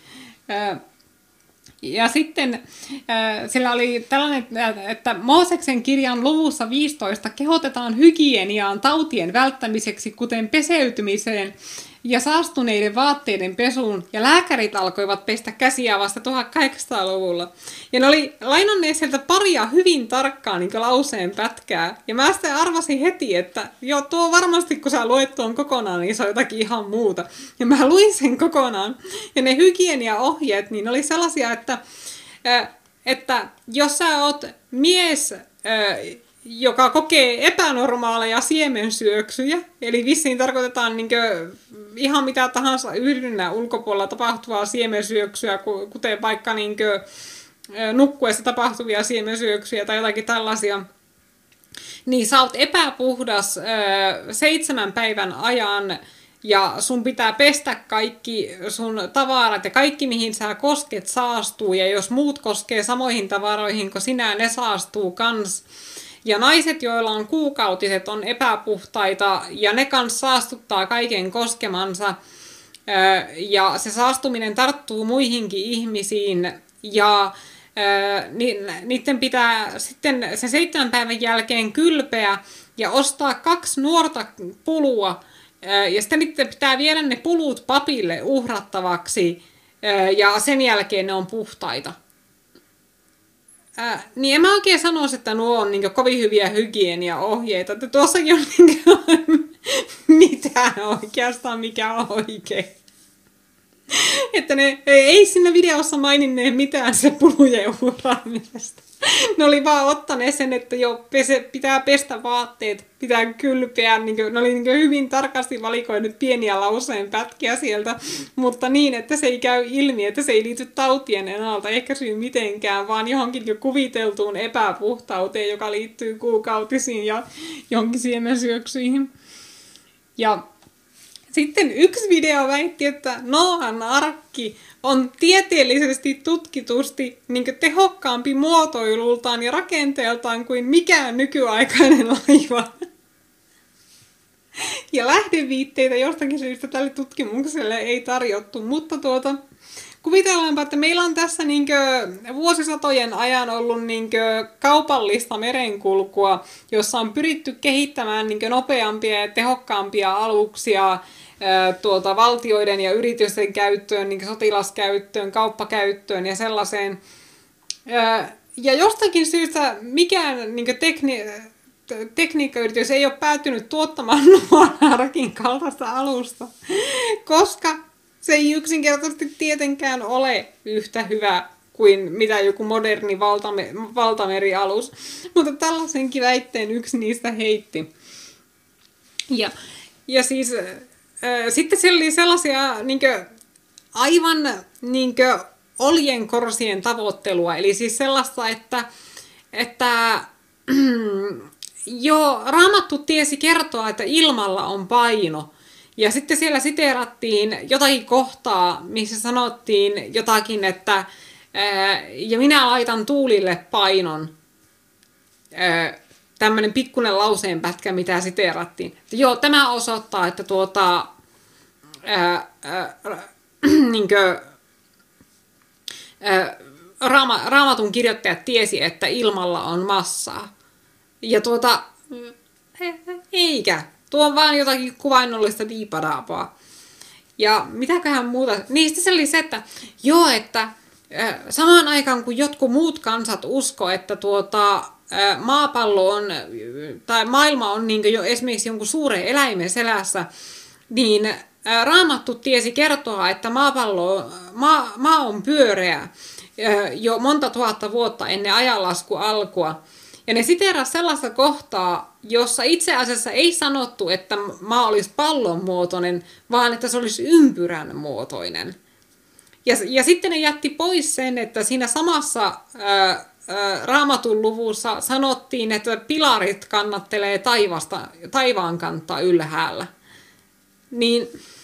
Ja sitten sillä oli tällainen, että Mooseksen kirjan luvussa viisitoista kehotetaan hygieniaan tautien välttämiseksi, kuten peseytymiseen ja saastuneiden vaatteiden pesuun, ja lääkärit alkoivat pestä käsiä vasta tuhatkahdeksansataaluvulla. Ja ne oli lainanneet sieltä paria hyvin tarkkaan niin lauseen pätkää, ja mä sitten arvasin heti, että joo, tuo varmasti kun sä luet tuon kokonaan, niin se on jotakin ihan muuta. Ja mä luin sen kokonaan, ja ne hygieniaohjeet, niin oli sellaisia, että, että jos sä oot mies, joka kokee epänormaaleja siemensyöksyjä, eli vissiin tarkoitetaan niin kuin ihan mitä tahansa yhdynnän ulkopuolella tapahtuvaa siemensyöksyä, kuten vaikka niin kuin nukkuessa tapahtuvia siemensyöksyjä tai jotakin tällaisia, niin sä oot epäpuhdas seitsemän päivän ajan, ja sun pitää pestä kaikki sun tavarat ja kaikki mihin sä kosket saastuu, ja jos muut koskee samoihin tavaroihin kuin sinä, ne saastuu kans. Ja naiset, joilla on kuukautiset, on epäpuhtaita ja ne kanssa saastuttaa kaiken koskemansa. Ja se saastuminen tarttuu muihinkin ihmisiin. Ja niiden pitää sitten sen seitsemän päivän jälkeen kylpeä ja ostaa kaksi nuorta pulua. Ja sitten niiden pitää viedä ne pulut papille uhrattavaksi. Ja sen jälkeen ne on puhtaita. Äh, niin en mä oikein sanoisi, että nuo on niin kovin hyviä hygieniaohjeita. Että tuossakin on niin mitään oikeastaan mikä on oikein. Että ne ei siinä videossa maininneet mitään se pulujen uhraamisesta. Ne oli vaan ottaneet sen, että jo pese, pitää pestä vaatteet, pitää kylpeä. Niin kuin, ne oli niin hyvin tarkasti valikoinut pieniä lauseen pätkiä sieltä, mutta niin, että se ei käy ilmi, että se ei liity tautien ennaltaehkäisyyn mitenkään, vaan johonkin jo kuviteltuun epäpuhtauteen, joka liittyy kuukautisiin ja johonkin siemensyöksyihin. Ja sitten yksi video väitti, että Nooan arkki on tieteellisesti tutkitusti niin kuin tehokkaampi muotoilultaan ja rakenteeltaan kuin mikään nykyaikainen laiva. Ja lähdeviitteitä jostakin syystä tälle tutkimukselle ei tarjottu, mutta tuota, kuvitellaanpa, että meillä on tässä niin kuin vuosisatojen ajan ollut niin kuin kaupallista merenkulkua, jossa on pyritty kehittämään niin kuin nopeampia ja tehokkaampia aluksia tuota, valtioiden ja yritysten käyttöön, niin sotilaskäyttöön, kauppakäyttöön ja sellaiseen. Ja jostakin syystä mikään niin tekni- tekniikkayritys ei ole päätynyt tuottamaan Noan kaltaista alusta, koska se ei yksinkertaisesti tietenkään ole yhtä hyvä kuin mitä joku moderni valtame- valtamerialus. Mutta tällaisenkin väitteen yksi niistä heitti. Ja, ja siis sitten siellä oli sellaisia niin kuin, aivan niin kuin, oljenkorsien tavoittelua, eli siis sellaista, että, että jo Raamattu tiesi kertoa, että ilmalla on paino, ja sitten siellä siteerattiin jotakin kohtaa, missä sanottiin jotakin, että ää, ja minä laitan tuulille painon. Ää, tämmöinen pikkuinen lauseenpätkä, mitä siteerattiin. Joo, tämä osoittaa, että tuota, ää, ää, niinkö, ää, raama, Raamatun kirjoittajat tiesi, että ilmalla on massaa. Ja tuota, eikä. tuo on vaan jotakin kuvainnollista diipadaapaa. Ja mitäköhän muuta. Niistä se oli se, että joo, että äh, samaan aikaan kun jotkut muut kansat usko, että tuota, äh, maapallo on, tai maailma on niin jo esimerkiksi jonkun suuren eläimen selässä, niin äh, Raamattu tiesi kertoa, että maapallo, maa, maa on pyöreä äh, jo monta tuhatta vuotta ennen ajanlasku alkua. Ja ne siteerasi sellaista kohtaa, jossa itse asiassa ei sanottu, että maa olisi pallon muotoinen, vaan että se olisi ympyrän muotoinen. Ja, ja sitten ne jätti pois sen, että siinä samassa ää, ää, Raamatun luvussa sanottiin, että pilarit kannattelee taivasta, taivaan kantaa ylhäällä. Niin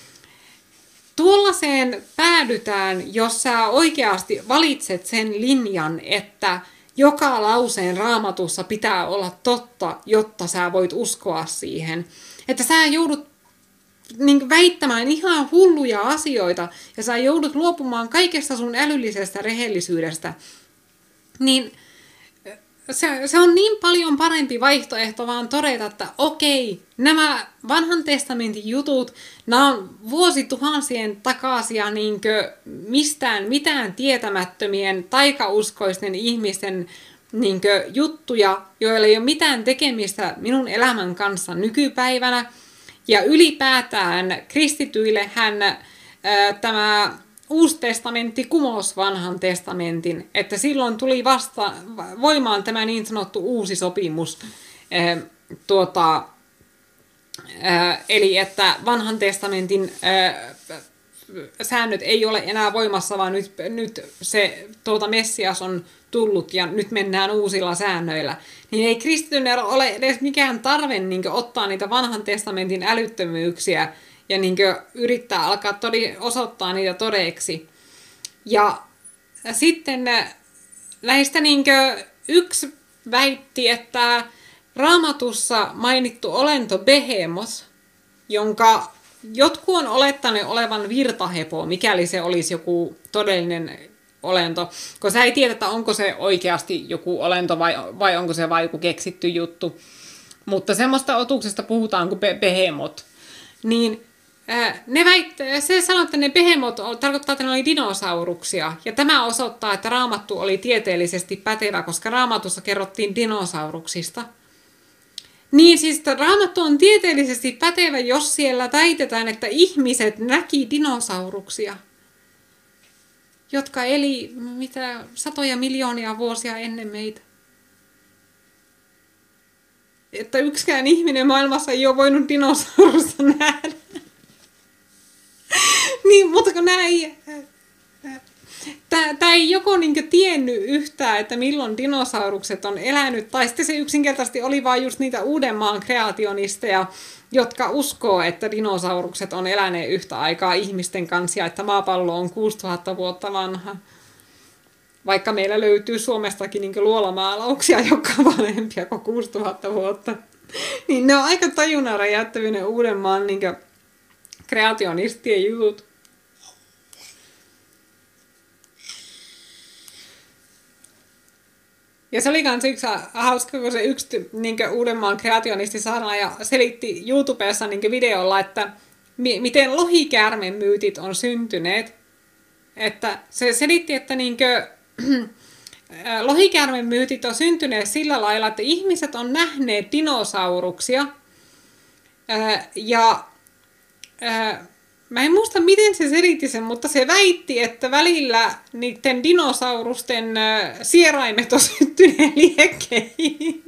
tuollaiseen päädytään, jos sä oikeasti valitset sen linjan, että joka lauseen Raamatussa pitää olla totta, jotta sä voit uskoa siihen. Että sä joudut niin väittämään ihan hulluja asioita ja sä joudut luopumaan kaikesta sun älyllisestä rehellisyydestä. Niin se, se on niin paljon parempi vaihtoehto vaan todeta, että okei, nämä vanhan testamentin jutut, nämä on vuosituhansien takaisia niin mistään mitään tietämättömien taikauskoisten ihmisten niin juttuja, joilla ei ole mitään tekemistä minun elämän kanssa nykypäivänä. Ja ylipäätään kristityille hän ää, tämä Uusi testamentti kumosi vanhan testamentin, että silloin tuli vasta voimaan tämä niin sanottu uusi sopimus, ää, tuota, ää, eli että vanhan testamentin ää, säännöt ei ole enää voimassa, vaan nyt, nyt se tuota Messias on tullut ja nyt mennään uusilla säännöillä. Niin ei kristityn ole edes mikään tarve niin ottaa niitä vanhan testamentin älyttömyyksiä ja niin yrittää alkaa todi, osoittaa niitä todeksi. Ja sitten näistä niin yksi väitti, että Raamatussa mainittu olento Behemoth, jonka jotkut on olettaneet olevan virtahepo, mikäli se olisi joku todellinen olento, koska sä ei tiedä, että onko se oikeasti joku olento vai, vai onko se vain joku keksitty juttu. Mutta semmoista otuksesta puhutaan kuin Behemoth. Niin ää, ne väittää, se sanoo, että ne Behemoth tarkoittaa, että ne oli dinosauruksia. Ja tämä osoittaa, että Raamattu oli tieteellisesti pätevä, koska Raamatussa kerrottiin dinosauruksista. Niin siis Raamattu on tieteellisesti pätevä, jos siellä väitetään, että ihmiset näki dinosauruksia, jotka eli mitä satoja miljoonia vuosia ennen meitä. Että yksikään ihminen maailmassa ei ole voinut dinosaurusta nähdä. Niin, mutta kun nämä ei... Tämä ei joko niinku tiennyt yhtään, että milloin dinosaurukset on elänyt, tai sitten se yksinkertaisesti oli vain just niitä Uudenmaan kreationisteja, jotka uskoo, että dinosaurukset on eläneet yhtä aikaa ihmisten kanssa ja että maapallo on kuusituhatta vuotta vanha. Vaikka meillä löytyy Suomestakin niin luolamaalauksia, jotka on vanhempia kuin kuusituhatta vuotta. Niin ne on aika tajunnan räjäyttäviä ne Uudenmaan niin kreationistien jutut. Ja se oli kans yksi hauska, kun se yksi niin Uudenmaan kreationisti ja selitti YouTubessa niin videolla, että mi- miten lohikäärmen myytit on syntyneet. Että se selitti, että niin kuin, lohikäärmen myytit on syntyneet sillä lailla, että ihmiset on nähneet dinosauruksia. Ja mä en muista, miten se selitti sen, mutta se väitti, että välillä niiden dinosaurusten sieraimet on syttyneet liekkeihin.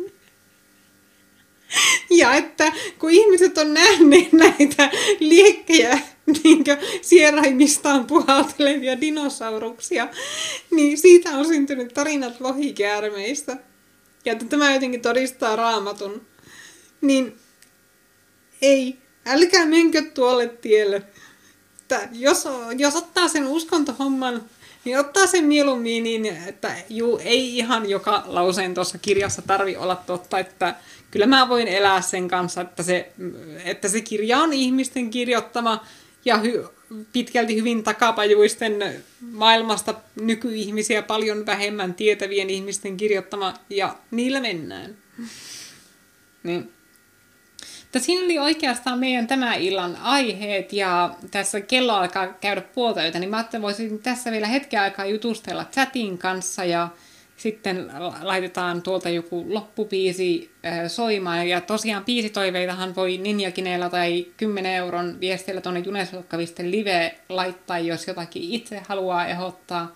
Ja että kun ihmiset on nähneet näitä liekkejä niin sieraimistaan puhaltelevia dinosauruksia, niin siitä on syntynyt tarinat lohikäärmeistä. Ja että tämä jotenkin todistaa Raamatun. Niin ei, älkää menkö tuolle tielle. Että jos, jos ottaa sen uskontohomman, niin ottaa sen mieluummin niin, että juu, ei ihan joka lauseen tuossa kirjassa tarvi olla totta, että kyllä mä voin elää sen kanssa, että se, että se kirja on ihmisten kirjoittama ja hy, pitkälti hyvin takapajuisten maailmasta nykyihmisiä paljon vähemmän tietävien ihmisten kirjoittama ja niillä mennään. Niin. Mutta siinä oli oikeastaan meidän tämän illan aiheet, ja tässä kello alkaa käydä puolta yötä, niin mä ajattelin, voisin tässä vielä hetken aikaa jutustella chatin kanssa, ja sitten laitetaan tuolta joku loppubiisi soimaan. Ja tosiaan biisitoiveitahan voi Ninjakineella tai kymmenen euron viestillä tuonne Junesolkka piste live laittaa, jos jotakin itse haluaa ehdottaa.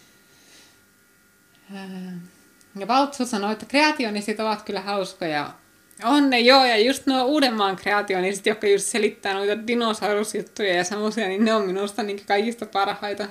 Ja Valtsu sanoi, että kreationistit ovat kyllä hauskoja. On ne, joo, ja just nuo Uudenmaan kreationistit, jotka just selittää noita dinosaurusjuttuja ja semmoisia, niin ne on minusta niin kaikista parhaita.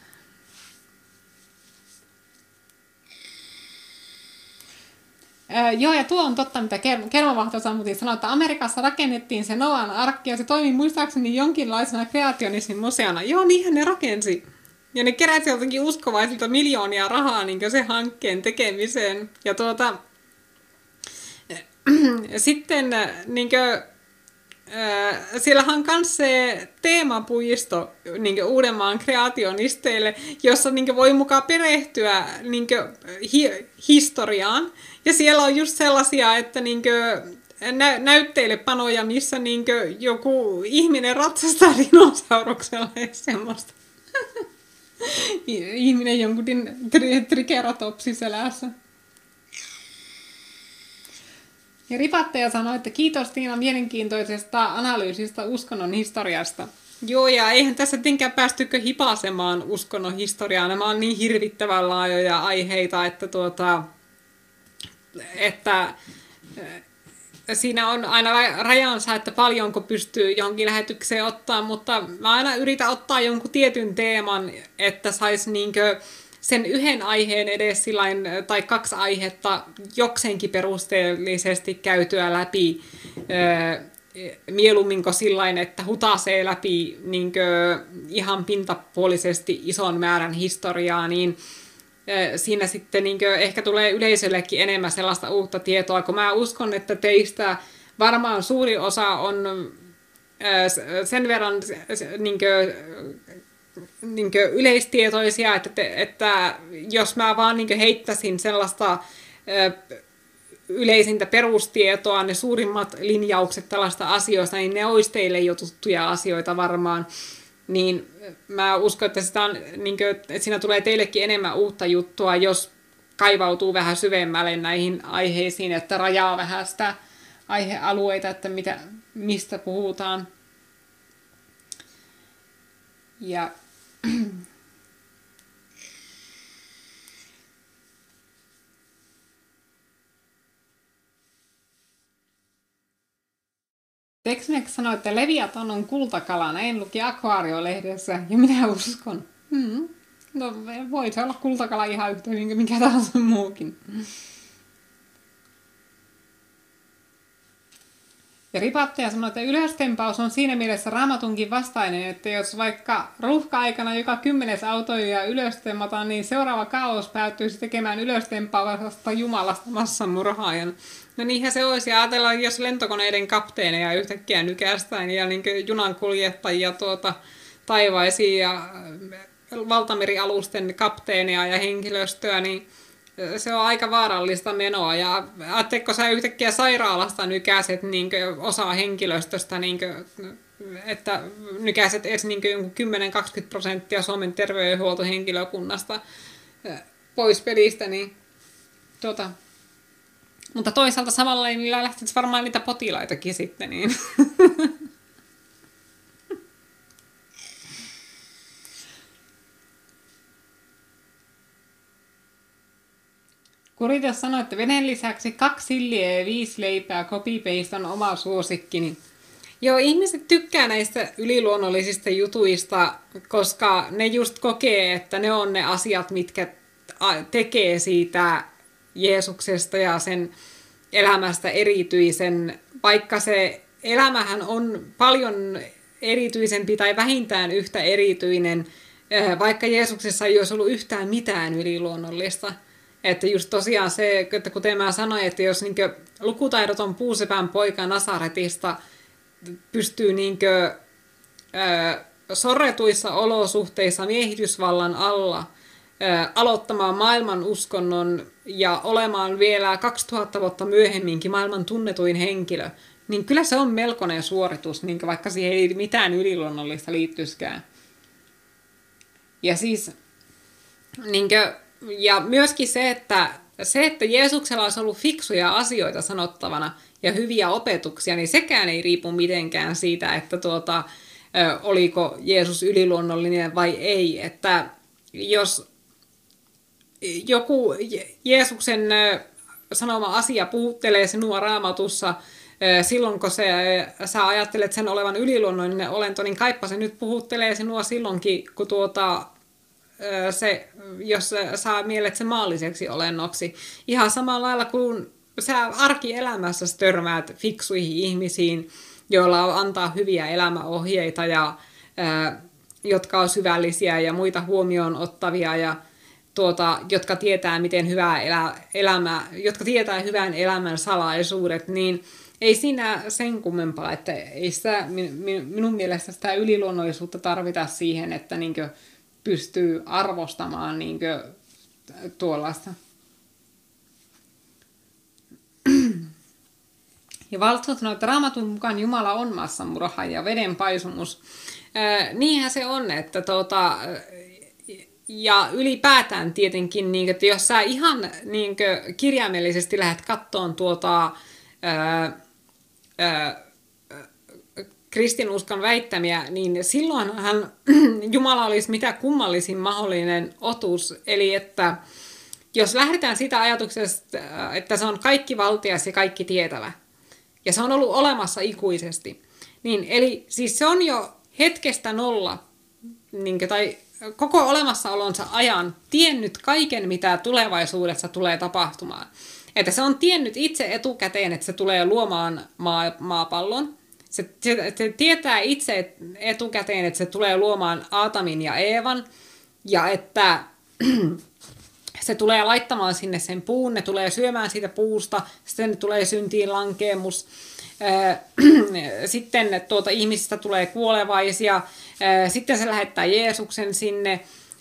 Öö, joo, ja tuo on totta, mitä Kermovahto Sammutin sanoi, että Amerikassa rakennettiin se Noan arkki, ja se toimi muistaakseni jonkinlaisena kreationismin museona. Joo, niinhän ne rakensi. Ja ne keräsi jotenkin uskovaisilta miljoonia rahaa niin se hankkeen tekemiseen. Ja tuota, sitten niin kuin, äh, siellähän on myös se teemapuisto niin Uudenmaan kreationisteille, jossa niin voi mukaan perehtyä niin hi- historiaan. Ja siellä on just sellaisia, että niin nä- näytteilepanoja, missä niin joku ihminen ratsastaa dinosauruksella ja semmoista. Ihminen jonkun tri- triceratopsin selässä. Ja Ripattaja sanoi, että kiitos Tiina mielenkiintoisesta analyysistä uskonnon historiasta. Joo, ja eihän tässä tietenkään päästykö hipasemaan uskonnon historiaa. Nämä on niin hirvittävän laajoja aiheita, että, tuota, että siinä on aina rajansa, että paljonko pystyy johonkin lähetykseen ottaa, mutta mä aina yritän ottaa jonkun tietyn teeman, että saisi niinkö sen yhden aiheen edes sillain, tai kaksi aihetta jokseenkin perusteellisesti käytyä läpi, mieluumminko sillain, että hutasee läpi niinkö ihan pintapuolisesti ison määrän historiaa, niin siinä sitten niin ehkä tulee yleisöllekin enemmän sellaista uutta tietoa, kun mä uskon, että teistä varmaan suuri osa on sen verran niin kuin, niin kuin yleistietoisia, että, te, että jos mä vaan niin heittäisin sellaista yleisintä perustietoa, ne suurimmat linjaukset tällaista asioista, niin ne olisi teille jo tuttuja asioita varmaan. Niin mä uskon, että, sitä on, niin kuin, että siinä tulee teillekin enemmän uutta juttua, jos kaivautuu vähän syvemmälle näihin aiheisiin, että rajaa vähän sitä aihealueita, että mitä, mistä puhutaan. Ja Texmex sanoi, että Leviathan on kultakala. Näin luki Aquario-lehdessä, ja minä uskon. Hmm. No, voi se olla kultakala ihan yhtä hyvin kuin mikä tahansa muukin. Ja Ripattaja sanoi, että ylöstempaus on siinä mielessä Raamatunkin vastainen, että jos vaikka ruuhka-aikana joka kymmenes autoilija ylöstemataan, niin seuraava kaos päättyisi tekemään ylöstempaavasta Jumalasta massamurhaajan. No niinhän se olisi. Ja ajatellaan, jos lentokoneiden kapteeneja yhtäkkiä nykästään ja niin junankuljettajia tuota, taivaisiin ja valtamerialusten kapteeneja ja henkilöstöä, niin se on aika vaarallista menoa. Ja ajatteletko sä yhtäkkiä sairaalasta nykäiset niin osa henkilöstöstä, niin kuin, että nykäiset edes niin kymmenen kaksikymmentä prosenttia Suomen terveydenhuoltohenkilökunnasta pois pelistä, niin tuota. Mutta toisaalta samalla niillä lähtisi varmaan niitä potilaitakin sitten. Niin. Kuritas sanoi, että veneen lisäksi kaksi silliä ja viisi leipää copy-paste on oma suosikkini. Joo, ihmiset tykkää näistä yliluonnollisista jutuista, koska ne just kokee, että ne on ne asiat, mitkä tekee siitä Jeesuksesta ja sen elämästä erityisen, vaikka se elämähän on paljon erityisempi tai vähintään yhtä erityinen, vaikka Jeesuksessa ei olisi ollut yhtään mitään yliluonnollista. Että just tosiaan se, että kuten mä sanoin, että jos niinkö lukutaidoton puusepän poika Nasaretista pystyy niinkö, ö, sorretuissa olosuhteissa miehitysvallan alla aloittamaan maailman uskonnon ja olemaan vielä kaksituhatta vuotta myöhemminkin maailman tunnetuin henkilö, niin kyllä se on melkoinen suoritus, niin vaikka siihen ei mitään yliluonnollista liittyiskään. Ja siis, niin kuin, ja myöskin se että, se, että Jeesuksella olisi ollut fiksuja asioita sanottavana ja hyviä opetuksia, niin sekään ei riipu mitenkään siitä, että tuota, oliko Jeesus yliluonnollinen vai ei. Että jos joku Jeesuksen sanoma asia puhuttelee sinua Raamatussa silloin, kun se, sä ajattelet sen olevan yliluonnollinen olento, niin kaipa se nyt puhuttelee sinua silloinkin, kun tuota, se, jos saa mielet sen maalliseksi olennoksi. Ihan samalla lailla kuin sä arkielämässä törmäät fiksuihin ihmisiin, joilla on antaa hyviä elämäohjeita, ja, ää, jotka on syvällisiä ja muita huomioon ottavia, ja tuota, jotka tietää, miten hyvää elä, elämää, jotka tietää hyvän elämän salaisuudet, niin ei siinä sen kummempaa, että ei sitä, minun mielestä sitä yliluonnollisuutta tarvita siihen, että niinkö pystyy arvostamaan niinkö tuollaista. Ja Waltz sanoi, että Raamatun mukaan Jumala on massamurha ja veden paisumus. Äh, niinhän se on, että tuota, ja ylipäätään tietenkin, niin, että jos sä ihan niin, kirjaimellisesti lähdet kattoon tuota, ää, ää, kristinuskon väittämiä, niin silloinhan Jumala olisi mitä kummallisin mahdollinen otus. Eli että jos lähdetään siitä ajatuksesta, että se on kaikki valtias ja kaikki tietävä, ja se on ollut olemassa ikuisesti, niin eli siis se on jo hetkestä nolla, niin, tai koko olemassaolonsa ajan tiennyt kaiken, mitä tulevaisuudessa tulee tapahtumaan. Että se on tiennyt itse etukäteen, että se tulee luomaan maa, maapallon. Se, se, se tietää itse etukäteen, että se tulee luomaan Aatamin ja Eevan. Ja että se tulee laittamaan sinne sen puun, ne tulee syömään siitä puusta, sitten tulee syntiin lankeemus. Sitten tuota, ihmisistä tulee kuolevaisia, sitten se lähettää Jeesuksen sinne,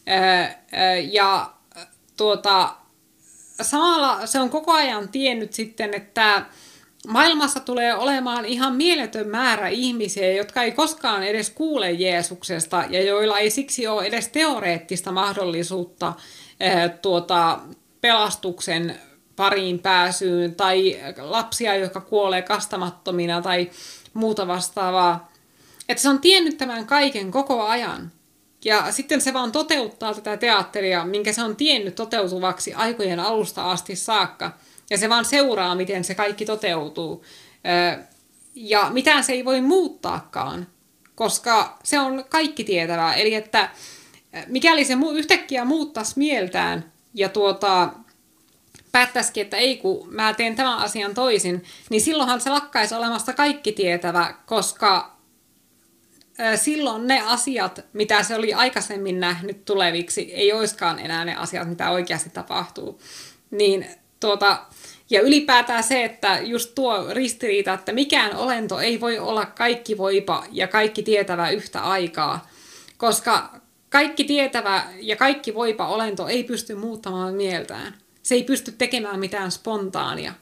ja tuota, samalla se on koko ajan tiennyt sitten, että maailmassa tulee olemaan ihan mieletön määrä ihmisiä, jotka ei koskaan edes kuule Jeesuksesta, ja joilla ei siksi ole edes teoreettista mahdollisuutta tuota, pelastuksen pariin pääsyyn, tai lapsia, jotka kuolee kastamattomina, tai muuta vastaavaa. Että se on tiennyt tämän kaiken koko ajan. Ja sitten se vaan toteuttaa tätä teatteria, minkä se on tiennyt toteutuvaksi aikojen alusta asti saakka. Ja se vaan seuraa, miten se kaikki toteutuu. Ja mitään se ei voi muuttaakaan, koska se on kaikki tietävää. Eli että mikäli se yhtäkkiä muuttaisi mieltään ja tuota... päättäisikin, että ei kun mä teen tämän asian toisin, niin silloinhan se lakkaisi olemasta kaikki tietävä, koska silloin ne asiat, mitä se oli aikaisemmin nähnyt tuleviksi, ei olisikaan enää ne asiat, mitä oikeasti tapahtuu. Niin, tuota, ja ylipäätään se, että just tuo ristiriita, että mikään olento ei voi olla kaikki voipa ja kaikki tietävä yhtä aikaa, koska kaikki tietävä ja kaikki voipa olento ei pysty muuttamaan mieltään. Se ei pysty tekemään mitään spontaania,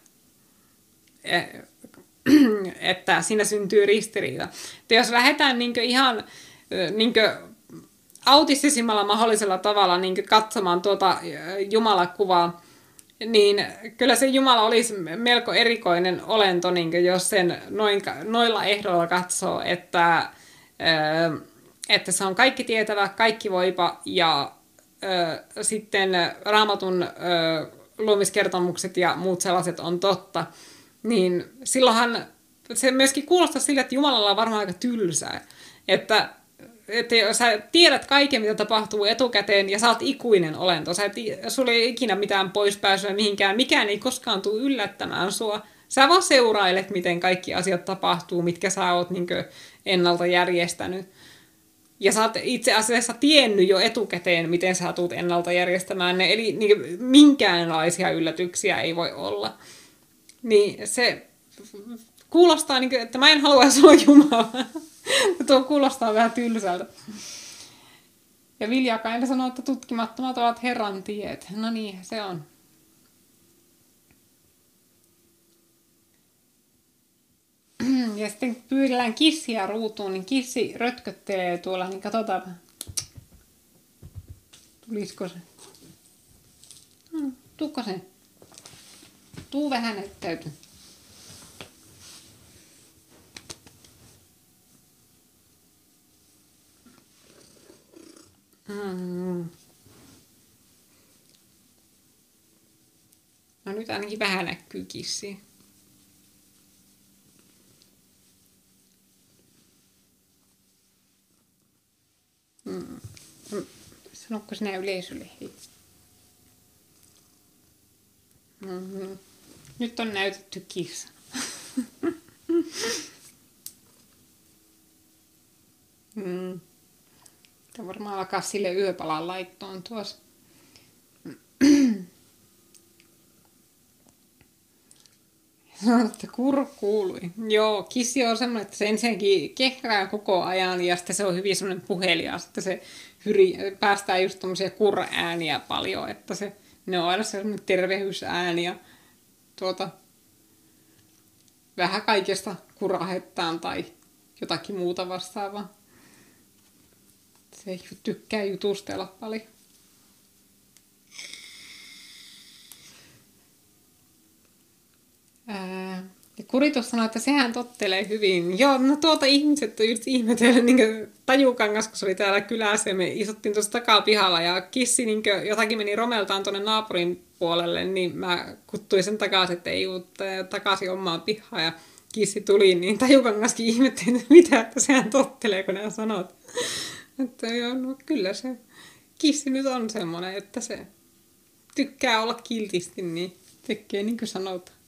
että siinä syntyy ristiriita. Että jos lähdetään niin ihan niin autistisimmalla mahdollisella tavalla niin katsomaan tuota Jumalakuvaa, niin kyllä se Jumala olisi melko erikoinen olento, niin jos sen noin, noilla ehdoilla katsoo, että, että se on kaikki tietävä, kaikki voipa ja Ö, sitten Raamatun ö, luomiskertomukset ja muut sellaiset on totta, niin silloinhan se myöskin kuulostaa sille, että Jumalalla on varmaan aika tylsää, että, että sä tiedät kaiken, mitä tapahtuu etukäteen ja sä oot ikuinen olento, sä et, sulla ei ikinä mitään poispääsyä mihinkään, mikään ei koskaan tule yllättämään sua, sä vaan seurailet, miten kaikki asiat tapahtuu, mitkä sä oot niin kuin ennalta järjestänyt. Ja sä oot itse asiassa tiennyt jo etukäteen, miten sä tulet ennalta järjestämään ne, eli niin, minkäänlaisia yllätyksiä ei voi olla. Niin se kuulostaa, niin kuin, että mä en halua olla Jumala. Tuo kuulostaa vähän tylsältä. Ja Viljakainen sanoo, että tutkimattomat ovat Herran tiet. No niin, se on. Ja sitten pyydellään kissiä ruutuun, niin kissi rötköttelee tuolla, niin katsotaanpa. Tulisiko se? Hmm, tuukko se? Tuu vähän näyttäyty. Mm. No nyt ainakin vähän näkyy kissiä. Mm. Sanotko sinä yleisölle hei? Mm-hmm. Nyt on näytetty kissa. mm. Tämä varmaan alkaa sille yöpalan laittoon tuossa. Sanoin, että kurku kuului. Joo, kissi on semmoinen, että se ensinnäkin kehrää koko ajan ja sitten se on hyvin semmoinen puhelias, että se hyri, päästää just tommosia kurra-ääniä paljon, että se, ne on aina semmoinen tervehdysääni ja tuota, vähän kaikesta kurahettaan tai jotakin muuta vastaavaa. Se tykkää jutustella paljon. Ää, ja Kuritus sanoi, että sehän tottelee hyvin. Joo, no tuota ihmiset on just ihmetellyt, niin Tajukangas, kun se oli täällä kylässä, me isottiin tuossa takapihalla ja kissi niin jotakin meni romeltaan tuonne naapurin puolelle, niin mä kuttuin sen takaisin, että ei uutta takaisin omaan pihaan ja kissi tuli, niin Tajukangaskin ihmetteli, että mitä, että sehän tottelee, kun nämä sanot. Että joo, no kyllä se kissi nyt on semmoinen, että se tykkää olla kiltisti, niin tekee niin kuin sanotaan.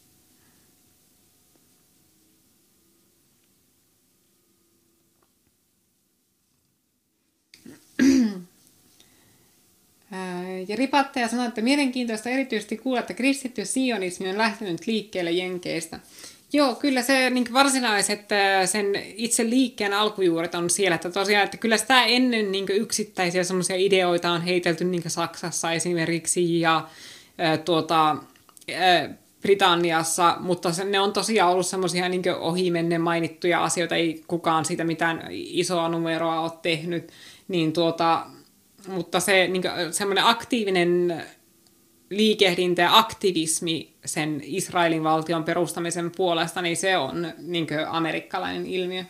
Ja Ripattaja sanoi, että mielenkiintoista erityisesti kuulla, että kristitty sionismi on lähtenyt liikkeelle Jenkeistä. Joo, kyllä se niin varsinaiset sen itse liikkeen alkujuuret on siellä, että tosiaan, että kyllä sitä ennen niin yksittäisiä semmoisia ideoita on heitelty niin Saksassa esimerkiksi ja ää, tuota, ää, Britanniassa, mutta se, ne on tosiaan ollut semmoisia niin ohimennen mainittuja asioita, ei kukaan siitä mitään isoa numeroa ole tehnyt, niin tuota, mutta se niin semmoinen aktiivinen liikehdintä ja aktivismi sen Israelin valtion perustamisen puolesta, niin se on niin kuin amerikkalainen ilmiö.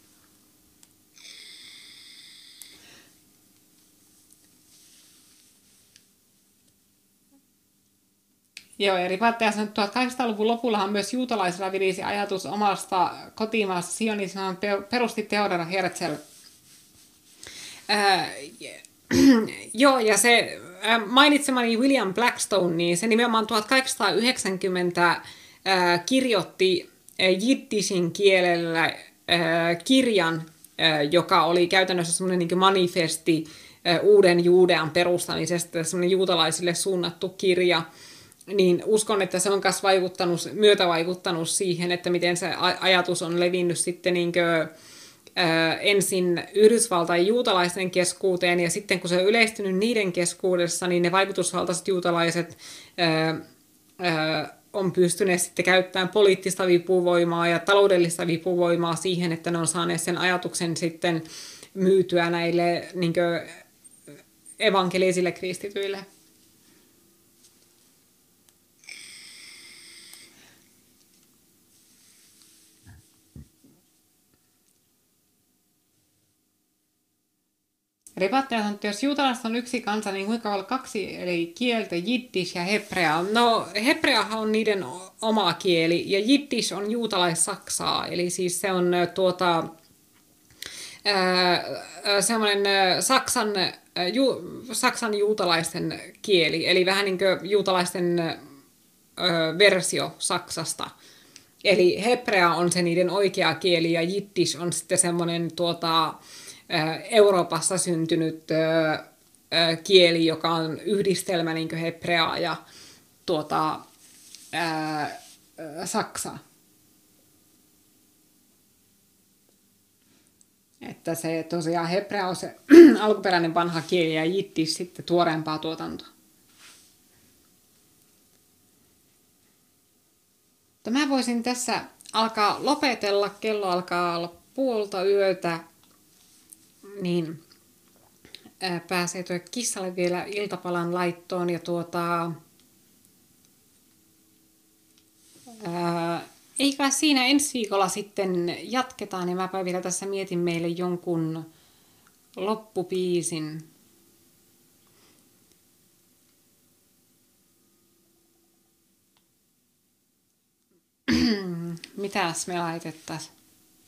Joo, ja Ripattaja sanoi, että tuhatkahdeksansataaluvun lopullahan myös juutalaisilla virisi ajatus omasta kotimaasta sionismista, perusti Theodor Herzl. Ää, yeah. Joo, ja se mainitsemani William Blackstone, niin se nimenomaan tuhatkahdeksansataayhdeksänkymmentä äh, kirjoitti äh, jiddishin kielellä äh, kirjan, äh, joka oli käytännössä semmoinen niin kuin manifesti äh, uuden Juudean perustamisesta, semmoinen juutalaisille suunnattu kirja. Niin uskon, että se on myös vaikuttanut, myötävaikuttanut siihen, että miten se ajatus on levinnyt sitten niin kuin ensin Yhdysvaltain juutalaisten keskuuteen, ja sitten kun se on yleistynyt niiden keskuudessa, niin ne vaikutusvaltaiset juutalaiset ää, ää, on pystyneet sitten käyttämään poliittista vipuvoimaa ja taloudellista vipuvoimaa siihen, että ne on saaneet sen ajatuksen sitten myytyä näille niin kuin evankelisille kristityille. Ripattaja sanoo, että jos juutalaiset on yksi kansa, niin kuinka olla kaksi eli kieltä, jiddish ja hebrea? No, hebreahan on niiden oma kieli, ja jiddish on juutalais-saksaa, eli siis se on tuota, ää, semmoinen Saksan, ju, Saksan juutalaisten kieli, eli vähän niin kuin juutalaisten ää, versio Saksasta. Eli hebrea on se niiden oikea kieli, ja jiddish on sitten semmoinen tuota, Euroopassa syntynyt ö, ö, kieli, joka on yhdistelmä niin kuin hebreaa ja tuota, ö, ö, saksaa. Että se tosiaan hebrea on se alkuperäinen vanha kieli ja jittis sitten tuoreempaa tuotantoa. Mä voisin tässä alkaa lopetella, kello alkaa olla puolta yötä, niin ää, pääsee tuo kissalle vielä iltapalan laittoon ja tuota, ää, eikä siinä ensi viikolla sitten jatketaan ja mäpä vielä tässä mietin meille jonkun loppupiisin. Mitäs me laitettaisiin?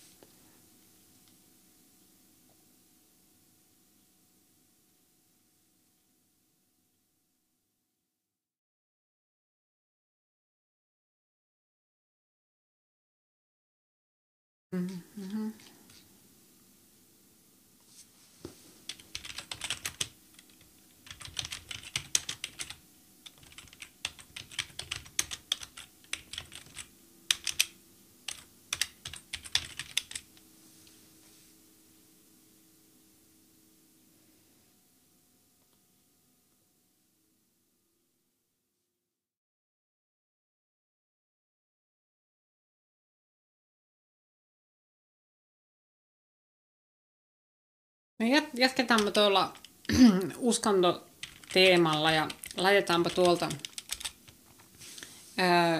Mm-hmm. Me jatketaanpa tuolla uskontoteemalla ja laitetaanpa tuolta ää,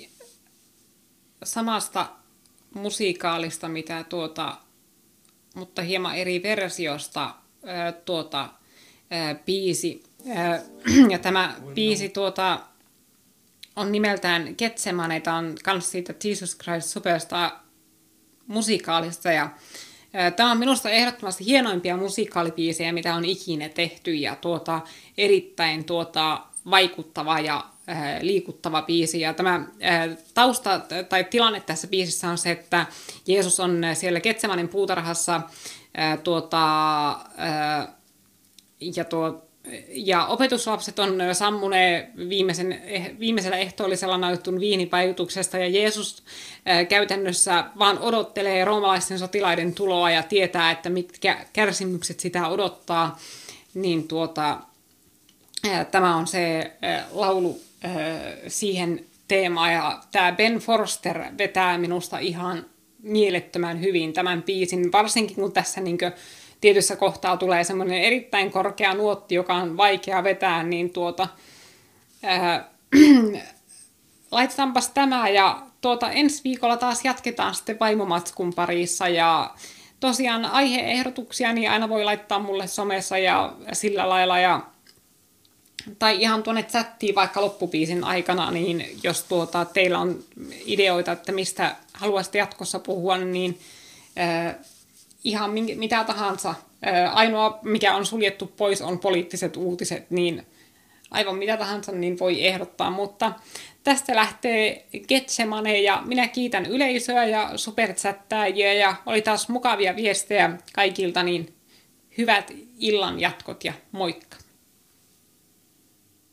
samasta musiikaalista, mitä tuota, mutta hieman eri versiosta ää, tuota, ää, biisi. Ää, ja tämä biisi tuota, on nimeltään Getsemane, tämä on kans siitä Jesus Christ Superstar musikaalista ja tämä on minusta ehdottomasti hienoimpia musikaalibiisejä, mitä on ikinä tehty, ja tuota, erittäin tuota, vaikuttava ja äh, liikuttava biisi. Ja tämä äh, tausta tai tilanne tässä biisissä on se, että Jeesus on siellä Getsemanen puutarhassa äh, tuota, äh, ja tuo Ja opetuslapset on sammuneet viimeisen, viimeisellä ehtoollisella nautitun viinipajutuksesta ja Jeesus ää, käytännössä vaan odottelee roomalaisten sotilaiden tuloa ja tietää, että mitkä kärsimykset sitä odottaa. Niin tuota, ää, tämä on se ää, laulu ää, siihen teemaan ja tämä Ben Forster vetää minusta ihan mielettömän hyvin tämän biisin, varsinkin kun tässä niinkö tietyssä kohtaa tulee semmoinen erittäin korkea nuotti, joka on vaikea vetää, niin tuota, ää, laitetaanpas tämä ja tuota, ensi viikolla taas jatketaan sitten vaimomatskun parissa ja tosiaan aiheehdotuksia niin aina voi laittaa mulle somessa ja sillä lailla ja tai ihan tuonne chattiin vaikka loppubiisin aikana, niin jos tuota, teillä on ideoita, että mistä haluaisitte jatkossa puhua, niin ää, ihan mitä tahansa. Ainoa, mikä on suljettu pois, on poliittiset uutiset, niin aivan mitä tahansa niin voi ehdottaa. Mutta tästä lähtee Getsemane ja minä kiitän yleisöä ja superchattaajia ja oli taas mukavia viestejä kaikilta, niin hyvät illan jatkot ja moikka!